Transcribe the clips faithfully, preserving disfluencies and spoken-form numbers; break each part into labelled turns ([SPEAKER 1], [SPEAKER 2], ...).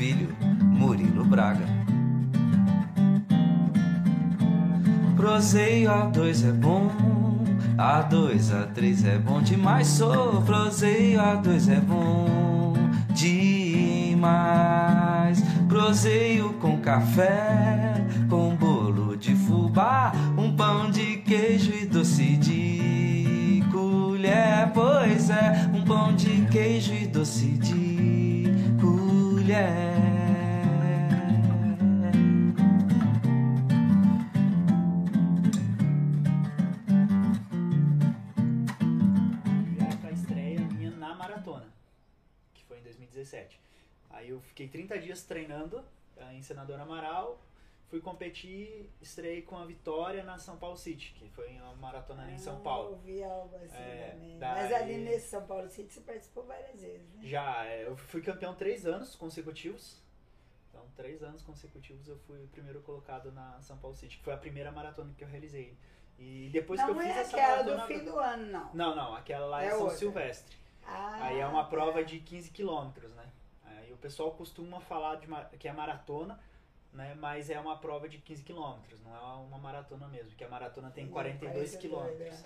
[SPEAKER 1] filho, Murilo Braga. Proseio A dois é bom, A dois, A três é bom demais. Sou proseio A dois é bom demais. Proseio com café, com bolo de fubá, um pão de queijo e doce de colher. Pois é, um pão de queijo e doce de colher.
[SPEAKER 2] A estreia minha na maratona, que foi em dois mil e dezessete. Aí eu fiquei trinta dias treinando em Senador Amaral, fui competir, estreiei com a vitória na São Paulo City, que foi uma maratona ah, em São Paulo.
[SPEAKER 3] Eu ouvi algo assim é, também.
[SPEAKER 2] Daí...
[SPEAKER 3] Mas ali nesse São Paulo City você participou várias vezes, né?
[SPEAKER 2] Já, eu fui campeão três anos consecutivos. Então, três anos consecutivos eu fui o primeiro colocado na São Paulo City, que foi a primeira maratona que eu realizei. E depois
[SPEAKER 3] não
[SPEAKER 2] que eu fiz
[SPEAKER 3] é
[SPEAKER 2] essa
[SPEAKER 3] aquela
[SPEAKER 2] maratona...
[SPEAKER 3] do fim do ano, não.
[SPEAKER 2] Não, não, aquela lá é, é São outra. Silvestre.
[SPEAKER 3] Ah,
[SPEAKER 2] aí é uma prova é. de quinze quilômetros, né? Aí o pessoal costuma falar de que é maratona, né? Mas é uma prova de quinze quilômetros, não é uma maratona mesmo, que a maratona tem quarenta e dois quilômetros.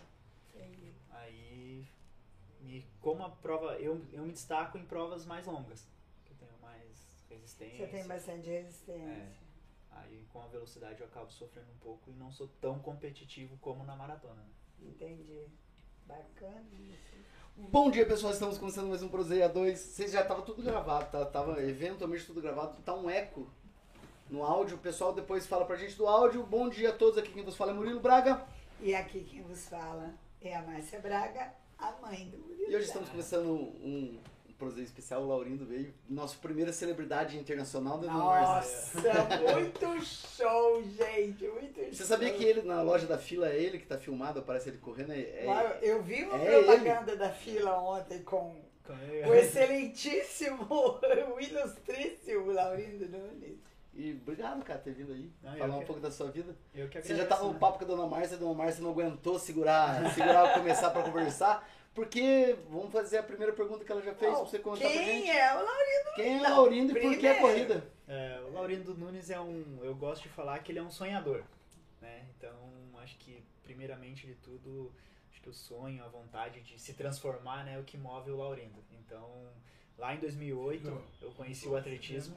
[SPEAKER 2] Aí, e como a prova, eu, eu me destaco em provas mais longas, que eu tenho mais resistência.
[SPEAKER 3] Você tem bastante resistência.
[SPEAKER 2] É. Aí com a velocidade eu acabo sofrendo um pouco e não sou tão competitivo como na maratona. Né?
[SPEAKER 3] Entendi. Bacana isso.
[SPEAKER 4] Bom dia, pessoal, estamos começando mais um Proseia dois. Vocês já tava tudo gravado, tá? Tava eventualmente tudo gravado, tá um eco no áudio. O pessoal depois fala pra gente do áudio. Bom dia a todos, aqui quem vos fala é Murilo Braga.
[SPEAKER 3] E aqui quem vos fala é a Márcia Braga, a mãe do Murilo.
[SPEAKER 4] E hoje estamos começando um, um Proseia especial, o Laurindo veio. Nossa primeira celebridade internacional da
[SPEAKER 3] Nossa, muito show, gente, muito show.
[SPEAKER 4] Você sabia que ele, na loja da fila, é ele que tá filmado, aparece ele correndo? É, é,
[SPEAKER 3] eu vi uma
[SPEAKER 4] é
[SPEAKER 3] propaganda
[SPEAKER 4] ele.
[SPEAKER 3] da fila ontem com o excelentíssimo, o ilustríssimo Laurindo Nunes.
[SPEAKER 4] E obrigado, cara, por ter vindo aí,
[SPEAKER 2] não,
[SPEAKER 4] falar um
[SPEAKER 2] que...
[SPEAKER 4] pouco da sua vida.
[SPEAKER 2] Eu que
[SPEAKER 4] Você já tava no
[SPEAKER 2] né?
[SPEAKER 4] papo com a dona Márcia, a dona Márcia não aguentou segurar, segurar começar pra conversar, porque vamos fazer a primeira pergunta que ela já fez, oh, pra você contar pra gente.
[SPEAKER 3] Quem é o Laurindo?
[SPEAKER 4] Quem é o Laurindo e por que a corrida?
[SPEAKER 2] É, o Laurindo Nunes é um, eu gosto de falar que ele é um sonhador, né? Então, acho que primeiramente de tudo, acho que o sonho, a vontade de se transformar, né, é o que move o Laurindo. Então, lá em dois mil e oito, eu conheci o atletismo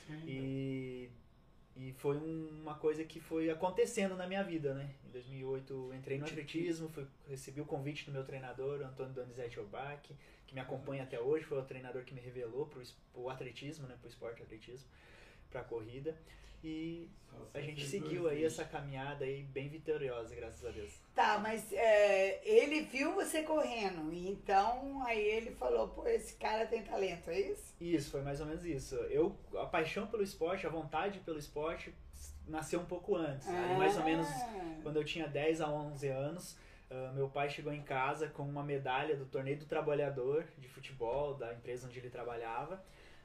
[SPEAKER 2] e, e foi uma coisa que foi acontecendo na minha vida, né? Em dois mil e oito, eu entrei no atletismo, fui, recebi o convite do meu treinador, Antônio Donizete Obach, que me acompanha até hoje, foi o treinador que me revelou pro, pro atletismo, né, pro esporte atletismo, pra corrida. E a gente seguiu aí essa caminhada aí bem vitoriosa, graças a Deus.
[SPEAKER 3] Tá, mas é, ele viu você correndo, então aí ele falou, pô, esse cara tem talento, é isso?
[SPEAKER 2] Isso, foi mais ou menos isso. Eu, a paixão pelo esporte, a vontade pelo esporte nasceu um pouco antes.
[SPEAKER 3] Ah.
[SPEAKER 2] Aí, mais ou menos quando eu tinha dez a onze anos, uh, meu pai chegou em casa com uma medalha do Torneio do Trabalhador de futebol, da empresa onde ele trabalhava.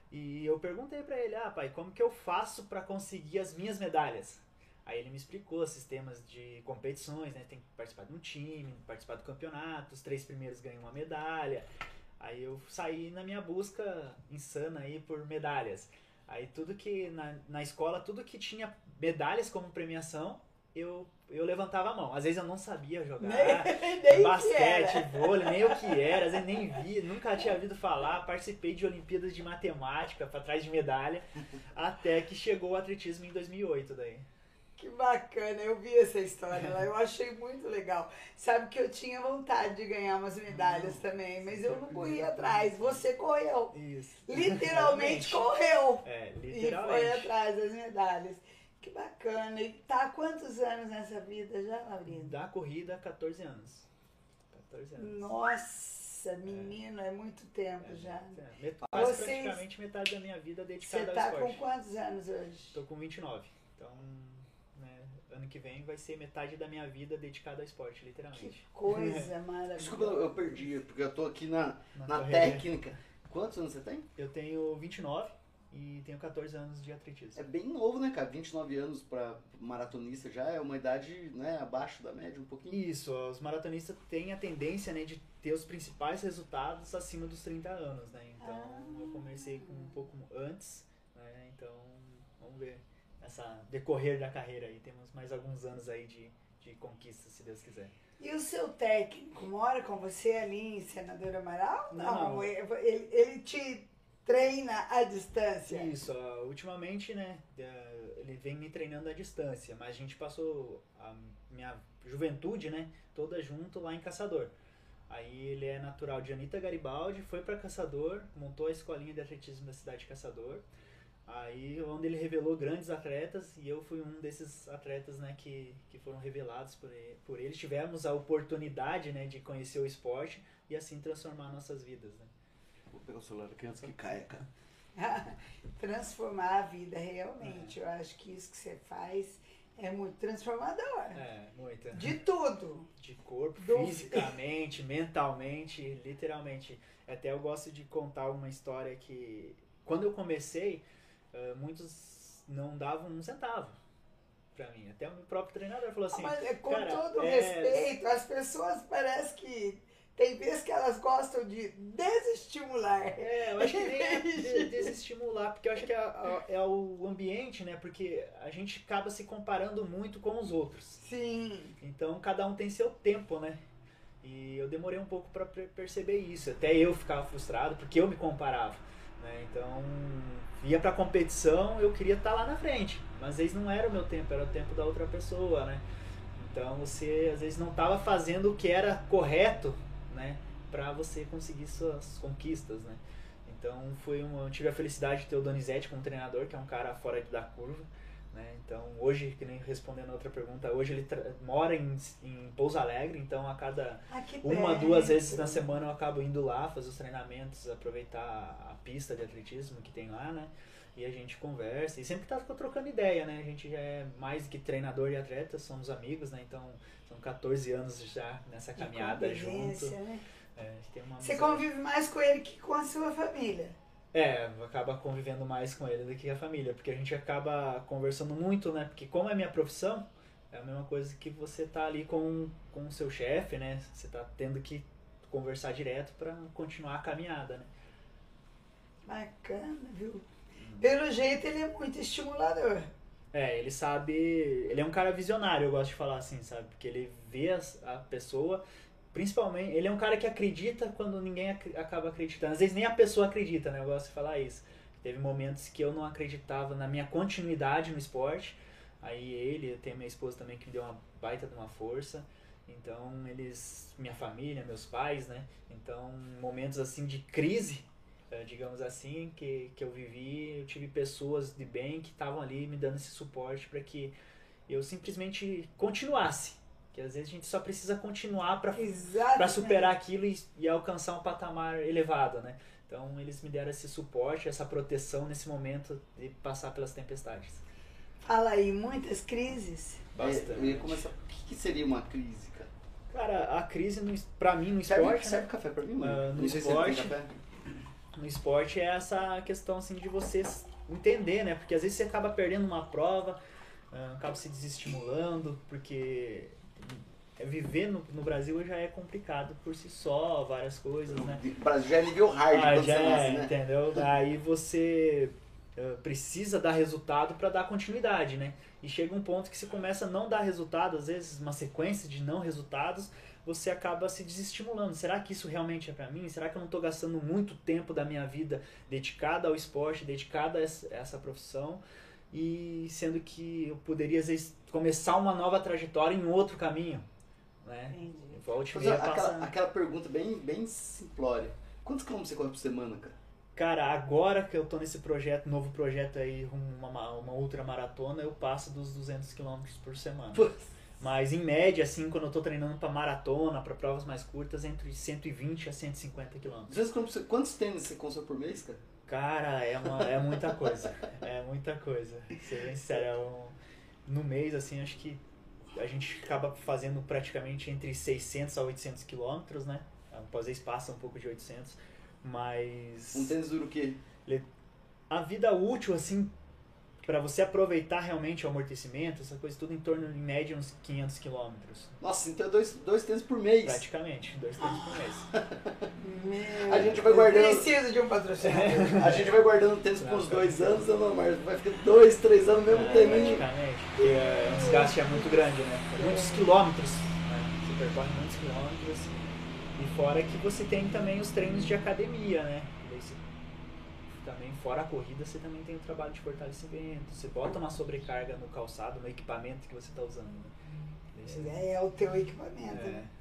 [SPEAKER 2] E eu perguntei pra ele, ah pai, como que eu faço pra conseguir as minhas medalhas? Aí ele me explicou sistemas de competições, né? Tem que participar de um time, participar do campeonato, os três primeiros ganham uma medalha. Aí eu saí na minha busca insana aí por medalhas. Aí tudo que, na, na escola, tudo que tinha medalhas como premiação, eu, eu levantava a mão. Às vezes eu não sabia jogar
[SPEAKER 3] nem, nem
[SPEAKER 2] basquete, vôlei, nem o que era, às vezes nem vi, nunca tinha ouvido falar. Participei de Olimpíadas de Matemática para trás de medalha, até que chegou o atletismo em dois mil e oito daí.
[SPEAKER 3] Que bacana, eu vi essa história lá, eu achei muito legal. Sabe que eu tinha vontade de ganhar umas medalhas também, mas eu não corri atrás. Você correu.
[SPEAKER 2] Isso.
[SPEAKER 3] Literalmente correu.
[SPEAKER 2] É, literalmente.
[SPEAKER 3] E foi atrás das medalhas. Que bacana. E tá há quantos anos nessa vida já, Laurindo?
[SPEAKER 2] Da corrida, catorze anos. catorze anos.
[SPEAKER 3] Nossa, menino, é, é muito tempo
[SPEAKER 2] é,
[SPEAKER 3] já.
[SPEAKER 2] É, met- quase Vocês... praticamente metade da minha vida dedicada ao
[SPEAKER 3] esporte.
[SPEAKER 2] Você
[SPEAKER 3] tá com quantos anos hoje?
[SPEAKER 2] Tô com vinte e nove. Então, né, ano que vem vai ser metade da minha vida dedicada ao esporte, literalmente.
[SPEAKER 3] Que coisa maravilhosa.
[SPEAKER 4] Desculpa, eu perdi, porque eu tô aqui na,
[SPEAKER 2] na,
[SPEAKER 4] na técnica. Quantos anos você tem?
[SPEAKER 2] Eu tenho vinte e nove e tenho catorze anos de atletismo.
[SPEAKER 4] É bem novo, né, cara? vinte e nove anos pra maratonista já é uma idade, né, abaixo da média um pouquinho.
[SPEAKER 2] Isso, os maratonistas têm a tendência, né, de ter os principais resultados acima dos trinta anos, né? Então, ah. eu comecei com um pouco antes, né? ver essa decorrer da carreira aí. Temos mais alguns anos aí de, de conquista, se Deus quiser.
[SPEAKER 3] E o seu técnico mora com você ali em Senador Amaral?
[SPEAKER 2] Não.
[SPEAKER 3] Não, ele, ele te treina à distância?
[SPEAKER 2] Isso, uh, ultimamente, né, uh, ele vem me treinando à distância, mas a gente passou a minha juventude, né, toda junto lá em Caçador. Aí ele é natural de Anita Garibaldi, foi para Caçador, montou a escolinha de atletismo da cidade de Caçador. Aí onde ele revelou grandes atletas e eu fui um desses atletas, né, que, que foram revelados por ele, por ele. Tivemos a oportunidade, né, de conhecer o esporte e assim transformar nossas vidas, né.
[SPEAKER 4] Vou pegar o celular aqui antes que caia, cara.
[SPEAKER 3] Transformar a vida, realmente. É. Eu acho que isso que você faz é muito transformador.
[SPEAKER 2] É, muito.
[SPEAKER 3] De tudo.
[SPEAKER 2] De corpo,
[SPEAKER 3] Do...
[SPEAKER 2] fisicamente, mentalmente, literalmente. Até eu gosto de contar uma história que, quando eu comecei, uh, muitos não davam um centavo pra mim. Até o meu próprio treinador falou assim...
[SPEAKER 3] Mas, com
[SPEAKER 2] cara,
[SPEAKER 3] todo
[SPEAKER 2] é...
[SPEAKER 3] respeito, as pessoas parece que... Tem vezes que elas gostam de desestimular.
[SPEAKER 2] É, eu acho que nem é de- desestimular, porque eu acho que é, é- é o ambiente, né? Porque a gente acaba se comparando muito com os outros.
[SPEAKER 3] Sim.
[SPEAKER 2] Então cada um tem seu tempo, né? E eu demorei um pouco pra per- perceber isso. Até eu ficava frustrado porque eu me comparava, né? Então ia pra competição, eu queria estar lá na frente, mas às vezes não era o meu tempo, era o tempo da outra pessoa, né? Então você às vezes não estava fazendo o que era correto, né, para você conseguir suas conquistas, né? Então foi uma, eu tive a felicidade de ter o Donizete como treinador, que é um cara fora da curva, né? Então hoje, que nem respondendo a outra pergunta, hoje ele tra- mora em, em Pouso Alegre, então a cada
[SPEAKER 3] Ah, que
[SPEAKER 2] uma,
[SPEAKER 3] perto.
[SPEAKER 2] duas vezes na semana eu acabo indo lá fazer os treinamentos, aproveitar a pista de atletismo que tem lá, né? E a gente conversa e sempre tá trocando ideia, né? A gente já é mais que treinador e atleta, somos amigos, né? Então são catorze anos já nessa
[SPEAKER 3] De
[SPEAKER 2] caminhada junto.
[SPEAKER 3] convivência, né?
[SPEAKER 2] É, a gente tem uma
[SPEAKER 3] Você
[SPEAKER 2] amizade.
[SPEAKER 3] convive mais com ele que com a sua família.
[SPEAKER 2] É, acaba convivendo mais com ele do que a família, porque a gente acaba conversando muito, né? Porque como é minha profissão, é a mesma coisa que você tá ali com, com o seu chefe, né? Você tá tendo que conversar direto para continuar a caminhada, né?
[SPEAKER 3] Bacana, viu? Pelo jeito ele é muito estimulador.
[SPEAKER 2] É, ele sabe, ele é um cara visionário, eu gosto de falar assim, sabe? Porque ele vê as- a pessoa, principalmente, ele é um cara que acredita quando ninguém ac- acaba acreditando. Às vezes nem a pessoa acredita, né? Eu gosto de falar isso. Teve momentos que eu não acreditava na minha continuidade no esporte. Aí ele, eu tenho minha esposa também que me deu uma baita de uma força. Então eles, minha família, meus pais, né? Então momentos assim de crise, eh, digamos assim, que, que eu vivi, eu tive pessoas de bem que estavam ali me dando esse suporte para que eu simplesmente continuasse. Que às vezes a gente só precisa continuar para
[SPEAKER 3] Exato.
[SPEAKER 2] para superar aquilo e, e alcançar um patamar elevado, né? Então eles me deram esse suporte, essa proteção nesse momento de passar pelas tempestades.
[SPEAKER 3] Fala aí, muitas crises.
[SPEAKER 2] Bastante.
[SPEAKER 4] É, eu ia começar. O que, que seria uma crise, cara?
[SPEAKER 2] Cara, a crise no, es- pra mim no
[SPEAKER 4] Serve,
[SPEAKER 2] esporte,
[SPEAKER 4] serve
[SPEAKER 2] né?
[SPEAKER 4] café pra mim, mano?
[SPEAKER 2] Ah, no
[SPEAKER 4] Não sei se ele tem
[SPEAKER 2] esporte-
[SPEAKER 4] café.
[SPEAKER 2] No esporte é essa questão assim de você s- entender, né? Porque às vezes você acaba perdendo uma prova, ah, acaba se desestimulando, porque viver no, no Brasil já é complicado por si só, várias coisas, né?
[SPEAKER 4] O Brasil já é nível hard
[SPEAKER 2] Ah,
[SPEAKER 4] quando
[SPEAKER 2] já
[SPEAKER 4] você nasce,
[SPEAKER 2] é,
[SPEAKER 4] né?
[SPEAKER 2] entendeu? Aí você uh, precisa dar resultado para dar continuidade, né? E chega um ponto que você começa a não dar resultado, às vezes uma sequência de não resultados, você acaba se desestimulando. Será que isso realmente é para mim? Será que eu não estou gastando muito tempo da minha vida dedicada ao esporte, dedicada a essa, a essa profissão? E sendo que eu poderia, às vezes, começar uma nova trajetória em outro caminho, né?
[SPEAKER 3] Entendi.
[SPEAKER 2] Volte e
[SPEAKER 4] Fazer
[SPEAKER 2] meia
[SPEAKER 4] aquela,
[SPEAKER 2] passa...
[SPEAKER 4] aquela pergunta bem, bem simplória. Quantos quilômetros você corre por semana, cara?
[SPEAKER 2] Cara, agora que eu tô nesse projeto, novo projeto aí, rumo a uma, uma ultramaratona, eu passo dos duzentos quilômetros por semana. Mas em média, assim, quando eu tô treinando pra maratona, pra provas mais curtas, entre cento e vinte a cento e cinquenta quilômetros.
[SPEAKER 4] duzentos quilômetros por- Quantos tênis você consome por mês, cara?
[SPEAKER 2] Cara, é, uma, é muita coisa. É muita coisa. Ser bem sincero, é um- no mês, assim, acho que a gente acaba fazendo praticamente entre seiscentos a oitocentos quilômetros, né? Às vezes passa um pouco de oitocentos, mas...
[SPEAKER 4] Um tênis dura o quê?
[SPEAKER 2] a vida útil, assim, para você aproveitar realmente o amortecimento, essa coisa tudo em torno, em média, uns quinhentos quilômetros.
[SPEAKER 4] Nossa, então é dois, dois tênis por mês.
[SPEAKER 2] Praticamente, dois tênis por mês.
[SPEAKER 3] Meu
[SPEAKER 4] A gente vai
[SPEAKER 3] Deus,
[SPEAKER 4] guardando-
[SPEAKER 3] Preciso de um patrocinador.
[SPEAKER 4] A gente vai guardando tênis por uns dois anos, é normal. Vai ficando dois, três anos mesmo
[SPEAKER 2] É,
[SPEAKER 4] tênis.
[SPEAKER 2] praticamente, porque é, o desgaste é muito grande, né? Muitos quilômetros, né? Você percorre muitos quilômetros. E fora que você tem também os treinos de academia, né? Daí você, também, fora a corrida, você também tem o trabalho de fortalecimento. Você bota uma sobrecarga no calçado, no equipamento que você está usando, né? Daí você-
[SPEAKER 3] É, é o teu equipamento.
[SPEAKER 2] É.
[SPEAKER 3] né?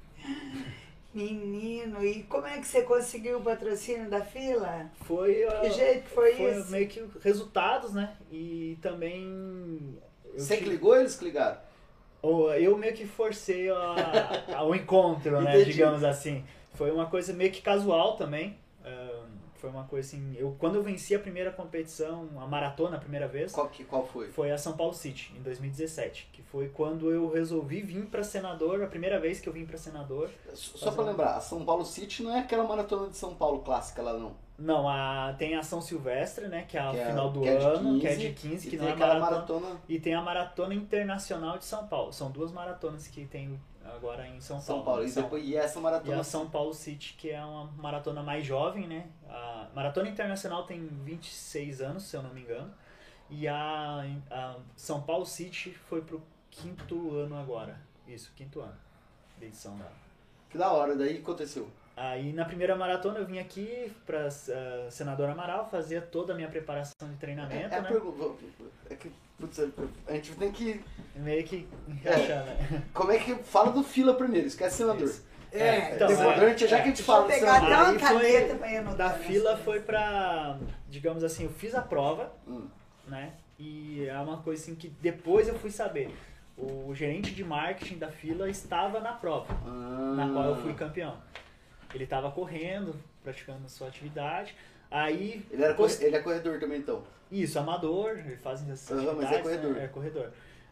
[SPEAKER 3] Menino, e como é que você conseguiu o patrocínio da fila?
[SPEAKER 2] Foi,
[SPEAKER 3] Que
[SPEAKER 2] uh,
[SPEAKER 3] jeito que foi,
[SPEAKER 2] foi
[SPEAKER 3] isso?
[SPEAKER 2] meio que resultados, né? E também... eu
[SPEAKER 4] Você que
[SPEAKER 2] tive-
[SPEAKER 4] ligou, eles que ligaram?
[SPEAKER 2] Ou eu meio que forcei a, a- o encontro, né?
[SPEAKER 4] Entendi.
[SPEAKER 2] Digamos assim. Foi uma coisa meio que casual também. ahn, foi uma coisa assim... Eu, quando eu venci a primeira competição, a maratona a primeira vez,
[SPEAKER 4] Qual, que, qual foi?
[SPEAKER 2] foi a São Paulo City, em dois mil e dezessete. Que foi quando eu resolvi vir para senador, a primeira vez que eu vim para senador.
[SPEAKER 4] Só pra lembrar, a São Paulo City não é aquela maratona de São Paulo clássica lá, não.
[SPEAKER 2] Não, a, tem a São Silvestre, né? Que é ao
[SPEAKER 4] Que é-
[SPEAKER 2] final do
[SPEAKER 4] que é de
[SPEAKER 2] ano, que é
[SPEAKER 4] quinze,
[SPEAKER 2] de quinze,
[SPEAKER 4] E
[SPEAKER 2] que
[SPEAKER 4] tem
[SPEAKER 2] não é
[SPEAKER 4] aquela
[SPEAKER 2] maratona.
[SPEAKER 4] maratona
[SPEAKER 2] E tem a Maratona Internacional de São Paulo. São duas maratonas que tem agora em São Paulo.
[SPEAKER 4] São Paulo. E,
[SPEAKER 2] São-
[SPEAKER 4] depois, e essa
[SPEAKER 2] e
[SPEAKER 4] maratona.
[SPEAKER 2] a São Paulo City, que é uma maratona mais jovem, né? A Maratona Internacional tem vinte e seis anos, se eu não me engano. E a, a São Paulo City foi pro quinto ano agora. Isso, quinto ano de edição dela.
[SPEAKER 4] Que da hora, daí aconteceu.
[SPEAKER 2] Aí na primeira maratona eu vim aqui pra uh, Senador Amaral, fazia toda a minha preparação de
[SPEAKER 4] É,
[SPEAKER 2] treinamento,
[SPEAKER 4] é a
[SPEAKER 2] né?
[SPEAKER 4] pergunta. É que, putz, a gente tem que.
[SPEAKER 2] Meio que encaixar, né?
[SPEAKER 4] Como é que fala do fila primeiro? Esquece senador.
[SPEAKER 2] Isso.
[SPEAKER 3] É,
[SPEAKER 2] então,
[SPEAKER 3] depois-
[SPEAKER 2] é,
[SPEAKER 4] Durante, já que a gente
[SPEAKER 3] Deixa eu
[SPEAKER 4] fala do
[SPEAKER 3] pegar
[SPEAKER 4] senador.
[SPEAKER 3] até uma
[SPEAKER 2] Aí foi-
[SPEAKER 3] caneta pra ir anotar.
[SPEAKER 2] Da
[SPEAKER 3] nessa
[SPEAKER 2] fila
[SPEAKER 3] coisa.
[SPEAKER 2] foi pra, digamos assim, eu fiz a prova,
[SPEAKER 4] Hum.
[SPEAKER 2] né? E é uma coisa assim que depois eu fui saber. O gerente de marketing da fila estava na prova,
[SPEAKER 4] Ah.
[SPEAKER 2] na qual eu fui campeão. Ele estava correndo, praticando a sua atividade. Aí,
[SPEAKER 4] Ele, era
[SPEAKER 2] post-
[SPEAKER 4] corre- ele é corredor também, então.
[SPEAKER 2] isso, amador, ele faz essas
[SPEAKER 4] Aham, mas
[SPEAKER 2] atividades,
[SPEAKER 4] é corredor.
[SPEAKER 2] né? É corredor.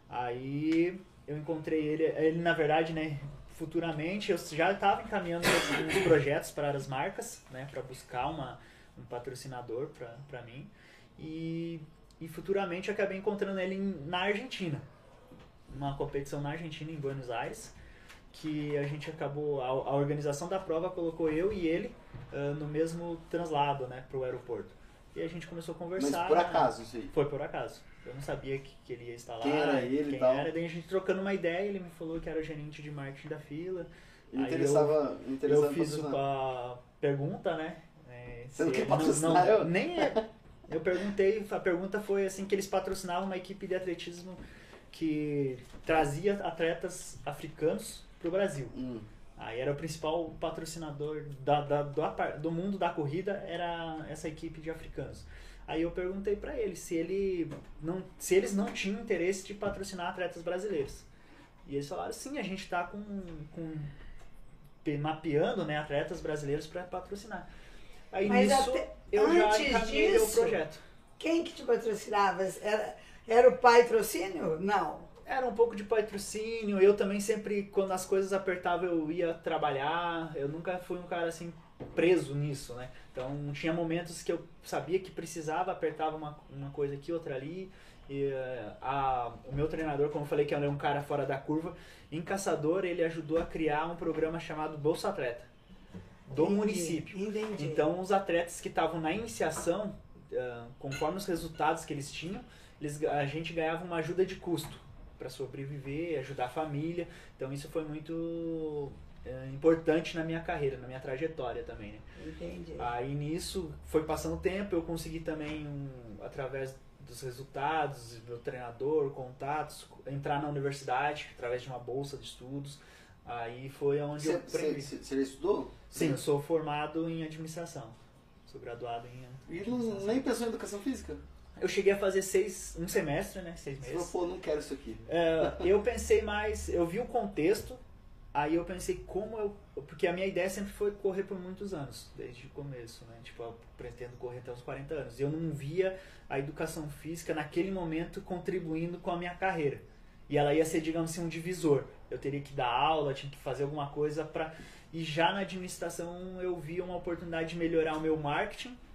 [SPEAKER 2] Aí eu encontrei ele, ele na verdade, né, futuramente eu já estava encaminhando uns projetos para as marcas, né, para buscar uma, um patrocinador para mim. E, e futuramente eu acabei encontrando ele em- na Argentina. Uma competição na Argentina, em Buenos Aires, que a gente acabou, a, a organização da prova colocou eu e ele ah, no mesmo translado, né, para o aeroporto. E a gente começou a
[SPEAKER 4] Mas
[SPEAKER 2] conversar.
[SPEAKER 4] por
[SPEAKER 2] né?
[SPEAKER 4] acaso, isso aí.
[SPEAKER 2] Foi por acaso. Eu não sabia que, que ele ia estar lá.
[SPEAKER 4] Quem era ele e
[SPEAKER 2] quem
[SPEAKER 4] tal.
[SPEAKER 2] era. Daí a gente trocando uma ideia, ele me falou que era o gerente de marketing da fila.
[SPEAKER 4] Ele
[SPEAKER 2] Aí
[SPEAKER 4] interessava, interessava
[SPEAKER 2] Eu fiz
[SPEAKER 4] patrocinar.
[SPEAKER 2] a pergunta, né? é,
[SPEAKER 4] Você não
[SPEAKER 2] se
[SPEAKER 4] quer
[SPEAKER 2] ele
[SPEAKER 4] patrocinar eu?
[SPEAKER 2] Nem é. Eu perguntei, a pergunta foi assim, que eles patrocinavam uma equipe de atletismo que trazia atletas africanos para o Brasil.
[SPEAKER 4] Hum.
[SPEAKER 2] Aí era o principal patrocinador da, da, do, apar- do mundo da corrida, era essa equipe de africanos. Aí eu perguntei pra ele se, ele não, se eles não tinham interesse de patrocinar atletas brasileiros. E eles falaram, sim, a gente tá com, com pe- mapeando, né, atletas brasileiros para patrocinar. Aí
[SPEAKER 3] Mas
[SPEAKER 2] nisso
[SPEAKER 3] até
[SPEAKER 2] eu já
[SPEAKER 3] antes
[SPEAKER 2] encaminhei o
[SPEAKER 3] disso-
[SPEAKER 2] projeto.
[SPEAKER 3] Quem que te patrocinava? Era, era o pai trocínio? Não.
[SPEAKER 2] Era um pouco de patrocínio, eu também sempre, quando as coisas apertavam, eu ia trabalhar, eu nunca fui um cara assim preso nisso, né? Então tinha momentos que eu sabia que precisava, apertava uma, uma coisa aqui, outra ali, e eh, a, o meu treinador, como eu falei que ele é um cara fora da curva, em Caçador ele ajudou a criar um programa chamado Bolsa Atleta, do
[SPEAKER 3] Entendi,
[SPEAKER 2] município.
[SPEAKER 3] Entendi.
[SPEAKER 2] Então os atletas que estavam na iniciação, ah, conforme os resultados que eles tinham, eles, a gente ganhava uma ajuda de custo para sobreviver, ajudar a família. Então isso foi muito é, importante na minha carreira, na minha trajetória também, né?
[SPEAKER 3] Entendi.
[SPEAKER 2] Aí nisso foi passando o tempo, eu consegui também, um, através dos resultados, meu treinador, contatos, entrar na universidade através de uma bolsa de estudos. Aí foi onde eu aprendi.
[SPEAKER 4] Você você estudou?
[SPEAKER 2] Sim, eu sou formado em administração. Sou graduado em
[SPEAKER 4] E não,
[SPEAKER 2] administração.
[SPEAKER 4] nem pensou em educação física?
[SPEAKER 2] Eu cheguei a fazer seis, um semestre, né? Seis
[SPEAKER 4] Você falou,
[SPEAKER 2] meses.
[SPEAKER 4] pô, não quero isso aqui.
[SPEAKER 2] É, eu pensei mais, eu vi o contexto, aí eu pensei como eu... Porque a minha ideia sempre foi correr por muitos anos, desde o começo, né? Tipo, eu pretendo correr até os quarenta anos. E eu não via a educação física naquele momento contribuindo com a minha carreira. E ela ia ser, digamos assim, um divisor. Eu teria que dar aula, tinha que fazer alguma coisa para... E já na administração eu vi uma oportunidade de melhorar o meu marketing,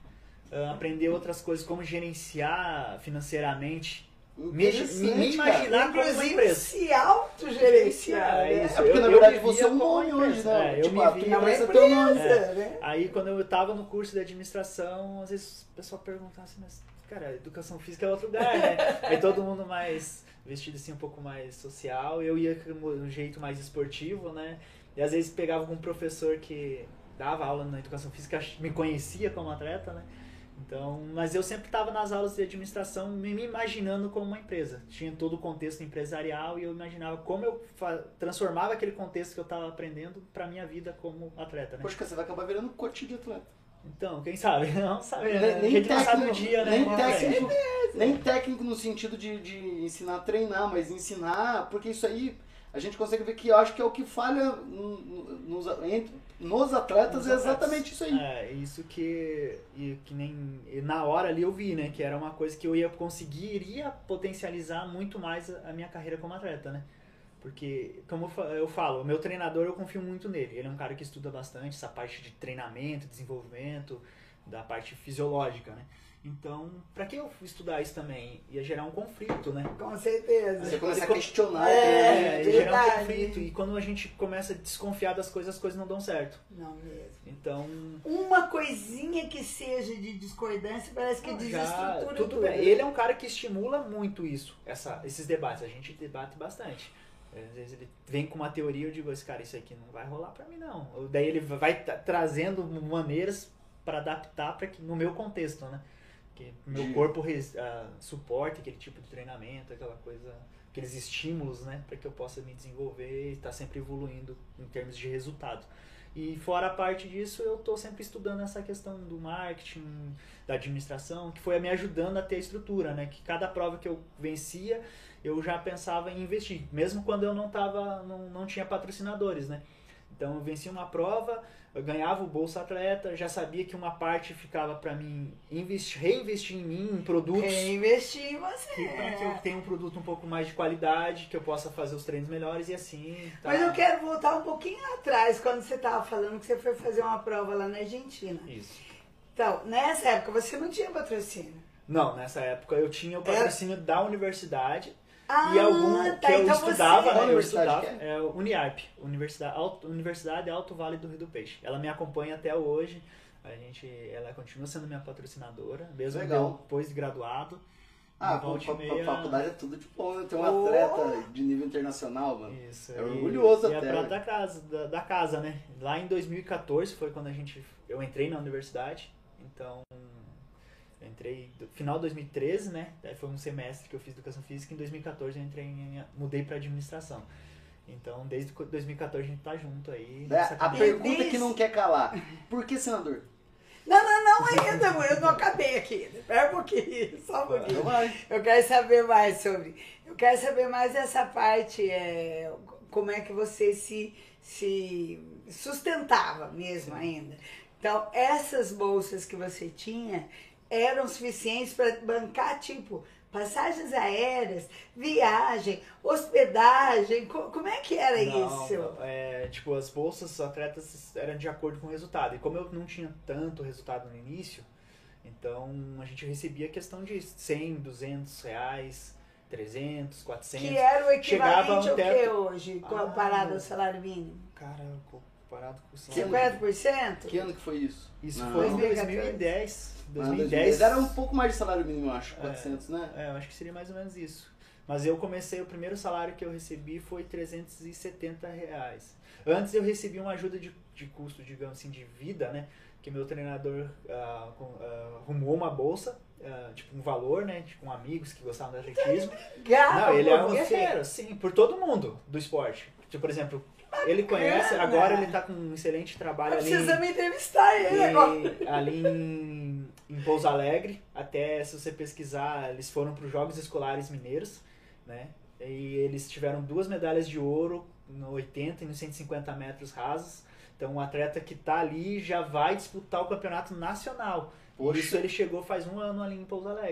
[SPEAKER 2] uh, aprender outras coisas, como gerenciar financeiramente. Me,
[SPEAKER 4] Interessante,
[SPEAKER 2] me imaginar como uma
[SPEAKER 3] Inclusive
[SPEAKER 2] empresa.
[SPEAKER 3] se autogerenciar,
[SPEAKER 2] É
[SPEAKER 3] né?
[SPEAKER 2] isso.
[SPEAKER 4] É porque
[SPEAKER 2] Eu-
[SPEAKER 4] na
[SPEAKER 2] eu
[SPEAKER 4] verdade
[SPEAKER 2] me
[SPEAKER 4] você
[SPEAKER 2] via
[SPEAKER 4] é um
[SPEAKER 2] como
[SPEAKER 4] nome hoje,
[SPEAKER 2] empresa.
[SPEAKER 4] né?
[SPEAKER 2] É, eu
[SPEAKER 4] Tipo,
[SPEAKER 2] me
[SPEAKER 4] a
[SPEAKER 2] via-
[SPEAKER 4] tua
[SPEAKER 3] É uma
[SPEAKER 4] empresa tem um nome.
[SPEAKER 3] empresa, né?
[SPEAKER 2] Aí quando eu tava no curso de administração, às vezes o pessoal perguntava assim, mas cara, educação física é outro lugar, né? Aí todo mundo mais vestido assim um pouco mais social, eu ia com um jeito mais esportivo, né? E às vezes pegava algum professor que dava aula na educação física, me conhecia como atleta, né? Então, mas eu sempre estava nas aulas de administração me me imaginando como uma empresa. Tinha todo o contexto empresarial e eu imaginava como eu fa- transformava aquele contexto que eu estava aprendendo para minha vida como atleta, né?
[SPEAKER 4] Poxa, você vai acabar virando coach de atleta.
[SPEAKER 2] Então, quem sabe? Não sabe, né?
[SPEAKER 4] Nem,
[SPEAKER 2] Porque a
[SPEAKER 4] nem
[SPEAKER 2] gente não sabe o
[SPEAKER 4] técnico,
[SPEAKER 2] dia, né?
[SPEAKER 4] nem,
[SPEAKER 2] Como
[SPEAKER 4] técnico,
[SPEAKER 2] é.
[SPEAKER 4] nem técnico no sentido de, de ensinar a treinar, mas ensinar, porque isso aí a gente consegue ver que eu acho que é o que falha no- no- nos, entre, nos atletas,
[SPEAKER 2] Nos
[SPEAKER 4] é exatamente isso aí.
[SPEAKER 2] É, isso que, e que nem e na hora ali eu vi, né? Que era uma coisa que eu ia conseguir, iria potencializar muito mais a a minha carreira como atleta, né? Porque, como eu fa- eu falo, o meu treinador eu confio muito nele. Ele é um cara que estuda bastante essa parte de treinamento, desenvolvimento, da parte fisiológica, né? Então, pra que eu fui estudar isso também? Ia gerar um conflito, né?
[SPEAKER 3] Com certeza.
[SPEAKER 4] Você começa a
[SPEAKER 2] co-
[SPEAKER 4] questionar.
[SPEAKER 3] É,
[SPEAKER 2] É, ia gerar um
[SPEAKER 3] verdade.
[SPEAKER 2] conflito. E quando a gente começa a desconfiar das coisas, as coisas não dão certo.
[SPEAKER 3] Não mesmo.
[SPEAKER 2] Então,
[SPEAKER 3] Uma coisinha que seja de discordância parece que
[SPEAKER 2] já,
[SPEAKER 3] desestrutura
[SPEAKER 2] tudo
[SPEAKER 3] tudo.
[SPEAKER 2] bem. Ele é um cara que estimula muito isso, essa, esses debates. A gente debate bastante. Às vezes ele vem com uma teoria, eu digo, esse cara, isso aqui não vai rolar pra mim, não. Ou daí ele vai tra- trazendo maneiras para adaptar para que no meu contexto, né? Que meu
[SPEAKER 4] De-
[SPEAKER 2] corpo res, ah, suporte aquele tipo de treinamento, aquela coisa, aqueles estímulos, né? Para que eu possa me desenvolver e estar sempre evoluindo em termos de resultado. E fora a parte disso, eu estou sempre estudando essa questão do marketing, da administração, que foi me ajudando a ter a estrutura, né? Que cada prova que eu vencia, eu já pensava em investir, mesmo quando eu não tava, não, não tinha patrocinadores, né? Então eu vencia uma prova, eu ganhava o Bolsa Atleta, já sabia que uma parte ficava para mim investir, reinvestir em mim, em produtos,
[SPEAKER 3] Reinvestir em você.
[SPEAKER 2] que, para que eu tenha um produto um pouco mais de qualidade, que eu possa fazer os treinos melhores e assim. Tá.
[SPEAKER 3] Mas eu quero voltar um pouquinho atrás, quando você estava falando que você foi fazer uma prova lá na Argentina.
[SPEAKER 2] Isso.
[SPEAKER 3] Então, nessa época você não tinha patrocínio.
[SPEAKER 2] Não, nessa época eu tinha o patrocínio da universidade.
[SPEAKER 3] Ah,
[SPEAKER 2] E algum
[SPEAKER 3] tá,
[SPEAKER 2] que eu
[SPEAKER 3] então
[SPEAKER 2] estudava,
[SPEAKER 3] você...
[SPEAKER 2] né? Eu
[SPEAKER 4] universidade
[SPEAKER 2] estudava,
[SPEAKER 4] que
[SPEAKER 2] é o Uniarp, Universidade Alto, Universidade Alto Vale do Rio do Peixe. Ela me acompanha até hoje. A gente, ela continua sendo minha patrocinadora, mesmo
[SPEAKER 4] Legal.
[SPEAKER 2] depois de graduado.
[SPEAKER 4] Ah,
[SPEAKER 2] No
[SPEAKER 4] pô,
[SPEAKER 2] volta e
[SPEAKER 4] fa-
[SPEAKER 2] meia-
[SPEAKER 4] faculdade é tudo de bom, né? Tem um
[SPEAKER 3] Oh!
[SPEAKER 4] atleta de nível internacional, mano.
[SPEAKER 2] Isso.
[SPEAKER 4] É
[SPEAKER 2] e-
[SPEAKER 4] orgulhoso
[SPEAKER 2] e
[SPEAKER 4] até,
[SPEAKER 2] é pra
[SPEAKER 4] né?
[SPEAKER 2] da casa, da, da casa, né? Lá em dois mil e quatorze foi quando a gente, eu entrei na universidade. Então, eu entrei no final de dois mil e treze, né? Daí foi um semestre que eu fiz educação física. Em dois mil e quatorze eu entrei em, mudei pra administração. Então, desde dois mil e quatorze a gente tá junto aí.
[SPEAKER 4] É,
[SPEAKER 2] nessa
[SPEAKER 4] a
[SPEAKER 2] caminhada.
[SPEAKER 4] pergunta que não quer calar. Por que senador?
[SPEAKER 3] Não, não, não ainda, amor, eu não acabei aqui. Espera um pouquinho, só um pouquinho.
[SPEAKER 4] Então vai.
[SPEAKER 3] Eu quero saber mais sobre. Eu quero saber mais dessa parte, é, como é que você se, se sustentava mesmo ainda. Então, essas bolsas que você tinha eram suficientes para bancar, tipo, passagens aéreas, viagem, hospedagem. Co- Como é que era
[SPEAKER 2] Não,
[SPEAKER 3] isso?
[SPEAKER 2] não, é, tipo, as bolsas dos atletas eram de acordo com o resultado. E como eu não tinha tanto resultado no início, então a gente recebia questão de cem, duzentos reais, trezentos, quatrocentos.
[SPEAKER 3] Que era o
[SPEAKER 2] Chegava
[SPEAKER 3] equivalente
[SPEAKER 2] um
[SPEAKER 3] ao que
[SPEAKER 2] teto.
[SPEAKER 3] hoje,
[SPEAKER 2] Ah,
[SPEAKER 3] comparado ao
[SPEAKER 2] meu.
[SPEAKER 3] salário mínimo?
[SPEAKER 2] Cara, comparado com o
[SPEAKER 4] Que
[SPEAKER 2] salário.
[SPEAKER 3] cinquenta por cento?
[SPEAKER 4] Que ano que foi isso?
[SPEAKER 2] Isso
[SPEAKER 4] Não.
[SPEAKER 2] foi em
[SPEAKER 3] dois mil e
[SPEAKER 2] dois mil e dez.
[SPEAKER 4] Ah,
[SPEAKER 2] dois mil e
[SPEAKER 4] dois mil e dez
[SPEAKER 2] dez
[SPEAKER 4] era um pouco mais de salário mínimo, eu acho. quatrocentos, né?
[SPEAKER 2] É, eu acho que seria mais ou menos isso. Mas eu comecei, o primeiro salário que eu recebi foi trezentos e setenta reais. Antes eu recebi uma ajuda de, de custo, digamos assim, de vida, né? Que meu treinador ah, com- ah, arrumou uma bolsa, ah, tipo um valor, né? Tipo, com amigos que gostavam do atletismo.
[SPEAKER 3] Gava
[SPEAKER 2] Não, ele é
[SPEAKER 3] por
[SPEAKER 2] um
[SPEAKER 3] você.
[SPEAKER 2] guerreiro, sim, por todo mundo do esporte. Tipo, por exemplo, ele conhece, agora ele tá com um excelente trabalho ali.
[SPEAKER 3] Precisa me entrevistar ele agora.
[SPEAKER 2] E ali em, em Pouso Alegre, até se você pesquisar, eles foram para os Jogos Escolares Mineiros, né? E eles tiveram duas medalhas de ouro no oitenta e no cento e cinquenta metros rasos. Então o atleta que tá ali já vai disputar o campeonato nacional. Por
[SPEAKER 4] Poxa.
[SPEAKER 2] isso ele chegou faz um ano ali em Pouso Alegre.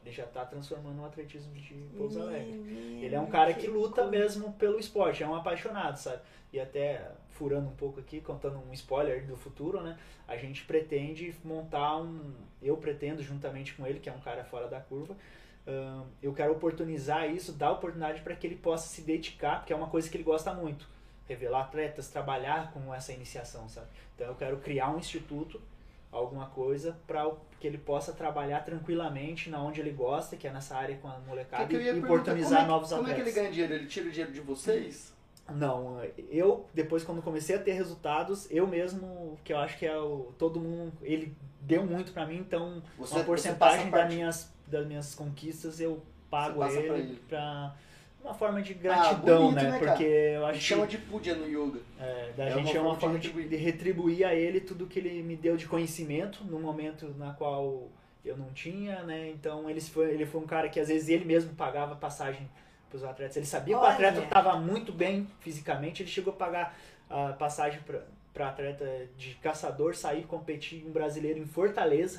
[SPEAKER 2] ele já tá transformando o atletismo de Pouso Alegre. Ele é um cara que luta mesmo pelo esporte, é um apaixonado, sabe? E até, furando um pouco aqui, contando um spoiler do futuro, né? A gente pretende montar um... Eu pretendo, juntamente com ele, que é um cara fora da curva, uh, eu quero oportunizar isso, dar oportunidade para que ele possa se dedicar, porque é uma coisa que ele gosta muito. Revelar atletas, trabalhar com essa iniciação, sabe? Então eu quero criar um instituto, alguma coisa, para que ele possa trabalhar tranquilamente na onde ele gosta, que é nessa área com a molecada,
[SPEAKER 4] que que
[SPEAKER 2] e oportunizar
[SPEAKER 4] como é,
[SPEAKER 2] novos
[SPEAKER 4] como
[SPEAKER 2] atletas.
[SPEAKER 4] Como é que ele ganha dinheiro? Ele tira o dinheiro de vocês?
[SPEAKER 2] Não, eu, depois quando comecei a ter resultados, eu mesmo, que eu acho que é o, todo mundo, ele deu muito pra mim, então
[SPEAKER 4] Você-
[SPEAKER 2] uma
[SPEAKER 4] você
[SPEAKER 2] porcentagem
[SPEAKER 4] passa a
[SPEAKER 2] das
[SPEAKER 4] parte-
[SPEAKER 2] minhas, das minhas conquistas eu pago
[SPEAKER 4] passa pra
[SPEAKER 2] ele,
[SPEAKER 4] ele.
[SPEAKER 2] pra uma forma de gratidão,
[SPEAKER 4] bonito,
[SPEAKER 2] né?
[SPEAKER 4] né, cara?
[SPEAKER 2] Porque eu
[SPEAKER 4] A
[SPEAKER 2] acho
[SPEAKER 4] gente
[SPEAKER 2] que
[SPEAKER 4] chama de puja no yoga.
[SPEAKER 2] é, da
[SPEAKER 4] É
[SPEAKER 2] gente
[SPEAKER 4] uma
[SPEAKER 2] é uma
[SPEAKER 4] forma
[SPEAKER 2] forma
[SPEAKER 4] de
[SPEAKER 2] de,
[SPEAKER 4] retribuir.
[SPEAKER 2] de retribuir a ele tudo que ele me deu de conhecimento no momento na qual eu não tinha, né? Então ele foi, ele foi um cara que às vezes ele mesmo pagava passagem para os atletas. Ele sabia que
[SPEAKER 3] Olha.
[SPEAKER 2] o atleta estava muito bem fisicamente, ele chegou a pagar a passagem para atleta de caçador sair competir um brasileiro em Fortaleza.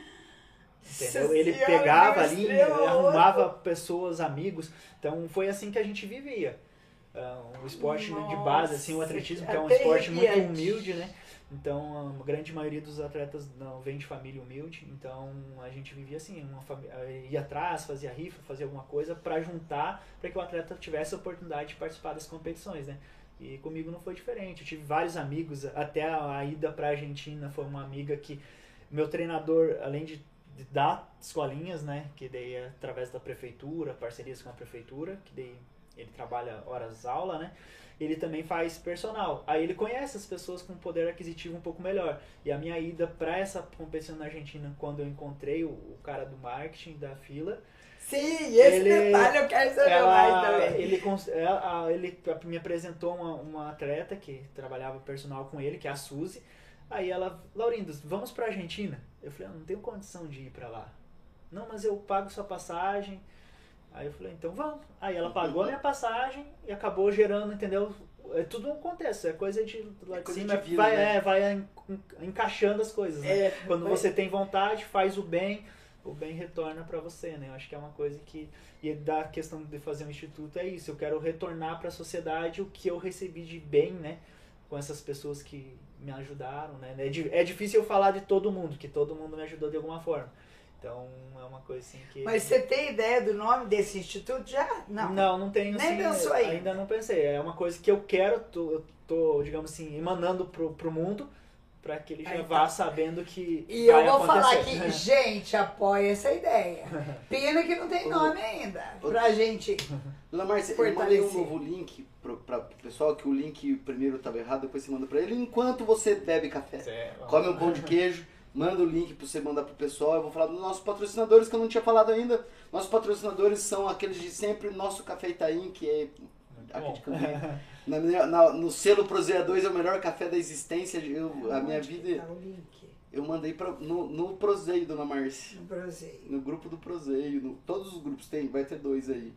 [SPEAKER 2] Entendeu?
[SPEAKER 3] Nossa
[SPEAKER 2] Ele
[SPEAKER 3] Senhora,
[SPEAKER 2] pegava
[SPEAKER 3] meu
[SPEAKER 2] ali,
[SPEAKER 3] estrela,
[SPEAKER 2] arrumava pessoas, amigos. Então foi assim que a gente vivia. Uh, o esporte de base, assim, o
[SPEAKER 3] Nossa,
[SPEAKER 2] atletismo, que é um
[SPEAKER 3] até
[SPEAKER 2] esporte muito
[SPEAKER 3] arrepiante.
[SPEAKER 2] humilde, né? Então a grande maioria dos atletas não vem de família humilde, então a gente vivia assim, uma família, ia atrás, fazia rifa, fazia alguma coisa para juntar, para que o atleta tivesse a oportunidade de participar das competições, né? E comigo não foi diferente. Eu tive vários amigos, até a ida para a Argentina foi uma amiga que meu treinador, além de de dar escolinhas, né, que daí é através da prefeitura, parcerias com a prefeitura, que daí ele trabalha horas aula, né, ele também faz personal. Aí ele conhece as pessoas com poder aquisitivo um pouco melhor. E a minha ida para essa competição na Argentina, quando eu encontrei o, o cara do marketing da fila,
[SPEAKER 3] Sim, esse
[SPEAKER 2] Ele-
[SPEAKER 3] detalhe eu quero saber
[SPEAKER 2] ela,
[SPEAKER 3] mais também.
[SPEAKER 2] ele, cons- ela- ele me apresentou uma, uma atleta que trabalhava personal com ele, que é a Suzy. Aí ela, Laurindos, vamos pra Argentina? Eu falei, eu não tenho condição de ir pra lá. Não, mas eu pago sua passagem. Aí eu falei, então vamos. Aí ela pagou a minha passagem e acabou gerando, entendeu? É tudo um contexto, é coisa de lá de
[SPEAKER 4] coisa
[SPEAKER 2] cima,
[SPEAKER 4] de vida,
[SPEAKER 2] vai,
[SPEAKER 4] né?
[SPEAKER 2] é, vai en- encaixando as coisas, né?
[SPEAKER 3] É,
[SPEAKER 2] Quando
[SPEAKER 3] vai-
[SPEAKER 2] você tem vontade, faz o bem, o bem retorna pra você, né? Eu acho que é uma coisa que... E da questão de fazer um instituto é isso, eu quero retornar pra sociedade o que eu recebi de bem, né? Com essas pessoas que me ajudaram, né? É, di- é difícil eu falar de todo mundo, que todo mundo me ajudou de alguma forma. Então, é uma coisa assim que...
[SPEAKER 3] Mas você tem ideia do nome desse instituto já? Não.
[SPEAKER 2] Não, não tenho,
[SPEAKER 3] Nem
[SPEAKER 2] assim,
[SPEAKER 3] pensou ainda.
[SPEAKER 2] ainda não pensei. É uma coisa que eu quero, tô, eu tô digamos assim, emanando pro, pro mundo, para que ele já
[SPEAKER 3] Aí
[SPEAKER 2] vá
[SPEAKER 3] tá.
[SPEAKER 2] sabendo que
[SPEAKER 3] E
[SPEAKER 2] vai
[SPEAKER 3] eu vou falar
[SPEAKER 2] acontecer.
[SPEAKER 3] que, gente, apoia essa ideia. Pena que não tem nome ainda. Pra gente.
[SPEAKER 4] Dona Márcia, eu mandei um
[SPEAKER 3] Fortalecer.
[SPEAKER 4] novo link pro, pra, pro pessoal, que o link primeiro estava errado, depois você manda pra ele. Enquanto você bebe café,
[SPEAKER 2] Certo.
[SPEAKER 4] come um pão de queijo, manda o link pra você mandar pro pessoal. Eu vou falar dos nossos patrocinadores, que eu não tinha falado ainda. Nossos patrocinadores são aqueles de sempre, nosso Café Itaim, que é aqui
[SPEAKER 2] bom.
[SPEAKER 4] de Campinas. Na minha- na- no selo Prozeia dois é o melhor café da existência. Eu, a minha
[SPEAKER 3] Onde que
[SPEAKER 4] vida,
[SPEAKER 3] tá o link?
[SPEAKER 4] eu mandei pra, no, no Prozeio, Dona Márcia.
[SPEAKER 3] No Brasil.
[SPEAKER 4] No grupo do Prozeio, no, todos os grupos tem, vai ter dois aí.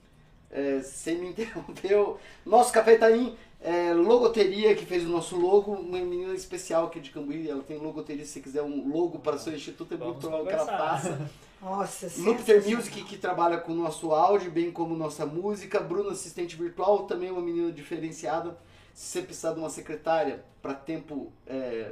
[SPEAKER 4] É, sem me interromper, nosso Café Itaim, é, logoteria que fez o nosso logo, uma menina especial aqui de Cambuí, ela tem logoteria, se você quiser um logo para o seu instituto, é muito
[SPEAKER 2] Vamos
[SPEAKER 4] provável que ela
[SPEAKER 2] conversar.
[SPEAKER 4] faça.
[SPEAKER 3] Nossa,
[SPEAKER 4] Lupter
[SPEAKER 3] sensacional.
[SPEAKER 4] Music, que trabalha com o nosso áudio, bem como nossa música. Bruna, assistente virtual, também uma menina diferenciada. Se você precisar de uma secretária para tempo... É,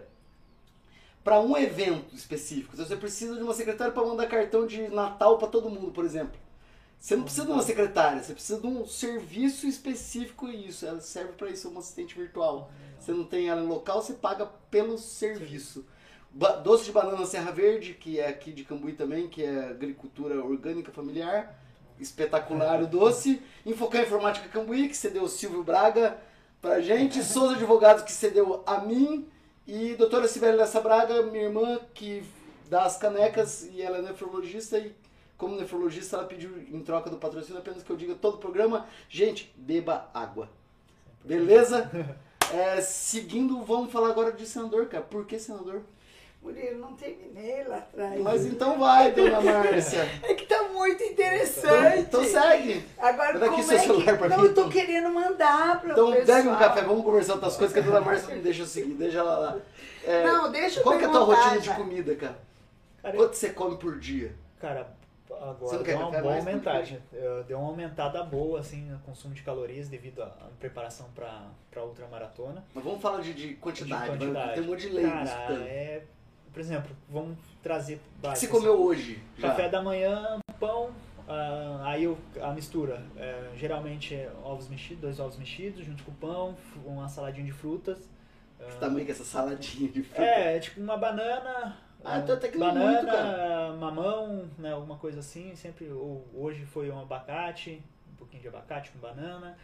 [SPEAKER 4] para um evento específico. Se você precisa de uma secretária para mandar cartão de Natal para todo mundo, por exemplo. Você não precisa de uma secretária, você precisa de um serviço específico e isso. Ela serve para isso, uma assistente virtual. Você não tem ela em local, você paga pelo serviço. Ba- Doce de banana Serra Verde, que é aqui de Cambuí também, que é agricultura orgânica familiar. Espetacular o doce. Infocan Informática Cambuí, que cedeu o Silvio Braga pra gente. Souza Advogados, que cedeu a mim. E doutora Sibeli Lessa Braga, minha irmã, que dá as canecas e ela é nefrologista. E como nefrologista, ela pediu em troca do patrocínio apenas que eu diga todo o programa: gente, beba água. Beleza? É, seguindo, vamos falar agora de senador, cara. Por que senador?
[SPEAKER 3] Murilo, não terminei lá atrás.
[SPEAKER 4] Mas então vai, dona Márcia.
[SPEAKER 3] É que tá muito
[SPEAKER 4] Então,
[SPEAKER 3] interessante.
[SPEAKER 4] então segue.
[SPEAKER 3] Agora,
[SPEAKER 4] Dá aqui
[SPEAKER 3] como
[SPEAKER 4] seu
[SPEAKER 3] é
[SPEAKER 4] celular
[SPEAKER 3] que...
[SPEAKER 4] pra
[SPEAKER 3] Não,
[SPEAKER 4] mim,
[SPEAKER 3] eu tô
[SPEAKER 4] então.
[SPEAKER 3] querendo mandar pro
[SPEAKER 4] Então
[SPEAKER 3] pessoal.
[SPEAKER 4] bebe um café, vamos conversar outras coisas que a dona Márcia não deixa eu seguir. Deixa ela lá. É,
[SPEAKER 3] Não, deixa eu
[SPEAKER 4] qual que é a tua
[SPEAKER 3] perguntar,
[SPEAKER 4] rotina de
[SPEAKER 3] já.
[SPEAKER 4] comida, cara?
[SPEAKER 2] Cara,
[SPEAKER 4] Quanto você come por dia?
[SPEAKER 2] Cara,
[SPEAKER 4] Você
[SPEAKER 2] Agora
[SPEAKER 4] não quer
[SPEAKER 2] deu uma
[SPEAKER 4] café
[SPEAKER 2] boa
[SPEAKER 4] mais?
[SPEAKER 2] aumentada. eh, Deu uma aumentada boa assim no consumo de calorias devido à à preparação para para ultramaratona.
[SPEAKER 4] Mas vamos falar de, de quantidade,
[SPEAKER 2] De quantidade.
[SPEAKER 4] Tem um monte de leite
[SPEAKER 2] Cara,
[SPEAKER 4] escutando.
[SPEAKER 2] é, por exemplo, vamos trazer
[SPEAKER 4] O que
[SPEAKER 2] base,
[SPEAKER 4] você
[SPEAKER 2] assim,
[SPEAKER 4] comeu hoje? Já?
[SPEAKER 2] café da manhã, pão, ah, aí o- a mistura, é, geralmente é ovos mexidos, dois ovos mexidos junto com pão, fu- uma saladinha de frutas.
[SPEAKER 4] Que tamanho que é essa saladinha de fruta?
[SPEAKER 2] É, tipo uma banana,
[SPEAKER 4] Ah,
[SPEAKER 2] ah,
[SPEAKER 4] então até que não é
[SPEAKER 2] banana,
[SPEAKER 4] muito, cara.
[SPEAKER 2] mamão, né, alguma coisa assim, sempre, ou, hoje foi um abacate, um pouquinho de abacate com banana,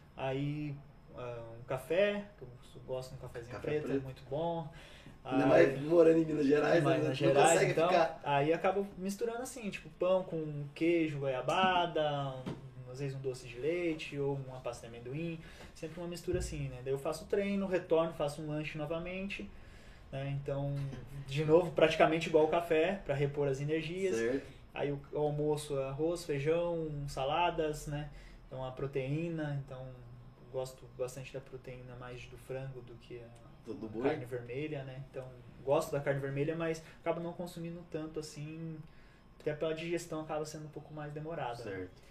[SPEAKER 2] aí ah, um café, que eu gosto de um cafezinho
[SPEAKER 4] Café
[SPEAKER 2] preto,
[SPEAKER 4] preto.
[SPEAKER 2] é muito bom.
[SPEAKER 4] Ainda
[SPEAKER 2] Aí-
[SPEAKER 4] mais morando em Minas Gerais,
[SPEAKER 2] mas
[SPEAKER 4] né?
[SPEAKER 2] nas
[SPEAKER 4] não
[SPEAKER 2] Gerais,
[SPEAKER 4] consegue
[SPEAKER 2] então,
[SPEAKER 4] ficar.
[SPEAKER 2] aí acaba misturando assim, tipo pão com queijo, goiabada, um- às vezes um doce de leite ou uma pasta de amendoim, sempre uma mistura assim, né? Daí eu faço o treino, retorno, faço um lanche novamente, né? Então, de novo, praticamente igual o café, para repor as energias.
[SPEAKER 4] Certo.
[SPEAKER 2] Aí o, o almoço, arroz, feijão, saladas, né? Então a proteína, então gosto bastante da proteína mais do frango do que a
[SPEAKER 4] Tudo bom?
[SPEAKER 2] carne vermelha, né? Então, gosto da carne vermelha, mas acabo não consumindo tanto assim, até pela digestão acaba sendo um pouco mais demorada. né?
[SPEAKER 4] Certo.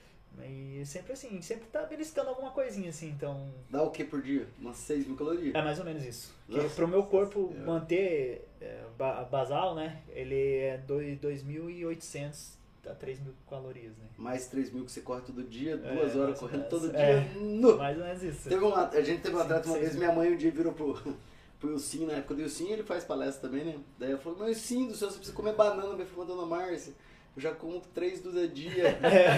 [SPEAKER 2] E sempre assim, sempre tá beliscando alguma coisinha assim, então
[SPEAKER 4] Dá o que por dia? Umas seis mil calorias?
[SPEAKER 2] é mais ou menos isso. Porque
[SPEAKER 4] Nossa,
[SPEAKER 2] pro meu corpo
[SPEAKER 4] Senhora.
[SPEAKER 2] manter é, ba- basal, né? Ele é dois mil e oitocentos a três mil calorias, né?
[SPEAKER 4] Mais três mil que você corre todo dia,
[SPEAKER 2] É,
[SPEAKER 4] duas horas
[SPEAKER 2] mais ou
[SPEAKER 4] correndo
[SPEAKER 2] menos.
[SPEAKER 4] todo dia.
[SPEAKER 2] É.
[SPEAKER 4] Nu!
[SPEAKER 2] Mais ou menos isso.
[SPEAKER 4] Teve uma, a gente teve um
[SPEAKER 2] Cinco,
[SPEAKER 4] atleta uma
[SPEAKER 2] seis
[SPEAKER 4] vez,
[SPEAKER 2] mil.
[SPEAKER 4] minha mãe um dia virou pro, pro Ilcim, na época do Ilcim, ele faz palestra também, né? Daí ela falou, mas Ilcim, do céu, você precisa comer banana, minha filha, dona Márcia. Eu já como três dúzias a dia.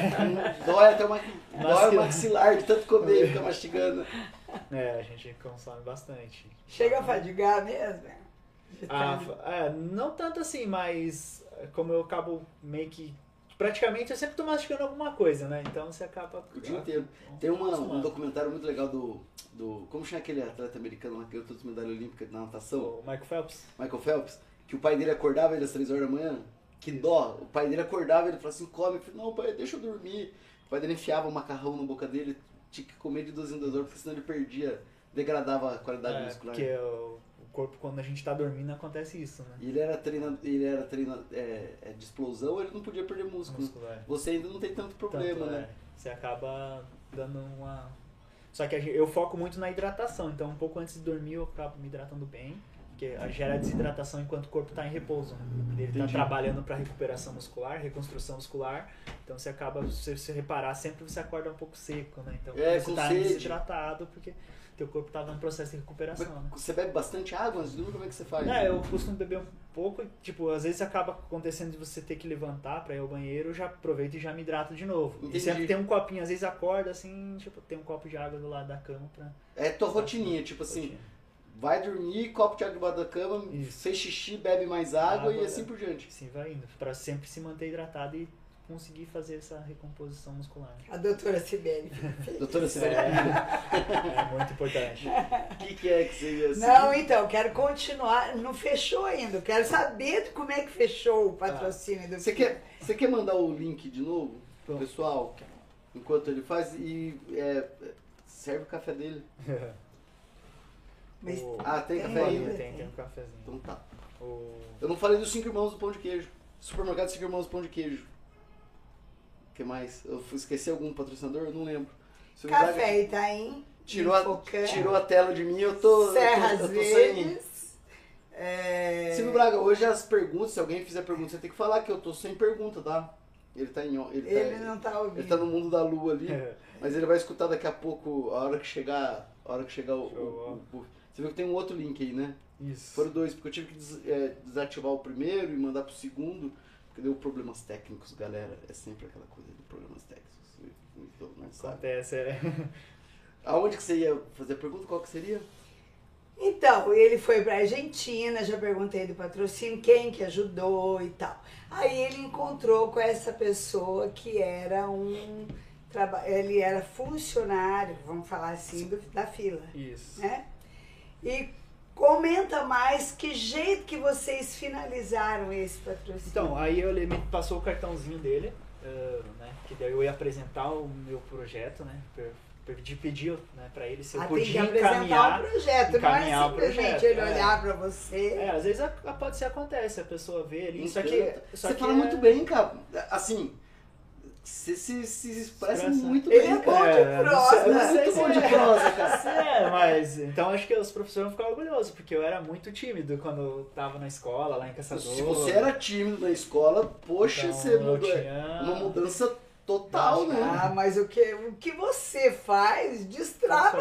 [SPEAKER 2] É.
[SPEAKER 4] Dói até o, ma... Dói o
[SPEAKER 2] Mastiga.
[SPEAKER 4] maxilar de tanto comer e ficar mastigando.
[SPEAKER 2] É, a gente consome bastante.
[SPEAKER 3] Chega a fadigar mesmo?
[SPEAKER 2] Ah, é, não tanto assim, mas como eu acabo meio que. Praticamente eu sempre tô mastigando alguma coisa, né? Então você acaba.
[SPEAKER 4] O dia inteiro. Tem uma, um
[SPEAKER 2] acostumando.
[SPEAKER 4] documentário muito legal do, do... Como chama aquele atleta americano lá que ganhou todas as medalhas olímpicas na natação?
[SPEAKER 2] O Michael Phelps.
[SPEAKER 4] Michael Phelps. Que o pai dele acordava ele às três horas da manhã. Que dó. O pai dele acordava e ele falava assim, come. Eu falei, não, pai, deixa eu dormir. O pai dele enfiava o macarrão na boca dele. Tinha que comer de duas em duas horas, porque senão ele perdia, degradava a qualidade
[SPEAKER 2] É,
[SPEAKER 4] muscular.
[SPEAKER 2] porque o, o corpo, quando a gente tá dormindo, acontece isso, né?
[SPEAKER 4] E ele era treinado, ele era treinado é, é, de explosão, ele não podia perder músculo.
[SPEAKER 2] Muscular.
[SPEAKER 4] Você ainda não tem tanto problema,
[SPEAKER 2] Tanto,
[SPEAKER 4] né?
[SPEAKER 2] é, você acaba dando uma. Só que a gente- eu foco muito na hidratação, então um pouco antes de dormir eu acabo me hidratando bem, porque gera desidratação enquanto o corpo está em repouso, né? Ele está
[SPEAKER 4] Entendi.
[SPEAKER 2] trabalhando para recuperação muscular, reconstrução muscular, então você acaba, se você reparar, sempre você acorda um pouco seco, né? Então
[SPEAKER 4] É,
[SPEAKER 2] você
[SPEAKER 4] com
[SPEAKER 2] está
[SPEAKER 4] sede.
[SPEAKER 2] desidratado porque teu corpo estava em processo de recuperação, né?
[SPEAKER 4] Você bebe bastante água antes de dormir? Como é que você faz?
[SPEAKER 2] É, eu costumo beber um pouco, e, tipo, às vezes acaba acontecendo de você ter que levantar pra ir ao banheiro, eu já aproveito e já me hidrato de novo.
[SPEAKER 4] Entendi.
[SPEAKER 2] E sempre tem um copinho, às vezes acorda assim, tipo, tem um copo de água do lado da cama pra...
[SPEAKER 4] É tua rotininha, tipo assim,
[SPEAKER 2] rotina.
[SPEAKER 4] vai dormir, copo de água debaixo da cama,
[SPEAKER 2] Isso.
[SPEAKER 4] fez xixi, bebe mais água, e
[SPEAKER 2] Água,
[SPEAKER 4] assim
[SPEAKER 2] é.
[SPEAKER 4] por diante.
[SPEAKER 2] Assim vai indo, pra sempre se manter hidratado e conseguir fazer essa recomposição muscular.
[SPEAKER 3] A doutora Sibeli.
[SPEAKER 4] Doutora Sibeli,
[SPEAKER 2] É, é muito importante.
[SPEAKER 4] o que, que é que você ia assim?
[SPEAKER 3] Não, então, quero continuar. Não fechou ainda. Eu quero saber de como é que fechou o patrocínio do
[SPEAKER 4] Você quer, você quer mandar o link de novo pro
[SPEAKER 2] Pronto.
[SPEAKER 4] pessoal, enquanto ele faz, e é, serve o café dele.
[SPEAKER 3] Mas
[SPEAKER 2] O-
[SPEAKER 4] Ah, tem
[SPEAKER 3] tem
[SPEAKER 4] café
[SPEAKER 2] tem,
[SPEAKER 4] ainda?
[SPEAKER 2] tem, tem um cafezinho.
[SPEAKER 4] Então tá.
[SPEAKER 2] O...
[SPEAKER 4] Eu não falei dos cinco irmãos do pão de queijo. Supermercado Cinco Irmãos do Pão de Queijo. O que mais? Eu fui- esqueci algum patrocinador? Eu não lembro. Se o Braga
[SPEAKER 3] Café Itaim,
[SPEAKER 4] tirou a,
[SPEAKER 3] Infocam,
[SPEAKER 4] tirou a tela de mim, eu tô,
[SPEAKER 3] Serras
[SPEAKER 4] eu tô, eu tô sem.
[SPEAKER 3] Verdes. É...
[SPEAKER 4] Silvio Braga, hoje as perguntas, se alguém fizer pergunta, você tem que falar que eu tô sem pergunta, tá? Ele tá em. Ele,
[SPEAKER 3] Ele
[SPEAKER 4] tá,
[SPEAKER 3] não tá ouvindo.
[SPEAKER 4] ele tá no mundo da lua ali, mas ele vai escutar daqui a pouco, a hora que chegar, a hora que chegar o, o, o- o- Você viu que tem um outro link aí, né?
[SPEAKER 2] Isso.
[SPEAKER 4] Foram dois, porque eu tive que des- é, desativar o primeiro e mandar pro segundo, porque deu problemas técnicos, galera. É sempre aquela coisa de problemas técnicos. Todo mundo sabe.
[SPEAKER 2] Acontece, é.
[SPEAKER 4] Aonde que você ia fazer a pergunta? Qual que seria?
[SPEAKER 3] Então, ele foi pra Argentina, já perguntei do patrocínio, quem que ajudou e tal. Aí ele encontrou com essa pessoa que era um... traba- Ele era funcionário, vamos falar assim, do- da fila,
[SPEAKER 2] Isso.
[SPEAKER 3] né? E comenta mais que jeito que vocês finalizaram esse patrocínio.
[SPEAKER 2] Então, aí eu, ele me passou o cartãozinho dele, eh, né, que daí eu ia apresentar o meu projeto, né, per- pedi, pedi né, pra ele se eu
[SPEAKER 3] Ah, tem que
[SPEAKER 2] podia
[SPEAKER 3] apresentar
[SPEAKER 2] encaminhar.
[SPEAKER 3] o projeto, não é
[SPEAKER 2] encaminhar o
[SPEAKER 3] simplesmente
[SPEAKER 2] projeto,
[SPEAKER 3] ele
[SPEAKER 2] é.
[SPEAKER 3] olhar pra você.
[SPEAKER 2] É, às vezes a- a- pode ser acontece, a pessoa vê ali, só que...
[SPEAKER 4] Encanta.
[SPEAKER 2] Só
[SPEAKER 4] Você
[SPEAKER 2] que
[SPEAKER 4] fala
[SPEAKER 2] é-
[SPEAKER 4] muito bem, cara. Assim, Você se, se expressa
[SPEAKER 2] Expressa.
[SPEAKER 4] muito
[SPEAKER 3] Ele
[SPEAKER 4] bem,
[SPEAKER 3] é bom
[SPEAKER 4] cara.
[SPEAKER 3] de
[SPEAKER 2] É,
[SPEAKER 3] prosa.
[SPEAKER 2] não sei- não sei
[SPEAKER 4] Muito
[SPEAKER 2] se
[SPEAKER 4] bom de
[SPEAKER 2] é.
[SPEAKER 4] prosa, cara.
[SPEAKER 2] É, mas então acho que os professores vão ficar orgulhosos, porque eu era muito tímido quando eu tava na escola, lá em Caçador.
[SPEAKER 4] Se você era tímido na escola, poxa,
[SPEAKER 2] Então,
[SPEAKER 4] você
[SPEAKER 2] eu
[SPEAKER 4] mudou.
[SPEAKER 2] tinha-
[SPEAKER 4] Uma mudança total, né?
[SPEAKER 3] Ah, mas o que, o que você faz destrava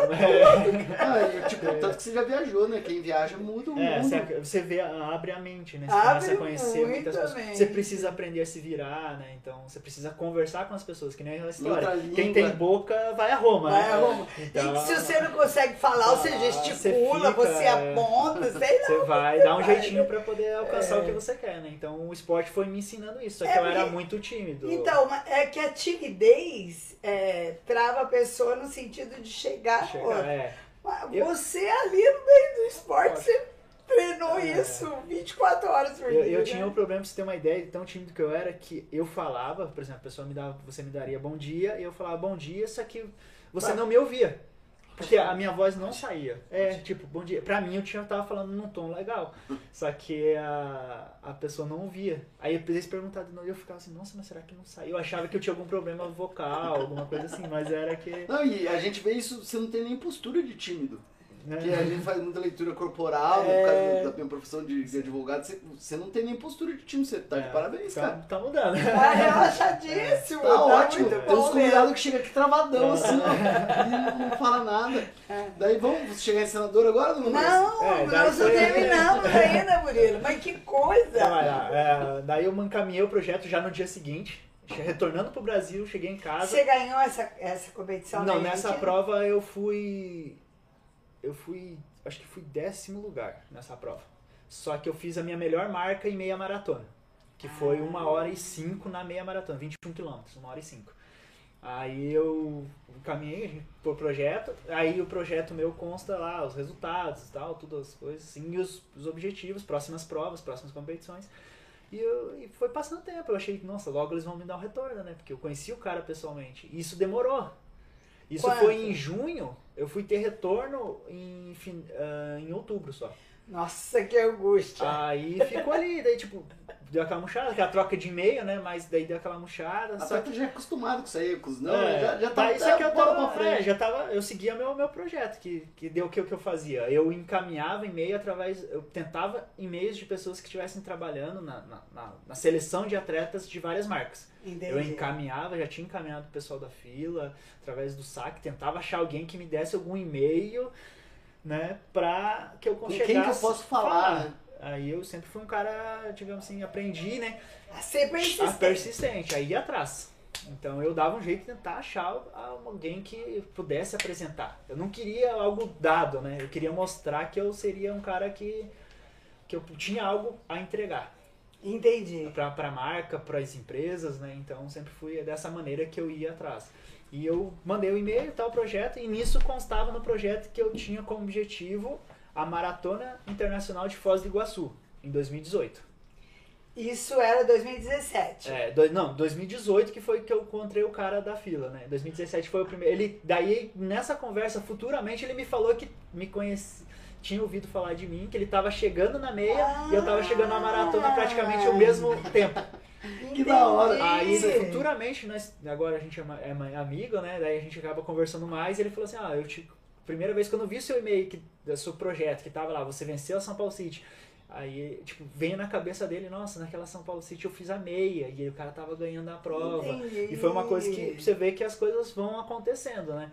[SPEAKER 2] É.
[SPEAKER 4] Ah, e, tipo, tanto que você já viajou, né? Quem viaja muda o
[SPEAKER 2] É,
[SPEAKER 4] mundo.
[SPEAKER 2] você, você vê, abre a mente, né? Você
[SPEAKER 3] Abre
[SPEAKER 2] começa a conhecer
[SPEAKER 3] muito
[SPEAKER 2] muitas pessoas.
[SPEAKER 3] a mente.
[SPEAKER 2] Você precisa aprender a se virar, né? Então você precisa conversar com as pessoas, que nem aquela história.
[SPEAKER 4] Outra
[SPEAKER 2] Quem
[SPEAKER 4] língua.
[SPEAKER 2] tem boca vai a Roma,
[SPEAKER 3] Vai
[SPEAKER 2] né?
[SPEAKER 3] a Roma.
[SPEAKER 2] Então,
[SPEAKER 3] E se você não consegue falar, você
[SPEAKER 2] Ah,
[SPEAKER 3] gesticula,
[SPEAKER 2] você fica,
[SPEAKER 3] você
[SPEAKER 2] é.
[SPEAKER 3] aponta, sei lá.
[SPEAKER 2] Você vai dar um
[SPEAKER 3] vai.
[SPEAKER 2] jeitinho pra poder alcançar
[SPEAKER 3] É.
[SPEAKER 2] o que você quer, né? Então o esporte foi me ensinando isso, só que
[SPEAKER 3] É,
[SPEAKER 2] eu era
[SPEAKER 3] porque-
[SPEAKER 2] muito tímido.
[SPEAKER 3] Então, ma- é que a timidez é, trava a pessoa no sentido de chegar no
[SPEAKER 2] Chegar,
[SPEAKER 3] outro.
[SPEAKER 2] é.
[SPEAKER 3] Mas
[SPEAKER 2] Eu-
[SPEAKER 3] Você ali no meio do esporte, você treinou
[SPEAKER 2] É.
[SPEAKER 3] isso vinte e quatro horas por
[SPEAKER 2] Eu,
[SPEAKER 3] dia.
[SPEAKER 2] eu
[SPEAKER 3] né?
[SPEAKER 2] tinha um problema, pra você ter uma ideia, de tão tímido que eu era, que eu falava, por exemplo, a pessoa me dava, você me daria bom dia, e eu falava bom dia, só que você
[SPEAKER 3] Vai.
[SPEAKER 2] não me ouvia. Porque a minha voz não saía. É, tipo, bom dia. Pra mim, eu tinha, eu tava falando num tom legal. Só que a, a pessoa não ouvia. Aí eu precisei perguntar de novo e eu ficava assim, nossa, mas será que não saiu? Eu achava que eu tinha algum problema vocal, alguma coisa assim, mas era que...
[SPEAKER 4] Não, e a gente vê isso, você não tem nem postura de tímido.
[SPEAKER 2] né?
[SPEAKER 4] Porque a gente faz muita leitura corporal, no
[SPEAKER 3] É.
[SPEAKER 4] caso da minha profissão de, de advogado, você, você não tem nem postura de tímido, você tá de
[SPEAKER 2] É,
[SPEAKER 4] parabéns,
[SPEAKER 2] tá,
[SPEAKER 4] cara.
[SPEAKER 2] Tá mudando.
[SPEAKER 3] Tá relaxadíssimo.
[SPEAKER 4] Tá ótimo.
[SPEAKER 3] muito
[SPEAKER 4] Tem uns
[SPEAKER 3] bom
[SPEAKER 4] convidados que chegam aqui travadão,
[SPEAKER 2] É.
[SPEAKER 4] assim, ó, e não, não fala nada. Daí vamos chegar em senador agora, não?
[SPEAKER 3] Não,
[SPEAKER 2] É, daí
[SPEAKER 3] nós não
[SPEAKER 2] foi-
[SPEAKER 3] terminamos ainda, Murilo. Mas que coisa!
[SPEAKER 2] Então, vai lá. É, daí eu encaminhei o projeto já no dia seguinte, retornando pro Brasil, cheguei em casa.
[SPEAKER 3] Você ganhou essa, essa competição
[SPEAKER 2] Não,
[SPEAKER 3] na
[SPEAKER 2] nessa
[SPEAKER 3] Índia?
[SPEAKER 2] prova eu fui. Eu fui. Acho que fui décimo lugar nessa prova. Só que eu fiz a minha melhor marca em meia maratona. Que foi uma hora e cinco na meia maratona, vinte e um quilômetros, uma hora e cinco. Aí eu caminhei a gente, pro projeto, aí o projeto meu consta lá os resultados e tal, todas as coisas assim, e os, os objetivos, próximas provas, próximas competições. E, eu, e foi passando tempo, eu achei que, nossa, logo eles vão me dar um retorno, né? Porque eu conheci o cara pessoalmente. E isso demorou. Isso
[SPEAKER 3] Quanto?
[SPEAKER 2] foi em junho, eu fui ter retorno em, fin- ah, em outubro só.
[SPEAKER 3] Nossa, que angústia.
[SPEAKER 2] Aí ficou ali, daí tipo, deu aquela murchada, aquela troca de e-mail, né? Mas daí deu aquela murchada.
[SPEAKER 4] A
[SPEAKER 2] Só
[SPEAKER 4] Tata já é acostumado com isso aí, com os não,
[SPEAKER 2] É,
[SPEAKER 4] já, já tá
[SPEAKER 2] daí, só que eu
[SPEAKER 4] bola
[SPEAKER 2] tava,
[SPEAKER 4] pra frente.
[SPEAKER 2] é, já tava, eu seguia meu, meu projeto, que, que deu o que, o que eu fazia. Eu encaminhava e-mail através, eu tentava e-mails de pessoas que estivessem trabalhando na, na, na, na seleção de atletas de várias marcas.
[SPEAKER 3] Entendi.
[SPEAKER 2] Eu encaminhava, já tinha encaminhado o pessoal da fila, através do saque, tentava achar alguém que me desse algum e-mail, né, pra que eu
[SPEAKER 4] Com
[SPEAKER 2] conseguisse
[SPEAKER 4] quem que eu posso falar, né?
[SPEAKER 2] Aí eu sempre fui um cara, digamos assim, aprendi, né,
[SPEAKER 3] A ser
[SPEAKER 2] a
[SPEAKER 3] persistente.
[SPEAKER 2] persistente, aí ia atrás. Então eu dava um jeito de tentar achar alguém que pudesse apresentar. Eu não queria algo dado, né? Eu queria mostrar que eu seria um cara que, que eu tinha algo a entregar
[SPEAKER 3] Entendi.
[SPEAKER 2] para a marca, para as empresas, né? Então sempre fui dessa maneira que eu ia atrás. E eu mandei o e-mail, tal projeto, e nisso constava no projeto que eu tinha como objetivo a Maratona Internacional de Foz do Iguaçu, em dois mil e dezoito.
[SPEAKER 3] Isso era dois mil e dezessete.
[SPEAKER 2] É, dois, não, dois mil e dezoito que foi que eu encontrei o cara da fila, né? dois mil e dezessete foi o primeiro. Ele, daí, nessa conversa, futuramente, ele me falou que me conhece, tinha ouvido falar de mim, que ele tava chegando na meia
[SPEAKER 3] Ah.
[SPEAKER 2] e eu tava chegando na maratona praticamente ao mesmo tempo.
[SPEAKER 4] Que da hora.
[SPEAKER 2] Aí,
[SPEAKER 3] Entendi.
[SPEAKER 2] futuramente, nós, agora a gente é, ma- é ma- amigo, né? Daí a gente acaba conversando mais e ele falou assim, ah, eu te... Primeira vez que eu não vi seu e-mail, que, do seu projeto, que tava lá, você venceu a São Paulo City. Aí, tipo, veio na cabeça dele, nossa, naquela São Paulo City eu fiz a meia, e aí o cara tava ganhando a prova.
[SPEAKER 3] Entendi.
[SPEAKER 2] E foi uma coisa que você vê que as coisas vão acontecendo, né?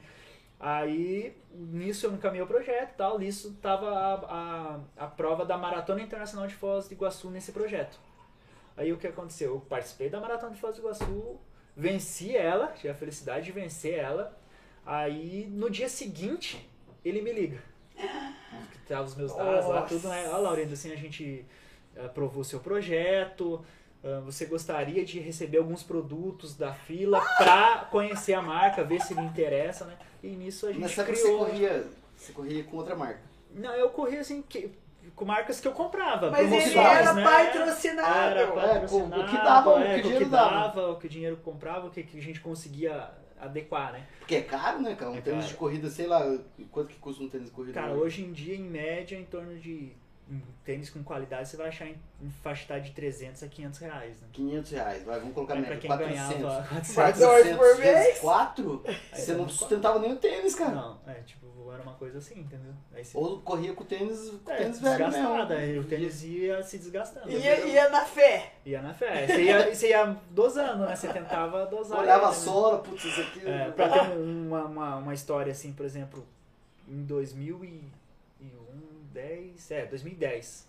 [SPEAKER 2] Aí, nisso eu encaminhei o projeto e tal, nisso tava a, a, a prova da Maratona Internacional de Foz do Iguaçu nesse projeto. Aí o que aconteceu? Eu participei da Maratona de Foz do Iguaçu, venci ela, tive a felicidade de vencer ela. Aí, no dia seguinte, ele me liga. Que tava os meus dados lá,
[SPEAKER 3] Nossa.
[SPEAKER 2] tudo, né? Ó, Laurindo, assim, a gente aprovou o seu projeto, ah, você gostaria de receber alguns produtos da fila pra conhecer a marca, ver se lhe interessa, né? E nisso a gente
[SPEAKER 4] Nessa época
[SPEAKER 2] criou...
[SPEAKER 4] você corria, você corria com outra marca.
[SPEAKER 2] Não, eu corria assim, que, com marcas que eu comprava,
[SPEAKER 3] Mas ele
[SPEAKER 2] promoções,
[SPEAKER 3] era
[SPEAKER 2] né?
[SPEAKER 3] patrocinado.
[SPEAKER 2] Era
[SPEAKER 4] É, com-
[SPEAKER 2] patrocinado,
[SPEAKER 4] o que dava, o
[SPEAKER 2] é,
[SPEAKER 4] que o
[SPEAKER 2] com
[SPEAKER 4] dinheiro dava.
[SPEAKER 2] dava, o que o dinheiro comprava, o que, que a gente conseguia adequar, né?
[SPEAKER 4] Porque é caro, né, cara? Um
[SPEAKER 2] É
[SPEAKER 4] tênis
[SPEAKER 2] caro.
[SPEAKER 4] de corrida, sei lá, quanto que custa um tênis de corrida?
[SPEAKER 2] Cara,
[SPEAKER 4] hoje?
[SPEAKER 2] hoje em dia, em média, em torno de um tênis com qualidade você vai achar em, em faixa de trezentos a quinhentos reais, né?
[SPEAKER 4] quinhentos reais, vai, vamos colocar
[SPEAKER 2] É,
[SPEAKER 4] na
[SPEAKER 2] pra
[SPEAKER 4] média,
[SPEAKER 2] quem
[SPEAKER 4] quatrocentos.
[SPEAKER 2] ganhava quatrocentos.
[SPEAKER 3] quatrocentos por mês?
[SPEAKER 4] vezes quatro, você
[SPEAKER 2] Aí
[SPEAKER 4] não
[SPEAKER 2] você
[SPEAKER 4] sustentava nem o tênis, cara.
[SPEAKER 2] Não, é tipo, era uma coisa assim, entendeu? Aí você,
[SPEAKER 4] Ou corria com o tênis, com o
[SPEAKER 2] é,
[SPEAKER 4] tênis velho
[SPEAKER 2] desgastada,
[SPEAKER 4] mesmo.
[SPEAKER 2] aí o tênis ia se desgastando.
[SPEAKER 3] Ia, ia na fé.
[SPEAKER 2] Ia na fé. Você ia, você ia dosando, né? Você tentava dosar.
[SPEAKER 4] Olhava a
[SPEAKER 2] ele, né?
[SPEAKER 4] sola, putz, isso aqui...
[SPEAKER 2] É, pra ter um- uma, uma, uma história assim, por exemplo, em dois mil e um, dez, é, dois mil e dez,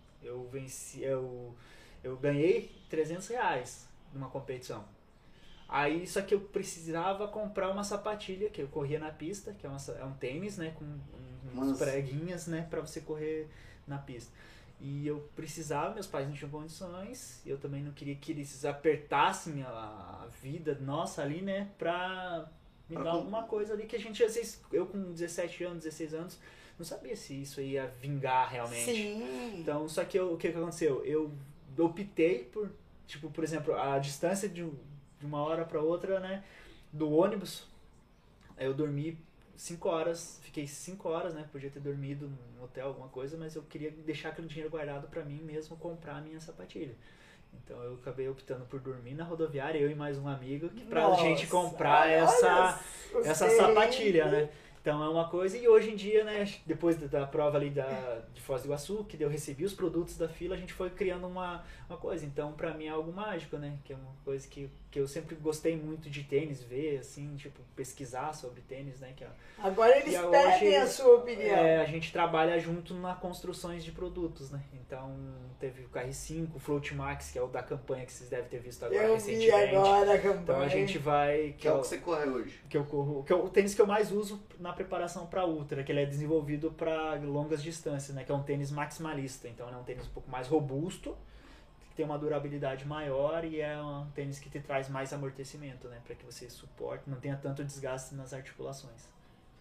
[SPEAKER 2] eu venci, eu, eu ganhei trezentos reais numa competição. Aí, só que eu precisava comprar uma sapatilha, que eu corria na pista, que é, uma, é um tênis, né, com umas
[SPEAKER 4] Mas-
[SPEAKER 2] preguinhas, né, pra você correr na pista. E eu precisava, meus pais não tinham condições, eu também não queria que eles apertassem a, a vida nossa ali, né, pra me
[SPEAKER 4] Pra
[SPEAKER 2] dar
[SPEAKER 4] com-
[SPEAKER 2] alguma coisa ali que a gente, às vezes, eu com dezessete anos, dezesseis anos, não sabia se isso ia vingar realmente.
[SPEAKER 3] Sim.
[SPEAKER 2] Então, só que eu- o que, que aconteceu? Eu optei por, tipo, por exemplo, a distância de, um- de uma hora pra outra, né, do ônibus, eu dormi cinco horas, fiquei cinco horas, né, podia ter dormido num hotel, alguma coisa, mas eu queria deixar aquele dinheiro guardado pra mim mesmo comprar a minha sapatilha. Então eu acabei optando por dormir na rodoviária, eu e mais um amigo, que pra
[SPEAKER 3] Nossa,
[SPEAKER 2] gente comprar
[SPEAKER 3] olha
[SPEAKER 2] essa,
[SPEAKER 3] os
[SPEAKER 2] essa
[SPEAKER 3] perrengues.
[SPEAKER 2] sapatilha, né? Então é uma coisa, e hoje em dia, né, depois da, da prova ali da, de Foz do Iguaçu, que eu recebi os produtos da fila, a gente foi criando uma, uma coisa. Então pra mim é algo mágico, né? Que é uma coisa que, que eu sempre gostei muito de tênis, ver, assim, tipo, pesquisar sobre tênis, né? Que é,
[SPEAKER 3] Agora eles
[SPEAKER 2] E hoje-
[SPEAKER 3] pedem a sua opinião.
[SPEAKER 2] é, a gente trabalha junto na construções de produtos, né? Então teve o K R cinco, o Float Max, que é o da campanha que vocês devem ter visto agora
[SPEAKER 3] Eu vi
[SPEAKER 2] recentemente.
[SPEAKER 3] agora a campanha.
[SPEAKER 2] Então a gente vai...
[SPEAKER 4] Que é o
[SPEAKER 2] eu-
[SPEAKER 4] que você corre hoje.
[SPEAKER 2] que eu corro, que é o tênis que eu mais uso na preparação para ultra, que ele é desenvolvido para longas distâncias, né, que é um tênis maximalista, então é um tênis um pouco mais robusto, que tem uma durabilidade maior e é um tênis que te traz mais amortecimento, né, para que você suporte, não tenha tanto desgaste nas articulações.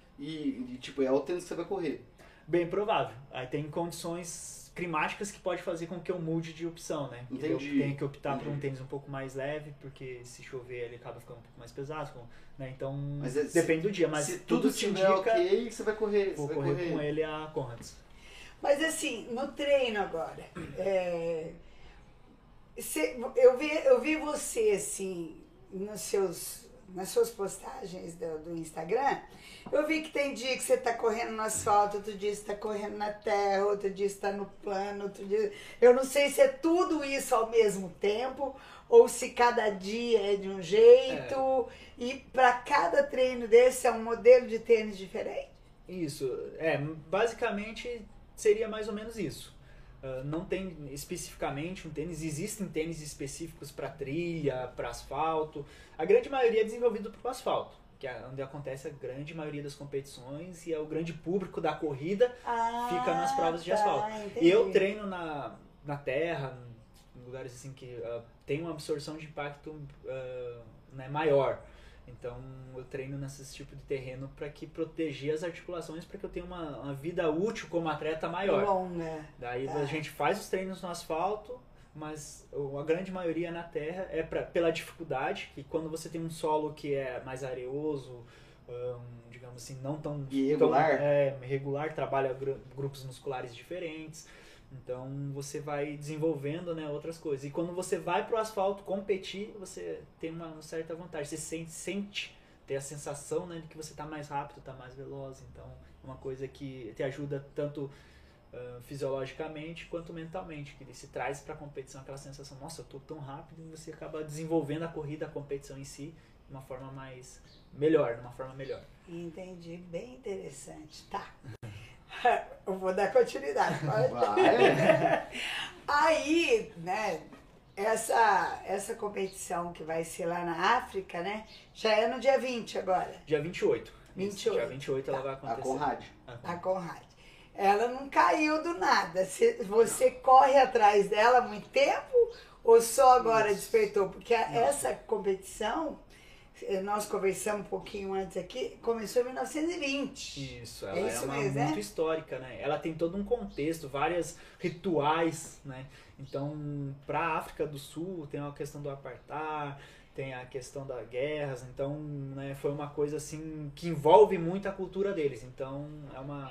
[SPEAKER 4] E, e, tipo, é o tênis que você vai correr.
[SPEAKER 2] Bem provável. Aí tem condições climáticas que pode fazer com que eu mude de opção, né? Que eu
[SPEAKER 4] Entendi.
[SPEAKER 2] tenho que optar por um
[SPEAKER 4] Entendi.
[SPEAKER 2] tênis um pouco mais leve, porque se chover ele acaba ficando um pouco mais pesado, né? Então
[SPEAKER 4] Mas é-
[SPEAKER 2] depende do dia, mas
[SPEAKER 4] Se
[SPEAKER 2] tudo
[SPEAKER 4] tudo
[SPEAKER 2] te
[SPEAKER 4] estiver
[SPEAKER 2] indica
[SPEAKER 4] ok, você vai correr.
[SPEAKER 2] vou
[SPEAKER 4] você vai
[SPEAKER 2] correr,
[SPEAKER 4] correr.
[SPEAKER 2] com ele a Conrads.
[SPEAKER 3] Mas assim, no treino agora, é, cê- eu, vi, eu vi você assim, nos seus, nas suas postagens do, do Instagram, eu vi que tem dia que você tá correndo no asfalto, outro dia você tá correndo na terra, outro dia você tá no plano, outro dia... Eu não sei se é tudo isso ao mesmo tempo, ou se cada dia é de um jeito, e para cada treino desse é um modelo de tênis diferente?
[SPEAKER 2] Isso, é, basicamente seria mais ou menos isso. Uh, não tem especificamente um tênis, existem tênis específicos para trilha, para asfalto. A grande maioria é desenvolvido para o asfalto, que é onde acontece a grande maioria das competições e é o grande público da corrida
[SPEAKER 3] Ah,
[SPEAKER 2] fica nas provas de
[SPEAKER 3] tá,
[SPEAKER 2] asfalto.
[SPEAKER 3] entendi.
[SPEAKER 2] E eu treino na, na terra, em lugares assim que uh, tem uma absorção de impacto uh, né, maior. Então eu treino nesses tipos de terreno para que proteger as articulações, para que eu tenha uma, uma vida útil como atleta maior.
[SPEAKER 3] Longa.
[SPEAKER 2] Daí
[SPEAKER 3] Tá.
[SPEAKER 2] a gente faz os treinos no asfalto, mas a grande maioria na terra é pra, pela dificuldade, que quando você tem um solo que é mais areoso, hum, digamos assim, não tão
[SPEAKER 4] Irregular.
[SPEAKER 2] tão, é, regular, trabalha gru- grupos musculares diferentes. Então você vai desenvolvendo, né, outras coisas. E quando você vai pro asfalto competir, você tem uma certa vantagem. Você sente, sente ter a sensação, né, de que você está mais rápido, está mais veloz. Então é uma coisa que te ajuda tanto uh, fisiologicamente quanto mentalmente. Que ele se traz para a competição aquela sensação, nossa, eu tô tão rápido, e você acaba desenvolvendo a corrida, a competição em si, de uma forma mais melhor, de uma forma melhor.
[SPEAKER 3] Entendi, bem interessante. Tá. Eu vou dar continuidade. Pode?
[SPEAKER 4] Vai.
[SPEAKER 3] Aí, né, essa, essa competição que vai ser lá na África, né, já é no dia vinte agora,
[SPEAKER 2] Dia vinte e oito.
[SPEAKER 3] vinte e
[SPEAKER 2] Isso,
[SPEAKER 3] oito.
[SPEAKER 2] Dia vinte e oito ela vai
[SPEAKER 4] A
[SPEAKER 2] acontecer.
[SPEAKER 4] Conrad.
[SPEAKER 3] a Conrad. Ela não caiu do nada. Você, você corre atrás dela há muito tempo ou só agora
[SPEAKER 2] Isso.
[SPEAKER 3] despertou? Porque a- essa competição, eh, nós conversamos um pouquinho antes aqui, começou em mil novecentos e vinte.
[SPEAKER 2] Isso, ela
[SPEAKER 3] É
[SPEAKER 2] é,
[SPEAKER 3] isso
[SPEAKER 2] uma
[SPEAKER 3] mesmo,
[SPEAKER 2] muito
[SPEAKER 3] né?
[SPEAKER 2] histórica, né? Ela tem todo um contexto, vários rituais, né? Então, para a África do Sul tem a questão do apartheid, tem a questão das guerras, então, né, foi uma coisa assim que envolve muito a cultura deles. Então, é uma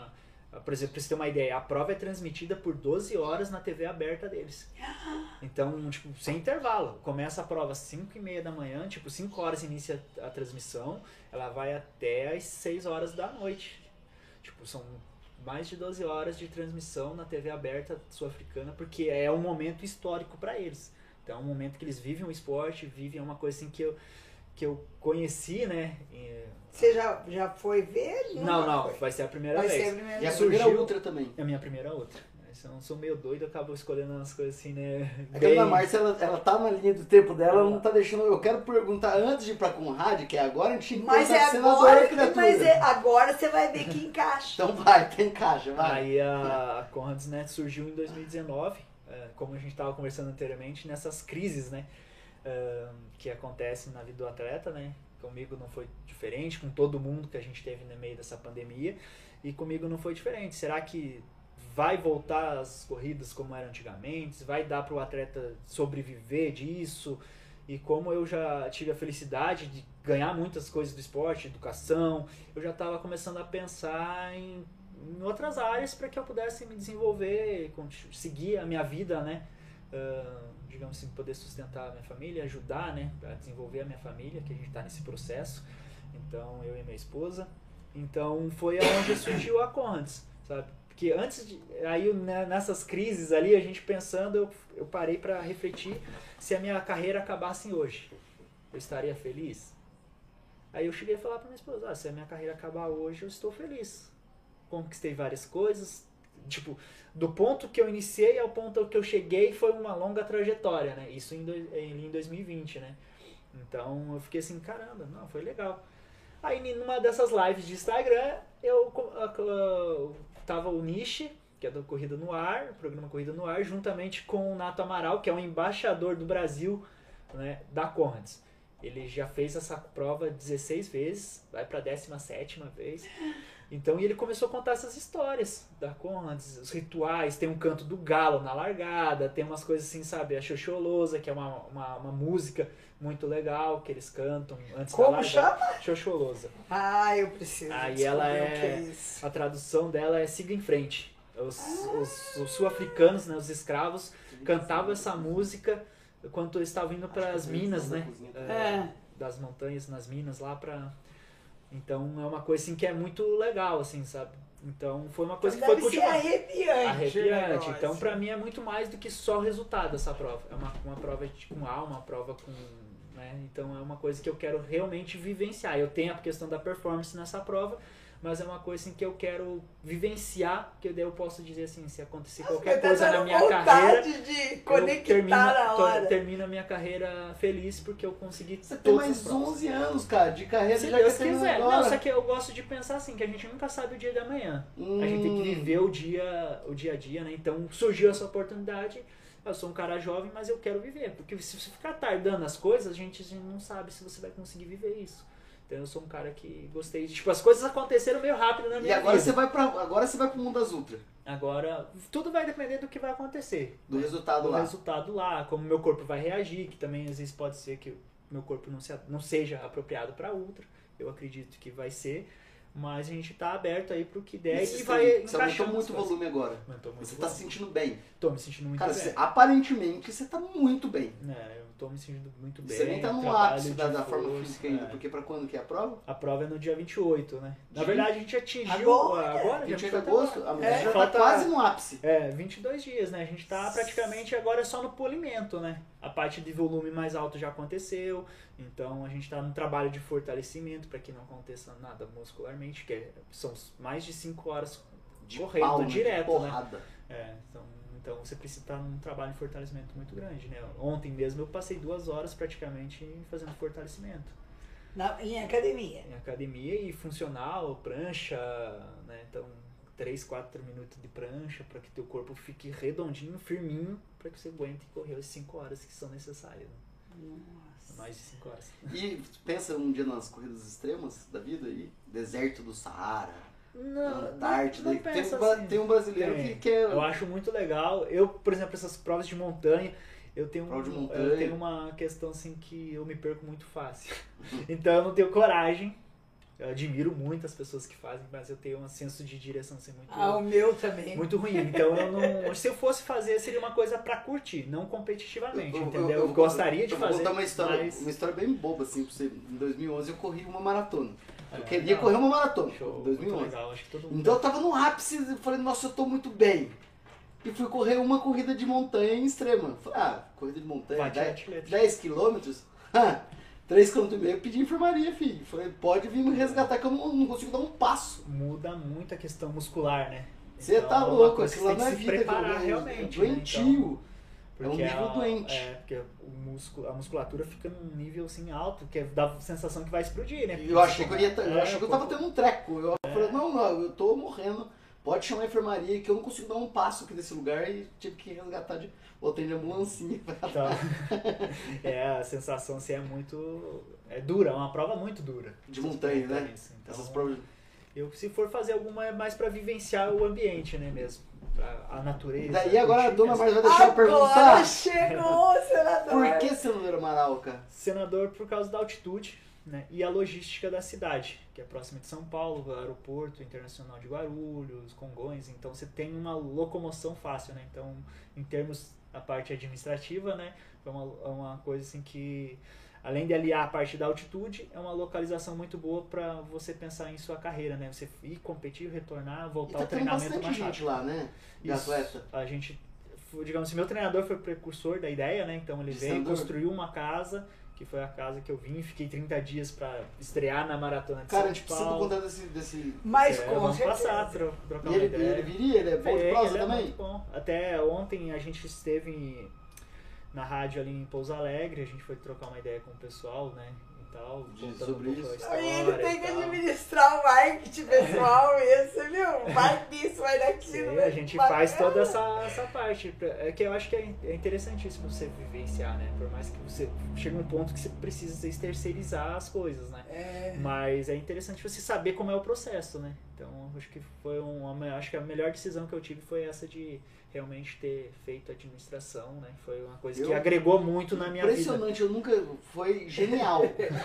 [SPEAKER 2] Por exemplo, pra você ter uma ideia, a prova é transmitida por doze horas na T V aberta deles. Então, tipo, sem intervalo. Começa a prova às cinco e meia da manhã, tipo, cinco horas inicia a transmissão, ela vai até às seis horas da noite. Tipo, são mais de doze horas de transmissão na T V aberta sul-africana, porque é um momento histórico para eles. Então é um momento que eles vivem o esporte, vivem uma coisa assim que eu, que eu conheci, né?
[SPEAKER 3] Você já, já foi ver?
[SPEAKER 2] Não,
[SPEAKER 3] Nunca
[SPEAKER 2] não,
[SPEAKER 3] foi.
[SPEAKER 2] vai ser a primeira
[SPEAKER 3] Vai
[SPEAKER 2] vez.
[SPEAKER 3] ser a primeira
[SPEAKER 4] E a
[SPEAKER 3] vez.
[SPEAKER 4] primeira
[SPEAKER 2] Surgiu-
[SPEAKER 4] ultra também.
[SPEAKER 2] É a minha primeira outra. Se eu não sou meio doido, eu acabo escolhendo umas coisas assim, né?
[SPEAKER 4] A
[SPEAKER 2] bem-
[SPEAKER 4] Dona Márcia, ela, ela tá na linha do tempo dela, ela não tá deixando. Eu quero perguntar antes de ir pra Conrad, que é agora, a gente tinha que
[SPEAKER 3] Mas
[SPEAKER 4] perguntar
[SPEAKER 3] é
[SPEAKER 4] se senadora
[SPEAKER 3] agora,
[SPEAKER 4] criatura.
[SPEAKER 3] mas é agora você vai ver que encaixa.
[SPEAKER 4] Então vai, tem caixa, vai.
[SPEAKER 2] Aí a, a Conrads, né, surgiu em dois mil e dezenove, eh, como a gente estava conversando anteriormente, nessas crises, né, eh, que acontecem na vida do atleta, né. Comigo não foi diferente, com todo mundo que a gente teve no meio dessa pandemia, e comigo não foi diferente. Será que vai voltar as corridas como era antigamente? Vai dar para o atleta sobreviver disso? E como eu já tive a felicidade de ganhar muitas coisas do esporte, educação, eu já estava começando a pensar em, em outras áreas para que eu pudesse me desenvolver, conti- seguir a minha vida, né? Uh, digamos assim, poder sustentar a minha família, ajudar, né? A desenvolver a minha família, que a gente está nesse processo. Então, eu e minha esposa. Então, foi onde surgiu a Conrads, sabe? Porque antes de... Aí, né, nessas crises ali, a gente pensando, eu, eu parei para refletir se a minha carreira acabasse hoje. Eu estaria feliz? Aí eu cheguei a falar para minha esposa, ah, se a minha carreira acabar hoje, eu estou feliz. Conquistei várias coisas. Tipo, do ponto que eu iniciei ao ponto que eu cheguei foi uma longa trajetória, né? Isso em, dois, em dois mil e vinte, né? Então eu fiquei assim, caramba, não, foi legal. Aí numa dessas lives de Instagram, eu, eu tava o Nishi, que é do Corrida no Ar, o programa Corrida no Ar, juntamente com o Nato Amaral, que é o embaixador do Brasil, né, da Conrads. Ele já fez essa prova dezesseis vezes, vai para a décima sétima vez. Então, e ele começou a contar essas histórias da Conrads, os rituais, tem um canto do galo na largada, tem umas coisas assim, sabe, a Xoxolosa, que é uma, uma, uma música muito legal que eles cantam antes da
[SPEAKER 3] Como
[SPEAKER 2] largada.
[SPEAKER 3] chama?
[SPEAKER 2] Xoxolosa.
[SPEAKER 3] Ah, eu preciso.
[SPEAKER 2] Aí
[SPEAKER 3] descobrir
[SPEAKER 2] ela
[SPEAKER 3] o que
[SPEAKER 2] é,
[SPEAKER 3] isso.
[SPEAKER 2] a tradução dela é siga em frente. Os, os, os sul-africanos, né, os escravos, cantavam essa música quando eles estavam indo para as minas, né,
[SPEAKER 3] É.
[SPEAKER 2] das montanhas, nas minas lá para... Então é uma coisa assim que é muito legal, assim, sabe? Então foi uma coisa
[SPEAKER 3] Então
[SPEAKER 2] que
[SPEAKER 3] deve
[SPEAKER 2] foi
[SPEAKER 3] ser
[SPEAKER 2] cultivada.
[SPEAKER 3] arrepiante. o
[SPEAKER 2] Arrepiante.
[SPEAKER 3] negócio.
[SPEAKER 2] Então pra mim é muito mais do que só o resultado dessa prova. É uma, uma prova de- com alma, uma prova com... Né? Então é uma coisa que eu quero realmente vivenciar. Eu tenho a questão da performance nessa prova, mas é uma coisa assim que eu quero vivenciar, que daí eu posso dizer assim, se acontecer qualquer
[SPEAKER 3] Me tá
[SPEAKER 2] coisa na
[SPEAKER 3] dando
[SPEAKER 2] minha
[SPEAKER 3] vontade
[SPEAKER 2] carreira,
[SPEAKER 3] de
[SPEAKER 2] eu
[SPEAKER 3] conectar
[SPEAKER 2] termino,
[SPEAKER 3] na
[SPEAKER 2] to-
[SPEAKER 3] hora.
[SPEAKER 2] termino a minha carreira feliz porque eu consegui
[SPEAKER 4] Você tem
[SPEAKER 2] todas
[SPEAKER 4] mais
[SPEAKER 2] as provas.
[SPEAKER 4] onze anos, cara, de carreira.
[SPEAKER 2] Se
[SPEAKER 4] já
[SPEAKER 2] Deus
[SPEAKER 4] quer terminar
[SPEAKER 2] quiser.
[SPEAKER 4] agora.
[SPEAKER 2] Não, só que eu gosto de pensar assim, que a gente nunca sabe o dia da manhã. A gente tem que
[SPEAKER 4] Hum.
[SPEAKER 2] viver o dia, o dia a dia, né? Então surgiu essa oportunidade, eu sou um cara jovem, mas eu quero viver. Porque se você ficar tardando as coisas, a gente não sabe se você vai conseguir viver isso. Então eu sou um cara que gostei de... Tipo, as coisas aconteceram meio rápido na
[SPEAKER 4] E
[SPEAKER 2] minha
[SPEAKER 4] agora
[SPEAKER 2] vida.
[SPEAKER 4] você vai pra. Agora você vai pro mundo das ultra.
[SPEAKER 2] Agora, tudo vai depender do que vai acontecer.
[SPEAKER 4] Do resultado
[SPEAKER 2] Do
[SPEAKER 4] lá.
[SPEAKER 2] resultado lá, como meu corpo vai reagir, que também às vezes pode ser que o meu corpo não, se, não seja apropriado para ultra. Eu acredito que vai ser, mas a gente tá aberto aí pro que der
[SPEAKER 4] você
[SPEAKER 2] e vai
[SPEAKER 4] você aumentou
[SPEAKER 2] encaixando
[SPEAKER 4] muito
[SPEAKER 2] as
[SPEAKER 4] o
[SPEAKER 2] coisas.
[SPEAKER 4] volume agora.
[SPEAKER 2] Aumentou muito
[SPEAKER 4] Você
[SPEAKER 2] o
[SPEAKER 4] tá se
[SPEAKER 2] volume.
[SPEAKER 4] sentindo bem.
[SPEAKER 2] Tô me sentindo muito
[SPEAKER 4] Cara,
[SPEAKER 2] bem.
[SPEAKER 4] você- aparentemente você tá muito bem.
[SPEAKER 2] É, eu tô me sentindo muito bem.
[SPEAKER 4] Você nem tá no
[SPEAKER 2] trabalho
[SPEAKER 4] ápice
[SPEAKER 2] de
[SPEAKER 4] da, da forma
[SPEAKER 2] força,
[SPEAKER 4] física ainda,
[SPEAKER 2] é.
[SPEAKER 4] porque pra quando que é a prova?
[SPEAKER 2] A prova é no dia vinte e oito, né? Na
[SPEAKER 4] De-
[SPEAKER 2] verdade, a gente atingiu
[SPEAKER 3] Agora?
[SPEAKER 2] agora,
[SPEAKER 4] vinte e oito de
[SPEAKER 2] já tá-
[SPEAKER 4] agosto? A mulher
[SPEAKER 2] É,
[SPEAKER 4] já
[SPEAKER 2] falta-
[SPEAKER 4] tá quase no ápice.
[SPEAKER 2] É, vinte e dois dias, né? A gente tá praticamente agora só no polimento, né? A parte de volume mais alto já aconteceu, então a gente tá no trabalho de fortalecimento para que não aconteça nada muscularmente, que é- são mais de cinco horas
[SPEAKER 4] De
[SPEAKER 2] correndo
[SPEAKER 4] pau, né? De
[SPEAKER 2] direto, né?
[SPEAKER 4] porrada.
[SPEAKER 2] É, então, então você precisa estar num trabalho de fortalecimento muito grande, né? Ontem mesmo eu passei duas horas praticamente fazendo fortalecimento.
[SPEAKER 3] Na- em academia.
[SPEAKER 2] Em academia e funcional, prancha, né? Então, três, quatro minutos de prancha para que teu corpo fique redondinho, firminho, para que você aguente correr as cinco horas que são necessárias. Né?
[SPEAKER 3] Nossa.
[SPEAKER 2] Mais de cinco horas.
[SPEAKER 4] E pensa um dia nas corridas extremas da vida aí, deserto do Saara,
[SPEAKER 2] Não,
[SPEAKER 4] Antártida.
[SPEAKER 2] não
[SPEAKER 4] tem,
[SPEAKER 2] pensa
[SPEAKER 4] um, ba-
[SPEAKER 2] assim.
[SPEAKER 4] tem um brasileiro
[SPEAKER 2] Tem.
[SPEAKER 4] que quer.
[SPEAKER 2] Eu acho muito legal. Eu, por exemplo, essas provas de montanha, eu tenho,
[SPEAKER 4] Prova de
[SPEAKER 2] um-
[SPEAKER 4] montanha.
[SPEAKER 2] eu tenho uma questão assim que eu me perco muito fácil. Então eu não tenho coragem Eu admiro muito as pessoas que fazem, mas eu tenho um senso de direção assim, muito,
[SPEAKER 3] Ah, o meu também.
[SPEAKER 2] muito ruim. Então, eu não, se eu fosse fazer, seria uma coisa pra curtir, não competitivamente,
[SPEAKER 4] Eu- eu-
[SPEAKER 2] entendeu?
[SPEAKER 4] eu-
[SPEAKER 2] Eu,
[SPEAKER 4] eu-
[SPEAKER 2] gostaria de
[SPEAKER 4] eu vou
[SPEAKER 2] fazer,
[SPEAKER 4] contar uma história,
[SPEAKER 2] mas...
[SPEAKER 4] uma história bem boba, assim, pra você. Em dois mil e onze eu corri uma maratona. Eu
[SPEAKER 2] É,
[SPEAKER 4] queria
[SPEAKER 2] legal.
[SPEAKER 4] correr uma maratona,
[SPEAKER 2] Show,
[SPEAKER 4] em dois mil e
[SPEAKER 2] muito
[SPEAKER 4] onze.
[SPEAKER 2] legal, acho que todo mundo...
[SPEAKER 4] Então eu tava no ápice e falei, nossa, eu tô muito bem. E fui correr uma corrida de montanha em extrema. Falei, ah, corrida de montanha,
[SPEAKER 2] Bate
[SPEAKER 4] dez
[SPEAKER 2] atleta.
[SPEAKER 4] dez quilômetros? três quilômetros e meio, eu pedi enfermaria, filho. Falei, pode vir me resgatar que eu não, não consigo dar um passo.
[SPEAKER 2] Muda muito a questão muscular, né?
[SPEAKER 4] Você
[SPEAKER 2] Então,
[SPEAKER 4] tá
[SPEAKER 2] é uma
[SPEAKER 4] louco,
[SPEAKER 2] coisa que
[SPEAKER 4] aquilo lá
[SPEAKER 2] você
[SPEAKER 4] não é
[SPEAKER 2] tem que
[SPEAKER 4] vida,
[SPEAKER 2] se preparar
[SPEAKER 4] aquilo é-
[SPEAKER 2] realmente,
[SPEAKER 4] é
[SPEAKER 2] né?
[SPEAKER 4] doentio.
[SPEAKER 2] Então,
[SPEAKER 4] É um
[SPEAKER 2] porque
[SPEAKER 4] nível
[SPEAKER 2] a-
[SPEAKER 4] doente.
[SPEAKER 2] É, porque o músculo, a musculatura fica num nível assim alto, que é- dá a sensação que vai explodir, né?
[SPEAKER 4] E eu achei que eu ia, eu
[SPEAKER 2] É,
[SPEAKER 4] achei que eu tava
[SPEAKER 2] corpo-
[SPEAKER 4] tendo um treco. Eu falei, não, não, eu tô morrendo. Pode chamar a enfermaria que eu não consigo dar um passo aqui desse lugar e tive que resgatar de. Botei de ambulancinha.
[SPEAKER 2] Então, é, a sensação assim é muito. É dura, é uma prova muito dura.
[SPEAKER 4] De montanha, né?
[SPEAKER 2] Isso. Então,
[SPEAKER 4] Essas provas.
[SPEAKER 2] eu, se for fazer alguma, é mais pra vivenciar o ambiente, né, mesmo? Pra, a natureza.
[SPEAKER 4] Daí agora a
[SPEAKER 2] curtir
[SPEAKER 4] dona
[SPEAKER 2] mesmo.
[SPEAKER 4] Marisa vai deixar eu
[SPEAKER 3] Agora
[SPEAKER 4] perguntar.
[SPEAKER 3] chegou, senador.
[SPEAKER 4] Por que senador Amaral, cara?
[SPEAKER 2] Senador por causa da altitude, né, e a logística da cidade, que é próxima de São Paulo, o aeroporto internacional de Guarulhos, Congonhas, então você tem uma locomoção fácil, né? Então, em termos da parte administrativa, né, é uma, é uma coisa assim que, além de aliar a parte da altitude, é uma localização muito boa para você pensar em sua carreira, né? Você ir competir, retornar,
[SPEAKER 4] E
[SPEAKER 2] voltar
[SPEAKER 4] tá
[SPEAKER 2] ao
[SPEAKER 4] tendo
[SPEAKER 2] treinamento
[SPEAKER 4] bastante
[SPEAKER 2] mais
[SPEAKER 4] gente
[SPEAKER 2] rápido.
[SPEAKER 4] lá, né? De
[SPEAKER 2] Isso,
[SPEAKER 4] atleta.
[SPEAKER 2] a gente, digamos assim, meu treinador foi o precursor da ideia, né? Então ele
[SPEAKER 4] De
[SPEAKER 2] veio,
[SPEAKER 4] senador?
[SPEAKER 2] construiu uma casa, que foi a casa que eu vim, fiquei trinta dias pra estrear na maratona de
[SPEAKER 4] Cara, a
[SPEAKER 2] São
[SPEAKER 4] gente precisa
[SPEAKER 2] Paulo.
[SPEAKER 4] contar desse. desse...
[SPEAKER 3] Mas
[SPEAKER 2] É,
[SPEAKER 3] com
[SPEAKER 2] vamos
[SPEAKER 3] certeza.
[SPEAKER 2] passar, tro- trocar
[SPEAKER 4] E
[SPEAKER 2] uma
[SPEAKER 4] ele,
[SPEAKER 2] ideia.
[SPEAKER 4] ele viria, ele é bom de
[SPEAKER 2] É,
[SPEAKER 4] prosa
[SPEAKER 2] ele é
[SPEAKER 4] também?
[SPEAKER 2] muito bom. Até ontem a gente esteve na rádio ali em Pouso Alegre, a gente foi trocar uma ideia com o pessoal, né? E tal, contando
[SPEAKER 4] sobre
[SPEAKER 2] um pouco
[SPEAKER 4] isso.
[SPEAKER 2] a história.
[SPEAKER 3] Aí ele tem
[SPEAKER 2] e
[SPEAKER 3] que
[SPEAKER 2] tal.
[SPEAKER 3] administrar o marketing pessoal esse, viu? Vai disso, vai daquilo.
[SPEAKER 2] Sim,
[SPEAKER 3] vai-
[SPEAKER 2] a gente
[SPEAKER 3] vai-
[SPEAKER 2] faz toda essa, essa parte. É que eu acho que é é interessantíssimo você vivenciar, né? Por mais que você chegue a um ponto que você precisa terceirizar as coisas, né?
[SPEAKER 3] É.
[SPEAKER 2] Mas é interessante você saber como é o processo, né? Então, acho que foi uma, acho que a melhor decisão que eu tive foi essa de realmente ter feito administração, né? Foi uma coisa que
[SPEAKER 4] Eu-
[SPEAKER 2] agregou muito na minha vida.
[SPEAKER 4] Impressionante, eu nunca. Foi genial.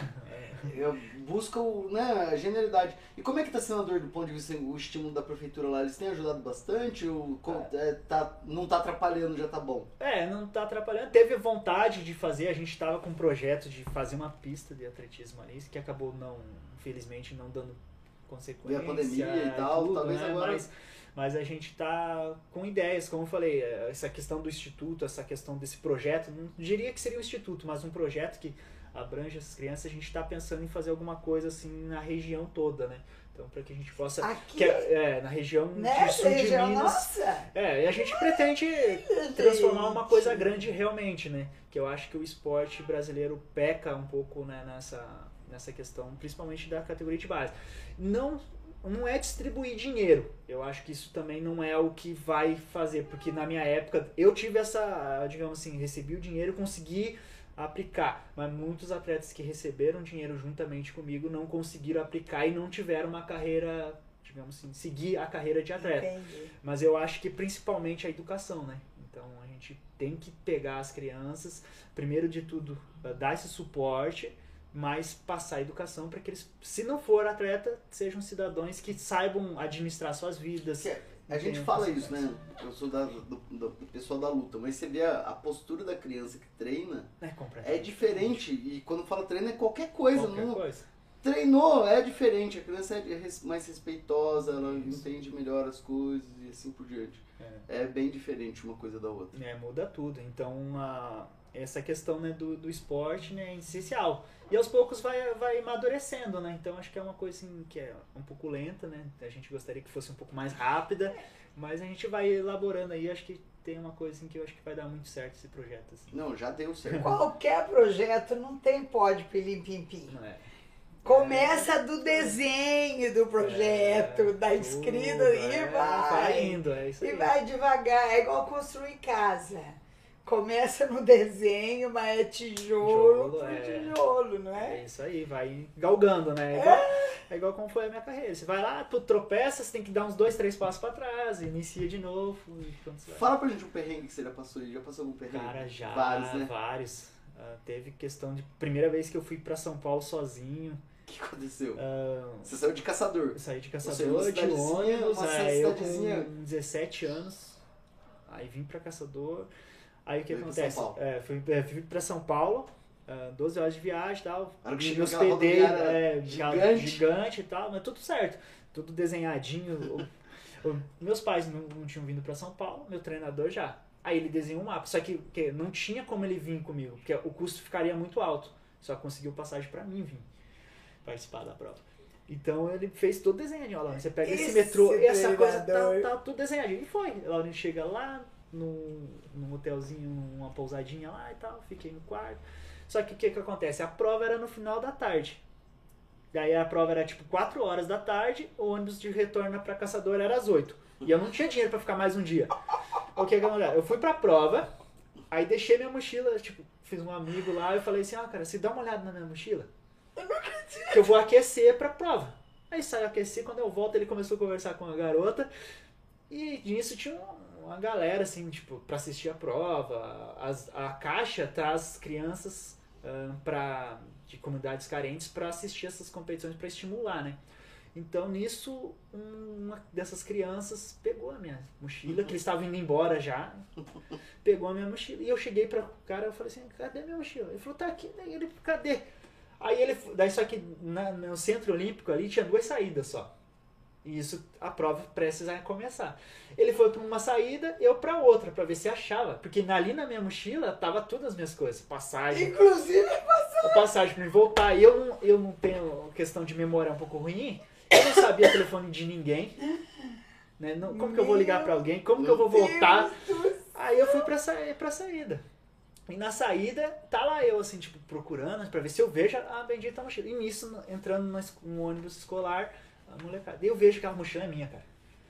[SPEAKER 4] Eu busco né, a genialidade. E como é que tá senador do ponto de vista o estímulo da prefeitura lá? Eles têm ajudado bastante? Ou co- é, tá, não tá atrapalhando, já tá bom?
[SPEAKER 2] É, não tá atrapalhando. Teve vontade de fazer, a gente tava com um projeto de fazer uma pista de atletismo ali, que acabou não, infelizmente, não dando consequência.
[SPEAKER 4] Veio a pandemia e tal,
[SPEAKER 2] tudo,
[SPEAKER 4] talvez
[SPEAKER 2] né?
[SPEAKER 4] agora-
[SPEAKER 2] Mas, mas a gente tá com ideias, como eu falei, essa questão do instituto, essa questão desse projeto, não diria que seria um instituto, mas um projeto que abrange essas crianças, a gente está pensando em fazer alguma coisa assim na região toda, né? Então, para que a gente possa...
[SPEAKER 3] Aqui?
[SPEAKER 2] que é, é, na região de
[SPEAKER 3] Nessa
[SPEAKER 2] sul de
[SPEAKER 3] região,
[SPEAKER 2] Minas.
[SPEAKER 3] nossa!
[SPEAKER 2] É, e a gente pretende transformar uma coisa grande realmente, né? Que eu acho que o esporte brasileiro peca um pouco, né, nessa, nessa questão, principalmente da categoria de base. Não, não é distribuir dinheiro. Eu acho que isso também não é o que vai fazer, porque na minha época eu tive essa, digamos assim, recebi o dinheiro, consegui aplicar, mas muitos atletas que receberam dinheiro juntamente comigo não conseguiram aplicar e não tiveram uma carreira, digamos assim, seguir a carreira de atleta.
[SPEAKER 3] Entendi.
[SPEAKER 2] Mas eu acho que principalmente a educação, né? Então a gente tem que pegar as crianças, primeiro de tudo, dar esse suporte, mas passar a educação para que eles, se não for atleta, sejam cidadãos que saibam administrar suas vidas.
[SPEAKER 4] Que a gente
[SPEAKER 2] tenham
[SPEAKER 4] fala isso,
[SPEAKER 2] consequências.
[SPEAKER 4] né? Eu sou da, do, do- do pessoal da luta, mas você vê a, a postura da criança que treina
[SPEAKER 2] É, completamente
[SPEAKER 4] é diferente. E quando fala treino é qualquer coisa.
[SPEAKER 2] Qualquer
[SPEAKER 4] não,
[SPEAKER 2] coisa.
[SPEAKER 4] Treinou, é diferente. A criança é de res- mais respeitosa, ela entende melhor as coisas e assim por diante. É bem diferente uma coisa da outra.
[SPEAKER 2] É, muda tudo. Então, a, essa questão, né, do, do esporte, né, é essencial. E aos poucos vai, vai amadurecendo, né? Então, acho que é uma coisa assim, que é um pouco lenta, né? A gente gostaria que fosse um pouco mais rápida, mas a gente vai elaborando aí. Acho que tem uma coisa assim que eu acho que vai dar muito certo esse projeto. Assim.
[SPEAKER 4] Não, já deu certo.
[SPEAKER 3] Qualquer projeto não tem pode pilim-pim-pim.
[SPEAKER 2] Não é?
[SPEAKER 3] Começa do desenho do projeto,
[SPEAKER 2] É,
[SPEAKER 3] da escrita
[SPEAKER 2] tudo,
[SPEAKER 3] e
[SPEAKER 2] é,
[SPEAKER 3] vai.
[SPEAKER 2] vai indo, é isso
[SPEAKER 3] E
[SPEAKER 2] aí.
[SPEAKER 3] vai devagar, é igual construir casa. Começa no desenho, mas é tijolo
[SPEAKER 2] Tijolo,
[SPEAKER 3] por
[SPEAKER 2] é.
[SPEAKER 3] tijolo, não
[SPEAKER 2] É
[SPEAKER 3] é?
[SPEAKER 2] isso aí, vai galgando, né? É igual, é igual como foi a minha carreira. Você vai lá, tu tropeça, você tem que dar uns dois, três passos pra trás, inicia de novo. E quando você vai...
[SPEAKER 4] Fala pra gente um perrengue que você já passou aí. Já passou algum perrengue?
[SPEAKER 2] Cara, já,
[SPEAKER 4] Vários, né?
[SPEAKER 2] vários. Ah, teve questão de primeira vez que eu fui pra São Paulo sozinho.
[SPEAKER 4] que aconteceu?
[SPEAKER 2] Ah,
[SPEAKER 4] Você saiu de caçador.
[SPEAKER 2] eu saí de
[SPEAKER 4] Você é
[SPEAKER 2] caçador,
[SPEAKER 4] uma
[SPEAKER 2] de
[SPEAKER 4] cidadezinha,
[SPEAKER 2] ônibus,
[SPEAKER 4] uma
[SPEAKER 2] aí eu
[SPEAKER 4] cidadezinha.
[SPEAKER 2] com dezessete anos, aí vim pra caçador, aí o que
[SPEAKER 4] Veio pra
[SPEAKER 2] acontece?
[SPEAKER 4] São Paulo.
[SPEAKER 2] É, fui, é, fui pra São Paulo, ah, doze horas de viagem e tal,
[SPEAKER 4] A hora que
[SPEAKER 2] me
[SPEAKER 4] chegou aquela
[SPEAKER 2] hospedei,
[SPEAKER 4] rodoviária
[SPEAKER 2] é, aquela
[SPEAKER 4] gigante.
[SPEAKER 2] gigante e tal, mas tudo certo, tudo desenhadinho. O- o- meus pais não, não tinham vindo pra São Paulo, meu treinador já. Aí ele desenhou um mapa, só que, que não tinha como ele vir comigo, porque o custo ficaria muito alto. Só conseguiu passagem pra mim vir participar da prova. Então ele fez todo desenhadinho. Ó, Laurine, você pega esse,
[SPEAKER 3] Esse
[SPEAKER 2] metrô, essa coisa, tá,
[SPEAKER 3] treinador.
[SPEAKER 2] tá tudo desenhadinho. E foi. A Laurine chega lá, num, num hotelzinho, numa pousadinha lá e tal, fiquei no quarto. Só que o que que acontece? A prova era no final da tarde. Daí a prova era tipo quatro horas da tarde, o ônibus de retorno pra Caçador era às oito. E eu não tinha dinheiro pra ficar mais um dia. O que que acontece? Eu fui pra prova, aí deixei minha mochila, tipo, fiz um amigo lá, eu falei assim, ah, cara, você dá uma olhada na minha mochila? Que eu vou aquecer pra prova. Aí saiu aquecer, quando eu volto ele começou a conversar com a garota, e nisso tinha uma, uma galera, assim, tipo, pra assistir a prova. As, a caixa traz crianças ah, pra, de comunidades carentes pra assistir essas competições, pra estimular, né? Então nisso, uma dessas crianças pegou a minha mochila, que eles estavam indo embora já, pegou a minha mochila. E eu cheguei para o cara, eu falei assim, cadê minha mochila? Ele falou, tá aqui. Daí ele, cadê? Aí ele, daí só que na, no Centro Olímpico ali tinha duas saídas só. E isso, a prova prestes a começar. Ele foi para uma saída, eu para outra, para ver se achava. Porque ali na minha mochila tava todas as minhas coisas, passagem,
[SPEAKER 3] Inclusive,
[SPEAKER 2] a passagem para me voltar. E eu não, eu não tenho questão de memória um pouco ruim. Eu não sabia o telefone de ninguém. Né? Não, como que eu vou ligar para alguém? Como que eu vou voltar? Aí eu fui pra, sa pra saída. E na saída, tá lá eu, assim, tipo, procurando pra ver se eu vejo a bendita mochila. E nisso, entrando no, no ônibus escolar, a molecada. E eu vejo que a mochila é minha, cara.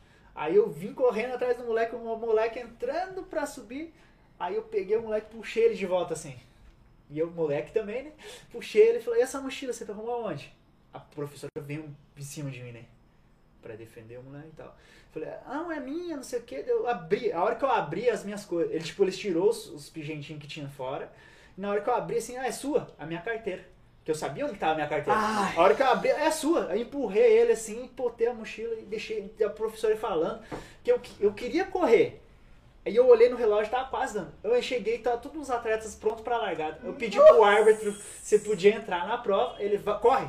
[SPEAKER 2] Aí eu vim correndo atrás do moleque, o moleque entrando pra subir. Aí eu peguei o moleque, puxei ele de volta, assim. E eu, o moleque também, né? Puxei ele e falei, e essa mochila você arrumou aonde? A professora veio em cima de mim, né? Pra defender o moleque e tal. Falei, ah, não é minha, não sei o que. Eu abri, a hora que eu abri as minhas coisas, ele, tipo, eles tirou os, os pigentinhos que tinha fora. E na hora que eu abri, assim, ah, é sua, a minha carteira. Que eu sabia onde tava a minha carteira.
[SPEAKER 3] Ai.
[SPEAKER 2] A hora que eu abri, é sua. Eu empurrei ele assim, botei a mochila e deixei a professora falando que eu, eu queria correr. Aí eu olhei no relógio, tava quase dando. Eu cheguei, tava todos os atletas prontos pra largada. Eu pedi pro árbitro se podia entrar na prova, ele vai, corre.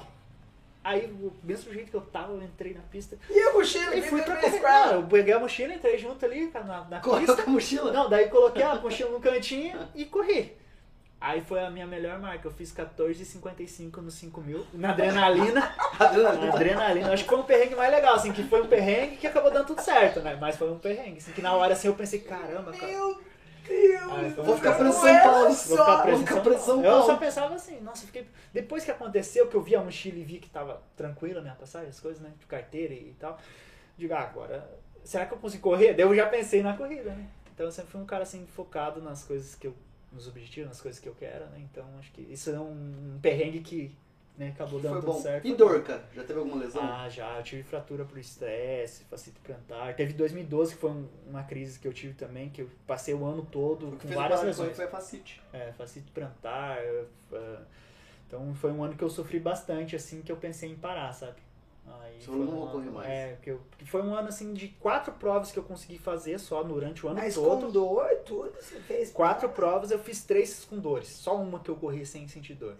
[SPEAKER 2] Aí, do mesmo jeito que eu tava, eu entrei na pista.
[SPEAKER 3] E a mochila?
[SPEAKER 2] E fui
[SPEAKER 3] que
[SPEAKER 2] pra
[SPEAKER 3] fez
[SPEAKER 2] correr.
[SPEAKER 3] com ela?
[SPEAKER 2] Não, eu peguei a mochila, entrei junto ali na, na
[SPEAKER 4] Correu
[SPEAKER 2] pista.
[SPEAKER 4] com a mochila?
[SPEAKER 2] Não, daí coloquei a mochila no cantinho e corri. Aí foi a minha melhor marca. Eu fiz quatorze e cinquenta e cinco no cinco mil. Na adrenalina. Na adrenalina. Acho que foi um perrengue mais legal, assim, que foi um perrengue que acabou dando tudo certo, né? Mas foi um perrengue, assim, que na hora assim eu pensei, caramba, cara.
[SPEAKER 3] Meu Deus!
[SPEAKER 2] Ai, foi
[SPEAKER 4] Vou ficar
[SPEAKER 2] Não
[SPEAKER 4] preso em
[SPEAKER 3] é
[SPEAKER 4] São Paulo.
[SPEAKER 2] Vou ficar preso em
[SPEAKER 4] ficar
[SPEAKER 2] São
[SPEAKER 4] preso em São
[SPEAKER 2] Paulo. Eu
[SPEAKER 4] Paulo.
[SPEAKER 2] só pensava assim, nossa, fiquei. Depois que aconteceu, que eu vi a mochila e vi que tava tranquila a minha passagem, as coisas, né? De carteira e tal. Digo, ah, agora, será que eu consigo correr? Daí eu já pensei na corrida, né? Então eu sempre fui um cara assim, focado nas coisas que eu. Nos objetivos, nas coisas que eu quero, né? Então acho que isso é um, um perrengue que né, acabou dando
[SPEAKER 4] Foi
[SPEAKER 2] tudo
[SPEAKER 4] bom.
[SPEAKER 2] certo.
[SPEAKER 4] E dor, cara? Já teve alguma lesão?
[SPEAKER 2] Ah, já. Eu tive fratura por estresse, fascite plantar. Teve dois mil e doze, que foi um- uma crise que eu tive também, que eu passei o ano todo
[SPEAKER 4] O que
[SPEAKER 2] com
[SPEAKER 4] fez
[SPEAKER 2] várias
[SPEAKER 4] o
[SPEAKER 2] lesões.
[SPEAKER 4] foi a fascite.
[SPEAKER 2] É, fascite plantar. é, é, então foi um ano que eu sofri bastante, assim, que eu pensei em parar, sabe? Aí
[SPEAKER 4] Você
[SPEAKER 2] foi
[SPEAKER 4] falou, não
[SPEAKER 2] um
[SPEAKER 4] vou
[SPEAKER 2] ano-
[SPEAKER 4] correr mais.
[SPEAKER 2] É, que eu, que foi um ano, assim, de quatro provas que eu consegui fazer só durante o ano
[SPEAKER 3] Mas
[SPEAKER 2] todo.
[SPEAKER 3] com dor, tudo você fez?
[SPEAKER 2] Quatro provas, eu fiz três com dores. Só uma que eu corri sem sentir dor.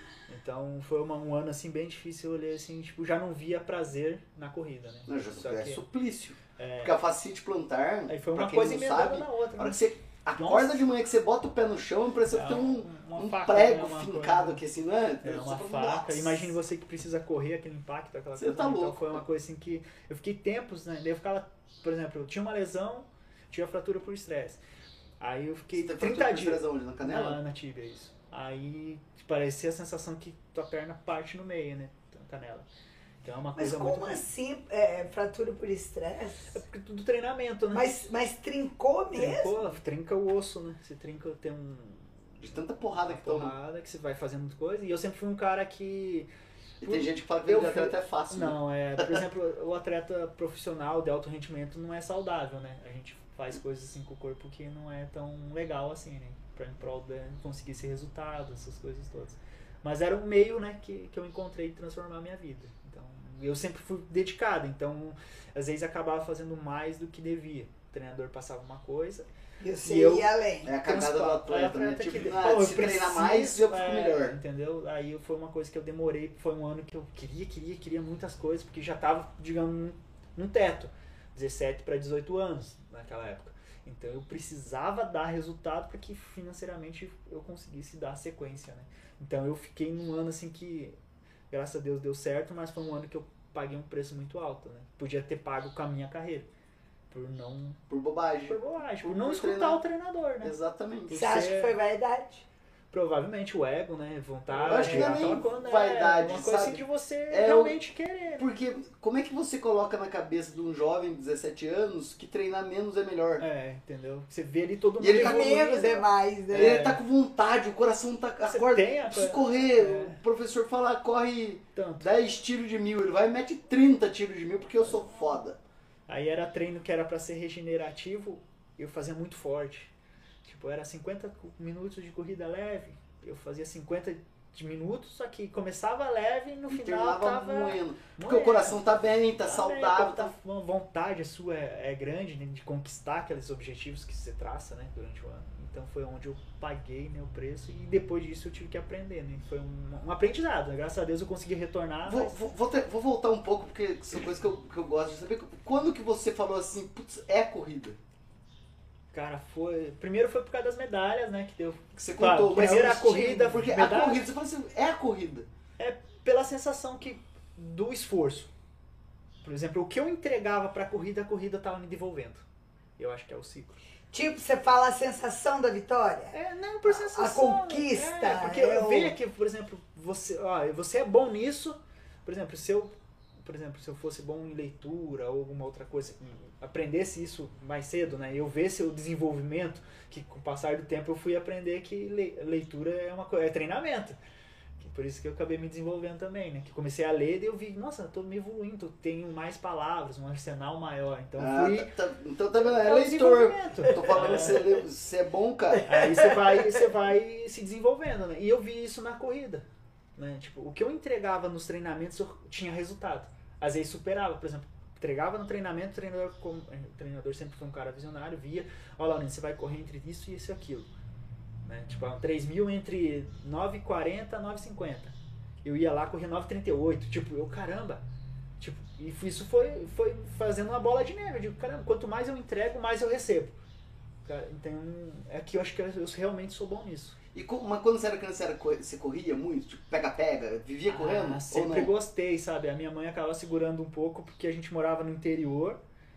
[SPEAKER 2] Então foi uma- um ano assim bem difícil. Eu olhei assim, tipo, já não via prazer na corrida, né?
[SPEAKER 4] Não, já
[SPEAKER 2] Só
[SPEAKER 4] é
[SPEAKER 2] que-
[SPEAKER 4] suplício.
[SPEAKER 2] é,
[SPEAKER 4] Porque a fascite plantar,
[SPEAKER 2] aí foi
[SPEAKER 4] pra
[SPEAKER 2] uma
[SPEAKER 4] quem
[SPEAKER 2] coisa
[SPEAKER 4] não
[SPEAKER 2] emendando
[SPEAKER 4] sabe,
[SPEAKER 2] na
[SPEAKER 4] a
[SPEAKER 2] outra.
[SPEAKER 4] hora
[SPEAKER 2] Né?
[SPEAKER 4] que você acorda de manhã, que você bota o pé no chão, parece que
[SPEAKER 2] É
[SPEAKER 4] tem um,
[SPEAKER 2] uma
[SPEAKER 4] um
[SPEAKER 2] faca,
[SPEAKER 4] prego
[SPEAKER 2] né? Uma
[SPEAKER 4] fincado
[SPEAKER 2] coisa-
[SPEAKER 4] aqui assim, não é?
[SPEAKER 2] É
[SPEAKER 4] Você
[SPEAKER 2] uma
[SPEAKER 4] fala,
[SPEAKER 2] faca.
[SPEAKER 4] "Nossa".
[SPEAKER 2] Imagine você que precisa correr, aquele impacto, aquela
[SPEAKER 4] Você
[SPEAKER 2] coisa.
[SPEAKER 4] tá
[SPEAKER 2] né? Então
[SPEAKER 4] louco,
[SPEAKER 2] foi uma
[SPEAKER 4] cara.
[SPEAKER 2] coisa assim que eu fiquei tempos, né? Daí eu ficava, por exemplo, eu tinha uma lesão, tinha fratura por estresse. Aí eu fiquei
[SPEAKER 4] Você tem
[SPEAKER 2] trinta
[SPEAKER 4] fratura de
[SPEAKER 2] dias.
[SPEAKER 4] estresse onde? Na canela?
[SPEAKER 2] Na, na tíbia, isso. Aí parecia a sensação que tua perna parte no meio, né? A canela. Então é uma
[SPEAKER 3] Mas
[SPEAKER 2] coisa
[SPEAKER 3] como
[SPEAKER 2] muito.
[SPEAKER 3] assim, é, fratura por estresse?
[SPEAKER 2] É porque tudo treinamento, né?
[SPEAKER 3] Mas, mas trincou mesmo?
[SPEAKER 2] Trincou, trinca o osso, né? Você trinca, tem um.
[SPEAKER 4] De tanta porrada
[SPEAKER 2] Uma
[SPEAKER 4] que toma.
[SPEAKER 2] porrada que você vai fazendo coisa. E eu sempre fui um cara que.
[SPEAKER 4] E tem gente que fala que
[SPEAKER 2] Eu
[SPEAKER 4] vida de
[SPEAKER 2] fui-
[SPEAKER 4] atleta é fácil. né?
[SPEAKER 2] Não, é. Por exemplo, o atleta profissional de alto rendimento não é saudável, né? A gente faz coisas assim com o corpo que não é tão legal assim, né? Pra, em prol de conseguir esse resultado, essas coisas todas. Mas era um meio, né, que, que eu encontrei de transformar a minha vida. Então, eu sempre fui dedicado, então às vezes acabava fazendo mais do que devia. O treinador passava uma coisa
[SPEAKER 3] E você
[SPEAKER 2] E eu-
[SPEAKER 3] ia além.
[SPEAKER 4] É a cagada do atleta, né?
[SPEAKER 2] atleta
[SPEAKER 4] Tipo,
[SPEAKER 2] que-
[SPEAKER 4] ah,
[SPEAKER 2] pô, eu
[SPEAKER 4] se treinar
[SPEAKER 2] preciso,
[SPEAKER 4] mais, eu fico
[SPEAKER 2] é,
[SPEAKER 4] melhor.
[SPEAKER 2] Entendeu? Aí foi uma coisa que eu demorei, foi um ano que eu queria, queria, queria muitas coisas, porque já tava, digamos, num- num teto. dezessete para dezoito anos naquela época. Então eu precisava dar resultado para que financeiramente eu conseguisse dar sequência, né? Então eu fiquei num ano assim que, graças a Deus, deu certo, mas foi um ano que eu paguei um preço muito alto, né? Podia ter pago com a minha carreira. Por não.
[SPEAKER 4] Por bobagem.
[SPEAKER 2] Por bobagem, por
[SPEAKER 4] Por
[SPEAKER 2] não escutar
[SPEAKER 4] treinar.
[SPEAKER 2] o treinador, né?
[SPEAKER 4] Exatamente.
[SPEAKER 3] Você acha que foi vaidade?
[SPEAKER 2] Provavelmente o ego, né? Vontade,
[SPEAKER 4] Eu acho que não é
[SPEAKER 2] aquela
[SPEAKER 4] nem
[SPEAKER 2] coisa, né?
[SPEAKER 4] vaidade,
[SPEAKER 2] Uma coisa
[SPEAKER 4] sabe?
[SPEAKER 2] assim de você
[SPEAKER 4] É
[SPEAKER 2] realmente querer. né?
[SPEAKER 4] Porque como é que você coloca na cabeça de um jovem de dezessete anos que treinar menos é melhor?
[SPEAKER 2] É, entendeu? Você vê ali todo mundo
[SPEAKER 4] E ele
[SPEAKER 3] Tá
[SPEAKER 2] evoluindo.
[SPEAKER 3] menos é mais, né?
[SPEAKER 4] Ele tá com vontade, o coração tá.
[SPEAKER 2] Você
[SPEAKER 4] Acorda,
[SPEAKER 2] tem a-
[SPEAKER 4] preciso correr.
[SPEAKER 2] É.
[SPEAKER 4] O professor fala, corre
[SPEAKER 2] Tanto.
[SPEAKER 4] dez tiros de mil. Ele vai e mete trinta tiros de mil porque eu sou foda.
[SPEAKER 2] Aí era treino que era pra ser regenerativo, eu fazia muito forte. Tipo, era cinquenta minutos de corrida leve, eu fazia cinquenta de minutos, só que começava leve e no
[SPEAKER 4] E
[SPEAKER 2] final
[SPEAKER 4] terminava
[SPEAKER 2] tava
[SPEAKER 4] moendo. Porque
[SPEAKER 2] moendo.
[SPEAKER 4] o coração tá bem, tá
[SPEAKER 2] Tá
[SPEAKER 4] saudável.
[SPEAKER 2] bem,
[SPEAKER 4] Tá...
[SPEAKER 2] tá, a vontade sua é, é grande, né, de conquistar aqueles objetivos que você traça, né, durante o ano. Então foi onde eu paguei, né, o preço, e depois disso eu tive que aprender, né? Foi um, um aprendizado, né? Graças a Deus eu consegui retornar.
[SPEAKER 4] Vou,
[SPEAKER 2] mas-
[SPEAKER 4] vou, vou ter- vou voltar um pouco, porque são coisas que eu, que eu gosto de saber. Quando que você falou assim, putz, é corrida?
[SPEAKER 2] Cara, foi. Primeiro foi por causa das medalhas, né? Que deu.
[SPEAKER 4] Que você
[SPEAKER 2] Claro,
[SPEAKER 4] contou.
[SPEAKER 2] primeiro
[SPEAKER 4] mas
[SPEAKER 2] a corrida,
[SPEAKER 4] Porque
[SPEAKER 2] medalha.
[SPEAKER 4] a corrida, você fala assim, é a corrida.
[SPEAKER 2] É pela sensação que do esforço. Por exemplo, o que eu entregava pra corrida, a corrida tava me devolvendo. Eu acho que é o ciclo.
[SPEAKER 3] Tipo, você fala a sensação da vitória?
[SPEAKER 2] É, não por sensação.
[SPEAKER 3] A conquista,
[SPEAKER 2] É, porque
[SPEAKER 3] é
[SPEAKER 2] eu
[SPEAKER 3] o-
[SPEAKER 2] vejo que, por exemplo, você, ó, você é bom nisso. Por exemplo, se eu, por exemplo, se eu fosse bom em leitura ou alguma outra coisa, aprendesse isso mais cedo, né? Eu vesse o desenvolvimento, que com o passar do tempo eu fui aprender que le- leitura é uma coisa, é treinamento. Que por isso que eu acabei me desenvolvendo também, né? Que comecei a ler e eu vi, nossa, eu tô me evoluindo, tenho mais palavras, um arsenal maior. Então
[SPEAKER 4] Ah,
[SPEAKER 2] fui.
[SPEAKER 4] tá- tá- então tá vendo? É
[SPEAKER 2] É o
[SPEAKER 4] leitor.
[SPEAKER 2] desenvolvimento.
[SPEAKER 4] Eu tô falando que você, lê- você é bom, cara.
[SPEAKER 2] Aí você vai, você vai se desenvolvendo, né? E eu vi isso na corrida, né? Tipo, o que eu entregava nos treinamentos eu tinha resultado. Às vezes superava, por exemplo, entregava no treinamento, o treinador, como- o treinador sempre foi um cara visionário, via, olha lá, você vai correr entre isso e isso e aquilo. Né? Tipo, um três mil entre nove e quarenta e nove e cinquenta. Eu ia lá correr nove e trinta e oito, tipo, eu, caramba. Tipo, e isso foi, foi fazendo uma bola de neve. Eu digo, caramba, quanto mais eu entrego, mais eu recebo. Cara, então, é que eu acho que eu realmente sou bom nisso.
[SPEAKER 4] E co- mas quando você era criança, você, era co- você corria muito? Tipo, pega-pega? Vivia correndo?
[SPEAKER 2] Ah,
[SPEAKER 4] ou
[SPEAKER 2] sempre
[SPEAKER 4] não?
[SPEAKER 2] gostei, sabe? A minha mãe acabava segurando um pouco porque a gente morava no interior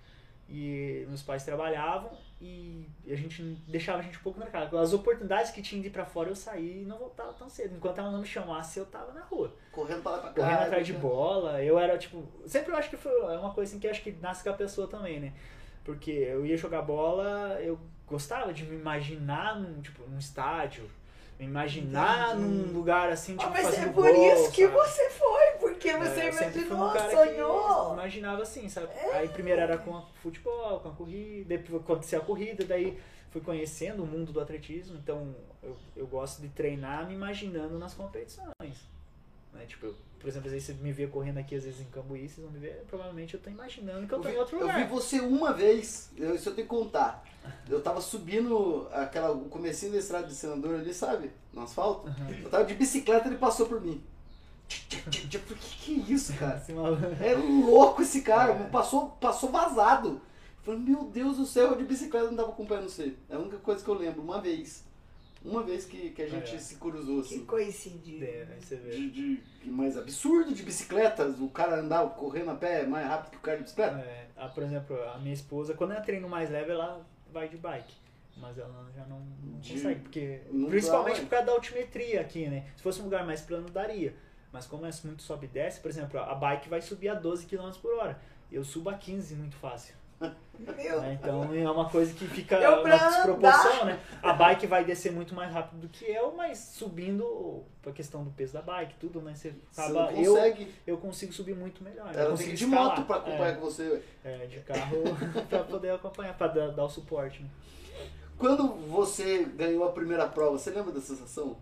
[SPEAKER 2] e meus pais trabalhavam e a gente deixava a gente um pouco na casa. As oportunidades que tinha de ir pra fora eu saía e não voltava tão cedo. Enquanto ela não me chamasse, eu tava na rua.
[SPEAKER 4] Correndo pra lá pra cá.
[SPEAKER 2] Correndo atrás de
[SPEAKER 4] né?
[SPEAKER 2] bola, eu era tipo. Sempre eu acho que foi uma coisa assim que eu acho que nasce com a pessoa também, né? Porque eu ia jogar bola, eu gostava de me imaginar num, tipo, num estádio, me imaginar
[SPEAKER 3] Entendi.
[SPEAKER 2] num lugar assim,
[SPEAKER 3] Ah,
[SPEAKER 2] tipo,
[SPEAKER 3] mas é
[SPEAKER 2] fazendo
[SPEAKER 3] por
[SPEAKER 2] gol,
[SPEAKER 3] isso que
[SPEAKER 2] sabe?
[SPEAKER 3] você foi, porque
[SPEAKER 2] É,
[SPEAKER 3] você
[SPEAKER 2] eu sempre fui um
[SPEAKER 3] imaginou,
[SPEAKER 2] cara
[SPEAKER 3] sonhou.
[SPEAKER 2] que imaginava assim, sabe? Aí primeiro era com o futebol, com a corrida, depois aconteceu a corrida, daí fui conhecendo o mundo do atletismo, então eu, eu gosto de treinar me imaginando nas competições. Né? Tipo, eu, por exemplo, às vezes você me vê correndo aqui, às vezes em Cambuí, vocês vão me ver, provavelmente eu tô imaginando que eu tô
[SPEAKER 4] vi,
[SPEAKER 2] em outro
[SPEAKER 4] eu
[SPEAKER 2] lugar.
[SPEAKER 4] vi você uma vez, eu, isso eu tenho que contar. Eu tava subindo aquela, o comecinho da estrada de senador ali, sabe? No asfalto.
[SPEAKER 2] Uhum.
[SPEAKER 4] Eu tava de bicicleta e ele passou por mim. Eu falei, que que é isso, cara?
[SPEAKER 2] Esse maluco.
[SPEAKER 4] É louco esse cara,
[SPEAKER 2] É.
[SPEAKER 4] passou, passou vazado. Eu falei, meu Deus do céu, eu de bicicleta não tava acompanhando você. É a única coisa que eu lembro, uma vez. Uma vez que, que a gente
[SPEAKER 2] É.
[SPEAKER 4] se cruzou
[SPEAKER 3] Que
[SPEAKER 4] assim.
[SPEAKER 3] coincidiu.
[SPEAKER 2] É, aí você vê.
[SPEAKER 4] De, de, mais absurdo de bicicleta, o cara andar correndo a pé mais rápido que o cara de bicicleta.
[SPEAKER 2] É, a, por exemplo, a minha esposa, quando ela treina mais leve, ela vai de bike. Mas ela já não, não
[SPEAKER 4] De-
[SPEAKER 2] consegue, porque.
[SPEAKER 4] não
[SPEAKER 2] Principalmente
[SPEAKER 4] dá, ué.
[SPEAKER 2] por causa da altimetria aqui, né? Se fosse um lugar mais plano, daria. Mas como é muito sobe e desce, por exemplo, a bike vai subir a doze quilômetros por hora. Eu subo a quinze muito fácil.
[SPEAKER 3] Meu,
[SPEAKER 2] Né? Então é uma coisa que fica
[SPEAKER 3] Eu
[SPEAKER 2] uma
[SPEAKER 3] pra
[SPEAKER 2] desproporção,
[SPEAKER 3] andar.
[SPEAKER 2] né? A bike vai descer muito mais rápido do que eu, mas subindo, por questão do peso da bike, tudo, né? Você
[SPEAKER 4] Você
[SPEAKER 2] acaba.
[SPEAKER 4] não
[SPEAKER 2] eu,
[SPEAKER 4] consegue.
[SPEAKER 2] eu consigo subir muito melhor. eu
[SPEAKER 4] Ela tem
[SPEAKER 2] consigo
[SPEAKER 4] que ir de
[SPEAKER 2] escalar.
[SPEAKER 4] moto pra acompanhar
[SPEAKER 2] É.
[SPEAKER 4] com você.
[SPEAKER 2] É, de carro pra poder acompanhar, pra dar, dar o suporte. Né?
[SPEAKER 4] Quando você ganhou a primeira prova, você lembra da sensação?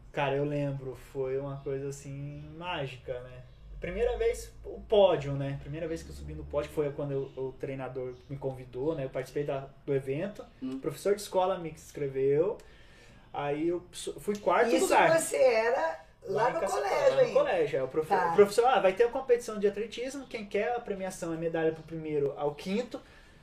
[SPEAKER 2] Cara, eu lembro, foi uma coisa assim, mágica, né? Primeira vez, o pódio, né? Primeira vez que eu subi no pódio foi quando eu, o treinador me convidou, né? Eu participei da, do evento,
[SPEAKER 4] Hum.
[SPEAKER 2] o professor de escola me escreveu, aí eu su- fui quarto
[SPEAKER 3] Isso
[SPEAKER 2] lugar.
[SPEAKER 3] você era lá
[SPEAKER 2] em
[SPEAKER 3] no
[SPEAKER 2] Caçapava,
[SPEAKER 3] colégio
[SPEAKER 2] lá no
[SPEAKER 3] ainda.
[SPEAKER 2] colégio. Aí o, profe-
[SPEAKER 3] Tá.
[SPEAKER 2] o professor, ah, vai ter a competição de atletismo, quem quer a premiação é medalha pro primeiro ao quinto.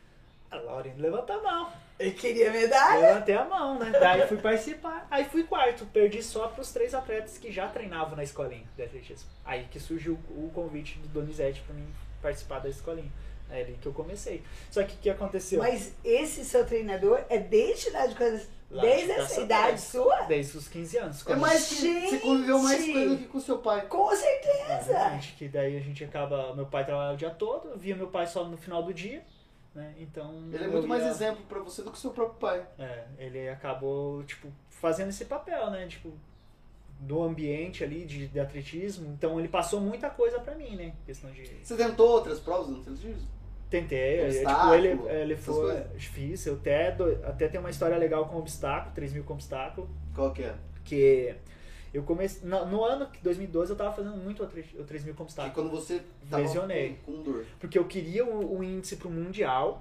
[SPEAKER 2] A Laurindo levanta a mão.
[SPEAKER 3] Eu queria medalha.
[SPEAKER 2] Levantei a mão, né? Daí fui participar. Aí fui quarto. Perdi só pros três atletas que já treinavam na escolinha de atletismo. Aí que surgiu o convite do Donizete pra mim participar da escolinha. É ali que eu comecei. Só que o que aconteceu?
[SPEAKER 3] Mas esse seu treinador é desde lá de quando...
[SPEAKER 2] Lá
[SPEAKER 3] Desde
[SPEAKER 2] de
[SPEAKER 3] essa
[SPEAKER 2] Caçapava.
[SPEAKER 3] idade sua?
[SPEAKER 2] Desde os quinze anos.
[SPEAKER 4] É
[SPEAKER 2] quando-
[SPEAKER 4] mais que você conviveu mais com ele do que com seu pai.
[SPEAKER 3] Com certeza.
[SPEAKER 2] Exatamente, que daí a gente acaba. Meu pai trabalhava o dia todo, eu via meu pai só no final do dia, né? Então.
[SPEAKER 4] Ele é
[SPEAKER 2] eu
[SPEAKER 4] muito mais
[SPEAKER 2] ia-
[SPEAKER 4] exemplo pra você do que seu próprio pai.
[SPEAKER 2] É, ele acabou, tipo, fazendo esse papel, né? Tipo, do ambiente ali de, de atletismo. Então ele passou muita coisa pra mim, né? Questão de.
[SPEAKER 4] Você tentou outras provas no atletismo?
[SPEAKER 2] Tentei, é, tipo,
[SPEAKER 4] Obstáculo,
[SPEAKER 2] ele, ele
[SPEAKER 4] essas
[SPEAKER 2] foi.
[SPEAKER 4] coisas?
[SPEAKER 2] Fiz, eu até, do- até tenho uma história legal com obstáculo, três mil com obstáculo.
[SPEAKER 4] Qual que é?
[SPEAKER 2] Que eu comecei. No, no ano de dois mil e doze eu tava fazendo muito o tre- o três mil com
[SPEAKER 4] Que
[SPEAKER 2] obstáculo.
[SPEAKER 4] quando você tava
[SPEAKER 2] Lesionei.
[SPEAKER 4] com, com dor.
[SPEAKER 2] Porque eu queria o, o índice pro Mundial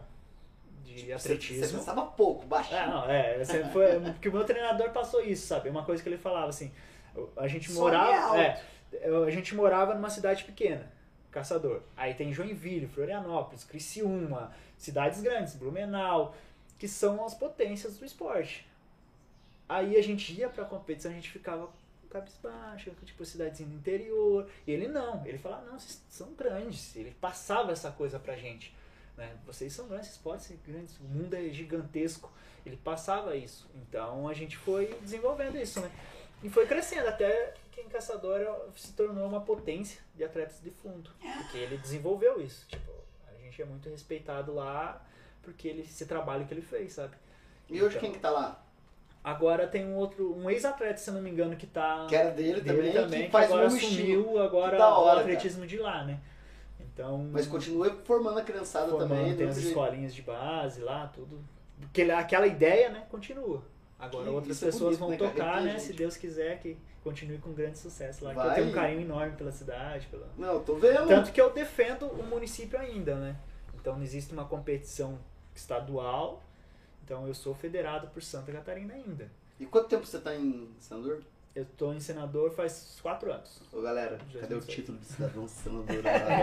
[SPEAKER 2] de
[SPEAKER 4] Você,
[SPEAKER 2] atletismo.
[SPEAKER 4] você pensava pouco, baixinho.
[SPEAKER 2] É, não, é, sempre foi, porque o meu treinador passou isso, sabe? Uma coisa que ele falava assim, a gente
[SPEAKER 3] Sonho
[SPEAKER 2] morava,
[SPEAKER 3] alto.
[SPEAKER 2] é, eu- a gente morava numa cidade pequena, Caçador. Aí tem Joinville, Florianópolis, Criciúma, cidades grandes, Blumenau, que são as potências do esporte. Aí a gente ia pra competição, a gente ficava cabisbaixo, tipo cidadezinha do interior. E ele não, ele falava, não, vocês são grandes. Ele passava essa coisa pra gente. Né? Vocês são grandes, vocês podem ser grandes, o mundo é gigantesco. Ele passava isso. Então a gente foi desenvolvendo isso, né? E foi crescendo até que em Caçador se tornou uma potência de atletas de fundo. Porque ele desenvolveu isso. Tipo, a gente é muito respeitado lá porque ele, esse trabalho que ele fez, sabe?
[SPEAKER 4] E hoje
[SPEAKER 2] Então,
[SPEAKER 4] quem que tá lá?
[SPEAKER 2] Agora tem um outro, um ex-atleta, se eu não me engano, que tá.
[SPEAKER 4] Que era dele,
[SPEAKER 2] dele
[SPEAKER 4] também, que
[SPEAKER 2] que
[SPEAKER 4] faz o
[SPEAKER 2] agora
[SPEAKER 4] mesmo
[SPEAKER 2] assumiu
[SPEAKER 4] estilo.
[SPEAKER 2] agora
[SPEAKER 4] Que da hora,
[SPEAKER 2] o atletismo de lá, né? Então.
[SPEAKER 4] Mas continua formando a criançada
[SPEAKER 2] formando,
[SPEAKER 4] também. do
[SPEAKER 2] tem as
[SPEAKER 4] mesmo jeito.
[SPEAKER 2] escolinhas de base lá, tudo. Aquele, aquela ideia, né, continua. Agora
[SPEAKER 4] Que
[SPEAKER 2] outras
[SPEAKER 4] isso é
[SPEAKER 2] pessoas
[SPEAKER 4] bonito,
[SPEAKER 2] vão
[SPEAKER 4] né, cara?
[SPEAKER 2] tocar, né,
[SPEAKER 4] Inteligente.
[SPEAKER 2] se Deus quiser, que continue com grande sucesso lá. Que eu
[SPEAKER 4] Vai.
[SPEAKER 2] tenho um carinho enorme pela cidade. Pela...
[SPEAKER 4] Não, tô vendo.
[SPEAKER 2] Tanto que eu defendo o município ainda, né? Então não existe uma competição estadual, então eu sou federado por Santa Catarina ainda.
[SPEAKER 4] E quanto tempo você tá em senador?
[SPEAKER 2] Eu tô em senador faz quatro anos.
[SPEAKER 4] Ô galera,
[SPEAKER 2] Já
[SPEAKER 4] cadê o
[SPEAKER 2] sei.
[SPEAKER 4] título de cidadão senador?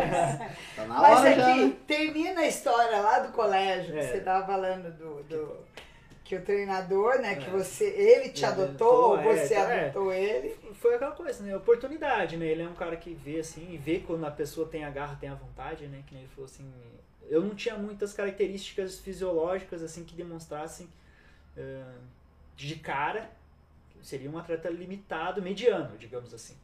[SPEAKER 4] Tá na
[SPEAKER 3] Mas
[SPEAKER 4] hora já.
[SPEAKER 3] aqui, termina a história lá do colégio,
[SPEAKER 2] É.
[SPEAKER 3] que você tava falando do... do que o treinador, né, que
[SPEAKER 2] É.
[SPEAKER 3] você, ele te
[SPEAKER 2] Ele
[SPEAKER 3] adotou, ou
[SPEAKER 2] adotou, é,
[SPEAKER 3] você
[SPEAKER 2] então, é.
[SPEAKER 3] adotou ele.
[SPEAKER 2] Foi aquela coisa, né? Oportunidade, né? Ele é um cara que vê assim, e vê quando a pessoa tem a garra, tem a vontade, né? Que nem ele falou assim. Eu não tinha muitas características fisiológicas assim que demonstrassem eh, de cara. Seria um atleta limitado, mediano, digamos assim.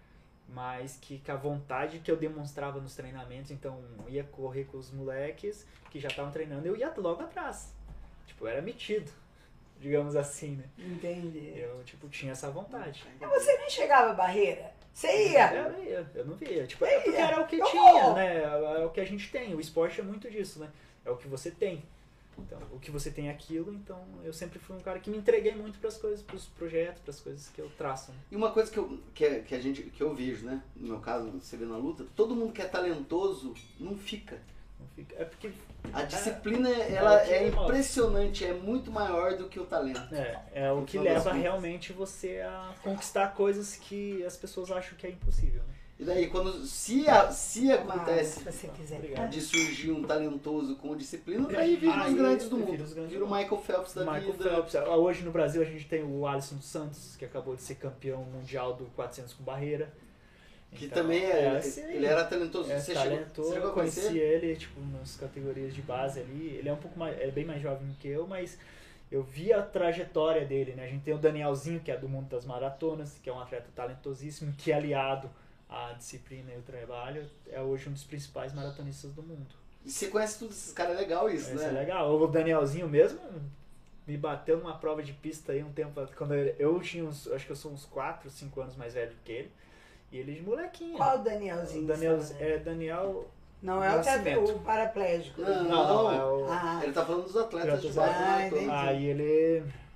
[SPEAKER 2] Mas que com a vontade que eu demonstrava nos treinamentos, então eu ia correr com os moleques que já estavam treinando, eu ia logo atrás. Tipo, eu era metido, digamos assim, né?
[SPEAKER 3] Entendi.
[SPEAKER 2] Eu, tipo, tinha essa vontade.
[SPEAKER 3] Mas você nem chegava à barreira? Você ia?
[SPEAKER 2] Eu, ia, eu não via. Tipo,
[SPEAKER 3] Você
[SPEAKER 2] é porque
[SPEAKER 3] ia?
[SPEAKER 2] era o que
[SPEAKER 3] Eu
[SPEAKER 2] tinha,
[SPEAKER 3] vou.
[SPEAKER 2] né? É o que a gente tem. O esporte é muito disso, né? É o que você tem. Então, o que você tem é aquilo, então eu sempre fui um cara que me entreguei muito para as coisas, para os projetos, para as coisas que eu traço. Né?
[SPEAKER 4] E uma coisa que, eu, que, é- que a gente, que eu vejo, né? No meu caso, você vê na luta, todo mundo que é talentoso não fica.
[SPEAKER 2] Não fica... É porque
[SPEAKER 4] A disciplina,
[SPEAKER 2] é
[SPEAKER 4] ela
[SPEAKER 2] o que
[SPEAKER 4] é
[SPEAKER 2] move.
[SPEAKER 4] impressionante, é muito maior do que o talento.
[SPEAKER 2] é, é o
[SPEAKER 4] No
[SPEAKER 2] que
[SPEAKER 4] final das
[SPEAKER 2] leva
[SPEAKER 4] contas.
[SPEAKER 2] realmente você a conquistar coisas que as pessoas acham que é impossível. Né?
[SPEAKER 4] E daí, quando se, a- se
[SPEAKER 3] Mas,
[SPEAKER 4] acontece
[SPEAKER 3] se você quiser.
[SPEAKER 2] Obrigado.
[SPEAKER 4] de surgir um talentoso com disciplina, daí vira os
[SPEAKER 2] Aí
[SPEAKER 4] grandes do
[SPEAKER 2] vira
[SPEAKER 4] mundo.
[SPEAKER 2] os grandes
[SPEAKER 4] Vira o
[SPEAKER 2] do mundo.
[SPEAKER 4] Michael Phelps da
[SPEAKER 2] Michael
[SPEAKER 4] vida.
[SPEAKER 2] Phelps. Hoje no Brasil a gente tem o Alisson dos Santos, que acabou de ser campeão mundial do quatrocentos com barreira.
[SPEAKER 4] Que
[SPEAKER 2] Então,
[SPEAKER 4] também é,
[SPEAKER 2] assim,
[SPEAKER 4] ele era talentoso.
[SPEAKER 2] é
[SPEAKER 4] você,
[SPEAKER 2] talentoso,
[SPEAKER 4] chegou, você chegou
[SPEAKER 2] eu
[SPEAKER 4] a
[SPEAKER 2] conheci
[SPEAKER 4] conhecer?
[SPEAKER 2] ele, tipo, nas categorias de base ali. Ele é um pouco mais, é bem mais jovem que eu, mas eu vi a trajetória dele, né? A gente tem o Danielzinho, que é do mundo das maratonas, que é um atleta talentosíssimo, que é aliado à disciplina e ao trabalho, é hoje um dos principais maratonistas do mundo.
[SPEAKER 4] E você conhece tudo esses caras, é legal isso,
[SPEAKER 2] Isso
[SPEAKER 4] né?
[SPEAKER 2] é legal. O Danielzinho mesmo me bateu numa prova de pista aí um tempo, quando eu, eu tinha uns, acho que eu sou uns quatro, cinco anos mais velho que ele, e ele de molequinho.
[SPEAKER 3] Qual o Danielzinho?
[SPEAKER 2] O Daniel,
[SPEAKER 3] sabe?
[SPEAKER 2] é Daniel...
[SPEAKER 3] Não é o, tetra,
[SPEAKER 2] Nascimento.
[SPEAKER 3] o paraplégico.
[SPEAKER 4] Não,
[SPEAKER 2] Não, não, é o...
[SPEAKER 3] Ah,
[SPEAKER 4] Ele tá falando dos atletas de
[SPEAKER 2] Atletas
[SPEAKER 4] base
[SPEAKER 3] de-
[SPEAKER 4] do
[SPEAKER 3] Ah,
[SPEAKER 4] maratona.
[SPEAKER 3] entendi.
[SPEAKER 2] Aí ele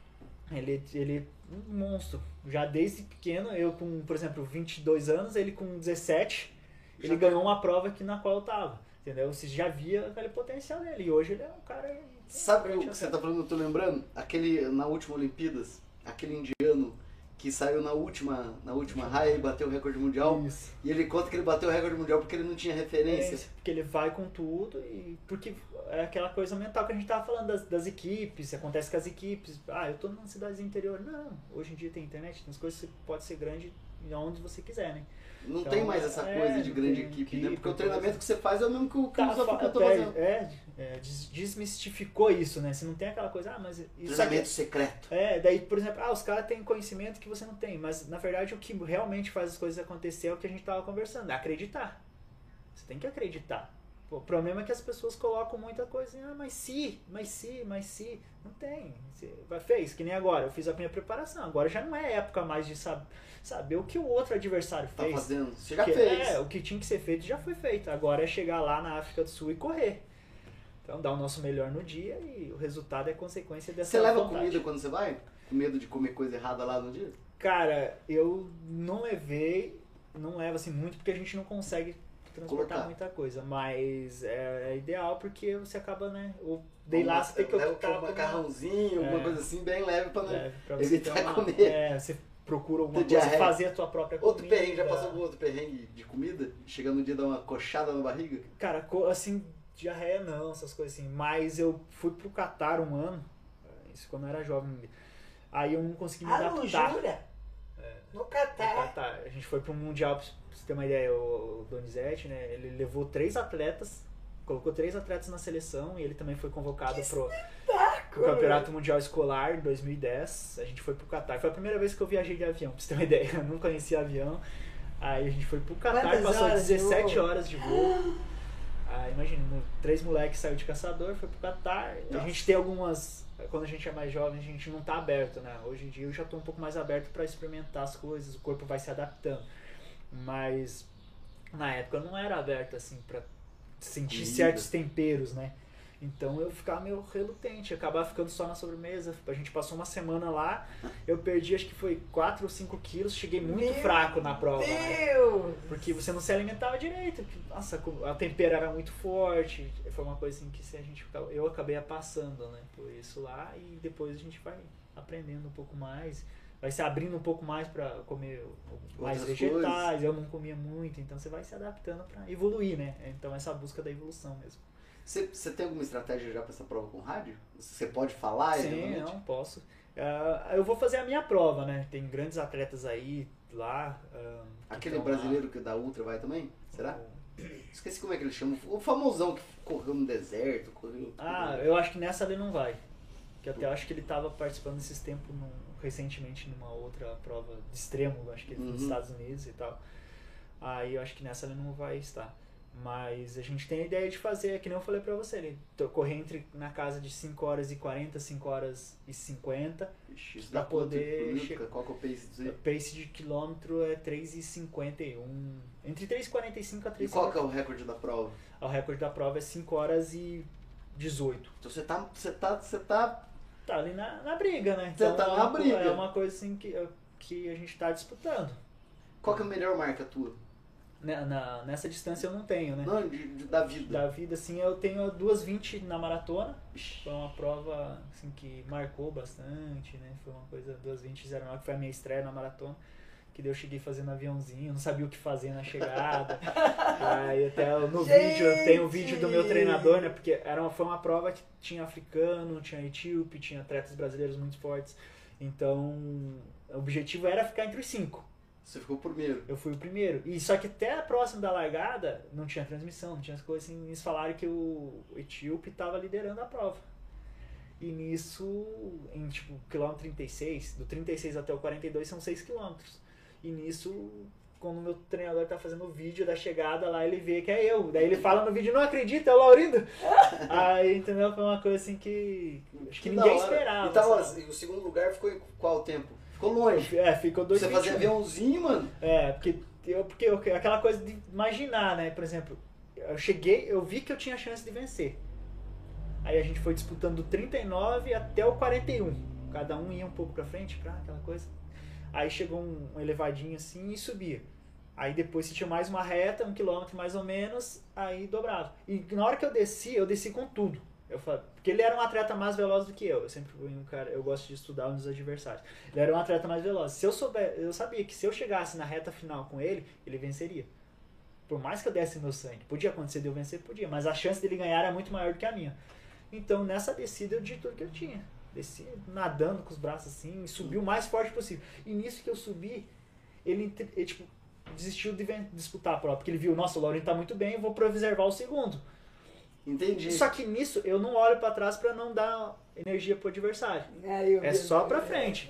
[SPEAKER 2] Ele, ele é um monstro. Já desde pequeno, eu com, por exemplo, vinte e dois anos, ele com dezessete, ele
[SPEAKER 4] Já-
[SPEAKER 2] ganhou uma prova aqui na qual eu tava. Entendeu? Você já via aquele potencial dele. E hoje ele é um cara...
[SPEAKER 4] Sabe o que você tá falando, eu tô lembrando? Aquele, na última Olimpíadas, aquele indiano que saiu na última, na última raia e bateu o recorde mundial.
[SPEAKER 2] Isso.
[SPEAKER 4] E ele conta que ele bateu o recorde mundial porque ele não tinha referência.
[SPEAKER 2] É, porque ele vai com tudo e porque é aquela coisa mental que a gente tava falando das, das equipes, acontece com as equipes. Ah, eu tô numa cidade interior. Não, hoje em dia tem internet, tem as coisas que você pode ser grande onde você quiser, né?
[SPEAKER 4] Não
[SPEAKER 2] Então,
[SPEAKER 4] tem mais essa
[SPEAKER 2] é,
[SPEAKER 4] coisa de
[SPEAKER 2] não
[SPEAKER 4] grande
[SPEAKER 2] tem
[SPEAKER 4] equipe,
[SPEAKER 2] equipe,
[SPEAKER 4] né? Porque o
[SPEAKER 2] coisa.
[SPEAKER 4] treinamento que você faz é o mesmo que o que
[SPEAKER 2] Tá,
[SPEAKER 4] os africanos estão
[SPEAKER 2] até-
[SPEAKER 4] fazendo.
[SPEAKER 2] é, é, des- desmistificou isso, né? Você não tem aquela coisa, ah, mas isso aqui...
[SPEAKER 4] Treinamento secreto.
[SPEAKER 2] É, daí, por exemplo, ah, os caras têm conhecimento que você não tem, mas na verdade o que realmente faz as coisas acontecer é o que a gente tava conversando, é acreditar. Você tem que acreditar. Pô, o problema é que as pessoas colocam muita coisa, ah, mas se, mas se, mas se. Não tem. Você vai- fez, que nem agora, eu fiz a minha preparação, agora já não é época mais de sab saber o que o outro adversário
[SPEAKER 4] Tá
[SPEAKER 2] fez.
[SPEAKER 4] fazendo. Você já
[SPEAKER 2] Que-
[SPEAKER 4] fez.
[SPEAKER 2] É, o que tinha que ser feito já foi feito. Agora é chegar lá na África do Sul e correr. Então dar o nosso melhor no dia e o resultado é consequência dessa
[SPEAKER 4] Você leva
[SPEAKER 2] vontade.
[SPEAKER 4] comida quando você vai? Com medo de comer coisa errada lá no dia?
[SPEAKER 2] Cara, eu não levei, não levo assim muito porque a gente não consegue transportar
[SPEAKER 4] Colocar.
[SPEAKER 2] muita coisa, mas é, é ideal porque você acaba, né? Ou dei lá, você tem que
[SPEAKER 4] Leva
[SPEAKER 2] optar
[SPEAKER 4] um
[SPEAKER 2] por uma-
[SPEAKER 4] macarrãozinho, alguma
[SPEAKER 2] É.
[SPEAKER 4] coisa assim, bem leve pra não...
[SPEAKER 2] É, pra você
[SPEAKER 4] evitar
[SPEAKER 2] ter uma-
[SPEAKER 4] comer.
[SPEAKER 2] É, você procura alguma
[SPEAKER 4] Ter
[SPEAKER 2] coisa,
[SPEAKER 4] diarreia.
[SPEAKER 2] fazer a tua própria
[SPEAKER 4] Outro
[SPEAKER 2] comida.
[SPEAKER 4] perrengue, já passou por outro perrengue de comida? Chega no dia dar uma coxada na barriga?
[SPEAKER 2] Cara, co- assim, diarreia não, essas coisas assim. Mas eu fui pro Catar um ano, isso quando eu era jovem. Aí eu não consegui me
[SPEAKER 3] Ah, não,
[SPEAKER 2] adaptar.
[SPEAKER 3] jura? No
[SPEAKER 2] No
[SPEAKER 3] Catar.
[SPEAKER 2] Catar. A gente foi pro Mundial, pra você ter uma ideia, o o Donizete, né? Ele levou três atletas, colocou três atletas na seleção e ele também foi convocado pro, pro Campeonato Mundial Escolar em dois mil e dez. A gente foi pro Catar. Foi a primeira vez que eu viajei de avião, pra você ter uma ideia. Eu não conhecia avião. Aí a gente foi pro Catar,
[SPEAKER 3] Quantas
[SPEAKER 2] passou
[SPEAKER 3] horas de
[SPEAKER 2] dezessete
[SPEAKER 3] voo?
[SPEAKER 2] horas de voo. Ah, imagina, no- três moleques saiu de caçador, foi pro Catar. A
[SPEAKER 4] Nossa.
[SPEAKER 2] gente tem algumas. Quando a gente é mais jovem, a gente não tá aberto, né? Hoje em dia eu já tô um pouco mais aberto pra experimentar as coisas, o corpo vai se adaptando. Mas na época eu não era aberto assim pra sentir
[SPEAKER 4] Comida.
[SPEAKER 2] certos temperos, né? Então eu ficava meio relutante, acabava ficando só na sobremesa. A gente passou uma semana lá, eu perdi acho que foi quatro ou cinco quilos, cheguei muito
[SPEAKER 3] Meu
[SPEAKER 2] fraco na prova, né?
[SPEAKER 3] Deus!
[SPEAKER 2] Porque você não se alimentava direito. que, Nossa, a tempera era muito forte. Foi uma coisa assim que se a gente, eu acabei passando, né? Por isso lá e depois a gente vai aprendendo um pouco mais, vai se abrindo um pouco mais para comer mais
[SPEAKER 4] Outras
[SPEAKER 2] vegetais.
[SPEAKER 4] coisas.
[SPEAKER 2] Eu não comia muito, então você vai se adaptando para evoluir, né? Então essa busca da evolução mesmo.
[SPEAKER 4] Você, você tem alguma estratégia já pra essa prova com rádio? Você pode falar?
[SPEAKER 2] Sim,
[SPEAKER 4] eventualmente?
[SPEAKER 2] não posso. Ah, eu vou fazer a minha prova, né? Tem grandes atletas aí lá. ah, que
[SPEAKER 4] Aquele
[SPEAKER 2] tão lá.
[SPEAKER 4] brasileiro que da Ultra vai também? Será?
[SPEAKER 2] O-
[SPEAKER 4] Esqueci como é que ele chama. O famosão que correu no deserto, correu...
[SPEAKER 2] Ah, eu acho que nessa ele não vai. Que até eu acho que ele estava participando desses tempos num- recentemente numa outra prova de extremo, acho que
[SPEAKER 4] Uhum.
[SPEAKER 2] nos Estados Unidos e tal. Aí eu acho que nessa ele não vai estar. Mas a gente tem a ideia de fazer, que nem eu falei pra você, ele to- correr entre na casa de cinco horas e quarenta, cinco horas e cinquenta.
[SPEAKER 4] Ixi, isso
[SPEAKER 2] pra
[SPEAKER 4] dá quanto
[SPEAKER 2] poder
[SPEAKER 4] por minuto?
[SPEAKER 2] che-
[SPEAKER 4] Qual que é o pace disso
[SPEAKER 2] O
[SPEAKER 4] aí?
[SPEAKER 2] pace de quilômetro é três e cinquenta e um. Entre três e quarenta e cinco a
[SPEAKER 4] E
[SPEAKER 2] três e
[SPEAKER 4] qual que é
[SPEAKER 2] cinquenta.
[SPEAKER 4] o recorde da prova?
[SPEAKER 2] O recorde da prova é cinco horas e dezoito.
[SPEAKER 4] Então você tá, você tá, você tá...
[SPEAKER 2] Tá ali na, na briga, né?
[SPEAKER 4] Você tá
[SPEAKER 2] é
[SPEAKER 4] na
[SPEAKER 2] uma,
[SPEAKER 4] briga.
[SPEAKER 2] É uma coisa assim que, que a gente tá disputando.
[SPEAKER 4] Qual que é a melhor marca tua?
[SPEAKER 2] Na, na- nessa distância eu não tenho, né?
[SPEAKER 4] Não, de, de- da vida.
[SPEAKER 2] Da vida, assim, eu tenho duas e vinte na maratona.
[SPEAKER 4] Ixi.
[SPEAKER 2] Foi uma prova assim, que marcou bastante, né? Foi uma coisa, duas e vinte zero nove, que foi a minha estreia na maratona. Que daí eu cheguei fazendo aviãozinho, não sabia o que fazer na chegada. Aí até no
[SPEAKER 3] Gente!
[SPEAKER 2] vídeo, tem o vídeo do meu treinador, né? Porque era uma, foi uma prova que tinha africano, tinha etíope, tinha atletas brasileiros muito fortes. Então, o objetivo era ficar entre os cinco.
[SPEAKER 4] Você ficou primeiro.
[SPEAKER 2] Eu fui o primeiro. E só que até próximo da largada não tinha transmissão, não tinha as coisas assim. Eles falaram que o etíope estava liderando a prova. E nisso, em tipo, quilômetro trinta e seis, do trinta e seis até o quarenta e dois são seis quilômetros. E nisso, quando o meu treinador tá fazendo o vídeo da chegada lá, ele vê que é eu. Daí ele fala no vídeo, não acredita, é o Laurindo. Aí, entendeu? Foi uma coisa assim que acho que
[SPEAKER 4] da
[SPEAKER 2] ninguém
[SPEAKER 4] hora.
[SPEAKER 2] esperava.
[SPEAKER 4] E, tava,
[SPEAKER 2] sabe?
[SPEAKER 4] e o segundo lugar ficou em qual tempo? Ficou longe.
[SPEAKER 2] É, ficou dois
[SPEAKER 4] Você fazia aviãozinho, mano?
[SPEAKER 2] É, porque, eu, porque eu, aquela coisa de imaginar, né? Por exemplo, eu cheguei, eu vi que eu tinha chance de vencer. Aí a gente foi disputando do trinta e nove até o quarenta e um. cada um ia um pouco pra frente, pra aquela coisa. Aí chegou um, um elevadinho assim e subia. Aí depois se tinha mais uma reta, um quilômetro mais ou menos, aí dobrava. E na hora que eu desci, eu desci com tudo. Eu falei, porque ele era um atleta mais veloz do que eu. Eu sempre fui um cara, eu gosto de estudar os adversários. Ele era um atleta mais veloz. Se eu souber, eu sabia que se eu chegasse na reta final com ele, ele venceria. Por mais que eu desse meu sangue. Podia acontecer de eu vencer, podia, mas a chance dele ganhar era muito maior do que a minha. Então nessa descida eu dei tudo que eu tinha. Desci nadando com os braços assim, e subi o mais forte possível. E nisso que eu subi, ele, ele tipo, desistiu de disputar a prova, porque ele viu, nossa, o Laurinho tá muito bem, eu vou preservar o segundo.
[SPEAKER 4] Entendi.
[SPEAKER 2] Só que nisso eu não olho pra trás pra não dar energia pro adversário.
[SPEAKER 3] Aí eu
[SPEAKER 2] É
[SPEAKER 3] vi-
[SPEAKER 2] só pra frente.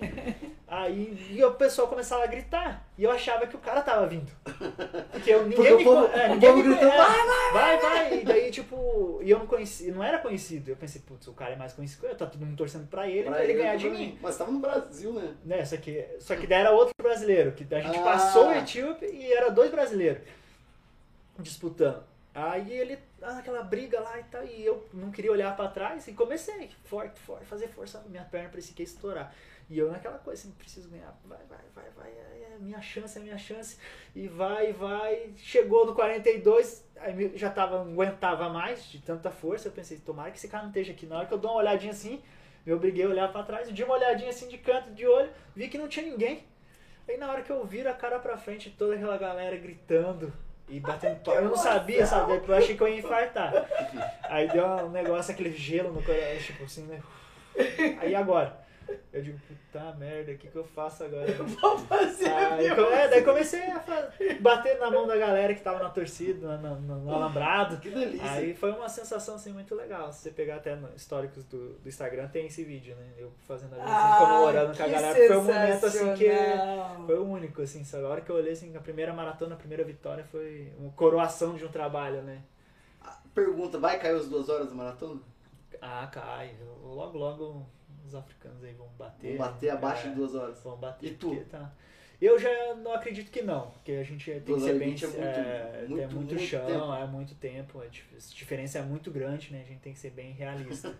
[SPEAKER 2] Aí e o pessoal começava a gritar. E eu achava que o cara tava vindo. Porque eu, ninguém
[SPEAKER 4] Porque
[SPEAKER 2] me
[SPEAKER 4] o povo-
[SPEAKER 2] con- é,
[SPEAKER 4] o
[SPEAKER 2] ninguém
[SPEAKER 4] povo
[SPEAKER 2] me
[SPEAKER 4] gritando,
[SPEAKER 2] conhece. Vai, vai. E daí, tipo, e eu não conheci, não era conhecido. Eu pensei, putz, o cara é mais conhecido que eu, tá todo mundo torcendo pra ele, pra, ele ganhar de mim.
[SPEAKER 4] Mas tava no Brasil, né?
[SPEAKER 2] Né, só que, só que daí era outro brasileiro, que a gente
[SPEAKER 4] Ah.
[SPEAKER 2] passou o Etíope e era dois brasileiros disputando. Aí ele, ah, aquela briga lá e tal, e eu não queria olhar pra trás e comecei, forte, forte, fazer força, minha perna parecia que ia estourar. E eu naquela coisa assim, preciso ganhar, vai, vai, vai, vai, é minha chance, é minha chance, e vai, vai, chegou no quarenta e dois, aí já tava, não aguentava mais de tanta força, eu pensei, tomara que esse cara não esteja aqui. Na hora que eu dou uma olhadinha assim, eu obriguei a olhar pra trás, eu dei uma olhadinha assim de canto de olho, vi que não tinha ninguém. Aí na hora que eu viro a cara pra frente, toda aquela galera gritando e batendo palma, eu não sabia, sabe? Eu achei que eu ia infartar. Aí deu um negócio, aquele gelo no coração, tipo assim, né? Aí agora, eu digo, puta merda, o que que eu faço agora?
[SPEAKER 3] Vou fazer
[SPEAKER 2] Aí,
[SPEAKER 3] meu-
[SPEAKER 2] é, daí comecei a fa- bater na mão da galera que tava na torcida, no, no- no alambrado.
[SPEAKER 4] Que delícia.
[SPEAKER 2] Aí foi uma sensação assim muito legal. Se você pegar até no históricos do, do Instagram, tem esse vídeo, né? Eu fazendo ali, assim,
[SPEAKER 3] Ah,
[SPEAKER 2] comemorando com a
[SPEAKER 3] que
[SPEAKER 2] galera. Foi um momento assim que
[SPEAKER 3] sensacional.
[SPEAKER 2] foi o único, assim, sabe? A hora que eu olhei assim, a primeira maratona, a primeira vitória foi uma coroação de um trabalho, né?
[SPEAKER 4] Pergunta, vai cair as duas horas da maratona?
[SPEAKER 2] Ah, cai. Logo, logo os africanos aí vão bater.
[SPEAKER 4] Vão bater abaixo
[SPEAKER 2] É,
[SPEAKER 4] de duas horas.
[SPEAKER 2] Vão bater.
[SPEAKER 4] E tu?
[SPEAKER 2] porque Tá. Eu já não acredito que não, porque a gente tem que
[SPEAKER 4] Duas
[SPEAKER 2] ser
[SPEAKER 4] horas e
[SPEAKER 2] bem.
[SPEAKER 4] vinte é muito-
[SPEAKER 2] é, tem
[SPEAKER 4] muito-
[SPEAKER 2] muito,
[SPEAKER 4] muito
[SPEAKER 2] chão,
[SPEAKER 4] tempo.
[SPEAKER 2] é muito tempo, a dif- a diferença é muito grande, né? A gente tem que ser bem realista.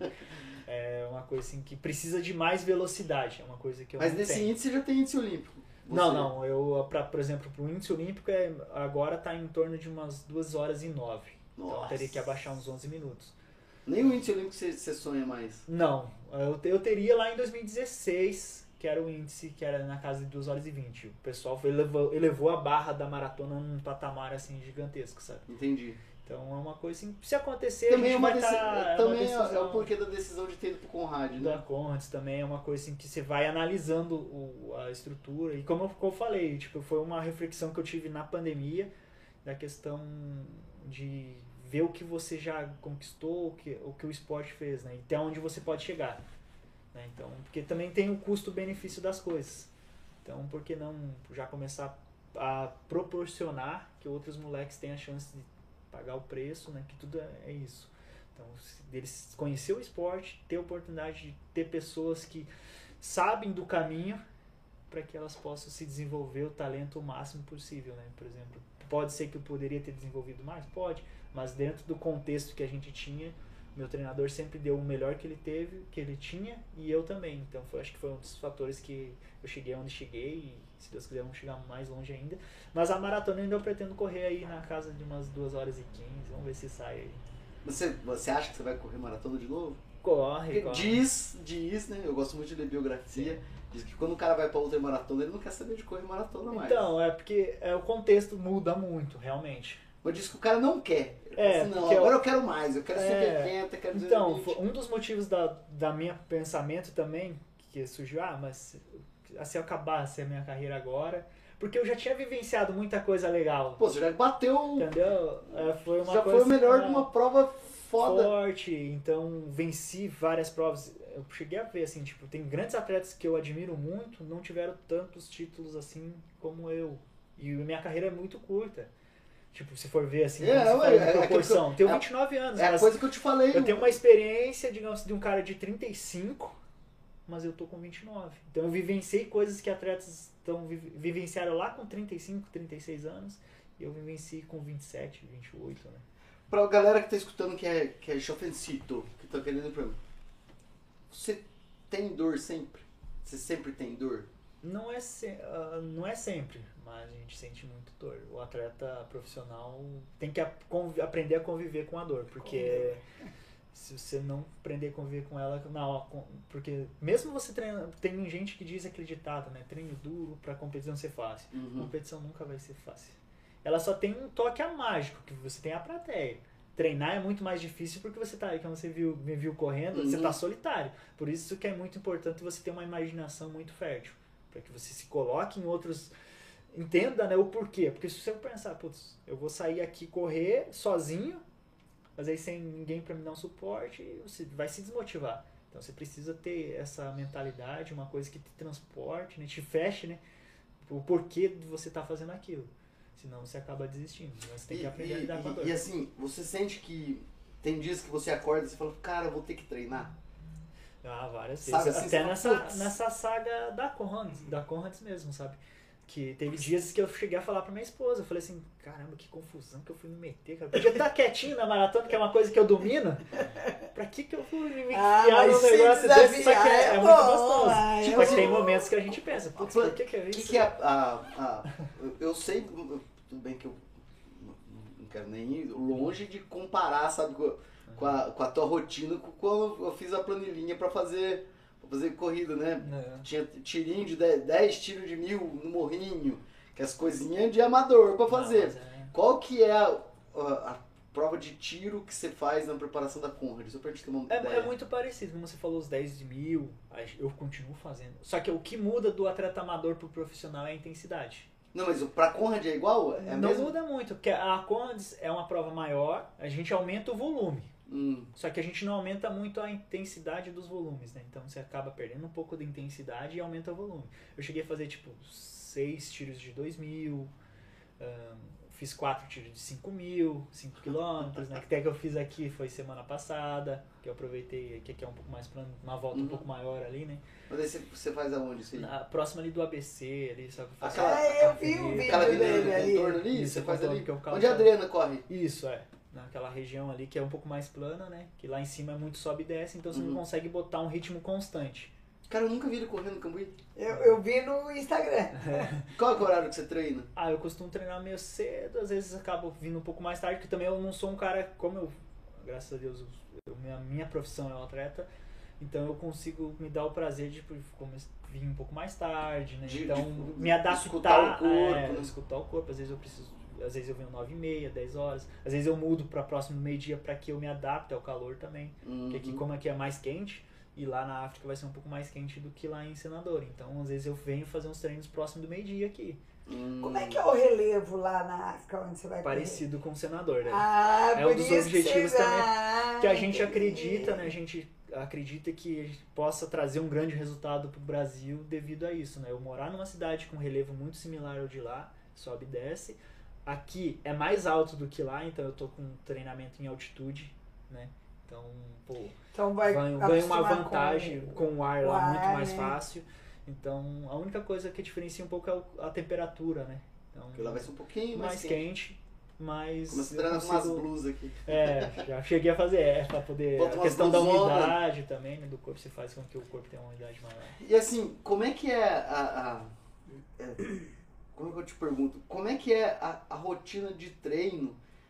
[SPEAKER 2] É uma coisa assim que precisa de mais velocidade, é uma coisa que eu
[SPEAKER 4] Mas
[SPEAKER 2] não
[SPEAKER 4] nesse
[SPEAKER 2] tenho.
[SPEAKER 4] índice já tem índice olímpico. Você-
[SPEAKER 2] Não, não, eu, pra, por exemplo, pro índice olímpico é, agora tá em torno de umas duas horas e nove. Então eu
[SPEAKER 4] Nossa.
[SPEAKER 2] teria que abaixar uns onze minutos.
[SPEAKER 4] Nem o índice olímpico você, você sonha mais.
[SPEAKER 2] Não, eu, eu teria lá em dois mil e dezesseis, que era o índice que era na casa de duas horas e vinte. O pessoal foi, elevou, elevou a barra da maratona num patamar assim gigantesco, sabe?
[SPEAKER 4] Entendi.
[SPEAKER 2] Então é uma coisa assim, se acontecer,
[SPEAKER 4] Também,
[SPEAKER 2] a
[SPEAKER 4] é
[SPEAKER 2] gente
[SPEAKER 4] uma,
[SPEAKER 2] vai
[SPEAKER 4] deci-
[SPEAKER 2] tá, é
[SPEAKER 4] também
[SPEAKER 2] uma
[SPEAKER 4] é, é o
[SPEAKER 2] decisão
[SPEAKER 4] porquê da decisão de ter ido pro Conrad,
[SPEAKER 2] da
[SPEAKER 4] né?
[SPEAKER 2] Conrads, também é uma coisa assim que você vai analisando o, a estrutura. E como eu, como eu falei, tipo, foi uma reflexão que eu tive na pandemia, da questão de ver o que você já conquistou, o que o, que o esporte fez, né? E até onde você pode chegar. Né? Então, porque também tem o custo-benefício das coisas. Então, por que não já começar a proporcionar que outros moleques tenham a chance de pagar o preço, né? Que tudo é, é isso. Então, se- deles conhecer o esporte, ter a oportunidade de ter pessoas que sabem do caminho para que elas possam se desenvolver o talento o máximo possível, né? Por exemplo, pode ser que eu poderia ter desenvolvido mais? Pode, mas dentro do contexto que a gente tinha, meu treinador sempre deu o melhor que ele teve, que ele tinha, e eu também. Então, foi, acho que foi um dos fatores que eu cheguei onde cheguei, e se Deus quiser, vamos chegar mais longe ainda. Mas a maratona ainda eu pretendo correr aí na casa de umas duas horas e quinze, vamos ver se sai aí.
[SPEAKER 4] Você, você acha que você vai correr maratona de novo?
[SPEAKER 2] Corre,
[SPEAKER 4] Porque
[SPEAKER 2] corre.
[SPEAKER 4] diz, diz, né? Eu gosto muito de ler biografia. Diz que quando o cara vai pra outra maratona, ele não quer saber de correr maratona mais.
[SPEAKER 2] Então, é porque é, o contexto muda muito, realmente.
[SPEAKER 4] Mas diz que o cara não quer. Ele
[SPEAKER 2] É,
[SPEAKER 4] fala assim, não,
[SPEAKER 2] porque
[SPEAKER 4] agora
[SPEAKER 2] eu-
[SPEAKER 4] eu quero mais, eu quero
[SPEAKER 2] É,
[SPEAKER 4] cento e oitenta, quero
[SPEAKER 2] Então,
[SPEAKER 4] duzentos e vinte.
[SPEAKER 2] foi um dos motivos da, da minha pensamento também, que surgiu, ah, mas se eu acabasse a minha carreira agora, porque eu já tinha vivenciado muita coisa legal,
[SPEAKER 4] Pô, você já bateu.
[SPEAKER 2] entendeu? É, foi uma
[SPEAKER 4] Já
[SPEAKER 2] coisa
[SPEAKER 4] foi o melhor
[SPEAKER 2] assim,
[SPEAKER 4] de uma prova foda.
[SPEAKER 2] forte, então venci várias provas. Eu cheguei a ver, assim, tipo, tem grandes atletas que eu admiro muito, não tiveram tantos títulos assim como eu. E minha carreira é muito curta. Tipo, se for ver assim,
[SPEAKER 4] É,
[SPEAKER 2] como você
[SPEAKER 4] ué,
[SPEAKER 2] fala
[SPEAKER 4] é
[SPEAKER 2] em
[SPEAKER 4] aquilo
[SPEAKER 2] proporção.
[SPEAKER 4] que eu-
[SPEAKER 2] Tenho
[SPEAKER 4] é-
[SPEAKER 2] vinte e nove anos,
[SPEAKER 4] É a
[SPEAKER 2] mas
[SPEAKER 4] coisa que eu te falei.
[SPEAKER 2] eu tenho uma experiência, digamos, de um cara de trinta e cinco, mas eu tô com vinte e nove. Então eu vivenciei coisas que atletas tão, vi- vivenciaram lá com trinta e cinco, trinta e seis anos, e eu vivenciei com vinte e sete, vinte e oito, né?
[SPEAKER 4] Pra galera que tá escutando que é, que é jovencito, que tá querendo ir pra mim. Você tem dor sempre? Você sempre tem dor?
[SPEAKER 2] Não é, se, uh, não é sempre, mas a gente sente muito dor. O atleta profissional tem que ap- conv- aprender a conviver com a dor, porque se você não aprender a conviver com ela, não, com- porque mesmo você treina, tem gente que diz aquele ditado, né? Treino duro pra competição ser fácil.
[SPEAKER 4] Uhum.
[SPEAKER 2] Competição nunca vai ser fácil. Ela só tem um toque a mágico, que você tem a plateia. Treinar é muito mais difícil porque você tá aí, como você viu, me viu correndo,
[SPEAKER 4] Uhum.
[SPEAKER 2] você tá solitário. Por isso que é muito importante você ter uma imaginação muito fértil. Para que você se coloque em outros... Entenda, né, o porquê. Porque se você pensar, putz, eu vou sair aqui correr sozinho, mas aí sem ninguém para me dar um suporte, você vai se desmotivar. Então você precisa ter essa mentalidade, uma coisa que te transporte, né, te feche, né, o porquê de você estar tá fazendo aquilo. Senão você acaba desistindo. Mas você tem
[SPEAKER 4] E,
[SPEAKER 2] que aprender
[SPEAKER 4] e,
[SPEAKER 2] a lidar com a dor.
[SPEAKER 4] e assim, você sente que tem dias que você acorda e você fala, cara, eu vou ter que treinar?
[SPEAKER 2] Ah, várias
[SPEAKER 4] Sabe,
[SPEAKER 2] vezes.
[SPEAKER 4] assim,
[SPEAKER 2] Até
[SPEAKER 4] você
[SPEAKER 2] nessa,
[SPEAKER 4] fala, "Putz."
[SPEAKER 2] nessa saga da Conrads, da Conrads mesmo, sabe? Que teve dias que eu cheguei a falar pra minha esposa, eu falei assim, caramba, que confusão que eu fui me meter, cara. Podia estar quietinho na maratona, que é uma coisa que eu domino. Pra que que eu fui me
[SPEAKER 3] Ah,
[SPEAKER 2] enfiar
[SPEAKER 3] mas
[SPEAKER 2] num
[SPEAKER 3] se
[SPEAKER 2] negócio desse? Só que é,
[SPEAKER 3] desafiar
[SPEAKER 2] é
[SPEAKER 3] é
[SPEAKER 2] muito
[SPEAKER 3] bom,
[SPEAKER 2] gostoso.
[SPEAKER 3] ah,
[SPEAKER 2] Tipo,
[SPEAKER 3] é
[SPEAKER 2] que tem
[SPEAKER 3] bom.
[SPEAKER 2] momentos que a gente pensa, putz, por que que é
[SPEAKER 4] O
[SPEAKER 2] isso?
[SPEAKER 4] que, que é a, a, a- Eu sei, tudo bem que eu não quero nem ir longe de comparar, sabe, com, com, a, com a tua rotina, com quando eu fiz a planilhinha pra fazer, pra fazer corrida, né?
[SPEAKER 2] É.
[SPEAKER 4] Tinha tirinho de dez tiros de mil no morrinho, que as coisinhas de amador pra fazer.
[SPEAKER 2] Não, mas é-
[SPEAKER 4] Qual que é a, a, a prova de tiro que você faz na preparação da Conrad? Só pra gente ter uma
[SPEAKER 2] É,
[SPEAKER 4] ideia.
[SPEAKER 2] é muito parecido, como você falou, os dez de mil, eu continuo fazendo. Só que o que muda do atleta amador pro profissional é a intensidade.
[SPEAKER 4] Não, mas o pra Conrad é igual? É
[SPEAKER 2] Não
[SPEAKER 4] mesmo?
[SPEAKER 2] muda muito, porque a Conrads é uma prova maior, a gente aumenta o volume.
[SPEAKER 4] Hum,
[SPEAKER 2] Só que a gente não aumenta muito a intensidade dos volumes, né? Então você acaba perdendo um pouco de intensidade e aumenta o volume. Eu cheguei a fazer tipo seis tiros de dois mil, ahn, fiz quatro tiros de cinco mil, cinco quilômetros, né? Que até que eu fiz aqui foi semana passada, que eu aproveitei aqui, que é um pouco mais plano, uma volta um
[SPEAKER 4] Uhum.
[SPEAKER 2] pouco maior ali, né?
[SPEAKER 4] mas aí você, você faz aonde isso aí?
[SPEAKER 2] Na, próxima ali do A B C, ali, sabe? Eu faço
[SPEAKER 4] Aquela-
[SPEAKER 2] a-
[SPEAKER 3] É, eu
[SPEAKER 2] a
[SPEAKER 3] vi o
[SPEAKER 2] corrida.
[SPEAKER 3] vídeo
[SPEAKER 4] Aquela avenida
[SPEAKER 3] dele
[SPEAKER 4] do
[SPEAKER 3] ali.
[SPEAKER 4] contorno ali,
[SPEAKER 2] Isso,
[SPEAKER 4] você
[SPEAKER 2] o
[SPEAKER 4] faz
[SPEAKER 2] contorno
[SPEAKER 4] ali?
[SPEAKER 2] que é o carro
[SPEAKER 4] Onde a
[SPEAKER 2] chama.
[SPEAKER 4] Adriana corre?
[SPEAKER 2] Isso, é. Naquela região ali que é um pouco mais plana, né? Que lá em cima é muito sobe e desce, então você
[SPEAKER 4] Uhum.
[SPEAKER 2] não consegue botar um ritmo constante.
[SPEAKER 4] Cara, eu nunca vi ele correndo no Cambuí.
[SPEAKER 3] Eu, eu vi no Instagram.
[SPEAKER 4] Qual é o horário que você treina?
[SPEAKER 2] Ah, eu costumo treinar meio cedo, às vezes acabo vindo um pouco mais tarde, porque também eu não sou um cara, como eu, graças a Deus, eu, minha, minha profissão é um atleta, então eu consigo me dar o prazer de tipo, come- vir um pouco mais tarde, né?
[SPEAKER 4] De-
[SPEAKER 2] Então,
[SPEAKER 4] de
[SPEAKER 2] me adaptar,
[SPEAKER 4] escutar o corpo,
[SPEAKER 2] é,
[SPEAKER 4] né?
[SPEAKER 2] escutar o corpo, às vezes eu preciso, às vezes eu venho nove e meia, dez horas, às vezes eu mudo para próximo meio-dia para que eu me adapte ao calor também. Porque aqui,
[SPEAKER 4] Uhum.
[SPEAKER 2] como aqui é mais quente, e lá na África vai ser um pouco mais quente do que lá em Senador. Então, às vezes eu venho fazer uns treinos próximo do meio-dia aqui.
[SPEAKER 4] Hum.
[SPEAKER 3] Como é que é o relevo lá na África onde você vai correr?
[SPEAKER 2] Parecido com o Senador, né?
[SPEAKER 3] Ah,
[SPEAKER 2] É
[SPEAKER 3] por
[SPEAKER 2] um dos
[SPEAKER 3] isso
[SPEAKER 2] objetivos
[SPEAKER 3] que você
[SPEAKER 2] também,
[SPEAKER 3] vai.
[SPEAKER 2] Que a gente
[SPEAKER 3] entendi.
[SPEAKER 2] acredita, né? A gente acredita que a gente possa trazer um grande resultado para o Brasil devido a isso, né? Eu morar numa cidade com relevo muito similar ao de lá, sobe e desce. Aqui é mais alto do que lá, então eu tô com treinamento em altitude, né? Então, pô,
[SPEAKER 3] Então vai
[SPEAKER 2] ganho, ganho uma
[SPEAKER 3] acostumar
[SPEAKER 2] vantagem
[SPEAKER 3] com-
[SPEAKER 2] com, o ar
[SPEAKER 3] o
[SPEAKER 2] lá
[SPEAKER 3] ar,
[SPEAKER 2] muito mais
[SPEAKER 3] né?
[SPEAKER 2] fácil. Então, a única coisa que diferencia um pouco é o- a temperatura, né? Então,
[SPEAKER 4] Porque lá vai ser um pouquinho mais,
[SPEAKER 2] mais
[SPEAKER 4] quente.
[SPEAKER 2] quente, mas
[SPEAKER 4] Começa a
[SPEAKER 2] eu
[SPEAKER 4] treinar com
[SPEAKER 2] consigo-
[SPEAKER 4] umas blusas aqui.
[SPEAKER 2] É, já cheguei a fazer, é, pra poder...
[SPEAKER 4] Bota
[SPEAKER 2] a
[SPEAKER 4] umas
[SPEAKER 2] questão da
[SPEAKER 4] blusonas.
[SPEAKER 2] umidade também, né, do corpo, você faz com que o corpo tenha uma umidade maior.
[SPEAKER 4] E assim, como é que é a... a- é, como é que eu te pergunto? Como é que é a, a rotina de treino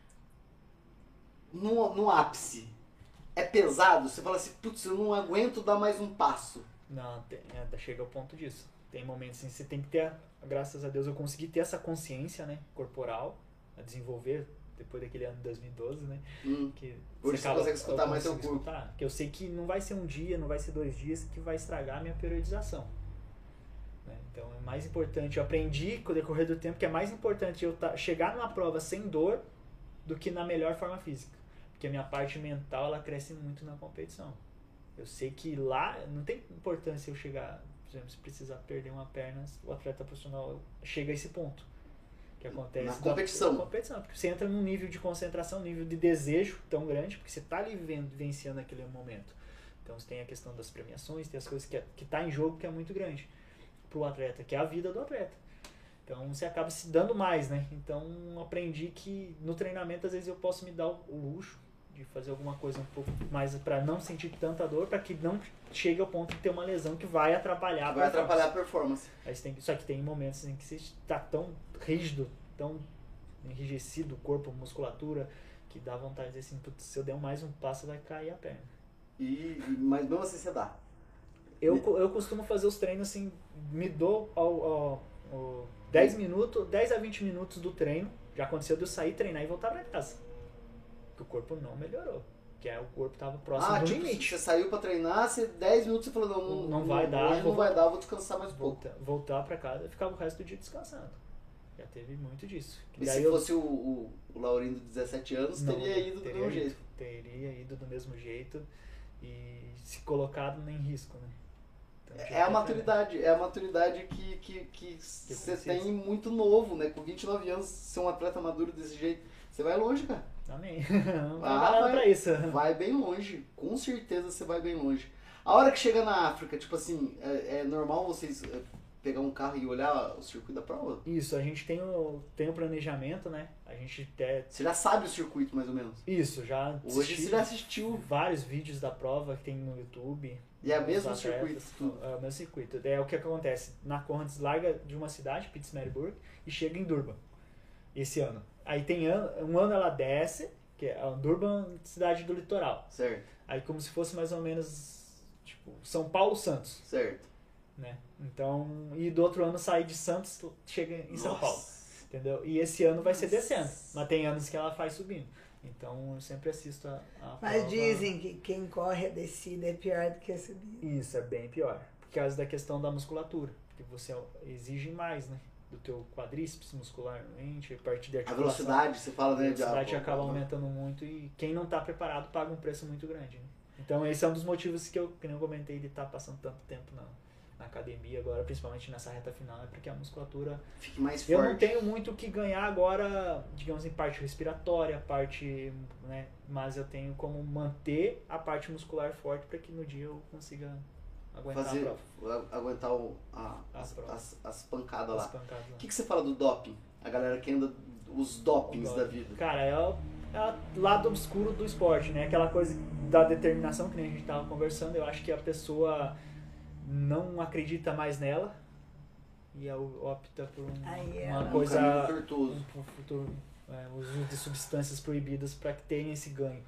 [SPEAKER 4] no, no ápice? É pesado? Você fala assim, putz, eu não aguento dar mais um passo.
[SPEAKER 2] Não, tem, é, chega ao ponto disso. Tem momentos assim, você tem que ter, graças a Deus, eu consegui ter essa consciência, né, corporal, a desenvolver depois daquele ano de dois mil e doze, né,
[SPEAKER 4] Hum.
[SPEAKER 2] que
[SPEAKER 4] Hoje você consegue escutar
[SPEAKER 2] eu
[SPEAKER 4] mais seu
[SPEAKER 2] consigo
[SPEAKER 4] corpo.
[SPEAKER 2] escutar, que eu sei que não vai ser um dia, não vai ser dois dias que vai estragar a minha periodização. Né? Então é mais importante, eu aprendi com o decorrer do tempo que é mais importante eu tá, chegar numa prova sem dor do que na melhor forma física. Porque a minha parte mental ela cresce muito na competição. Eu sei que lá não tem importância eu chegar, por exemplo, se precisar perder uma perna, o atleta profissional chega a esse ponto. Que acontece
[SPEAKER 4] Na
[SPEAKER 2] da-
[SPEAKER 4] competição.
[SPEAKER 2] Na competição. Porque você entra num nível de concentração, um nível de desejo tão grande, porque você está ali vivendo, vivenciando aquele momento. Então você tem a questão das premiações, tem as coisas que, é, que tá em jogo que é muito grande pro atleta, que é a vida do atleta. Então você acaba se dando mais, né? Então aprendi que no treinamento às vezes eu posso me dar o luxo de fazer alguma coisa um pouco mais para não sentir tanta dor, para que não chegue ao ponto de ter uma lesão que vai atrapalhar a
[SPEAKER 4] Vai
[SPEAKER 2] performance.
[SPEAKER 4] atrapalhar a performance.
[SPEAKER 2] Aí você tem, só que tem momentos em que você está tão rígido, tão enrijecido o corpo, musculatura, que dá vontade de dizer assim, putz, se eu der mais um passo vai cair a perna.
[SPEAKER 4] E, mas mesmo assim você dá.
[SPEAKER 2] Eu, eu costumo fazer os treinos assim, me dou ao, ao, ao dez minutos, dez a vinte minutos do treino, já aconteceu de eu sair, treinar e voltar pra casa. Porque o corpo não melhorou. Que é, o corpo tava próximo
[SPEAKER 4] Ah,
[SPEAKER 2] do
[SPEAKER 4] tipo,
[SPEAKER 2] limite.
[SPEAKER 4] você saiu pra treinar, você dez minutos você falou, não, não,
[SPEAKER 2] Não vai dar,
[SPEAKER 4] hoje
[SPEAKER 2] vou-
[SPEAKER 4] não vai dar, vou descansar mais um pouco.
[SPEAKER 2] Voltar, voltar pra casa e ficava o resto do dia descansando. Já teve muito disso. Que
[SPEAKER 4] E
[SPEAKER 2] daí
[SPEAKER 4] se
[SPEAKER 2] eu-
[SPEAKER 4] fosse o, o, o Laurindo de dezessete anos,
[SPEAKER 2] Não,
[SPEAKER 4] teria ido do
[SPEAKER 2] teria
[SPEAKER 4] mesmo
[SPEAKER 2] ido,
[SPEAKER 4] jeito.
[SPEAKER 2] Teria ido do mesmo jeito e se colocado em risco, né? Então,
[SPEAKER 4] É
[SPEAKER 2] já
[SPEAKER 4] a maturidade, é a maturidade que, que, que você
[SPEAKER 2] precisa.
[SPEAKER 4] tem muito novo, né? Com vinte e nove anos, ser um atleta maduro desse jeito, você vai longe, cara.
[SPEAKER 2] Amém. Não
[SPEAKER 4] Ah,
[SPEAKER 2] vai
[SPEAKER 4] vai.
[SPEAKER 2] pra isso.
[SPEAKER 4] Vai bem longe, com certeza você vai bem longe. A hora que chega na África, tipo assim, é, é normal vocês é, pegar um carro e olhar o circuito da prova?
[SPEAKER 2] Isso, a gente tem o, tem o planejamento, né? A gente até...
[SPEAKER 4] Você já sabe o circuito, mais ou menos.
[SPEAKER 2] Isso, já
[SPEAKER 4] Hoje
[SPEAKER 2] assisti
[SPEAKER 4] você já assistiu.
[SPEAKER 2] vários vídeos da prova que tem no YouTube.
[SPEAKER 4] E é o
[SPEAKER 2] dos
[SPEAKER 4] mesmo
[SPEAKER 2] atletas.
[SPEAKER 4] circuito, tudo.
[SPEAKER 2] É o mesmo circuito. É o que acontece. Na Conrads larga de uma cidade, Pietermaritzburg, e chega em Durban. Esse ano. Aí tem ano, um ano ela desce, que é a Durban, cidade do litoral.
[SPEAKER 4] Certo,
[SPEAKER 2] Aí como se fosse mais ou menos tipo São Paulo, Santos,
[SPEAKER 4] certo.
[SPEAKER 2] né? Então, e do outro ano sair de Santos, chega em São
[SPEAKER 4] Nossa.
[SPEAKER 2] Paulo, entendeu? E esse ano vai ser descendo, mas tem anos que ela faz subindo. Então, eu sempre assisto a, a
[SPEAKER 3] Mas
[SPEAKER 2] prova.
[SPEAKER 3] dizem que quem corre a descida é pior do que a subida.
[SPEAKER 2] Isso é bem pior, por causa da questão da musculatura, que você exige mais, né? Do teu quadríceps muscularmente, a partir de
[SPEAKER 4] A
[SPEAKER 2] articulação.
[SPEAKER 4] velocidade, você fala,
[SPEAKER 2] A
[SPEAKER 4] né? de-
[SPEAKER 2] velocidade acaba aumentando muito e quem não está preparado paga um preço muito grande. Né? Então esse é um dos motivos que eu, que nem eu comentei de estar passando tanto tempo na, na academia agora, principalmente nessa reta final, é porque a musculatura...
[SPEAKER 4] Fique mais
[SPEAKER 2] Eu
[SPEAKER 4] forte.
[SPEAKER 2] não tenho muito o que ganhar agora, digamos, em parte respiratória, parte, né, mas eu tenho como manter a parte muscular forte para que no dia eu consiga aguentar
[SPEAKER 4] Fazer,
[SPEAKER 2] a prova.
[SPEAKER 4] a- aguentar o, a-
[SPEAKER 2] A
[SPEAKER 4] as,
[SPEAKER 2] prova.
[SPEAKER 4] as, as pancadas
[SPEAKER 2] As
[SPEAKER 4] lá.
[SPEAKER 2] pancadas lá.
[SPEAKER 4] O que, que você fala do doping? A galera que anda, os dopings da vida.
[SPEAKER 2] Cara, é o, é o lado obscuro do esporte, né? Aquela coisa da determinação que nem a gente tava conversando. Eu acho que a pessoa não acredita mais nela e ela opta por um-
[SPEAKER 3] Aí
[SPEAKER 2] uma
[SPEAKER 3] ela-
[SPEAKER 4] Um
[SPEAKER 2] coisa,
[SPEAKER 4] caminho tortuoso.
[SPEAKER 2] um, um futuro, é, o uso de substâncias proibidas para que tenha esse ganho.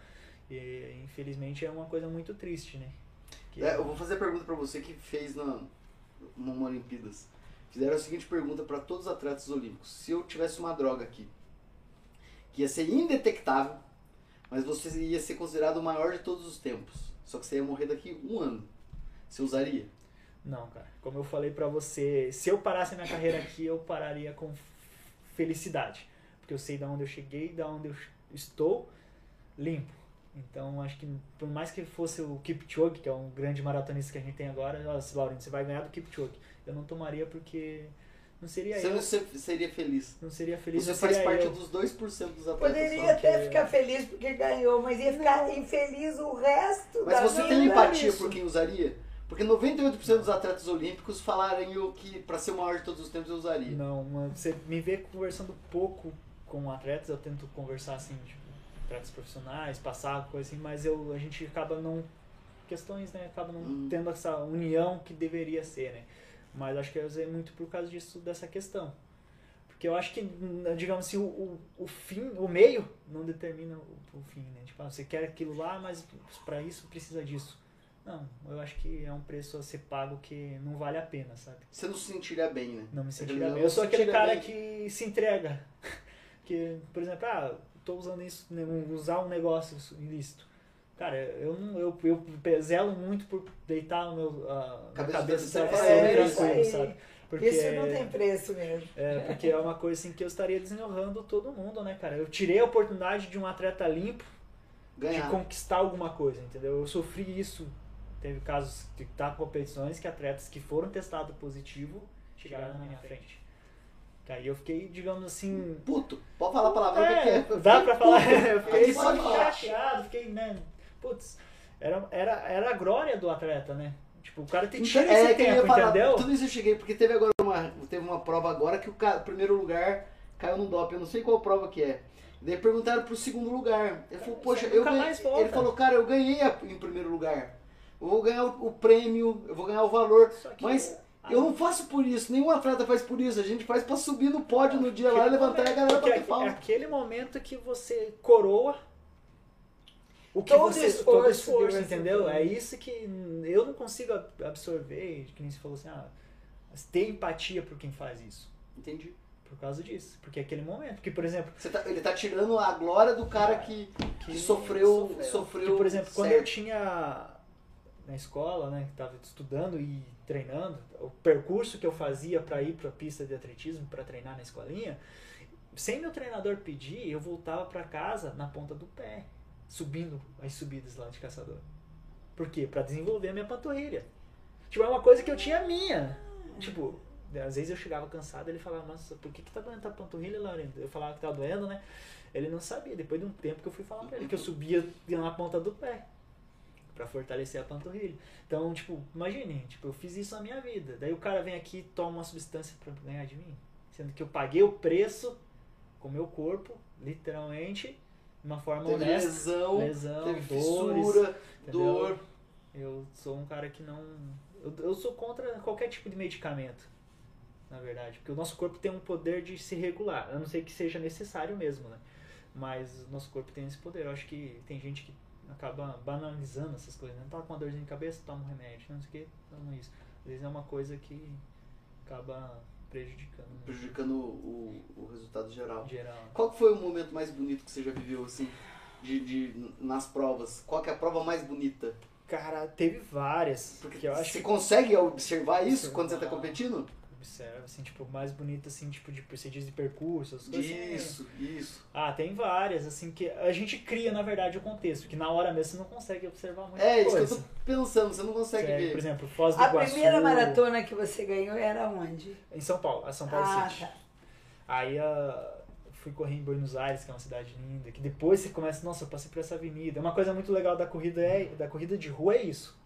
[SPEAKER 2] E infelizmente é uma coisa muito triste, né? Que
[SPEAKER 4] É, eu vou fazer a pergunta pra você que fez na, numa Olimpíadas. Fizeram a seguinte pergunta pra todos os atletas olímpicos. Se eu tivesse uma droga aqui, que ia ser indetectável, mas você ia ser considerado o maior de todos os tempos, só que você ia morrer daqui um ano, você usaria?
[SPEAKER 2] Não, cara. Como eu falei pra você, se eu parasse a minha carreira aqui, eu pararia com felicidade. Porque eu sei de onde eu cheguei, de onde eu estou limpo. Então, acho que por mais que fosse o Kipchoge, que é um grande maratonista que a gente tem agora, nossa, Laurindo, você vai ganhar do Kipchoge. Eu não tomaria porque não seria
[SPEAKER 4] Você
[SPEAKER 2] eu.
[SPEAKER 4] não se- seria feliz.
[SPEAKER 2] Não seria feliz,
[SPEAKER 4] Você
[SPEAKER 2] não
[SPEAKER 4] faz
[SPEAKER 2] seria
[SPEAKER 4] parte
[SPEAKER 2] eu.
[SPEAKER 4] dos dois por cento dos atletas.
[SPEAKER 3] Poderia
[SPEAKER 4] só.
[SPEAKER 3] até ficar feliz porque ganhou, mas ia ficar infeliz o resto da
[SPEAKER 4] Mas você
[SPEAKER 3] vida.
[SPEAKER 4] tem empatia
[SPEAKER 3] Isso.
[SPEAKER 4] por quem usaria? Porque noventa e oito por cento dos atletas olímpicos falarem o que pra ser o maior de todos os tempos eu usaria.
[SPEAKER 2] Não, mano, você me vê conversando pouco com atletas, eu tento conversar assim, tipo, atletas profissionais, passar, coisa assim, mas eu, a gente acaba não, questões, né, acaba não
[SPEAKER 4] Hum.
[SPEAKER 2] tendo essa união que deveria ser, né, mas acho que eu usei muito por causa disso, dessa questão, porque eu acho que, digamos assim, o, o, o fim, o meio não determina o, o fim, né, tipo, ah, você quer aquilo lá, mas pra isso precisa disso. Não, eu acho que é um preço a ser pago que não vale a pena, sabe?
[SPEAKER 4] Você não se sentiria bem, né?
[SPEAKER 2] Não me
[SPEAKER 4] Aquele
[SPEAKER 2] sentiria
[SPEAKER 4] não
[SPEAKER 2] bem. Eu sou
[SPEAKER 4] se
[SPEAKER 2] aquele
[SPEAKER 4] sentiria
[SPEAKER 2] cara
[SPEAKER 4] bem.
[SPEAKER 2] que se entrega. Que, por exemplo, ah, tô usando isso, né, usar um negócio ilícito. Cara, eu não eu, eu zelo muito por deitar o meu, a,
[SPEAKER 4] Cabeça
[SPEAKER 2] a cabeça
[SPEAKER 4] deve ser
[SPEAKER 2] tranquilo,
[SPEAKER 3] é, isso aí.
[SPEAKER 2] sabe? Porque,
[SPEAKER 3] Isso não tem preço mesmo.
[SPEAKER 2] é, porque é uma coisa assim que eu estaria desonrando todo mundo, né, cara? Eu tirei a oportunidade de um atleta limpo
[SPEAKER 4] Ganhar.
[SPEAKER 2] de conquistar alguma coisa, entendeu? Eu sofri isso. Teve casos de tá competições que atletas que foram testados positivo chegaram na minha frente. Aí eu fiquei, digamos assim...
[SPEAKER 4] Puto. Pode falar a palavra
[SPEAKER 2] É,
[SPEAKER 4] que quer.
[SPEAKER 2] dá pra falar. Eu fiquei
[SPEAKER 4] Aqui pode falar.
[SPEAKER 2] chateado, fiquei, né? Putz, era, era, era a glória do atleta, né? Tipo, o cara tem
[SPEAKER 4] Então,
[SPEAKER 2] tira
[SPEAKER 4] é,
[SPEAKER 2] esse
[SPEAKER 4] que eu ia
[SPEAKER 2] tempo,
[SPEAKER 4] falar,
[SPEAKER 2] entendeu?
[SPEAKER 4] tudo isso eu cheguei, porque teve agora uma, teve uma prova agora que o, cara, o primeiro lugar caiu no doping, eu não sei qual prova que é. Daí perguntaram pro segundo lugar. Ele falou, poxa,
[SPEAKER 2] Você
[SPEAKER 4] eu
[SPEAKER 2] nunca
[SPEAKER 4] ganhei.
[SPEAKER 2] mais volta.
[SPEAKER 4] Ele falou, cara, eu ganhei a- em primeiro lugar. Eu vou ganhar o, o prêmio, eu vou ganhar o valor.
[SPEAKER 2] Só que
[SPEAKER 4] Mas
[SPEAKER 2] a-
[SPEAKER 4] eu não faço por isso, nenhum atleta faz por isso. A gente faz pra subir no pódio no dia lá e levantar e a galera
[SPEAKER 2] Porque
[SPEAKER 4] bater
[SPEAKER 2] é, é
[SPEAKER 4] palma.
[SPEAKER 2] aquele momento que você coroa o que
[SPEAKER 3] Todo
[SPEAKER 2] você
[SPEAKER 3] esforço
[SPEAKER 2] todo
[SPEAKER 3] que
[SPEAKER 2] esforço,
[SPEAKER 3] você
[SPEAKER 2] entendeu?
[SPEAKER 3] tem.
[SPEAKER 2] É isso que eu não consigo ab- absorver, que nem você falou assim, ah, mas ter empatia por quem faz isso.
[SPEAKER 4] Entendi.
[SPEAKER 2] Por causa disso. Porque é aquele momento. Porque, por exemplo,
[SPEAKER 4] Você tá- ele tá tirando a glória do cara que, que sofreu, sofreu.
[SPEAKER 2] Porque, por exemplo, quando eu
[SPEAKER 4] certo.
[SPEAKER 2] tinha na escola, né, que estava estudando e treinando, o percurso que eu fazia para ir para a pista de atletismo, para treinar na escolinha, sem meu treinador pedir, eu voltava para casa na ponta do pé, subindo as subidas lá de Caçador. Por quê? Para desenvolver a minha panturrilha. Tipo, é uma coisa que eu tinha minha. Tipo, às vezes eu chegava cansado, ele falava, nossa, por que que tá doendo a panturrilha, Laurindo? Eu falava que tá doendo, né? Ele não sabia. Depois de um tempo que eu fui falar pra ele, que eu subia na ponta do pé pra fortalecer a panturrilha. Então, tipo, imagine, tipo, eu fiz isso na minha vida. Daí o cara vem aqui e toma uma substância pra ganhar de mim. Sendo que eu paguei o preço com o meu corpo, literalmente, de uma forma
[SPEAKER 4] Teve
[SPEAKER 2] honesta.
[SPEAKER 4] lesão,
[SPEAKER 2] lesão,
[SPEAKER 4] teve
[SPEAKER 2] dores,
[SPEAKER 4] fissura,
[SPEAKER 2] entendeu?
[SPEAKER 4] dor.
[SPEAKER 2] Eu sou um cara que não... Eu, eu sou contra qualquer tipo de medicamento, na verdade. Porque o nosso corpo tem um poder de se regular. A não sei que seja necessário mesmo, né? Mas o nosso corpo tem esse poder. Eu acho que tem gente que acaba banalizando essas coisas. Não tá com uma dorzinha de cabeça, toma um remédio. Não sei o que, toma isso. Às vezes é uma coisa que acaba prejudicando. né?
[SPEAKER 4] Prejudicando o, o resultado geral.
[SPEAKER 2] Em geral.
[SPEAKER 4] Qual que foi o momento mais bonito que você já viveu, assim, de, de, nas provas? Qual que é a prova mais bonita?
[SPEAKER 2] Cara, teve várias.
[SPEAKER 4] Porque
[SPEAKER 2] que eu acho
[SPEAKER 4] você
[SPEAKER 2] que
[SPEAKER 4] consegue observar isso
[SPEAKER 2] Observar.
[SPEAKER 4] quando você tá competindo?
[SPEAKER 2] observa, assim, tipo, mais bonita, assim, tipo, de procedimentos de percurso, essas coisas assim.
[SPEAKER 4] Isso, isso.
[SPEAKER 2] Ah, tem várias, assim, que a gente cria, na verdade, o contexto, que na hora mesmo você não consegue observar muita
[SPEAKER 4] É, isso
[SPEAKER 2] coisa.
[SPEAKER 4] que eu tô pensando, você não consegue
[SPEAKER 2] É,
[SPEAKER 4] ver.
[SPEAKER 2] por exemplo, Foz do
[SPEAKER 3] A
[SPEAKER 2] Iguaçu.
[SPEAKER 3] primeira maratona que você ganhou era onde?
[SPEAKER 2] Em São Paulo, a São Paulo
[SPEAKER 3] Ah,
[SPEAKER 2] City.
[SPEAKER 3] tá.
[SPEAKER 2] Aí ah, fui correr em Buenos Aires, que é uma cidade linda, que depois você começa, nossa, eu passei por essa avenida. Uma coisa muito legal da corrida é da corrida de rua é isso.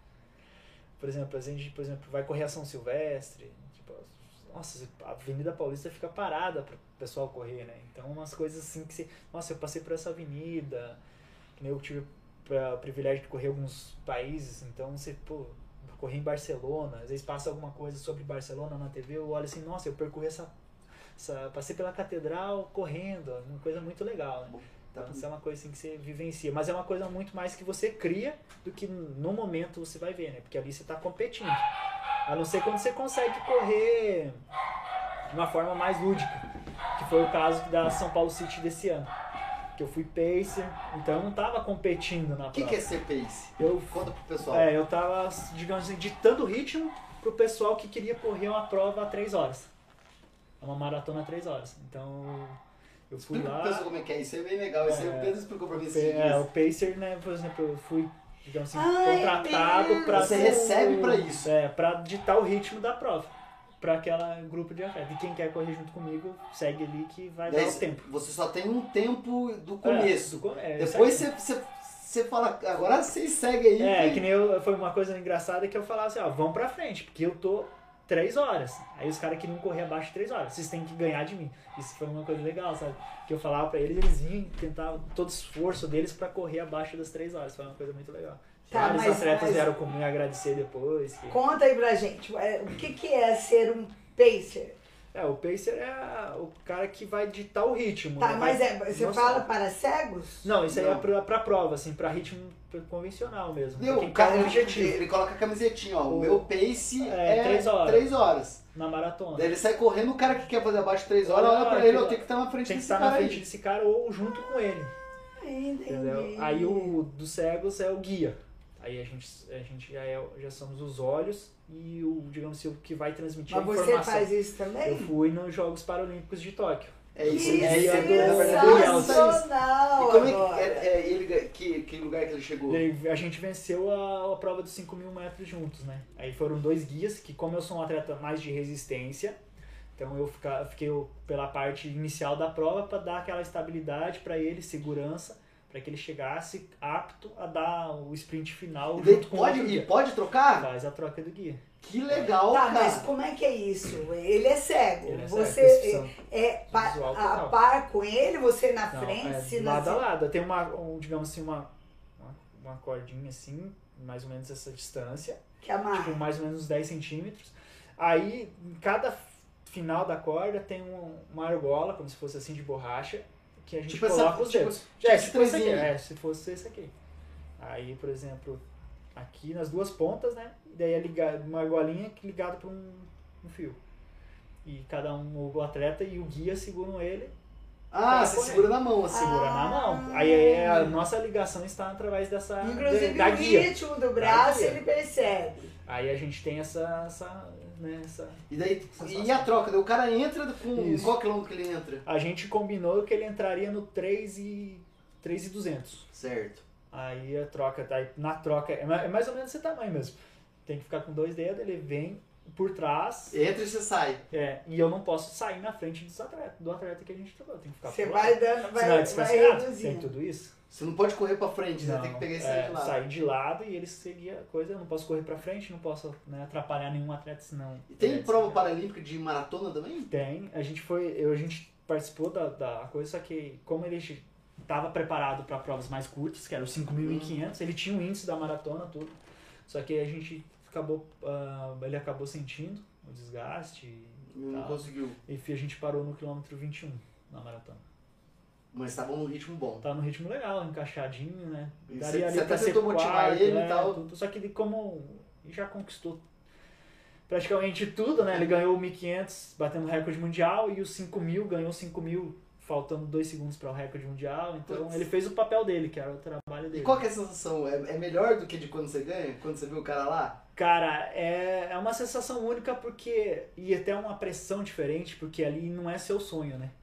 [SPEAKER 2] Por exemplo, a gente, por exemplo, vai correr a São Silvestre, tipo, nossa, a Avenida Paulista fica parada para o pessoal correr, né? Então, umas coisas assim que você, nossa, eu passei por essa avenida, que nem eu tive o privilégio de correr alguns países, então você, pô, correr em Barcelona, às vezes passa alguma coisa sobre Barcelona na T V, eu olho assim, nossa, eu percorri essa, essa passei pela catedral correndo, uma coisa muito legal, né? Então, isso é uma coisa assim que você vivencia, mas é uma coisa muito mais que você cria do que no momento você vai ver, né? Porque ali você está competindo. A não ser quando você consegue correr de uma forma mais lúdica, que foi o caso da São Paulo City desse ano. Que eu fui pacer, então eu não estava competindo na
[SPEAKER 4] O que,
[SPEAKER 2] prova.
[SPEAKER 4] que é ser pace?
[SPEAKER 2] Eu,
[SPEAKER 4] Conta pro pessoal.
[SPEAKER 2] é, eu tava, digamos assim, ditando ritmo pro pessoal que queria correr uma prova a três horas. Uma maratona a três horas. Então, eu fui
[SPEAKER 4] Explica pro
[SPEAKER 2] lá...
[SPEAKER 4] pessoal como é que é, isso é bem legal, isso aí
[SPEAKER 2] É,
[SPEAKER 4] o Pedro explicou pra mim esses
[SPEAKER 2] É,
[SPEAKER 4] dias.
[SPEAKER 2] o pacer, né, por exemplo, eu fui, digamos assim,
[SPEAKER 3] Ai,
[SPEAKER 2] contratado
[SPEAKER 3] Deus!
[SPEAKER 2] para
[SPEAKER 4] Você recebe pra isso.
[SPEAKER 2] É, pra ditar o ritmo da prova. Pra aquela grupo de atleta. E quem quer correr junto comigo, segue ali que vai
[SPEAKER 4] Daí
[SPEAKER 2] dar o tempo.
[SPEAKER 4] Você só tem um tempo do começo.
[SPEAKER 2] É, do come- é,
[SPEAKER 4] Depois
[SPEAKER 2] isso aí.
[SPEAKER 4] você, você, você fala, agora vocês seguem aí.
[SPEAKER 2] É,
[SPEAKER 4] que-
[SPEAKER 2] que nem eu, foi uma coisa engraçada que eu falava assim, ó, vamos pra frente, porque eu tô três horas. Aí os caras queriam correr abaixo de três horas. Vocês têm que ganhar de mim. Isso foi uma coisa legal, sabe? Que eu falava pra eles, eles iam tentar todo o esforço deles pra correr abaixo das três horas. Foi uma coisa muito legal.
[SPEAKER 3] Tá,
[SPEAKER 2] Vários
[SPEAKER 3] mas-
[SPEAKER 2] atletas
[SPEAKER 3] mas-
[SPEAKER 2] vieram comigo agradecer depois. que-
[SPEAKER 3] Conta aí pra gente, é, o que, que é ser um pacer?
[SPEAKER 2] É, o pacer é a- o cara que vai ditar o ritmo.
[SPEAKER 3] Tá,
[SPEAKER 2] né?
[SPEAKER 3] mas
[SPEAKER 2] Vai-
[SPEAKER 3] é, você
[SPEAKER 2] Nossa.
[SPEAKER 3] fala para cegos?
[SPEAKER 2] Não, isso aí
[SPEAKER 4] Não.
[SPEAKER 2] é pra, pra prova, assim, pra ritmo convencional mesmo.
[SPEAKER 4] Deu,
[SPEAKER 2] Pra quem
[SPEAKER 4] o cara,
[SPEAKER 2] quer um objetivo
[SPEAKER 4] ele coloca a camisetinha, ó. O,
[SPEAKER 2] O-
[SPEAKER 4] meu pace
[SPEAKER 2] é,
[SPEAKER 4] é
[SPEAKER 2] três horas.
[SPEAKER 4] três horas.
[SPEAKER 2] na maratona.
[SPEAKER 4] Daí ele sai correndo, o cara que quer fazer abaixo de três horas,
[SPEAKER 2] Olha,
[SPEAKER 4] olha pra
[SPEAKER 2] olha,
[SPEAKER 4] ele,
[SPEAKER 2] que
[SPEAKER 4] eu tenho que estar na frente
[SPEAKER 2] Tem que
[SPEAKER 4] desse
[SPEAKER 2] estar
[SPEAKER 4] cara
[SPEAKER 2] na frente
[SPEAKER 4] aí.
[SPEAKER 2] desse cara ou junto com ele.
[SPEAKER 3] Entendi.
[SPEAKER 2] Entendeu? Aí o dos cegos é o guia. Aí a gente, a gente já, é, já somos os olhos e o, digamos assim, o que vai transmitir
[SPEAKER 3] Mas
[SPEAKER 2] a
[SPEAKER 3] você
[SPEAKER 2] informação.
[SPEAKER 3] faz isso também?
[SPEAKER 2] Eu fui nos Jogos Paralímpicos de Tóquio.
[SPEAKER 4] É isso,
[SPEAKER 3] Que
[SPEAKER 4] é isso.
[SPEAKER 2] é do-
[SPEAKER 4] Na verdade, é isso.
[SPEAKER 3] sensacional
[SPEAKER 4] E como é que,
[SPEAKER 3] agora.
[SPEAKER 4] é, é, ele, que, que lugar que ele chegou?
[SPEAKER 2] E aí a gente venceu a, a prova dos cinco mil metros juntos, né? Aí foram dois guias, que como eu sou um atleta mais de resistência, então eu fica, fiquei pela parte inicial da prova para dar aquela estabilidade para ele, segurança, para que ele chegasse apto a dar o sprint final
[SPEAKER 4] E, daí
[SPEAKER 2] junto com
[SPEAKER 4] pode,
[SPEAKER 2] o outro
[SPEAKER 4] e
[SPEAKER 2] guia.
[SPEAKER 4] pode trocar?
[SPEAKER 2] Faz a troca do guia.
[SPEAKER 4] Que legal,
[SPEAKER 3] Tá,
[SPEAKER 4] cara.
[SPEAKER 3] mas como é que é isso? Ele é cego.
[SPEAKER 2] Ele é cego,
[SPEAKER 3] você
[SPEAKER 2] prescrição
[SPEAKER 3] é, é pa-
[SPEAKER 2] visual
[SPEAKER 3] a
[SPEAKER 2] total.
[SPEAKER 3] par com ele, você na
[SPEAKER 2] Não,
[SPEAKER 3] frente,
[SPEAKER 2] é
[SPEAKER 3] se
[SPEAKER 2] lado a
[SPEAKER 3] na
[SPEAKER 2] lado. Tem uma, um, digamos assim, uma, uma, uma cordinha assim, mais ou menos essa distância,
[SPEAKER 3] que amarra.
[SPEAKER 2] tipo mais ou menos uns dez centímetros. Aí, em cada final da corda tem um- uma argola, como se fosse assim de borracha, que a gente
[SPEAKER 4] Tipo essa-
[SPEAKER 2] coloca os
[SPEAKER 4] tipo-
[SPEAKER 2] dedos.
[SPEAKER 4] tipo
[SPEAKER 2] é,
[SPEAKER 4] esse
[SPEAKER 2] se fosse esse aqui,
[SPEAKER 4] trenzinho.
[SPEAKER 2] é, se fosse esse aqui. Aí, por exemplo, aqui nas duas pontas, né? E daí é ligado, uma argolinha que ligado por um, um fio. E cada um, o atleta e o guia seguram ele,
[SPEAKER 4] Ah,
[SPEAKER 2] Tá
[SPEAKER 4] você
[SPEAKER 2] correto.
[SPEAKER 4] segura na mão, assim.
[SPEAKER 2] segura
[SPEAKER 3] Ah.
[SPEAKER 2] na mão. Aí, aí a nossa ligação está através dessa
[SPEAKER 3] Inclusive
[SPEAKER 2] da
[SPEAKER 3] o
[SPEAKER 2] guia.
[SPEAKER 3] ritmo do braço
[SPEAKER 2] guia.
[SPEAKER 3] ele percebe.
[SPEAKER 2] Aí a gente tem essa, essa, né, essa...
[SPEAKER 4] E daí,
[SPEAKER 2] Sensação.
[SPEAKER 4] e a troca? Daí o cara entra com
[SPEAKER 2] Isso.
[SPEAKER 4] qual quilômetro que ele entra?
[SPEAKER 2] A gente combinou que ele entraria no três e duzentos.
[SPEAKER 4] Certo.
[SPEAKER 2] Aí a troca, tá? Aí na troca, é ma- é mais ou menos esse tamanho mesmo. Tem que ficar com dois dedos, ele vem por trás,
[SPEAKER 4] Entra e você sai.
[SPEAKER 2] é, e eu não posso sair na frente dos atleta, do atleta que a gente trocou. Tem que ficar
[SPEAKER 3] Você
[SPEAKER 2] pro
[SPEAKER 3] vai
[SPEAKER 2] lado.
[SPEAKER 3] dando,
[SPEAKER 2] Senão é
[SPEAKER 3] vai, vai
[SPEAKER 2] desclassificado. Tem
[SPEAKER 3] reduzindo.
[SPEAKER 2] tudo isso.
[SPEAKER 4] Você não pode correr pra frente, né?
[SPEAKER 2] Não,
[SPEAKER 4] Tem que pegar e
[SPEAKER 2] é,
[SPEAKER 4] sair de lado.
[SPEAKER 2] sair de lado e ele seguir a coisa. Eu não posso correr pra frente, não posso, né, atrapalhar nenhum atleta, senão...
[SPEAKER 4] E tem
[SPEAKER 2] é,
[SPEAKER 4] prova
[SPEAKER 2] se-
[SPEAKER 4] paralímpica de maratona também?
[SPEAKER 2] Tem. A gente foi, eu, a gente participou da, da coisa, só que como ele estava preparado para provas mais curtas, que era os cinco mil e quinhentos, ele tinha o índice da maratona, tudo. Só que a gente acabou, ah, ele acabou sentindo o desgaste e,
[SPEAKER 4] Não
[SPEAKER 2] tal.
[SPEAKER 4] conseguiu.
[SPEAKER 2] E a gente parou no quilômetro vinte e um na maratona.
[SPEAKER 4] Mas estavam num ritmo bom.
[SPEAKER 2] Tava no ritmo legal, encaixadinho, né?
[SPEAKER 4] E
[SPEAKER 2] Daria
[SPEAKER 4] você-
[SPEAKER 2] ali
[SPEAKER 4] você até
[SPEAKER 2] pra ser
[SPEAKER 4] tentou motivar
[SPEAKER 2] quarto,
[SPEAKER 4] ele e
[SPEAKER 2] é,
[SPEAKER 4] tal.
[SPEAKER 2] tudo. Só que ele como já conquistou praticamente tudo, né? Ele ganhou o mil e quinhentos batendo o recorde mundial e os cinco mil, ganhou cinco mil faltando dois segundos para o recorde mundial. Então
[SPEAKER 4] Putz.
[SPEAKER 2] ele fez o papel dele, que era o trabalho
[SPEAKER 4] E
[SPEAKER 2] dele.
[SPEAKER 4] qual que é a sensação? É, é melhor do que de quando você ganha? Quando você vê o cara lá?
[SPEAKER 2] Cara, é, é uma sensação única porque... E até uma pressão diferente, porque ali não é seu sonho, né?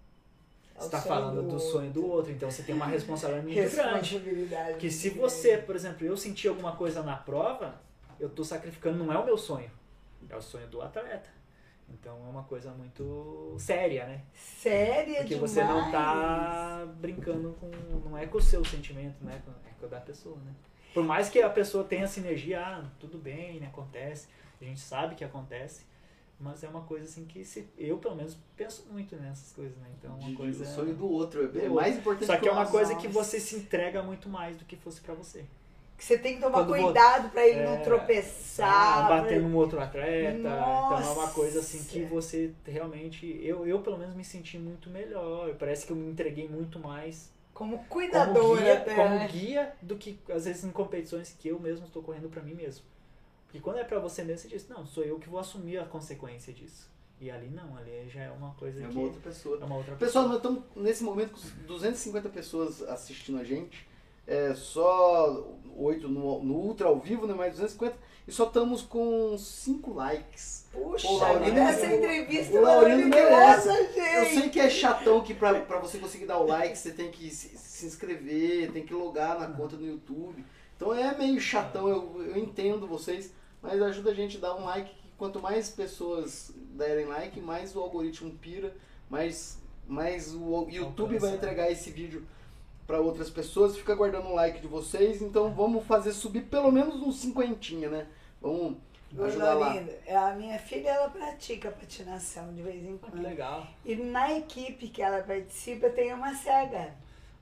[SPEAKER 3] É
[SPEAKER 2] Você
[SPEAKER 3] o
[SPEAKER 2] tá
[SPEAKER 3] sonho
[SPEAKER 2] falando
[SPEAKER 3] do
[SPEAKER 2] do sonho do outro, então você tem uma responsabilidade muito grande.
[SPEAKER 3] Responsabilidade.
[SPEAKER 2] Porque se
[SPEAKER 3] muito
[SPEAKER 2] você,
[SPEAKER 3] grande.
[SPEAKER 2] por exemplo, eu sentir alguma coisa na prova, eu tô sacrificando, não é o meu sonho, é o sonho do atleta. Então é uma coisa muito séria, né?
[SPEAKER 3] Séria
[SPEAKER 2] Porque
[SPEAKER 3] demais.
[SPEAKER 2] você não tá brincando com. Não é com o seu sentimento, né? É com o da pessoa, né? Por mais que a pessoa tenha sinergia, ah, tudo bem, né? Acontece, a gente sabe que acontece, mas é uma coisa assim que se, eu, pelo menos, penso muito nessas coisas, né? Então é
[SPEAKER 4] De-
[SPEAKER 2] uma
[SPEAKER 4] de-
[SPEAKER 2] coisa.
[SPEAKER 4] O sonho do outro. É,
[SPEAKER 2] do
[SPEAKER 4] é
[SPEAKER 2] outro.
[SPEAKER 4] mais importante
[SPEAKER 2] Só que é
[SPEAKER 4] o
[SPEAKER 2] uma
[SPEAKER 4] nosso.
[SPEAKER 2] coisa que
[SPEAKER 3] Nossa.
[SPEAKER 2] você se entrega muito mais do que fosse pra você.
[SPEAKER 3] Que você tem que tomar
[SPEAKER 2] Quando vo-
[SPEAKER 3] cuidado pra ele
[SPEAKER 2] É,
[SPEAKER 3] não tropeçar.
[SPEAKER 2] Ah,
[SPEAKER 3] pra-
[SPEAKER 2] bater num outro atleta. Então é uma
[SPEAKER 3] Nossa.
[SPEAKER 2] coisa assim que você realmente. Eu, eu pelo menos me senti muito melhor. Parece que eu me entreguei muito mais
[SPEAKER 3] Como
[SPEAKER 2] como
[SPEAKER 3] cuidadora
[SPEAKER 2] guia,
[SPEAKER 3] até,
[SPEAKER 2] como
[SPEAKER 3] né?
[SPEAKER 2] guia do que às vezes em competições que eu mesmo estou correndo pra mim mesmo. Porque quando é pra você mesmo, você diz, não, sou eu que vou assumir a consequência disso. E ali não, ali já é uma coisa
[SPEAKER 4] É
[SPEAKER 2] que
[SPEAKER 4] uma outra pessoa.
[SPEAKER 2] é uma outra
[SPEAKER 4] Pessoal, nós estamos nesse momento com duzentas e cinquenta pessoas assistindo a gente. É, só oito no, no Ultra ao vivo, né? Mais duzentas e cinquenta. E só estamos com cinco likes.
[SPEAKER 3] Puxa,
[SPEAKER 4] O Laurindo-
[SPEAKER 3] essa entrevista
[SPEAKER 4] o Laurindo merece.
[SPEAKER 3] nossa,
[SPEAKER 4] Eu
[SPEAKER 3] gente.
[SPEAKER 4] sei que é chatão que pra, pra você conseguir dar o like, você tem que se, se inscrever, tem que logar na conta no YouTube. Então é meio chatão, eu, eu entendo vocês, mas ajuda a gente a dar um like. Que quanto mais pessoas derem like, mais o algoritmo pira, mais, mais o YouTube vai entregar esse vídeo para outras pessoas. Fica aguardando o like de vocês, então vamos fazer subir pelo menos uns cinquentinha, né? Vamos
[SPEAKER 3] Ô,
[SPEAKER 4] ajudar lá.
[SPEAKER 3] Laurindo, a minha filha, ela pratica patinação de vez em
[SPEAKER 2] Que
[SPEAKER 3] quando.
[SPEAKER 2] legal.
[SPEAKER 3] E na equipe que ela participa tem uma cega.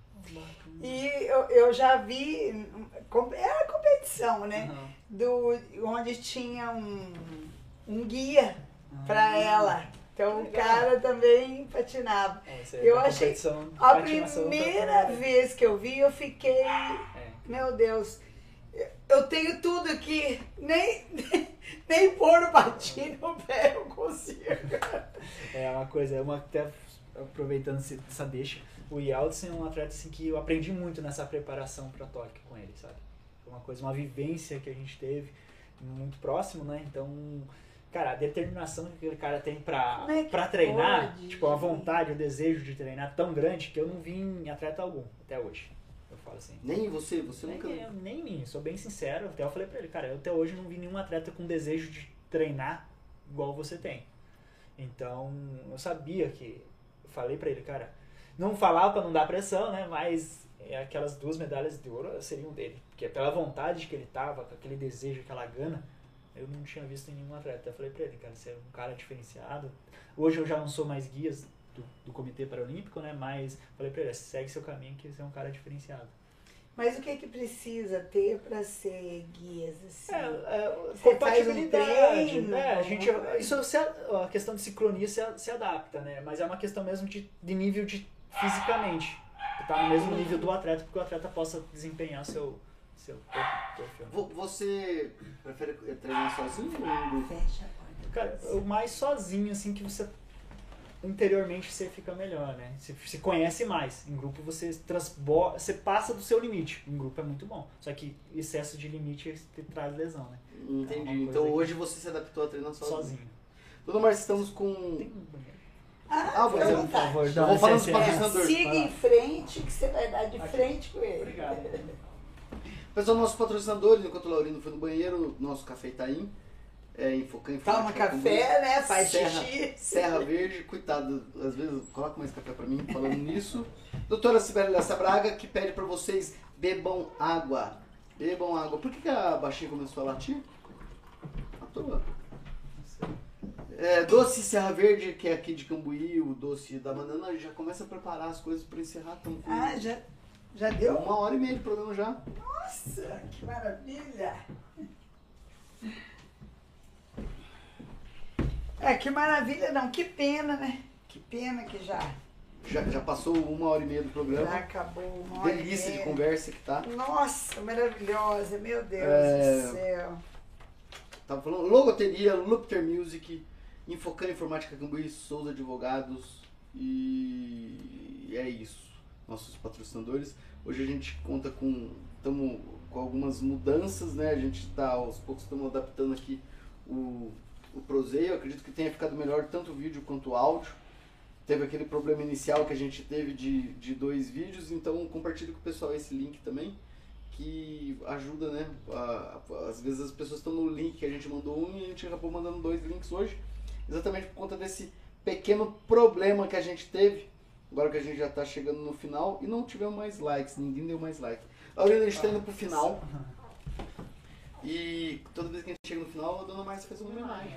[SPEAKER 3] E eu, eu já vi, com- era competição, né?
[SPEAKER 2] Aham.
[SPEAKER 3] Do, onde tinha um, um guia pra
[SPEAKER 2] Ah,
[SPEAKER 3] ela. Então o
[SPEAKER 2] legal.
[SPEAKER 3] 'cara também patinava.
[SPEAKER 2] É, isso aí
[SPEAKER 3] Eu
[SPEAKER 2] da
[SPEAKER 3] achei-
[SPEAKER 2] competição,
[SPEAKER 3] A
[SPEAKER 2] patinação,
[SPEAKER 3] primeira
[SPEAKER 2] tá-
[SPEAKER 3] vez que eu vi, eu fiquei,
[SPEAKER 2] É.
[SPEAKER 3] meu Deus, eu tenho tudo aqui, nem, nem pôr o patinho no pé eu consigo.
[SPEAKER 2] É uma coisa, é uma, até aproveitando esse- essa deixa, o Yeltsin é um atleta assim, que eu aprendi muito nessa preparação para Tóquio com ele, sabe? Foi uma coisa, uma vivência que a gente teve muito próximo, né? Então, cara, a determinação que aquele cara tem pra,
[SPEAKER 3] Como é que
[SPEAKER 2] pra treinar,
[SPEAKER 3] pode,
[SPEAKER 2] tipo, a
[SPEAKER 3] gente?
[SPEAKER 2] vontade, o desejo de treinar tão grande que eu não vi em atleta algum até hoje. Eu falo assim.
[SPEAKER 4] Nem você, você
[SPEAKER 2] Nem,
[SPEAKER 4] nunca...
[SPEAKER 2] eu, nem mim, sou bem sincero. Até eu falei pra ele, cara, eu até hoje não vi nenhum atleta com desejo de treinar igual você tem. Então, eu sabia que. Eu falei pra ele, cara, não falava pra não dar pressão, né? Mas é aquelas duas medalhas de ouro seriam dele. Porque pela vontade que ele tava, com aquele desejo, aquela gana, eu não tinha visto em nenhum atleta. Eu falei pra ele, cara, você é um cara diferenciado. Hoje eu já não sou mais guias do, do Comitê Paralímpico, né? Mas falei pra ele, segue seu caminho que você é um cara diferenciado.
[SPEAKER 3] Mas o que que precisa ter para ser guias assim?
[SPEAKER 2] É, é
[SPEAKER 3] Você
[SPEAKER 2] compatibilidade,
[SPEAKER 3] faz um treino,
[SPEAKER 2] né? A gente,
[SPEAKER 3] alguma coisa?
[SPEAKER 2] isso se, a a questão de sincronia se, se adapta, né? Mas é uma questão mesmo de, de nível de fisicamente. Tá no mesmo nível do atleta, porque o atleta possa desempenhar seu seu perfil.
[SPEAKER 4] Vo- Você prefere treinar sozinho ou em grupo?
[SPEAKER 3] Fecha a porta.
[SPEAKER 2] Cara, o mais sozinho, assim, que você interiormente você fica melhor, né? Você se conhece mais. Em grupo você transborda, você passa do seu limite. Em grupo é muito bom. Só que excesso de limite te traz lesão, né?
[SPEAKER 4] Entendi.
[SPEAKER 2] É uma coisa
[SPEAKER 4] Então
[SPEAKER 2] que-
[SPEAKER 4] hoje você se adaptou a treinar sozinho.
[SPEAKER 2] Sozinho.
[SPEAKER 4] Dona Márcia, estamos com...
[SPEAKER 2] Tem um banheiro.
[SPEAKER 3] Ah,
[SPEAKER 4] Ah,
[SPEAKER 3] fica à
[SPEAKER 4] você-
[SPEAKER 2] Por
[SPEAKER 3] vontade.
[SPEAKER 2] favor,
[SPEAKER 4] Eu
[SPEAKER 2] dá
[SPEAKER 4] vou
[SPEAKER 2] uma
[SPEAKER 4] falar dos
[SPEAKER 2] licença.
[SPEAKER 4] patrocinadores.
[SPEAKER 3] Siga em frente que você vai dar de
[SPEAKER 2] Aqui.
[SPEAKER 3] frente com ele.
[SPEAKER 2] Obrigado.
[SPEAKER 4] Pessoal, nossos patrocinadores, enquanto o Laurino foi no banheiro, nosso Café Itaim, é, Infocan,
[SPEAKER 3] Toma
[SPEAKER 4] Informática,
[SPEAKER 3] café, né? Faz
[SPEAKER 4] Serra,
[SPEAKER 3] xixi.
[SPEAKER 4] Serra Verde, coitado, às vezes coloca mais café pra mim falando nisso. Doutora Sibeli Lessa Braga, que pede pra vocês bebam água. Bebam água. Por que, que a baixinha começou a latir? À toa. É, doce Serra Verde, que é aqui de Cambuí, o doce da banana, já começa a preparar as coisas pra encerrar. Tamo com
[SPEAKER 3] Ah, já, já deu?
[SPEAKER 4] uma hora e meia de programa já.
[SPEAKER 3] Nossa, que maravilha. É, que maravilha não, que pena, né? Que pena que já,
[SPEAKER 4] Já, já passou uma hora e meia do
[SPEAKER 3] já
[SPEAKER 4] programa.
[SPEAKER 3] acabou uma hora e
[SPEAKER 4] Delícia de
[SPEAKER 3] meia.
[SPEAKER 4] conversa que tá.
[SPEAKER 3] Nossa, maravilhosa, meu Deus
[SPEAKER 4] É.
[SPEAKER 3] do céu.
[SPEAKER 4] Tava falando logoteria, Lupter Music, Infocan Informática Cambuí, Souza Advogados e é isso. Nossos patrocinadores. Hoje a gente conta com, estamos com algumas mudanças, né? A gente está aos poucos estamos adaptando aqui o, o Proseio. Eu acredito que tenha ficado melhor tanto o vídeo quanto o áudio. Teve aquele problema inicial que a gente teve de, de dois vídeos, então compartilhe com o pessoal esse link também, que ajuda, né? A- a- às vezes as pessoas estão no link que a gente mandou um e a gente acabou mandando dois links hoje, exatamente por conta desse pequeno problema que a gente teve, agora que a gente já está chegando no final e não tivemos mais likes, ninguém deu mais like. Aurélio, a gente está indo pro final e toda vez que a gente chega no final, a Dona Márcia faz uma homenagem.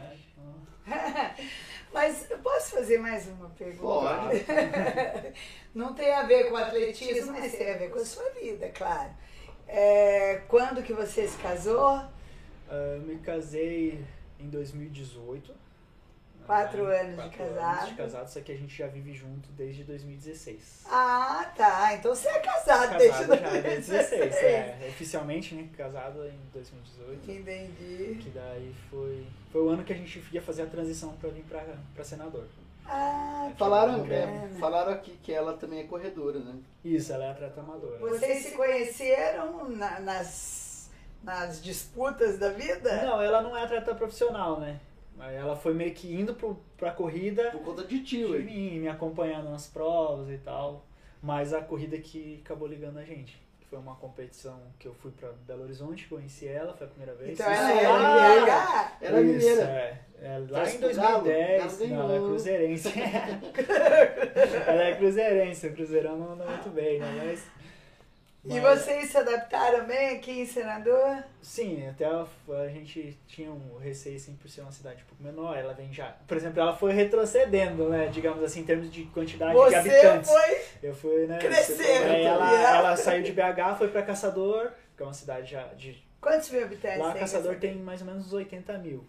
[SPEAKER 3] Mas eu posso fazer mais uma pergunta?
[SPEAKER 4] Pode.
[SPEAKER 3] Não tem a ver com atletismo, mas tem a ver com a sua vida, claro. É, quando que você se casou?
[SPEAKER 2] Ah, eu me casei em dois mil e dezoito.
[SPEAKER 3] Quatro
[SPEAKER 2] Ah,
[SPEAKER 3] anos de
[SPEAKER 2] quatro
[SPEAKER 3] casado.
[SPEAKER 2] anos de casado, só que a gente já vive junto desde dois mil e dezesseis.
[SPEAKER 3] Ah, tá. Então você é casado,
[SPEAKER 2] Casado
[SPEAKER 3] desde
[SPEAKER 2] já
[SPEAKER 3] dois mil e
[SPEAKER 2] desde
[SPEAKER 3] dezesseis.
[SPEAKER 2] dezesseis, é. Oficialmente, né? Casado em dois mil e dezoito.
[SPEAKER 3] Entendi.
[SPEAKER 2] Que daí foi, foi o ano que a gente ia fazer a transição pra vir pra, pra senador.
[SPEAKER 3] Ah,
[SPEAKER 4] Falaram,
[SPEAKER 3] que
[SPEAKER 4] é,
[SPEAKER 3] bacana.
[SPEAKER 4] falaram aqui que ela também é corredora, né?
[SPEAKER 2] Isso, ela é atleta amadora.
[SPEAKER 3] Vocês se conheceram na- nas, nas disputas da vida?
[SPEAKER 2] Não, ela não é atleta profissional, né? Mas ela foi meio que indo pro, pra corrida
[SPEAKER 4] Por conta de tio,
[SPEAKER 2] de
[SPEAKER 4] hein?
[SPEAKER 2] mim, me acompanhando nas provas e tal. Mas a corrida que acabou ligando a gente. Foi uma competição que eu fui pra Belo Horizonte, conheci ela, foi a primeira vez.
[SPEAKER 3] Então
[SPEAKER 2] Isso
[SPEAKER 3] ela
[SPEAKER 2] lá-
[SPEAKER 3] era M B H?
[SPEAKER 4] Era
[SPEAKER 2] Isso,
[SPEAKER 4] mineira.
[SPEAKER 2] É, é, lá
[SPEAKER 4] Torce
[SPEAKER 2] em
[SPEAKER 4] pro
[SPEAKER 2] dois mil e dez,
[SPEAKER 4] Galo? Galo
[SPEAKER 2] não, ela é
[SPEAKER 4] ganhou.
[SPEAKER 2] cruzeirense. Ela é cruzeirense, o Cruzeirão não anda muito bem, né? Mas,
[SPEAKER 3] E
[SPEAKER 2] mas-
[SPEAKER 3] vocês se adaptaram bem aqui em Senador?
[SPEAKER 2] Sim, até a, a gente tinha um receio assim, por ser uma cidade um pouco menor, ela vem já... Por exemplo, ela foi retrocedendo, né? Digamos assim, em termos de quantidade de
[SPEAKER 3] Você
[SPEAKER 2] habitantes.
[SPEAKER 3] foi
[SPEAKER 2] Eu fui, né?
[SPEAKER 3] crescendo.
[SPEAKER 2] Aí ela,
[SPEAKER 3] e ela-
[SPEAKER 2] ela saiu de B H, foi pra Caçador, que é uma cidade já de...
[SPEAKER 3] Quantos mil habitantes
[SPEAKER 2] Lá
[SPEAKER 3] tem
[SPEAKER 2] Caçador
[SPEAKER 3] Caçador?
[SPEAKER 2] tem mais ou menos uns oitenta mil.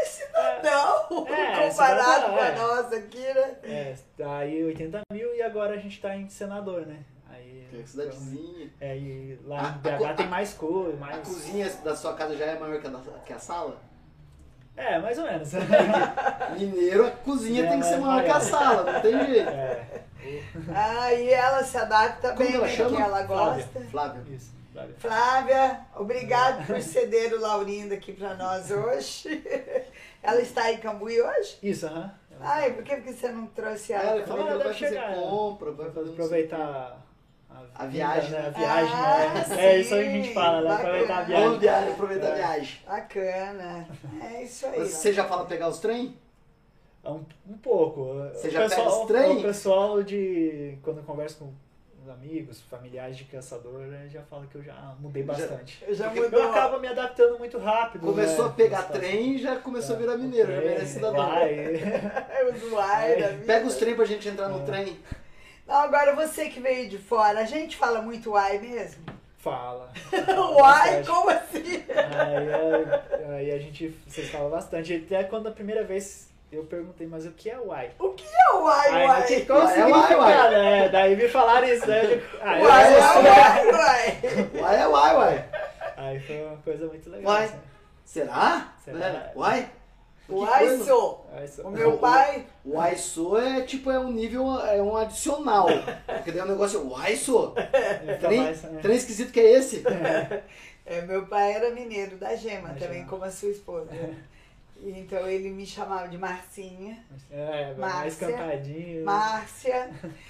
[SPEAKER 3] Não,
[SPEAKER 2] É,
[SPEAKER 3] comparado
[SPEAKER 2] cidade-
[SPEAKER 3] com a
[SPEAKER 2] é.
[SPEAKER 3] nossa aqui, né?
[SPEAKER 2] É, aí oitenta mil e agora a gente tá em Senador, né? Aí,
[SPEAKER 4] Que é cidadezinha.
[SPEAKER 2] É, e lá
[SPEAKER 4] A-
[SPEAKER 2] em B
[SPEAKER 4] a
[SPEAKER 2] H
[SPEAKER 4] co-
[SPEAKER 2] tem mais cor,
[SPEAKER 4] A
[SPEAKER 2] mais...
[SPEAKER 4] cozinha da sua casa já é maior que a, da- que a sala?
[SPEAKER 2] É, mais ou menos.
[SPEAKER 4] Mineiro, a cozinha
[SPEAKER 2] É,
[SPEAKER 4] tem que ser
[SPEAKER 2] mas
[SPEAKER 4] maior que a
[SPEAKER 2] maior.
[SPEAKER 4] sala, não tem jeito.
[SPEAKER 2] É,
[SPEAKER 3] Ah, e ela se adapta
[SPEAKER 4] Como
[SPEAKER 3] bem,
[SPEAKER 4] ela
[SPEAKER 3] né?
[SPEAKER 4] chama?
[SPEAKER 3] Que ela
[SPEAKER 2] Flávia.
[SPEAKER 3] gosta.
[SPEAKER 4] Flávio.
[SPEAKER 2] isso. Flávia.
[SPEAKER 3] Flávia, obrigado por ceder o Laurindo aqui pra nós hoje. Ela está em Cambuí hoje?
[SPEAKER 2] Isso, aham.
[SPEAKER 3] Ai, por que, por que você não trouxe
[SPEAKER 4] Ela
[SPEAKER 3] ela?
[SPEAKER 4] falou que
[SPEAKER 2] Ah,
[SPEAKER 4] ela vai
[SPEAKER 2] deve
[SPEAKER 4] fazer
[SPEAKER 2] chegar.
[SPEAKER 4] compra, vai fazer não sei o quê.
[SPEAKER 2] Aproveitar
[SPEAKER 4] A viagem,
[SPEAKER 2] né?
[SPEAKER 4] né?
[SPEAKER 2] A viagem,
[SPEAKER 3] Ah,
[SPEAKER 2] né?
[SPEAKER 3] sim,
[SPEAKER 2] É isso aí que a gente fala, né? Aproveitar a
[SPEAKER 3] bacana.
[SPEAKER 2] viagem.
[SPEAKER 4] Vamos viagem, aproveitar a
[SPEAKER 2] É.
[SPEAKER 4] viagem.
[SPEAKER 3] Bacana. É isso aí.
[SPEAKER 4] Você já fala pegar os trem?
[SPEAKER 2] É Um, um pouco.
[SPEAKER 4] Você
[SPEAKER 2] O
[SPEAKER 4] já pega
[SPEAKER 2] pessoal,
[SPEAKER 4] os trem?
[SPEAKER 2] O pessoal de... Quando eu converso com amigos, familiares de caçador né, já falam que eu já mudei bastante.
[SPEAKER 3] Já
[SPEAKER 2] Porque
[SPEAKER 3] mudou.
[SPEAKER 2] eu acabo me adaptando muito rápido.
[SPEAKER 4] Começou
[SPEAKER 2] né?
[SPEAKER 4] a pegar
[SPEAKER 2] Situação.
[SPEAKER 4] trem e já começou a virar
[SPEAKER 2] É,
[SPEAKER 4] mineiro,
[SPEAKER 2] o
[SPEAKER 4] já
[SPEAKER 2] trem,
[SPEAKER 4] merece cidadão.
[SPEAKER 2] vai.
[SPEAKER 3] É o usuário da vida.
[SPEAKER 4] Pega os trem pra gente entrar no
[SPEAKER 2] É.
[SPEAKER 4] trem.
[SPEAKER 3] Não, agora você que veio de fora, a gente fala muito uai mesmo?
[SPEAKER 2] Fala.
[SPEAKER 3] Uai? Como assim?
[SPEAKER 2] Aí, aí a gente, vocês falam bastante. Até quando a primeira vez eu perguntei, mas o que é uai?
[SPEAKER 3] O que é uai,
[SPEAKER 2] Aí,
[SPEAKER 3] uai?
[SPEAKER 2] mas que- qual o
[SPEAKER 4] Uai é uai,
[SPEAKER 2] significado?
[SPEAKER 4] uai.
[SPEAKER 2] É, daí me falaram isso, daí eu digo, ah, eu
[SPEAKER 3] Uai,
[SPEAKER 2] sou-
[SPEAKER 3] uai, uai, uai.
[SPEAKER 4] Uai é uai, uai.
[SPEAKER 2] Aí foi uma coisa muito legal.
[SPEAKER 4] Uai.
[SPEAKER 2] assim.
[SPEAKER 4] Será?
[SPEAKER 2] Será?
[SPEAKER 4] Né? Uai? Que
[SPEAKER 3] Uai,
[SPEAKER 4] coisa.
[SPEAKER 3] sou.
[SPEAKER 2] Aí só-
[SPEAKER 3] O meu pai...
[SPEAKER 4] Uai sou é tipo, é um nível, é um adicional. Porque daí o negócio é uai sou.
[SPEAKER 2] Fica
[SPEAKER 4] Trem,
[SPEAKER 2] mais, né?
[SPEAKER 4] trem esquisito que é esse?
[SPEAKER 3] É, meu pai era mineiro da Gema,
[SPEAKER 2] Da
[SPEAKER 3] também
[SPEAKER 2] Gema.
[SPEAKER 3] como a sua esposa. E então ele me chamava de Marcinha,
[SPEAKER 2] É, mais
[SPEAKER 3] Márcia,
[SPEAKER 2] cantadinho.
[SPEAKER 3] Márcia.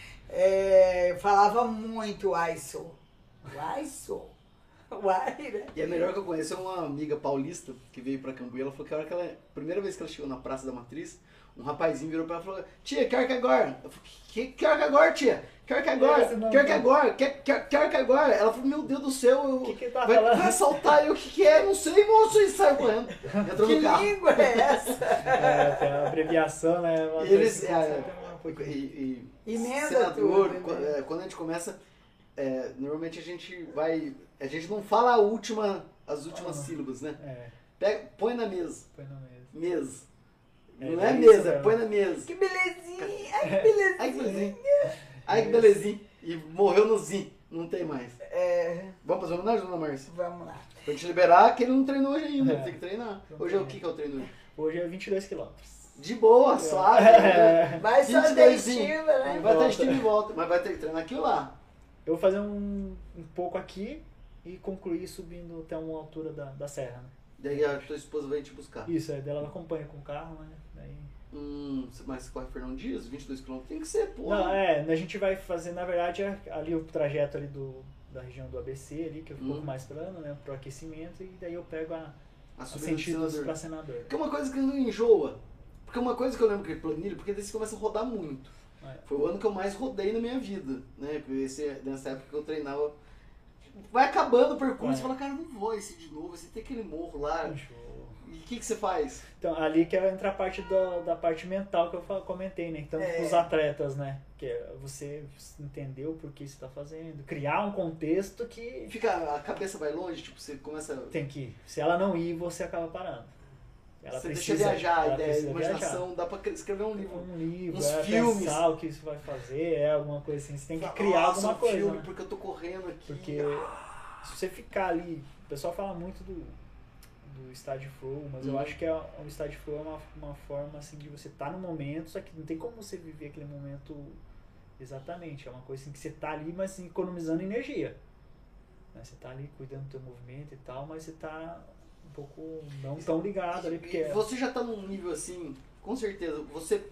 [SPEAKER 3] É, eu falava muito uai, sou. Uai, sou. Uai, né?
[SPEAKER 4] E a melhor que eu conheço é uma amiga paulista que veio pra Cambuí. Ela falou que a hora que ela, primeira vez que ela chegou na Praça da Matriz, um rapazinho virou pra ela e falou: Tia, quer que agora? Eu falei: Que que agora, tia? Quer que agora?
[SPEAKER 2] Esse não-
[SPEAKER 4] Quer que agora? Quer quer- quer que agora? Ela falou: Meu Deus do céu, eu,
[SPEAKER 2] O que que tá
[SPEAKER 4] vai,
[SPEAKER 2] falando?
[SPEAKER 4] vai assaltar eu, o que que é? Não sei, moço. E saiu correndo. Entrou
[SPEAKER 3] Que
[SPEAKER 4] no carro.
[SPEAKER 3] língua é essa?
[SPEAKER 2] É, tem a abreviação, né? Uma
[SPEAKER 4] E eles-
[SPEAKER 2] coisa que
[SPEAKER 4] é,
[SPEAKER 2] você tem uma
[SPEAKER 4] E,
[SPEAKER 2] pouquinho.
[SPEAKER 4] e,
[SPEAKER 3] Emenda
[SPEAKER 4] senador,
[SPEAKER 3] tudo,
[SPEAKER 4] quando,
[SPEAKER 3] né?
[SPEAKER 4] é, quando a gente começa, é, normalmente a gente vai, a gente não fala a última, as últimas
[SPEAKER 2] Ah.
[SPEAKER 4] sílabas, né?
[SPEAKER 2] É,
[SPEAKER 4] Pega, põe na mesa,
[SPEAKER 2] foi no mesmo.
[SPEAKER 4] mesa.
[SPEAKER 2] É,
[SPEAKER 4] Não é
[SPEAKER 2] isso
[SPEAKER 4] mesa,
[SPEAKER 2] mesmo.
[SPEAKER 4] põe na mesa.
[SPEAKER 3] Que belezinha, ai que belezinha.
[SPEAKER 4] Ai que belezinha. Ai que belezinha. E morreu no Zin, não tem mais.
[SPEAKER 3] É,
[SPEAKER 4] Vamos fazer uma homenagem, dona Márcia?
[SPEAKER 3] vamos lá.
[SPEAKER 4] Pra te liberar, que ele não treinou hoje ainda,
[SPEAKER 2] É.
[SPEAKER 4] tem que treinar.
[SPEAKER 2] Não
[SPEAKER 4] Hoje é o
[SPEAKER 2] tem.
[SPEAKER 4] que que é o treino hoje?
[SPEAKER 2] Hoje é vinte e dois quilômetros.
[SPEAKER 4] De boa, suave. né?
[SPEAKER 2] É.
[SPEAKER 3] Vai só
[SPEAKER 4] vinte e
[SPEAKER 3] ter
[SPEAKER 4] dois zinho.
[SPEAKER 3] estiva, né?
[SPEAKER 4] Vai ter
[SPEAKER 2] Volta.
[SPEAKER 4] estilo e volta, mas vai ter que treinar aqui ou lá?
[SPEAKER 2] Eu vou fazer um, um pouco aqui e concluir subindo até uma altura da, da serra, né?
[SPEAKER 4] Daí a tua esposa vai te buscar.
[SPEAKER 2] Isso, é dela, ela acompanha com o carro, né? Daí...
[SPEAKER 4] Hum, mas você corre Fernão Dias, vinte e dois quilômetros? Tem que ser, pô.
[SPEAKER 2] Não, é, a gente vai fazer, na verdade, é ali o trajeto ali do, da região do A B C ali, que é um
[SPEAKER 4] Hum.
[SPEAKER 2] pouco mais plano, né? Pro aquecimento, e daí eu pego a,
[SPEAKER 4] A
[SPEAKER 2] a
[SPEAKER 4] subida do
[SPEAKER 2] sentidos
[SPEAKER 4] senador.
[SPEAKER 2] pra senador.
[SPEAKER 4] Porque é uma coisa que não enjoa. Porque uma coisa que eu lembro que é planilha, porque daí você começa a rodar muito.
[SPEAKER 2] É.
[SPEAKER 4] Foi o ano que eu mais rodei na minha vida, né? Porque esse, nessa época que eu treinava. Vai acabando o percurso,
[SPEAKER 2] É.
[SPEAKER 4] você fala, cara, não vou esse de novo, esse tem aquele morro lá.
[SPEAKER 2] Show.
[SPEAKER 4] E o que, que você faz?
[SPEAKER 2] Então, ali que entra a parte do, da parte mental que eu fa- comentei, né? Então,
[SPEAKER 3] É.
[SPEAKER 2] os atletas, né? Que é você entender o porquê você está fazendo, criar um contexto que
[SPEAKER 4] Fica, a cabeça vai longe, tipo, você começa.
[SPEAKER 2] tem que ir. Se ela não ir, você acaba parando. Ela
[SPEAKER 4] você
[SPEAKER 2] precisa
[SPEAKER 4] deixa viajar, a
[SPEAKER 2] ela
[SPEAKER 4] ideia, a
[SPEAKER 2] precisa
[SPEAKER 4] imaginação, dá pra escrever um livro.
[SPEAKER 2] Um livro,
[SPEAKER 4] uns
[SPEAKER 2] é,
[SPEAKER 4] filmes.
[SPEAKER 2] pensar o que isso vai fazer, é alguma coisa assim. Você tem que
[SPEAKER 4] Fala,
[SPEAKER 2] criar
[SPEAKER 4] "Nossa,
[SPEAKER 2] alguma
[SPEAKER 4] um
[SPEAKER 2] coisa.
[SPEAKER 4] filme,
[SPEAKER 2] né?
[SPEAKER 4] porque eu tô correndo aqui.
[SPEAKER 2] Porque se você ficar ali, o pessoal fala muito do, do Stage Flow, mas eu
[SPEAKER 4] Hum.
[SPEAKER 2] acho que é, o Stage Flow é uma, uma forma assim de você estar no momento, só que não tem como você viver aquele momento exatamente. É uma coisa assim que você tá ali, mas assim, economizando energia. Né? Você tá ali cuidando do teu movimento e tal, mas você tá um pouco não tão ligado ali, porque
[SPEAKER 4] E você já tá num nível assim, com certeza, você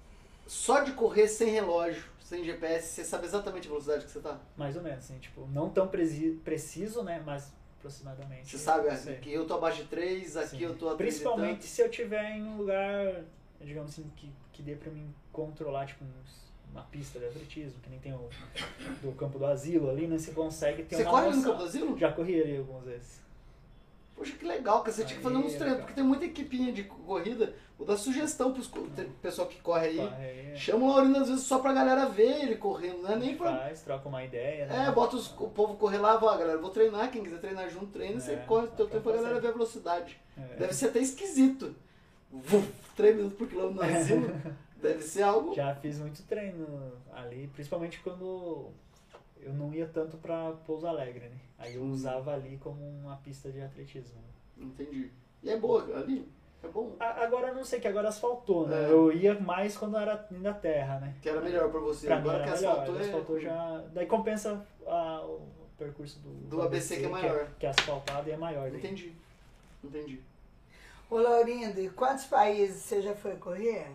[SPEAKER 4] só de correr sem relógio, sem G P S, você sabe exatamente a velocidade que você tá?
[SPEAKER 2] mais ou menos, assim, tipo, não tão presi preciso, né, mas aproximadamente.
[SPEAKER 4] Você sabe,
[SPEAKER 2] Sei.
[SPEAKER 4] aqui eu tô abaixo de três, aqui
[SPEAKER 2] Sim.
[SPEAKER 4] eu tô a três e
[SPEAKER 2] Principalmente
[SPEAKER 4] tanto.
[SPEAKER 2] se eu tiver em um lugar, digamos assim, que, que dê pra mim controlar, tipo, uns- uma pista de atletismo, que nem tem o do Campo do Asilo ali, né? Você consegue ter
[SPEAKER 4] Você
[SPEAKER 2] uma
[SPEAKER 4] corre no
[SPEAKER 2] noção.
[SPEAKER 4] Campo do Asilo?
[SPEAKER 2] Já corri ali algumas vezes.
[SPEAKER 4] Poxa, que legal, cara. Você tinha que fazer
[SPEAKER 2] Aí,
[SPEAKER 4] uns treinos,
[SPEAKER 2] cara.
[SPEAKER 4] porque tem muita equipinha de corrida. Vou dar sugestão pros co- te- pessoal que corre aí.
[SPEAKER 2] Corre aí,
[SPEAKER 4] Chama o Laurindo às vezes só pra galera ver ele correndo, não é
[SPEAKER 2] a
[SPEAKER 4] nem
[SPEAKER 2] gente
[SPEAKER 4] pra.
[SPEAKER 2] faz, troca uma ideia, né?
[SPEAKER 4] É, bota os- o povo correr lá, vai, galera, vou treinar, quem quiser treinar junto, treina, você
[SPEAKER 2] É,
[SPEAKER 4] corre o teu
[SPEAKER 2] dá
[SPEAKER 4] tempo
[SPEAKER 2] pra
[SPEAKER 4] pra galera
[SPEAKER 2] fazer.
[SPEAKER 4] ver a velocidade.
[SPEAKER 2] É.
[SPEAKER 4] Deve ser até esquisito. Vuf, três minutos por quilômetro no asilo. Deve ser algo.
[SPEAKER 2] Já fiz muito treino ali, principalmente quando eu não ia tanto pra Pouso Alegre, né? Aí eu
[SPEAKER 4] Hum.
[SPEAKER 2] usava ali como uma pista de atletismo.
[SPEAKER 4] Entendi. E é boa ali? É bom.
[SPEAKER 2] A- Agora eu não sei, que agora asfaltou, né?
[SPEAKER 4] É.
[SPEAKER 2] Eu ia mais quando era ainda terra, né?
[SPEAKER 4] Que era melhor pra você.
[SPEAKER 2] Pra mim
[SPEAKER 4] Agora
[SPEAKER 2] era
[SPEAKER 4] que
[SPEAKER 2] melhor,
[SPEAKER 4] asfaltou é.
[SPEAKER 2] asfaltou já... Daí compensa a- o percurso do,
[SPEAKER 4] Do A B C que é maior.
[SPEAKER 2] Que é, asfaltado e é maior. daí.
[SPEAKER 4] Entendi. Entendi.
[SPEAKER 3] Ô, Laurindo, e quantos países você já foi correr?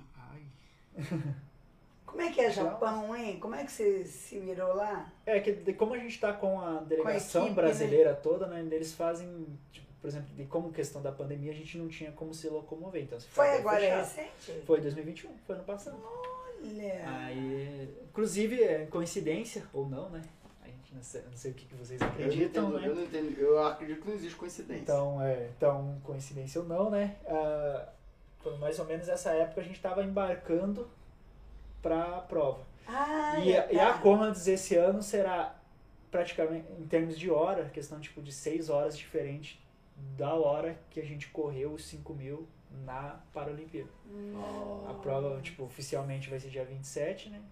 [SPEAKER 3] Como é que é Japão, hein? Como é que você se virou lá?
[SPEAKER 2] É, que de- como a gente tá com a delegação
[SPEAKER 3] equipe,
[SPEAKER 2] brasileira toda, né? Eles fazem, tipo, por exemplo, de como questão da pandemia, a gente não tinha como se locomover. Então, se
[SPEAKER 3] Foi
[SPEAKER 2] ficava
[SPEAKER 3] agora
[SPEAKER 2] fechado.
[SPEAKER 3] recente?
[SPEAKER 2] Foi em dois mil e vinte e um, foi ano passado.
[SPEAKER 3] Olha,
[SPEAKER 2] Aí, inclusive, é coincidência, ou não, né? A gente não sei, não sei o que, que vocês acreditam,
[SPEAKER 4] eu não entendo,
[SPEAKER 2] né?
[SPEAKER 4] Eu não entendo, eu acredito que não existe coincidência.
[SPEAKER 2] Então, é, então coincidência ou não, né? Ah, foi mais ou menos essa época a gente estava embarcando para a prova.
[SPEAKER 3] Ah,
[SPEAKER 2] E,
[SPEAKER 3] é,
[SPEAKER 2] a- e a
[SPEAKER 3] tá.
[SPEAKER 2] Conrads esse ano será praticamente, em termos de hora, questão tipo de seis horas diferente da hora que a gente correu os cinco mil na Paralimpíada. A prova, tipo, oficialmente vai ser dia vinte e sete, né?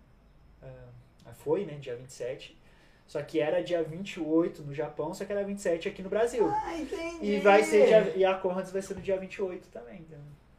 [SPEAKER 2] Ah, foi, né? Dia vinte e sete. Só que era dia vinte e oito no Japão, só que era vinte e sete aqui no Brasil.
[SPEAKER 3] Ah, entendi.
[SPEAKER 2] E vai ser dia, e a Conrads vai ser no dia vinte e oito também. Então,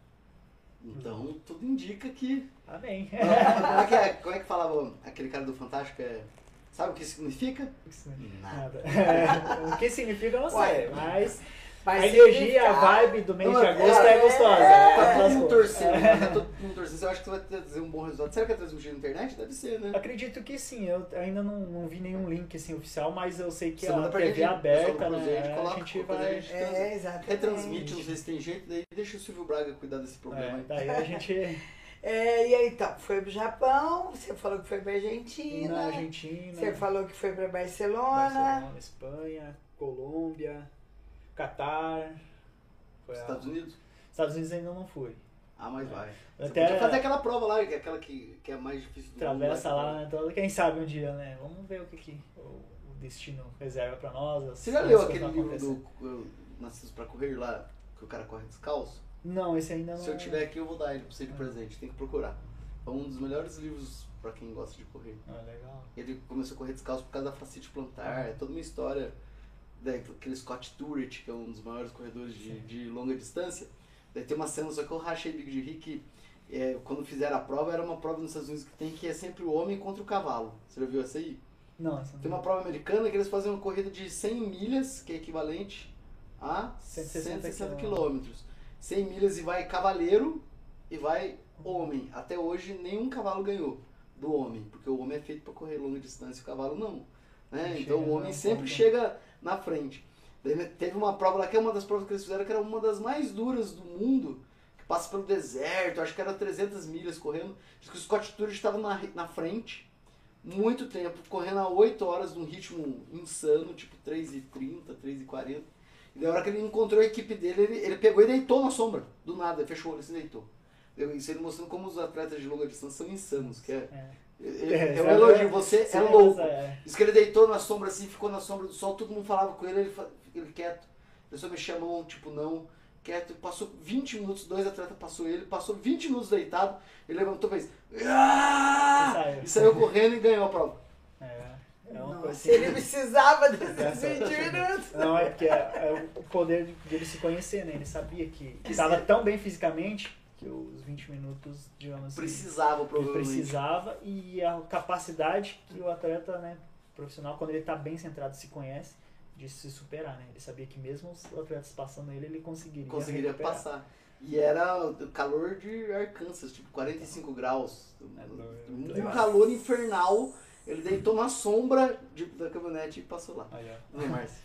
[SPEAKER 4] Então, tudo indica que...
[SPEAKER 2] amém.
[SPEAKER 4] Como é que, é, como é que falava aquele cara do Fantástico? É, sabe o que significa?
[SPEAKER 2] Nada. É, o que significa eu não sei,
[SPEAKER 3] Ué,
[SPEAKER 2] mas
[SPEAKER 3] Mas
[SPEAKER 2] a energia, a
[SPEAKER 3] significa-
[SPEAKER 2] vibe do mês de
[SPEAKER 4] Não,
[SPEAKER 2] agosto
[SPEAKER 4] é,
[SPEAKER 2] é, gostosa.
[SPEAKER 3] é,
[SPEAKER 4] Tá
[SPEAKER 2] é,
[SPEAKER 4] todo mundo
[SPEAKER 2] gostosa.
[SPEAKER 4] torcendo, né? Tá todo mundo torcendo. Eu acho que você vai trazer um bom resultado. Será que é transmitido na internet? Deve ser, né?
[SPEAKER 2] Acredito que sim, eu ainda não, não vi nenhum link assim, oficial, mas eu sei que
[SPEAKER 4] Você
[SPEAKER 2] a
[SPEAKER 4] manda pra
[SPEAKER 2] T V
[SPEAKER 4] gente,
[SPEAKER 2] aberta,
[SPEAKER 4] pessoal do Cruzeiro, a gente
[SPEAKER 2] né?
[SPEAKER 4] coloca
[SPEAKER 2] A gente
[SPEAKER 4] qualquer coisa,
[SPEAKER 2] vai.
[SPEAKER 4] a gente
[SPEAKER 3] É, exatamente.
[SPEAKER 4] Retransmite, não sei se tem jeito, daí deixa o Silvio Braga cuidar desse problema
[SPEAKER 2] É,
[SPEAKER 4] aí.
[SPEAKER 2] daí a gente
[SPEAKER 3] É, e aí, então, foi pro Japão, você falou que foi pra
[SPEAKER 2] ir
[SPEAKER 3] Argentina,
[SPEAKER 2] na Argentina,
[SPEAKER 3] você falou que foi pra Barcelona.
[SPEAKER 2] Barcelona, Espanha, Colômbia, Catar. Foi a-
[SPEAKER 4] Estados Unidos?
[SPEAKER 2] Estados Unidos ainda não fui.
[SPEAKER 4] Ah, mas vai. Você
[SPEAKER 2] Até
[SPEAKER 4] podia fazer aquela prova lá, que é aquela que, que é a mais difícil do
[SPEAKER 2] travessa
[SPEAKER 4] mundo,
[SPEAKER 2] lá,
[SPEAKER 4] né?
[SPEAKER 2] então, quem sabe um dia, né? Vamos ver o que, que o, o destino reserva pra nós. as-
[SPEAKER 4] Você já
[SPEAKER 2] as
[SPEAKER 4] leu
[SPEAKER 2] coisas
[SPEAKER 4] aquele
[SPEAKER 2] vão
[SPEAKER 4] livro
[SPEAKER 2] acontecer.
[SPEAKER 4] do uh, Nascidos pra Correr lá, que o cara corre descalço?
[SPEAKER 2] Não, esse ainda não.
[SPEAKER 4] Se eu tiver aqui, eu vou dar ele pra você de
[SPEAKER 2] Ah.
[SPEAKER 4] presente. Tem que procurar. É um dos melhores livros pra quem gosta de correr.
[SPEAKER 2] Ah, legal.
[SPEAKER 4] Ele começou a correr descalço por causa da fascite plantar. É toda uma história daquele Scott Turret, que é um dos maiores corredores de, de longa distância. Daí tem uma cena, só que eu rachei Big de rir, que é, quando fizeram a prova, era uma prova nos Estados Unidos que tem, que é sempre o homem contra o cavalo. Você já viu essa aí?
[SPEAKER 2] Não, essa não.
[SPEAKER 4] Tem uma prova americana que eles fazem uma corrida de cem milhas, que é equivalente a
[SPEAKER 2] cento e
[SPEAKER 4] cento
[SPEAKER 2] sessenta
[SPEAKER 4] e sessenta quilômetros. cem milhas e vai cavaleiro e vai homem. Até hoje nenhum cavalo ganhou do homem, porque o homem é feito para correr longa distância e o cavalo não. Né?
[SPEAKER 2] Não
[SPEAKER 4] Então
[SPEAKER 2] chega
[SPEAKER 4] o homem
[SPEAKER 2] na
[SPEAKER 4] sempre
[SPEAKER 2] ponta.
[SPEAKER 4] chega na frente. Daí teve uma prova lá que é uma das provas que eles fizeram que era uma das mais duras do mundo, que passa pelo deserto, acho que era trezentas milhas correndo. Diz que o Scott Turret estava na, na frente, muito tempo, correndo a oito horas num ritmo insano, tipo três e trinta, três e quarenta. E da hora que ele encontrou a equipe dele, ele, ele pegou e deitou na sombra, do nada, ele fechou o olho e se deitou. Eu- Isso ele mostrando como os atletas de longa distância são insanos, que é...
[SPEAKER 2] É.
[SPEAKER 4] É, é um elogio, você
[SPEAKER 2] Sim,
[SPEAKER 4] é louco.
[SPEAKER 2] é.
[SPEAKER 4] Diz que ele deitou na sombra assim, ficou na sombra do sol, todo mundo falava com ele, ele, fa- ele quieto. A pessoa mexia a mão, tipo, não, quieto. Passou vinte minutos, dois atletas passou ele, passou vinte minutos deitado, ele levantou e fez. "Ah!"
[SPEAKER 2] E saiu.
[SPEAKER 4] E saiu correndo e ganhou a prova.
[SPEAKER 2] É, é uma
[SPEAKER 3] Nossa,
[SPEAKER 2] coisa
[SPEAKER 3] ele precisava desses
[SPEAKER 2] Essa-
[SPEAKER 3] vinte minutos.
[SPEAKER 2] Não, é porque é, é o poder de- dele se conhecer, né? Ele sabia que estava tão bem fisicamente que os vinte minutos, digamos assim,
[SPEAKER 4] Precisava,
[SPEAKER 2] ele
[SPEAKER 4] provavelmente.
[SPEAKER 2] precisava, e a capacidade que o atleta, né, profissional, quando ele está bem centrado, se conhece, de se superar, né? Ele sabia que mesmo os atletas passando ele, ele conseguiria
[SPEAKER 4] Conseguiria
[SPEAKER 2] recuperar.
[SPEAKER 4] passar. E era o calor de Arkansas, tipo quarenta e cinco graus.
[SPEAKER 2] É doido.
[SPEAKER 4] Um calor infernal. Ele deitou na sombra de- da caminhonete e passou lá.
[SPEAKER 2] Aí, ó.
[SPEAKER 4] Não, Márcia?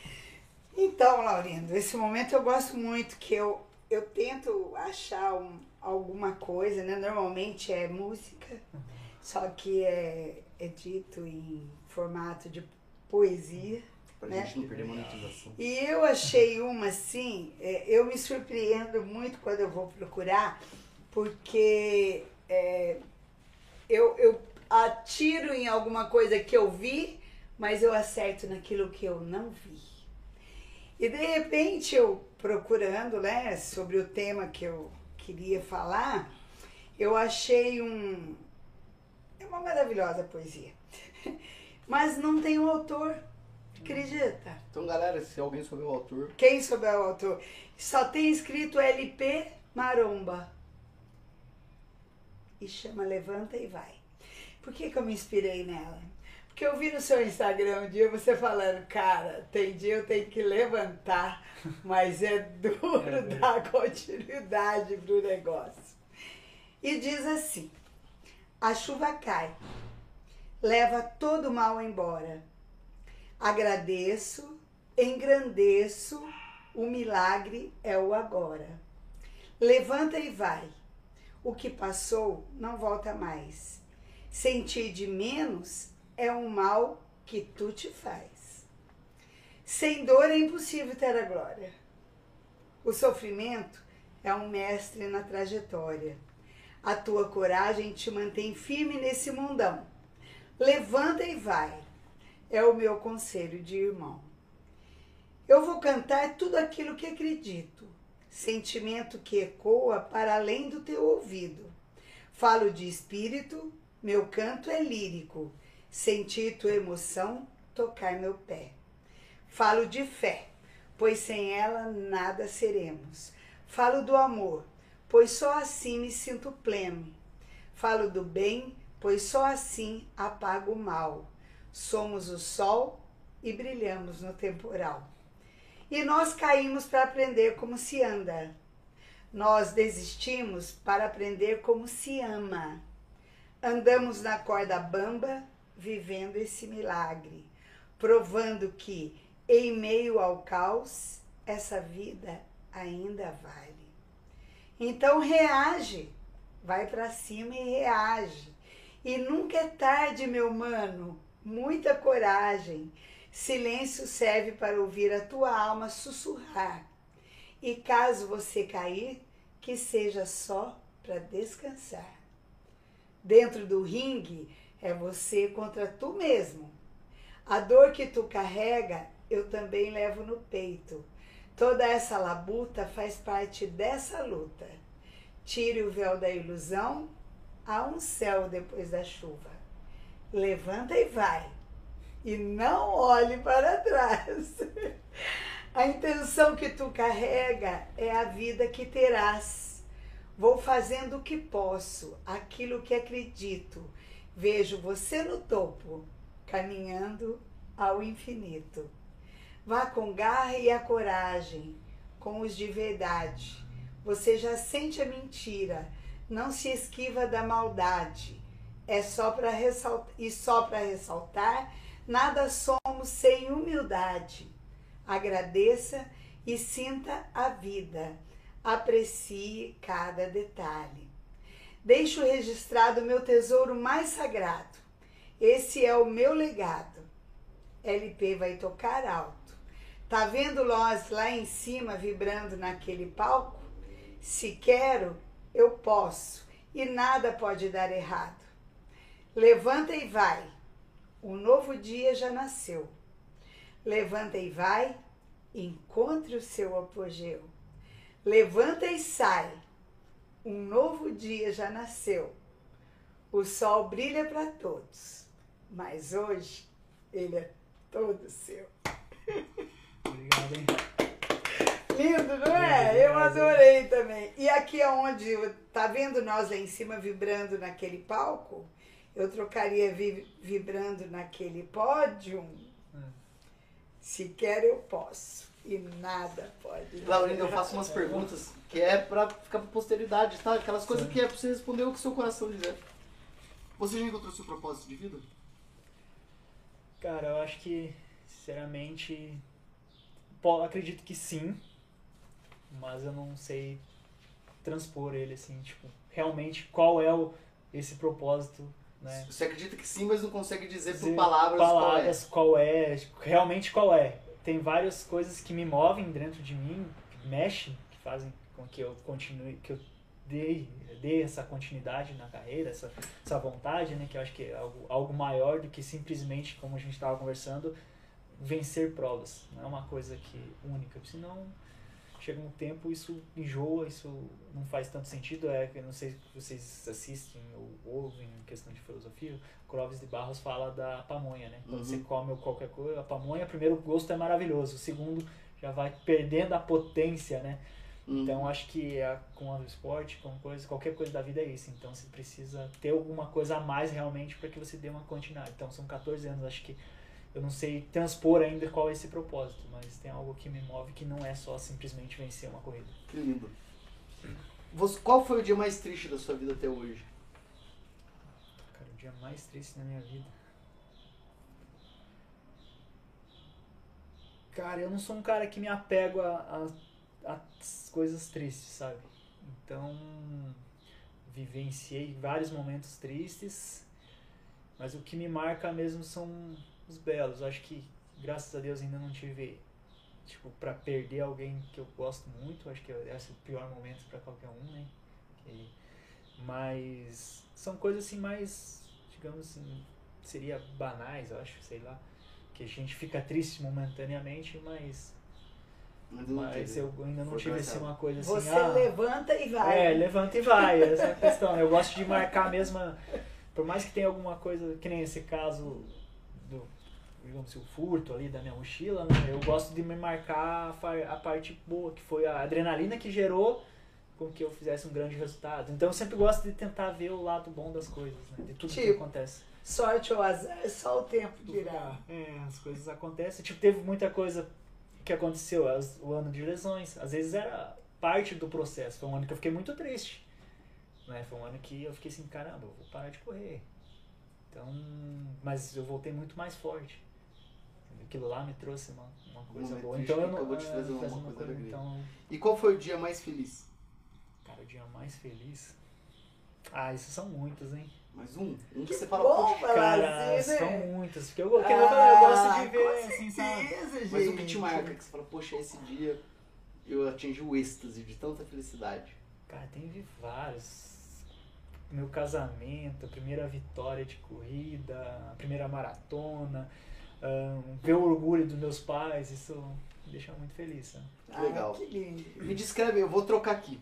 [SPEAKER 3] Então, Laurindo, esse momento eu gosto muito, que eu, eu tento achar um, alguma coisa, né? Normalmente é música, só que é, é dito em formato de poesia.
[SPEAKER 4] Pra
[SPEAKER 3] Né?
[SPEAKER 4] gente não perder monetização.
[SPEAKER 3] E eu achei uma assim, é, eu me surpreendo muito quando eu vou procurar, porque é, eu, eu atiro em alguma coisa que eu vi, mas eu acerto naquilo que eu não vi. E de repente eu procurando, né, sobre o tema que eu queria falar, eu achei um... É uma maravilhosa poesia. Mas não tem um autor, acredita?
[SPEAKER 4] Então, galera, se alguém souber o autor,
[SPEAKER 3] Quem souber o autor, só tem escrito L P Maromba. E chama Levanta e Vai. Por que que eu me inspirei nela? Porque eu vi no seu Instagram um dia você falando, cara, tem dia eu tenho que levantar, mas é duro
[SPEAKER 2] É,
[SPEAKER 3] dar continuidade pro negócio. E diz assim, a chuva cai, leva todo o mal embora. Agradeço, engrandeço, o milagre é o agora. Levanta e vai, O que passou não volta mais. Sentir de menos é um mal que tu te faz. Sem dor é impossível ter a glória. O sofrimento é um mestre na trajetória. A tua coragem te mantém firme nesse mundão. Levanta e vai, é o meu conselho de irmão. Eu vou cantar tudo aquilo que acredito, sentimento que ecoa para além do teu ouvido. Falo de espírito, meu canto é lírico, sentir tua emoção, tocar meu pé. Falo de fé, pois sem ela nada seremos. Falo do amor, pois só assim me sinto pleno. Falo do bem, pois só assim apago o mal. Somos o sol e brilhamos no temporal. E nós caímos para aprender como se anda. Nós desistimos para aprender como se ama. Andamos na corda bamba, vivendo esse milagre, provando que, em meio ao caos, essa vida ainda vale. Então reage, vai para cima e reage. E nunca é tarde, meu mano, muita coragem. Silêncio serve para ouvir a tua alma sussurrar. E caso você cair, que seja só para descansar. Dentro do ringue é você contra tu mesmo. A dor que tu carrega, eu também levo no peito. Toda essa labuta faz parte dessa luta. Tire o véu da ilusão, há um céu depois da chuva. Levanta e vai. E não olhe para trás. A intenção que tu carrega é a vida que terás. Vou fazendo o que posso, aquilo que acredito. Vejo você no topo, caminhando ao infinito. Vá com garra e a coragem, com os de verdade. Você já sente a mentira, não se esquiva da maldade. É só para ressaltar, e só para ressaltar, nada somos sem humildade. Agradeça e sinta a vida. Aprecie cada detalhe. Deixo registrado o meu tesouro mais sagrado. Esse é o meu legado. L P vai tocar alto. Tá vendo nós lá em cima vibrando naquele palco? Se quero, eu posso. E nada pode dar errado. Levanta e vai. Um novo dia já nasceu. Levanta e vai. Encontre o seu apogeu. Levanta e sai. Um novo dia já nasceu. O sol brilha para todos. Mas hoje ele é todo seu.
[SPEAKER 2] Obrigado, hein?
[SPEAKER 3] Lindo, não é? Eu adorei também. E aqui é onde, tá vendo nós lá em cima vibrando naquele palco? Eu trocaria vi, vibrando naquele pódio. Hum. Se quer, eu posso. E nada pode.
[SPEAKER 4] Laurinda, eu faço umas perguntas que é pra ficar pra posteridade, tá? Aquelas coisas
[SPEAKER 2] Sim.
[SPEAKER 4] que é pra você responder o que o seu coração dizer. Você já encontrou seu propósito de vida?
[SPEAKER 2] Cara, eu acho que, sinceramente, pô, acredito que sim, mas eu não sei transpor ele, assim, tipo, realmente qual é o, esse propósito, né?
[SPEAKER 4] Você acredita que sim, mas não consegue dizer por
[SPEAKER 2] Dizer
[SPEAKER 4] palavras,
[SPEAKER 2] palavras qual é. qual é, realmente qual é. Tem várias coisas que me movem dentro de mim, que mexem, que fazem com que eu continue, que eu dê, dê essa continuidade na carreira, essa, essa vontade, né? Que eu acho que é algo, algo maior do que simplesmente, como a gente estava conversando, vencer provas. Não é uma coisa que única, senão chega um tempo, isso enjoa, isso não faz tanto sentido. É, eu não sei se vocês assistem ou ouvem em questão de filosofia, Clóvis de Barros fala da pamonha, né? Quando uhum. você come qualquer coisa, a pamonha, primeiro o gosto é maravilhoso, o segundo já vai perdendo a potência, né? Uhum. Então acho que é, com o esporte, com coisa, qualquer coisa da vida é isso. Então você precisa ter alguma coisa a mais realmente para que você dê uma continuidade. Então são quatorze anos, acho que eu não sei transpor ainda qual é esse propósito, mas tem algo que me move que não é só simplesmente vencer uma corrida.
[SPEAKER 4] Que lindo. Você, qual foi o dia mais triste da sua vida até hoje?
[SPEAKER 2] Cara, o dia mais triste da minha vida. Cara, eu não sou um cara que me apego a, a, a coisas tristes, sabe? Então, vivenciei vários momentos tristes, mas o que me marca mesmo são os belos. Acho que, graças a Deus, ainda não tive, tipo, pra perder alguém que eu gosto muito. Acho que esse é o pior momento pra qualquer um, né? E, mas são coisas assim mais, digamos assim, seria banais, eu acho, sei lá, que a gente fica triste momentaneamente, mas
[SPEAKER 4] Mas, não
[SPEAKER 2] mas
[SPEAKER 4] teve.
[SPEAKER 2] eu ainda não
[SPEAKER 4] Foi
[SPEAKER 2] tive assim
[SPEAKER 4] cansado.
[SPEAKER 2] uma coisa assim,
[SPEAKER 3] Você
[SPEAKER 2] ah,
[SPEAKER 3] levanta e vai.
[SPEAKER 2] é, levanta e vai, essa é a questão. Eu gosto de marcar a mesma, por mais que tenha alguma coisa, que nem esse caso do, digamos assim, o furto ali da minha mochila, né? Eu gosto de me marcar a, fa- a parte boa, que foi a adrenalina que gerou com que eu fizesse um grande resultado. Então eu sempre gosto de tentar ver o lado bom das coisas, né? De tudo que
[SPEAKER 3] Tipo,
[SPEAKER 2] acontece.
[SPEAKER 3] Sorte ou azar, só o tempo dirá.
[SPEAKER 2] É, as coisas acontecem. Tipo, teve muita coisa que aconteceu, as- o ano de lesões. Às vezes era parte do processo. Foi um ano que eu fiquei muito triste. Né? Foi um ano que eu fiquei assim, caramba, eu vou parar de correr. Então, mas eu voltei muito mais forte. Aquilo lá me trouxe uma, uma coisa
[SPEAKER 4] momento
[SPEAKER 2] boa.
[SPEAKER 4] triste
[SPEAKER 2] Então eu
[SPEAKER 4] que
[SPEAKER 2] não.
[SPEAKER 4] acabou te
[SPEAKER 2] é,
[SPEAKER 4] trazendo
[SPEAKER 2] trazendo
[SPEAKER 4] uma coisa alegria.
[SPEAKER 2] então,
[SPEAKER 4] E qual foi o dia mais feliz?
[SPEAKER 2] cara, o dia mais feliz. Ah, esses são muitos, hein?
[SPEAKER 4] Mais um? Um que
[SPEAKER 3] Que
[SPEAKER 4] você fala,
[SPEAKER 3] bom
[SPEAKER 4] poxa,
[SPEAKER 3] falar
[SPEAKER 2] Cara,
[SPEAKER 3] assim, né?
[SPEAKER 2] são muitos. Porque eu, porque eu, eu gosto
[SPEAKER 3] Ah,
[SPEAKER 2] de ver,
[SPEAKER 3] com
[SPEAKER 2] assim, sabe?
[SPEAKER 3] certeza,
[SPEAKER 4] mas um que
[SPEAKER 3] gente.
[SPEAKER 4] te marca, que você fala, poxa, esse dia eu atingi o êxtase de tanta felicidade.
[SPEAKER 2] Cara, tem vários. Meu casamento, a primeira vitória de corrida, a primeira maratona, ahn, ver o orgulho dos meus pais, isso me deixa muito feliz, né?
[SPEAKER 3] Ah,
[SPEAKER 4] legal.
[SPEAKER 3] que lindo.
[SPEAKER 4] Me descreve, eu vou trocar aqui.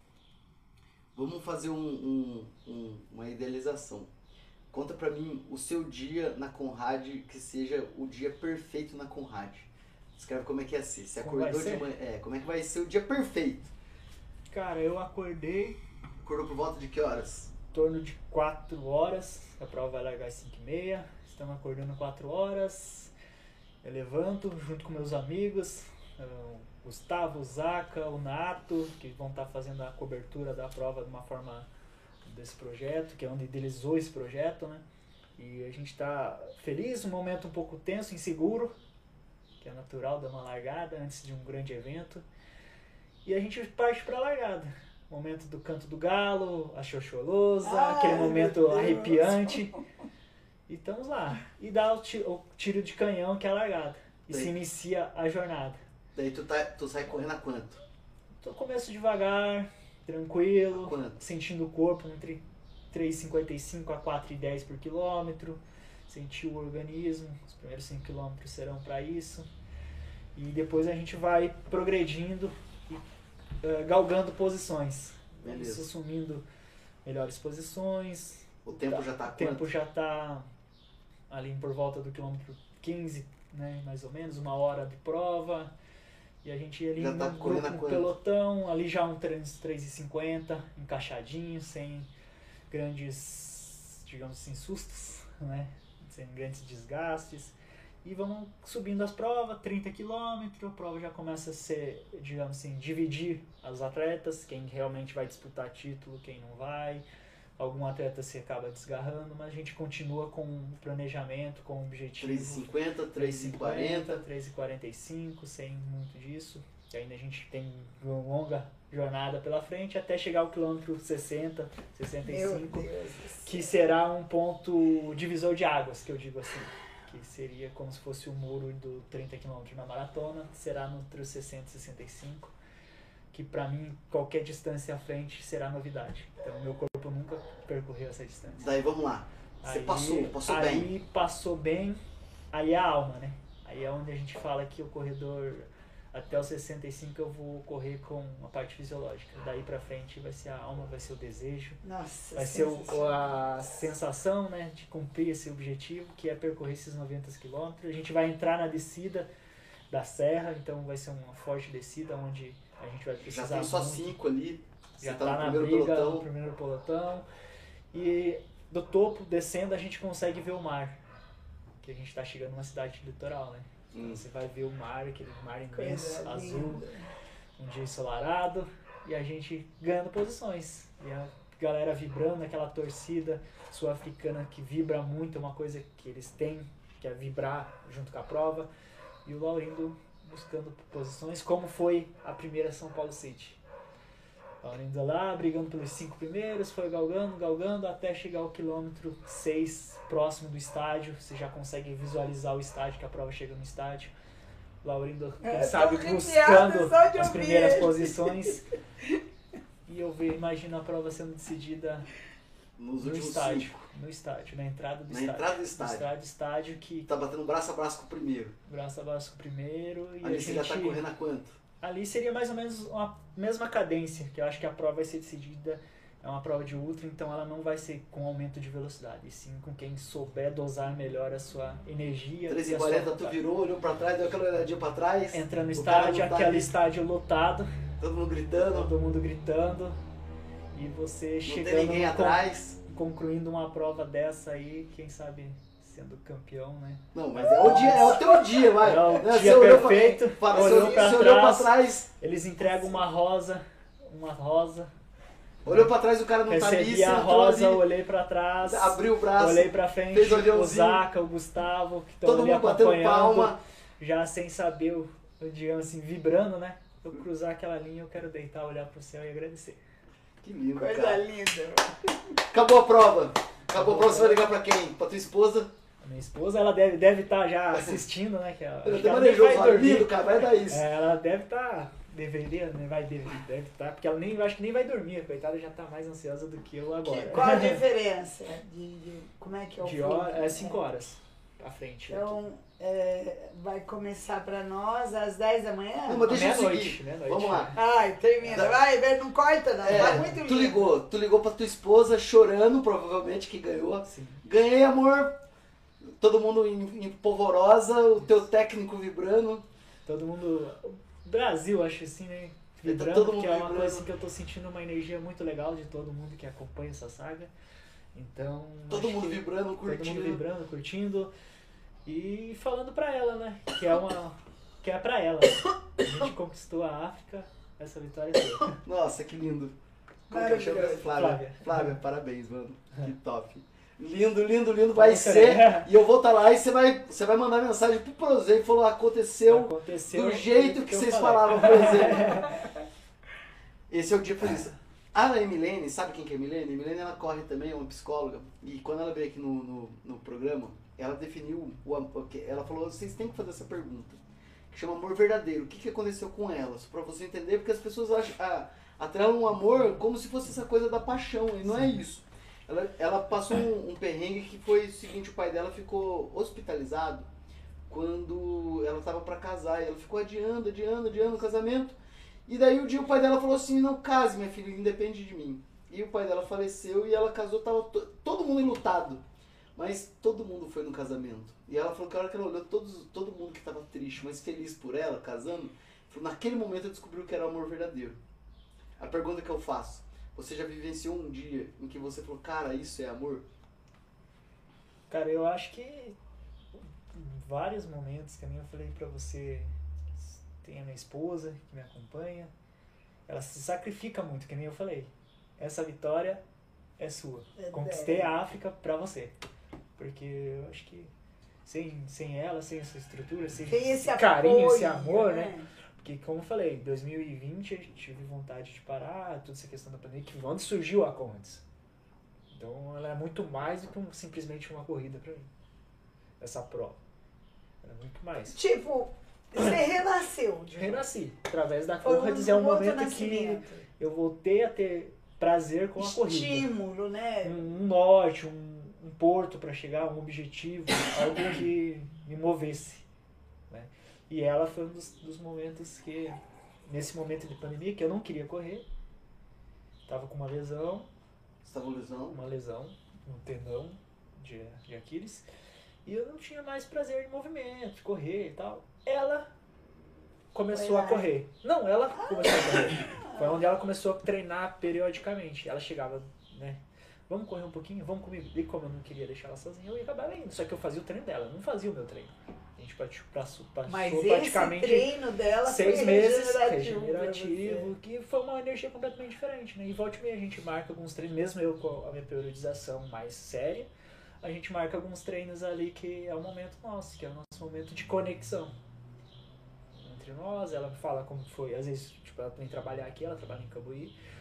[SPEAKER 4] Vamos fazer um, um- um- uma idealização. Conta pra mim o seu dia na Conrad, que seja o dia perfeito na Conrad. Descreve como é que ia ser. Você
[SPEAKER 2] Como vai
[SPEAKER 4] acordou de
[SPEAKER 2] ser?
[SPEAKER 4] manhã. É, como é que vai ser o dia perfeito?
[SPEAKER 2] Cara, eu acordei
[SPEAKER 4] Acordou por volta de que horas?
[SPEAKER 2] em torno de quatro horas, a prova vai largar às cinco e meia, estamos acordando quatro horas, eu levanto junto com meus amigos, o Gustavo, o Zaca, o Nato, que vão estar fazendo a cobertura da prova de uma forma desse projeto, que é onde idealizou esse projeto, né? E a gente está feliz, um momento um pouco tenso, inseguro, que é natural dar uma largada antes de um grande evento. E a gente parte para a largada. Momento do canto do galo, a xoxolosa,
[SPEAKER 3] Ai,
[SPEAKER 2] aquele
[SPEAKER 3] meu
[SPEAKER 2] momento
[SPEAKER 3] Deus.
[SPEAKER 2] arrepiante. E estamos lá. E dá o ti- o tiro de canhão, que é a largada. E
[SPEAKER 4] Bem.
[SPEAKER 2] se inicia a jornada.
[SPEAKER 4] Daí tu, tá, tu sai correndo a quanto?
[SPEAKER 2] Então começo devagar, tranquilo,
[SPEAKER 4] Quanto?
[SPEAKER 2] sentindo o corpo entre três e cinquenta e cinco a quatro e dez por quilômetro. Sentir o organismo, os primeiros cinco quilômetros serão para isso. E depois a gente vai progredindo e uh, galgando posições. Vamos
[SPEAKER 4] Beleza.
[SPEAKER 2] assumindo melhores posições.
[SPEAKER 4] O tempo já tá a
[SPEAKER 2] O tempo
[SPEAKER 4] quanto?
[SPEAKER 2] já está ali por volta do quilômetro quinze, né, mais ou menos, uma hora de prova. E a gente ali
[SPEAKER 4] Já tá
[SPEAKER 2] no
[SPEAKER 4] correndo
[SPEAKER 2] grupo,
[SPEAKER 4] a
[SPEAKER 2] no
[SPEAKER 4] quanto?
[SPEAKER 2] pelotão, ali já um três e cinquenta, encaixadinho, sem grandes, digamos assim, sustos, né? Sem grandes desgastes. E vamos subindo as provas, trinta quilômetros, a prova já começa a ser, digamos assim, dividir os atletas, quem realmente vai disputar título, quem não vai. Algum atleta se acaba desgarrando, mas a gente continua com o planejamento, com o objetivo.
[SPEAKER 4] três e cinquenta, três e quarenta.
[SPEAKER 2] três e quarenta e cinco, sem muito disso. E ainda a gente tem uma longa jornada pela frente até chegar ao quilômetro sessenta, sessenta e
[SPEAKER 3] Meu
[SPEAKER 2] cinco,
[SPEAKER 3] Deus do céu.
[SPEAKER 2] que será um ponto divisor de águas, que eu digo assim. Que seria como se fosse o muro do trinta quilômetros na maratona, será no entre os sessenta e sessenta e cinco. Que pra mim, qualquer distância à frente será novidade. Então, meu corpo nunca percorreu essa distância.
[SPEAKER 4] Daí vamos lá. Você
[SPEAKER 2] Aí-
[SPEAKER 4] passou, passou
[SPEAKER 2] aí
[SPEAKER 4] bem.
[SPEAKER 2] passou bem, aí é a alma, né? Aí é onde a gente fala que o corredor, até os sessenta e cinco eu vou correr com a parte fisiológica. Daí pra frente vai ser a alma, vai ser o desejo,
[SPEAKER 3] Nossa,
[SPEAKER 2] vai ser o,
[SPEAKER 3] sensacional.
[SPEAKER 2] a sensação, né, de cumprir esse objetivo, que é percorrer esses noventa quilômetros. A gente vai entrar na descida da serra, então vai ser uma forte descida, onde a gente vai
[SPEAKER 4] Já
[SPEAKER 2] precisar
[SPEAKER 4] tem só
[SPEAKER 2] muito.
[SPEAKER 4] cinco ali.
[SPEAKER 2] Já
[SPEAKER 4] Você
[SPEAKER 2] tá,
[SPEAKER 4] tá no
[SPEAKER 2] na
[SPEAKER 4] primeiro
[SPEAKER 2] briga,
[SPEAKER 4] pelotão.
[SPEAKER 2] no primeiro pelotão. E do topo, descendo, a gente consegue ver o mar. Que a gente tá chegando numa cidade litoral, né? Então
[SPEAKER 4] Hum.
[SPEAKER 2] você vai ver o mar, aquele mar imenso,
[SPEAKER 3] Coisa
[SPEAKER 2] azul,
[SPEAKER 3] linda.
[SPEAKER 2] um dia ensolarado. E a gente ganhando posições. E a galera vibrando, aquela torcida sul-africana que vibra muito, é uma coisa que eles têm, que é vibrar junto com a prova. E o Laurindo buscando posições, como foi a primeira São Paulo City. Laurindo lá, brigando pelos cinco primeiros, foi galgando, galgando, até chegar ao quilômetro seis, próximo do estádio. Você já consegue visualizar o estádio, que a prova chega no estádio. Laurindo, quem
[SPEAKER 3] Eu
[SPEAKER 2] sabe,
[SPEAKER 3] tô
[SPEAKER 2] buscando
[SPEAKER 3] arrepiada só de
[SPEAKER 2] as
[SPEAKER 3] ouvir
[SPEAKER 2] primeiras
[SPEAKER 3] ele.
[SPEAKER 2] posições. E eu ve- imagino a prova sendo decidida
[SPEAKER 4] Nos
[SPEAKER 2] no
[SPEAKER 4] últimos
[SPEAKER 2] estádio.
[SPEAKER 4] cinco.
[SPEAKER 2] No estádio, na entrada do
[SPEAKER 4] Na
[SPEAKER 2] estádio.
[SPEAKER 4] entrada do
[SPEAKER 2] No
[SPEAKER 4] estádio.
[SPEAKER 2] estádio, estádio que
[SPEAKER 4] Tá batendo braço a braço com o primeiro.
[SPEAKER 2] braço a braço com o primeiro. E
[SPEAKER 4] Ali
[SPEAKER 2] a
[SPEAKER 4] você
[SPEAKER 2] gente...
[SPEAKER 4] já tá correndo a quanto?
[SPEAKER 2] Ali seria mais ou menos a mesma cadência, que eu acho que a prova vai ser decidida, é uma prova de ultra, então ela não vai ser com aumento de velocidade, e sim com quem souber dosar melhor a sua energia.
[SPEAKER 4] treze
[SPEAKER 2] e
[SPEAKER 4] e
[SPEAKER 2] a sua
[SPEAKER 4] quarenta, tu
[SPEAKER 2] vontade.
[SPEAKER 4] virou, olhou pra trás, deu aquela olhadinha pra trás.
[SPEAKER 2] Entra no
[SPEAKER 4] o cara
[SPEAKER 2] estádio,
[SPEAKER 4] não tá
[SPEAKER 2] aquele
[SPEAKER 4] ali,
[SPEAKER 2] estádio lotado,
[SPEAKER 4] todo mundo gritando,
[SPEAKER 2] todo mundo gritando, e você
[SPEAKER 4] não
[SPEAKER 2] chegando,
[SPEAKER 4] tem ninguém
[SPEAKER 2] con-
[SPEAKER 4] atrás.
[SPEAKER 2] concluindo uma prova dessa aí, quem sabe sendo campeão, né?
[SPEAKER 4] Não, mas é o dia, é o teu dia, vai.
[SPEAKER 2] É o
[SPEAKER 4] Né,
[SPEAKER 2] dia
[SPEAKER 4] você olhou pra-
[SPEAKER 2] perfeito,
[SPEAKER 4] para-
[SPEAKER 2] olhou
[SPEAKER 4] você
[SPEAKER 2] pra
[SPEAKER 4] você olhou pra
[SPEAKER 2] trás.
[SPEAKER 4] trás,
[SPEAKER 2] Eles entregam uma rosa, uma rosa,
[SPEAKER 4] olhou pra trás, o cara não tá ali,
[SPEAKER 2] recebi
[SPEAKER 4] você
[SPEAKER 2] a
[SPEAKER 4] entrou
[SPEAKER 2] rosa,
[SPEAKER 4] ali,
[SPEAKER 2] olhei pra trás,
[SPEAKER 4] abriu o braço,
[SPEAKER 2] olhei pra frente,
[SPEAKER 4] fez
[SPEAKER 2] o
[SPEAKER 4] olhãozinho.
[SPEAKER 2] Zaca, o Gustavo, que estão
[SPEAKER 4] todo
[SPEAKER 2] ali
[SPEAKER 4] mundo batendo
[SPEAKER 2] acompanhando,
[SPEAKER 4] palma.
[SPEAKER 2] já sem saber, o- o, digamos assim, vibrando, né? Eu cruzar aquela linha, eu quero deitar, olhar pro céu e agradecer.
[SPEAKER 4] Que lindo,
[SPEAKER 3] Coisa
[SPEAKER 4] cara.
[SPEAKER 3] linda.
[SPEAKER 4] Acabou a prova. Acabou a prova, você vai ligar pra quem? Pra tua esposa?
[SPEAKER 2] A minha esposa, ela deve deve estar já assistindo, né? Que ela,
[SPEAKER 4] Eu
[SPEAKER 2] acho que
[SPEAKER 4] até
[SPEAKER 2] ela nem
[SPEAKER 4] manejou,
[SPEAKER 2] vai
[SPEAKER 4] fala,
[SPEAKER 2] dormir.
[SPEAKER 4] lindo, cara, vai dar isso.
[SPEAKER 2] É, ela deve estar, deveria, né? Vai, deve estar, porque ela nem, eu acho que nem vai dormir, coitada, já tá mais ansiosa do que eu agora.
[SPEAKER 3] Que- qual a diferença? De, de- como é que é o
[SPEAKER 2] De
[SPEAKER 3] fluxo?
[SPEAKER 2] hora, é cinco horas pra frente.
[SPEAKER 3] Então, é, vai começar pra nós às dez da manhã?
[SPEAKER 4] Não, mas deixa eu
[SPEAKER 2] Meia-noite,
[SPEAKER 4] seguir.
[SPEAKER 2] meia-noite.
[SPEAKER 4] Vamos lá.
[SPEAKER 3] Ai, termina. Vai, vai, não corta não. Vai
[SPEAKER 4] É,
[SPEAKER 3] muito
[SPEAKER 4] tu
[SPEAKER 3] lindo.
[SPEAKER 4] ligou, tu ligou pra tua esposa chorando, provavelmente, que ganhou.
[SPEAKER 2] Sim.
[SPEAKER 4] Ganhei, amor. Todo mundo em, em polvorosa, o teu técnico vibrando.
[SPEAKER 2] Todo mundo. O Brasil, acho assim, né? Vibrando,
[SPEAKER 4] todo mundo
[SPEAKER 2] porque é uma
[SPEAKER 4] vibrando.
[SPEAKER 2] coisa assim que eu tô sentindo uma energia muito legal de todo mundo que acompanha essa saga. Então.
[SPEAKER 4] Todo
[SPEAKER 2] acho
[SPEAKER 4] mundo
[SPEAKER 2] que
[SPEAKER 4] vibrando,
[SPEAKER 2] Todo
[SPEAKER 4] curtindo.
[SPEAKER 2] mundo vibrando, curtindo. E falando pra ela, né? Que é uma. Que é pra ela. A gente conquistou a África, essa vitória é dele.
[SPEAKER 4] Nossa, que lindo. Como que chama?
[SPEAKER 3] Maravilhoso.
[SPEAKER 4] Flávia.
[SPEAKER 2] Flávia.
[SPEAKER 4] Flávia, parabéns, mano. Que top. Lindo, lindo, lindo. Vai
[SPEAKER 2] Nossa,
[SPEAKER 4] ser.
[SPEAKER 2] é.
[SPEAKER 4] E eu vou estar lá e você vai, você vai mandar mensagem pro Prozê e falou: aconteceu
[SPEAKER 2] Aconteceu
[SPEAKER 4] do jeito
[SPEAKER 2] tudo
[SPEAKER 4] que
[SPEAKER 2] eu
[SPEAKER 4] vocês
[SPEAKER 2] falei.
[SPEAKER 4] falaram, Prozê. Esse é o dia por isso. A Emilene, sabe quem que é a Emilene? A Emilene, ela corre também, é uma psicóloga. E quando ela veio aqui no, no, no programa, ela definiu, o, am- ela falou, vocês têm que fazer essa pergunta, que chama amor verdadeiro. O que, que aconteceu com ela? Só pra você entender, porque as pessoas acham, ah, atrelam um amor como se fosse essa coisa da paixão, e não é isso. Ela, ela passou um, um perrengue que foi o seguinte, o pai dela ficou hospitalizado quando ela estava para casar, e ela ficou adiando, adiando, adiando o casamento. E daí um dia o pai dela falou assim, não case, minha filha, independe de mim. E o pai dela faleceu e ela casou, tava to- todo mundo enlutado. Mas todo mundo foi no casamento. E ela falou que a hora que ela olhou todos, todo mundo que estava triste, mas feliz por ela, casando, falou, naquele momento eu descobri o que era o amor verdadeiro. A pergunta que eu faço, você já vivenciou um dia em que você falou, cara, isso é amor?
[SPEAKER 2] Cara, eu acho que em vários momentos, que nem eu falei pra você, tem a minha esposa que me acompanha, ela se sacrifica muito, que nem eu falei. Essa vitória é sua.
[SPEAKER 3] É
[SPEAKER 2] Conquistei
[SPEAKER 3] dela.
[SPEAKER 2] a África pra você. Porque eu acho que sem, sem ela, sem essa estrutura, sem
[SPEAKER 3] Tem esse
[SPEAKER 2] carinho,
[SPEAKER 3] apoio,
[SPEAKER 2] esse amor, né? Porque, como eu falei, em dois mil e vinte eu tive vontade de parar, toda essa questão da pandemia, que onde surgiu a Conrads. Então, ela é muito mais do que um, simplesmente uma corrida pra mim. Essa prova. Ela é muito mais.
[SPEAKER 3] Tipo, você renasceu.
[SPEAKER 2] Eu renasci. Através da
[SPEAKER 3] Foi
[SPEAKER 2] Conrads é um
[SPEAKER 3] outro
[SPEAKER 2] momento que
[SPEAKER 3] nascimento.
[SPEAKER 2] eu voltei a ter prazer com a corrida.
[SPEAKER 3] Estímulo, né?
[SPEAKER 2] Um, um norte, um, um porto para chegar, um objetivo, algo que me movesse. Né? E ela foi um dos, dos momentos que, nesse momento de pandemia, que eu não queria correr, estava com uma lesão,
[SPEAKER 4] Você tava lesão?
[SPEAKER 2] uma lesão, um tendão de, de Aquiles, e eu não tinha mais prazer em movimento, de correr e tal. Ela começou
[SPEAKER 3] Foi
[SPEAKER 2] a
[SPEAKER 3] lá.
[SPEAKER 2] correr. Não, ela começou a correr. Foi onde ela começou a treinar periodicamente. Ela chegava, né? Vamos correr um pouquinho? Vamos comigo. E como eu não queria deixar ela sozinha, eu ia acabar indo. Só que eu fazia o treino dela, eu não fazia o meu treino. A gente passou, passou
[SPEAKER 3] Mas esse
[SPEAKER 2] praticamente
[SPEAKER 3] treino dela
[SPEAKER 2] seis
[SPEAKER 3] foi
[SPEAKER 2] meses
[SPEAKER 3] regenerativo,
[SPEAKER 2] regenerativo, que foi uma energia completamente diferente, né? E volta e meia a gente marca alguns treinos, mesmo eu com a minha periodização mais séria, a gente marca alguns treinos ali que é o momento nosso, que é o nosso momento de conexão entre nós. Ela me fala como foi, às vezes, tipo, ela vem trabalhar aqui, ela trabalha em Cambuí,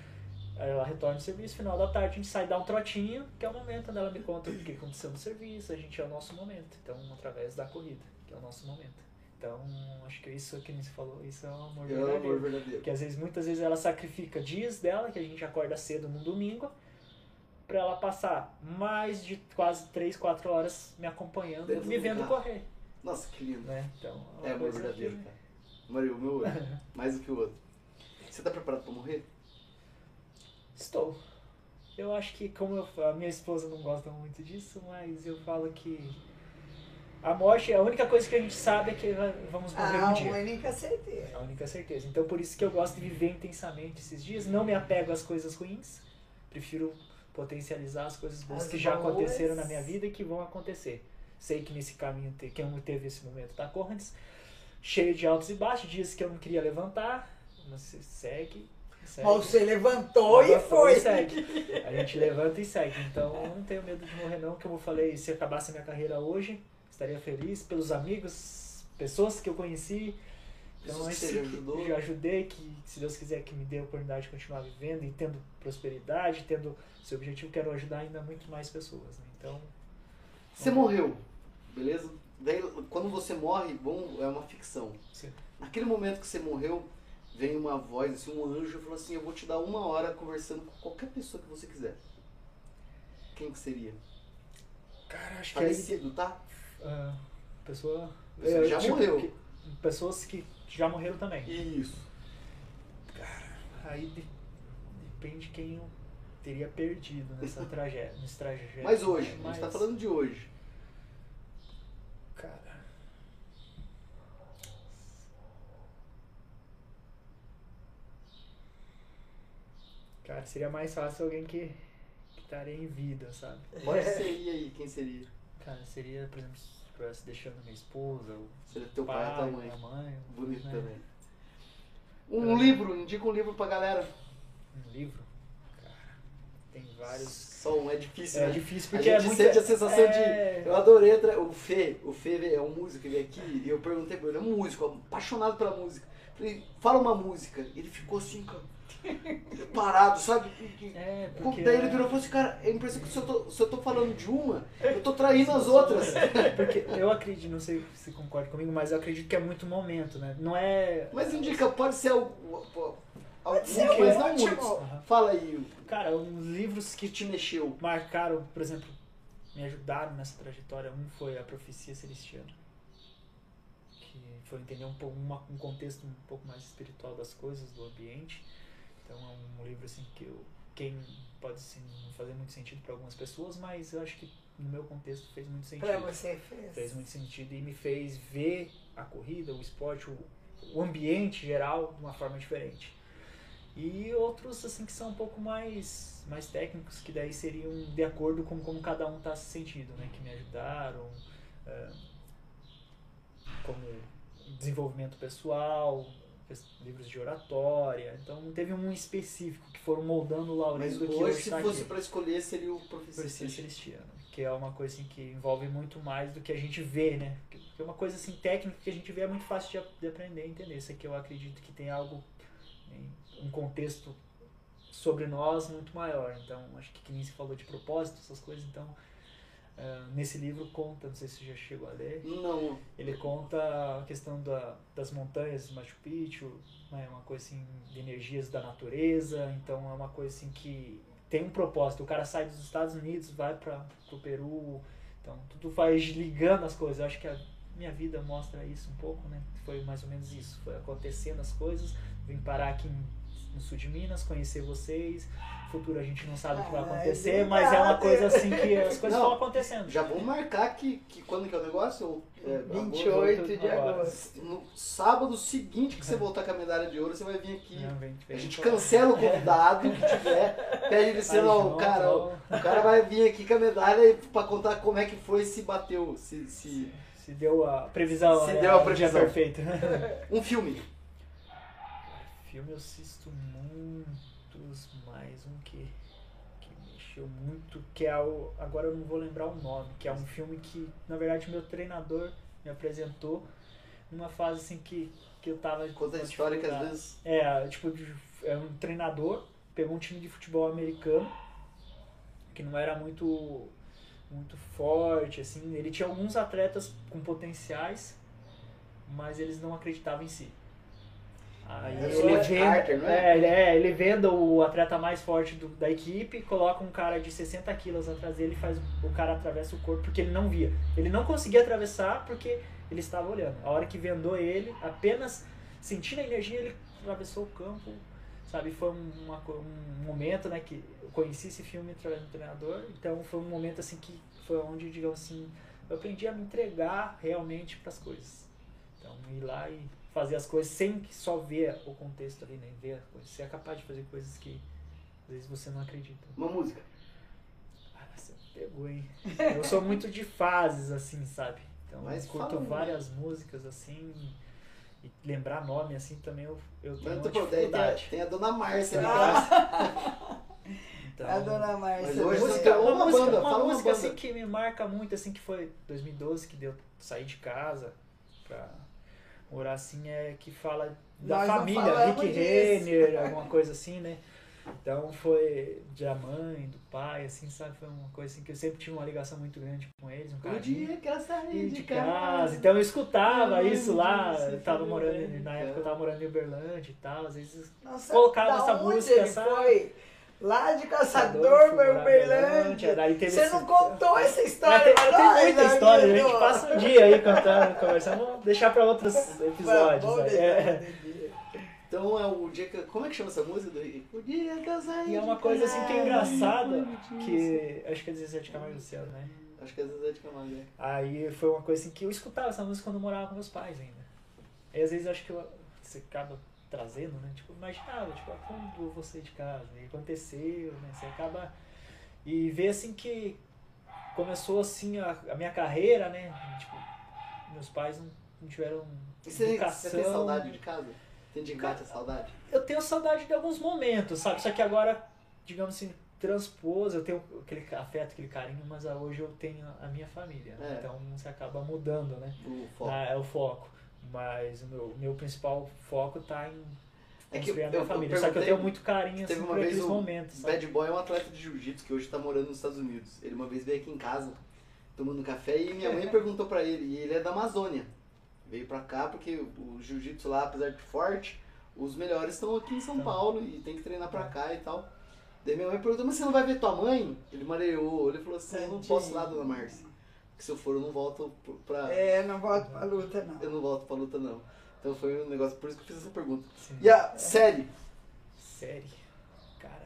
[SPEAKER 2] Aí ela retorna do serviço, final da tarde a gente sai dar um trotinho, que é o momento onde ela me conta o que aconteceu no serviço, a gente é o nosso momento. Então, através da corrida, que é o nosso momento. Então, acho que isso que você falou, isso é um amor
[SPEAKER 4] É o
[SPEAKER 2] verdadeiro.
[SPEAKER 4] amor verdadeiro.
[SPEAKER 2] Porque às vezes, muitas vezes ela sacrifica dias dela, que a gente acorda cedo num domingo, pra ela passar mais de quase três, quatro horas me acompanhando,
[SPEAKER 4] Dentro
[SPEAKER 2] me
[SPEAKER 4] do
[SPEAKER 2] vendo
[SPEAKER 4] carro.
[SPEAKER 2] correr.
[SPEAKER 4] Nossa, que lindo.
[SPEAKER 2] Né? Então, uma
[SPEAKER 4] É amor
[SPEAKER 2] coisa
[SPEAKER 4] verdadeiro,
[SPEAKER 2] que-
[SPEAKER 4] cara. Mario, o meu é mais do que o outro. Você tá preparado pra morrer?
[SPEAKER 2] Estou. Eu acho que, como eu, a minha esposa não gosta muito disso, mas eu falo que a morte, a única coisa que a gente sabe é que vai- vamos morrer
[SPEAKER 3] Ah,
[SPEAKER 2] um
[SPEAKER 3] uma
[SPEAKER 2] dia.
[SPEAKER 3] única certeza.
[SPEAKER 2] A única certeza. Então, por isso que eu gosto de viver intensamente esses dias. Não me apego às coisas ruins. Prefiro potencializar as coisas boas
[SPEAKER 3] As
[SPEAKER 2] que já
[SPEAKER 3] boas.
[SPEAKER 2] aconteceram na minha vida e que vão acontecer. Sei que nesse caminho, te- quem não teve esse momento tá correntes, cheio de altos e baixos, dias que eu não queria levantar, mas você segue, segue.
[SPEAKER 3] Mas você levantou e
[SPEAKER 2] Levantou
[SPEAKER 3] foi.
[SPEAKER 2] e segue. A gente levanta e segue. Então eu não tenho medo de morrer não, como eu falei, se acabasse a minha carreira hoje, estaria feliz pelos amigos, pessoas que eu conheci. Então
[SPEAKER 4] Pessoas que
[SPEAKER 2] esse
[SPEAKER 4] você já ajudou.
[SPEAKER 2] já ajudei, que se Deus quiser que me dê a oportunidade de continuar vivendo e tendo prosperidade, tendo esse objetivo, quero ajudar ainda muito mais pessoas. Né? Então,
[SPEAKER 4] Você morreu, beleza? Daí, quando você morre, bom, é uma ficção.
[SPEAKER 2] sim.
[SPEAKER 4] Naquele momento que você morreu, vem uma voz, assim, um anjo e falou assim, eu vou te dar uma hora conversando com qualquer pessoa que você quiser. Quem que seria?
[SPEAKER 2] Cara, acho que aí,
[SPEAKER 4] Falecido, tá?
[SPEAKER 2] ah, pessoa,
[SPEAKER 4] Você
[SPEAKER 2] é,
[SPEAKER 4] já
[SPEAKER 2] tipo,
[SPEAKER 4] morreu.
[SPEAKER 2] que- pessoas que já morreram também.
[SPEAKER 4] Isso.
[SPEAKER 2] Aí de- depende quem eu teria perdido nessa tragédia, nesse trajeto.
[SPEAKER 4] Mas hoje, a
[SPEAKER 2] Mas,
[SPEAKER 4] gente tá falando de hoje.
[SPEAKER 2] Cara, cara, seria mais fácil alguém que, que estaria em vida, sabe?
[SPEAKER 4] Pode ser aí, quem seria?
[SPEAKER 2] Cara, seria, por exemplo, se eu estivesse deixando minha esposa, o
[SPEAKER 4] Seria teu pai,
[SPEAKER 2] pai,
[SPEAKER 4] e tua mãe.
[SPEAKER 2] minha mãe.
[SPEAKER 4] Bonito
[SPEAKER 2] né?
[SPEAKER 4] também. Um
[SPEAKER 2] É.
[SPEAKER 4] livro, indica um livro pra galera.
[SPEAKER 2] Um livro, cara, tem vários.
[SPEAKER 4] Só um, é difícil,
[SPEAKER 2] É
[SPEAKER 4] né?
[SPEAKER 2] difícil
[SPEAKER 4] A
[SPEAKER 2] porque
[SPEAKER 4] gente
[SPEAKER 2] é muito.
[SPEAKER 4] sente a sensação
[SPEAKER 2] é...
[SPEAKER 4] de... Eu adorei a tra- o Fê, o Fê é um músico, ele veio aqui, e eu perguntei pra ele, é um músico, apaixonado pela música. Falei, fala uma música. Ele ficou assim, cara, parado, sabe?
[SPEAKER 2] É, porque.
[SPEAKER 4] Daí ele virou e falou assim, cara, é a impressão que se eu, tô, se eu tô falando de uma, eu tô traindo as outras.
[SPEAKER 2] Porque eu acredito, não sei se você concorda comigo, mas eu acredito que é muito momento, né? Não é.
[SPEAKER 4] Mas indica, pode ser algo... Pode
[SPEAKER 3] ser
[SPEAKER 4] mas
[SPEAKER 3] um
[SPEAKER 4] não
[SPEAKER 3] ótimo.
[SPEAKER 4] muitos.
[SPEAKER 2] Aham.
[SPEAKER 4] Fala aí,
[SPEAKER 2] Cara, uns livros
[SPEAKER 4] o
[SPEAKER 2] que
[SPEAKER 4] que te mexeu.
[SPEAKER 2] marcaram, por exemplo, me ajudaram nessa trajetória. Um foi A Profecia Celestiana, que foi entender um, pouco, uma, um contexto um pouco mais espiritual das coisas, do ambiente. Então é um livro assim que eu, quem pode assim, não fazer muito sentido para algumas pessoas, mas eu acho que no meu contexto fez muito sentido.
[SPEAKER 3] Pra você fez.
[SPEAKER 2] Fez muito sentido e me fez ver a corrida, o esporte, o, o ambiente geral de uma forma diferente. E outros assim que são um pouco mais, mais técnicos, que daí seriam de acordo com como cada um está se sentindo, né? Que me ajudaram, é, como desenvolvimento pessoal, livros de oratória. Então não teve um específico que foram moldando o
[SPEAKER 4] Mas
[SPEAKER 2] Laurindo que
[SPEAKER 4] hoje,
[SPEAKER 2] hoje
[SPEAKER 4] se
[SPEAKER 2] tá
[SPEAKER 4] fosse
[SPEAKER 2] aqui.
[SPEAKER 4] pra escolher, seria o Profecia
[SPEAKER 2] Profecia
[SPEAKER 4] Celestiana.
[SPEAKER 2] Celestiana, que é uma coisa assim, que envolve muito mais do que a gente vê, né? Porque é uma coisa assim técnica que a gente vê é muito fácil de, de aprender e entender. Isso aqui eu acredito que tem algo, um contexto sobre nós muito maior. Então, acho que que nem se falou de propósito, essas coisas, então uh, nesse livro conta, não sei se você já chegou a ler,
[SPEAKER 4] Não.
[SPEAKER 2] ele conta a questão da, das montanhas de Machu Picchu, né, uma coisa assim de energias da natureza, então é uma coisa assim que tem um propósito. O cara sai dos Estados Unidos, vai para o Peru, então tudo vai ligando as coisas. Eu acho que a minha vida mostra isso um pouco, né? Foi mais ou menos isso, foi acontecendo as coisas, vim parar aqui em no sul de Minas, conhecer vocês. No futuro a gente não sabe o que vai
[SPEAKER 3] Ai,
[SPEAKER 2] acontecer, mas é uma
[SPEAKER 3] obrigada.
[SPEAKER 2] coisa assim que as coisas
[SPEAKER 4] Não,
[SPEAKER 2] vão acontecendo.
[SPEAKER 4] Já vamos marcar que, que quando que é o negócio? É,
[SPEAKER 3] vinte e oito de
[SPEAKER 2] agora.
[SPEAKER 3] agosto.
[SPEAKER 4] No sábado seguinte que você voltar com a medalha de ouro, você vai vir aqui.
[SPEAKER 2] Não, vem- vem
[SPEAKER 4] A gente
[SPEAKER 2] falar.
[SPEAKER 4] cancela o convidado que tiver, pede licença,
[SPEAKER 2] Vai
[SPEAKER 4] ó, o
[SPEAKER 2] junto,
[SPEAKER 4] cara, ó,
[SPEAKER 2] ó.
[SPEAKER 4] o cara vai vir aqui com a medalha pra contar como é que foi, se bateu, se, se...
[SPEAKER 2] Se deu a previsão,
[SPEAKER 4] Se
[SPEAKER 2] né?
[SPEAKER 4] deu a
[SPEAKER 2] O dia
[SPEAKER 4] previsão.
[SPEAKER 2] perfeito.
[SPEAKER 4] Um filme.
[SPEAKER 2] Filme eu assisto muitos, mais um que, que mexeu muito, que é o, agora eu não vou lembrar o nome, que é um filme que, na verdade, meu treinador me apresentou numa fase assim que, que eu tava...
[SPEAKER 4] Conta a história que às vezes...
[SPEAKER 2] É, tipo, de- é um treinador pegou um time de futebol americano, que não era muito, muito forte, assim. Ele tinha alguns atletas com potenciais, mas eles não acreditavam em si. Aí
[SPEAKER 4] É,
[SPEAKER 2] ele,
[SPEAKER 4] Jeff
[SPEAKER 2] venda,
[SPEAKER 4] Carter, não é?
[SPEAKER 2] é, ele, é, ele venda o atleta mais forte do, da equipe, coloca um cara de sessenta quilos atrás dele e faz o cara atravessa o corpo porque ele não via. Ele não conseguia atravessar porque ele estava olhando. A hora que vendou ele, apenas sentindo a energia, ele atravessou o campo, sabe? Foi um, uma, um momento, né, que eu conheci esse filme através do treinador, então foi um momento assim que foi onde, digamos assim, eu aprendi a me entregar realmente para as coisas. Então, ir lá e fazer as coisas sem só ver o contexto ali, né? Ver as coisas. Você é capaz de fazer coisas que às vezes você não acredita.
[SPEAKER 4] Uma música.
[SPEAKER 2] Ah, você pegou, hein? Eu sou muito de fases, assim, sabe? Então
[SPEAKER 4] Mas
[SPEAKER 2] eu curto
[SPEAKER 4] fala,
[SPEAKER 2] várias músicas, assim, e lembrar nome, assim, também eu, eu tenho
[SPEAKER 4] Mas
[SPEAKER 2] uma
[SPEAKER 4] tu pô, daí tem, a,
[SPEAKER 2] dificuldade.
[SPEAKER 4] tem a Dona Márcia ali
[SPEAKER 3] Ah.
[SPEAKER 4] atrás.
[SPEAKER 2] Então,
[SPEAKER 3] A dona
[SPEAKER 4] Mas
[SPEAKER 3] Márcia.
[SPEAKER 4] hoje
[SPEAKER 2] música,
[SPEAKER 4] você tem
[SPEAKER 2] uma,
[SPEAKER 4] uma
[SPEAKER 2] música,
[SPEAKER 4] banda,
[SPEAKER 2] uma
[SPEAKER 4] fala uma
[SPEAKER 2] música
[SPEAKER 4] banda.
[SPEAKER 2] assim que me marca muito, assim, que foi dois mil e doze, que deu sair de casa pra morar assim, é que fala da
[SPEAKER 3] Nós não
[SPEAKER 2] família,
[SPEAKER 3] falamos
[SPEAKER 2] Rick
[SPEAKER 3] disso.
[SPEAKER 2] Renner, alguma coisa assim, né? Então foi da mãe, do pai, assim, sabe? Foi uma coisa assim que eu sempre tive uma ligação muito grande com eles, um
[SPEAKER 4] O
[SPEAKER 2] carinho.
[SPEAKER 4] dia que eu saí
[SPEAKER 2] De
[SPEAKER 4] de
[SPEAKER 2] casa.
[SPEAKER 4] casa.
[SPEAKER 2] Então eu escutava
[SPEAKER 4] Eu
[SPEAKER 2] isso
[SPEAKER 4] lembro
[SPEAKER 2] lá,
[SPEAKER 4] disso,
[SPEAKER 2] eu tava
[SPEAKER 4] filho,
[SPEAKER 2] morando,
[SPEAKER 4] né?
[SPEAKER 2] na época eu tava morando em Uberlândia e tal, às vezes
[SPEAKER 3] Nossa,
[SPEAKER 2] colocava
[SPEAKER 3] da
[SPEAKER 2] essa
[SPEAKER 3] onde
[SPEAKER 2] música,
[SPEAKER 3] ele
[SPEAKER 2] sabe?
[SPEAKER 3] foi? Lá de Caçador
[SPEAKER 2] fui
[SPEAKER 3] pra
[SPEAKER 2] morar em
[SPEAKER 3] Uberlândia.
[SPEAKER 2] daí teve
[SPEAKER 3] Você
[SPEAKER 2] esse-
[SPEAKER 3] não contou essa história.
[SPEAKER 2] Mas tem,
[SPEAKER 3] pra
[SPEAKER 2] tem
[SPEAKER 3] nós,
[SPEAKER 2] muita história, a gente
[SPEAKER 3] amigo.
[SPEAKER 2] passa um dia aí cantando, conversando, vamos deixar pra outros episódios.
[SPEAKER 3] Vamos
[SPEAKER 2] aí.
[SPEAKER 3] deixar
[SPEAKER 2] É.
[SPEAKER 3] outro dia.
[SPEAKER 4] Então é o dia que... Como é que chama essa música? Do... O dia que eu saí
[SPEAKER 2] E é uma
[SPEAKER 4] de
[SPEAKER 2] coisa assim que é
[SPEAKER 4] casa.
[SPEAKER 2] engraçada, que acho que é Zezé de Camargo e Luciano, né?
[SPEAKER 4] Acho que é Zezé de Camargo, né?
[SPEAKER 2] Aí foi uma coisa assim que eu escutava essa música quando eu morava com meus pais ainda. E às vezes eu acho que eu, você acaba trazendo, né? Tipo, imaginava, tipo, ah, quando eu vou sair de casa? E aconteceu, né? Você acaba... E ver assim que começou assim a, a minha carreira, né? Tipo, meus pais não, não tiveram
[SPEAKER 4] E você,
[SPEAKER 2] educação.
[SPEAKER 4] você tem saudade de casa? Tem de bate a saudade?
[SPEAKER 2] Eu tenho saudade de alguns momentos, sabe? Só que agora, digamos assim, transpôs, eu tenho aquele afeto, aquele carinho, mas hoje eu tenho a minha família.
[SPEAKER 4] É.
[SPEAKER 2] Então você acaba mudando, né?
[SPEAKER 4] O foco.
[SPEAKER 2] Ah, é o foco. Mas o meu, meu principal foco tá em
[SPEAKER 4] É que
[SPEAKER 2] construir a
[SPEAKER 4] eu-
[SPEAKER 2] minha
[SPEAKER 4] eu
[SPEAKER 2] família. Só que eu
[SPEAKER 4] perguntei-
[SPEAKER 2] tenho muito carinho
[SPEAKER 4] Teve
[SPEAKER 2] assim,
[SPEAKER 4] uma
[SPEAKER 2] por
[SPEAKER 4] vez
[SPEAKER 2] aqueles
[SPEAKER 4] um
[SPEAKER 2] momentos, sabe?
[SPEAKER 4] Bad Boy é um atleta de jiu-jitsu que hoje tá morando nos Estados Unidos. Ele uma vez veio aqui em casa, tomando café, e minha mãe perguntou pra ele, e ele é da Amazônia. Veio pra cá porque o jiu-jitsu lá, apesar de forte, os melhores estão aqui em São
[SPEAKER 2] Então.
[SPEAKER 4] Paulo e tem que treinar pra cá e tal. Daí minha mãe perguntou, mas você não vai ver tua mãe? Ele mareou, ele falou assim, eu não posso ir lá, dona Márcia. Porque se eu for eu não volto pra...
[SPEAKER 3] É, não volto pra luta, não.
[SPEAKER 4] Eu não volto pra luta não. Então foi um negócio, por isso que eu fiz essa pergunta.
[SPEAKER 2] Sim.
[SPEAKER 4] E a série?
[SPEAKER 2] Série. Cara.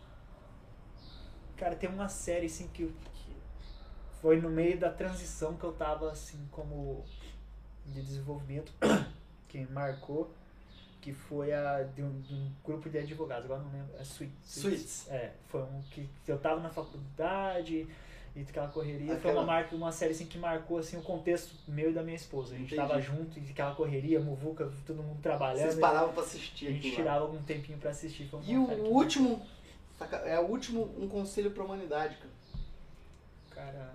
[SPEAKER 2] Cara, tem uma série assim que, que foi no meio da transição que eu tava assim como de desenvolvimento que marcou, que foi a de um, de um grupo de advogados, agora não lembro, é Suits.
[SPEAKER 4] Suits.
[SPEAKER 2] É, foi um que eu tava na faculdade e aquela correria, foi
[SPEAKER 4] Aquela-
[SPEAKER 2] uma marca, uma série assim que marcou assim o contexto meu e da minha esposa. A gente
[SPEAKER 4] Entendi.
[SPEAKER 2] tava junto e aquela correria, muvuca, todo mundo trabalhando.
[SPEAKER 4] Vocês paravam pra assistir
[SPEAKER 2] A gente
[SPEAKER 4] aquilo lá.
[SPEAKER 2] tirava algum tempinho pra assistir. Foi uma
[SPEAKER 4] E o
[SPEAKER 2] série que
[SPEAKER 4] último, saca- é o último, um conselho pra humanidade, cara.
[SPEAKER 2] Cara,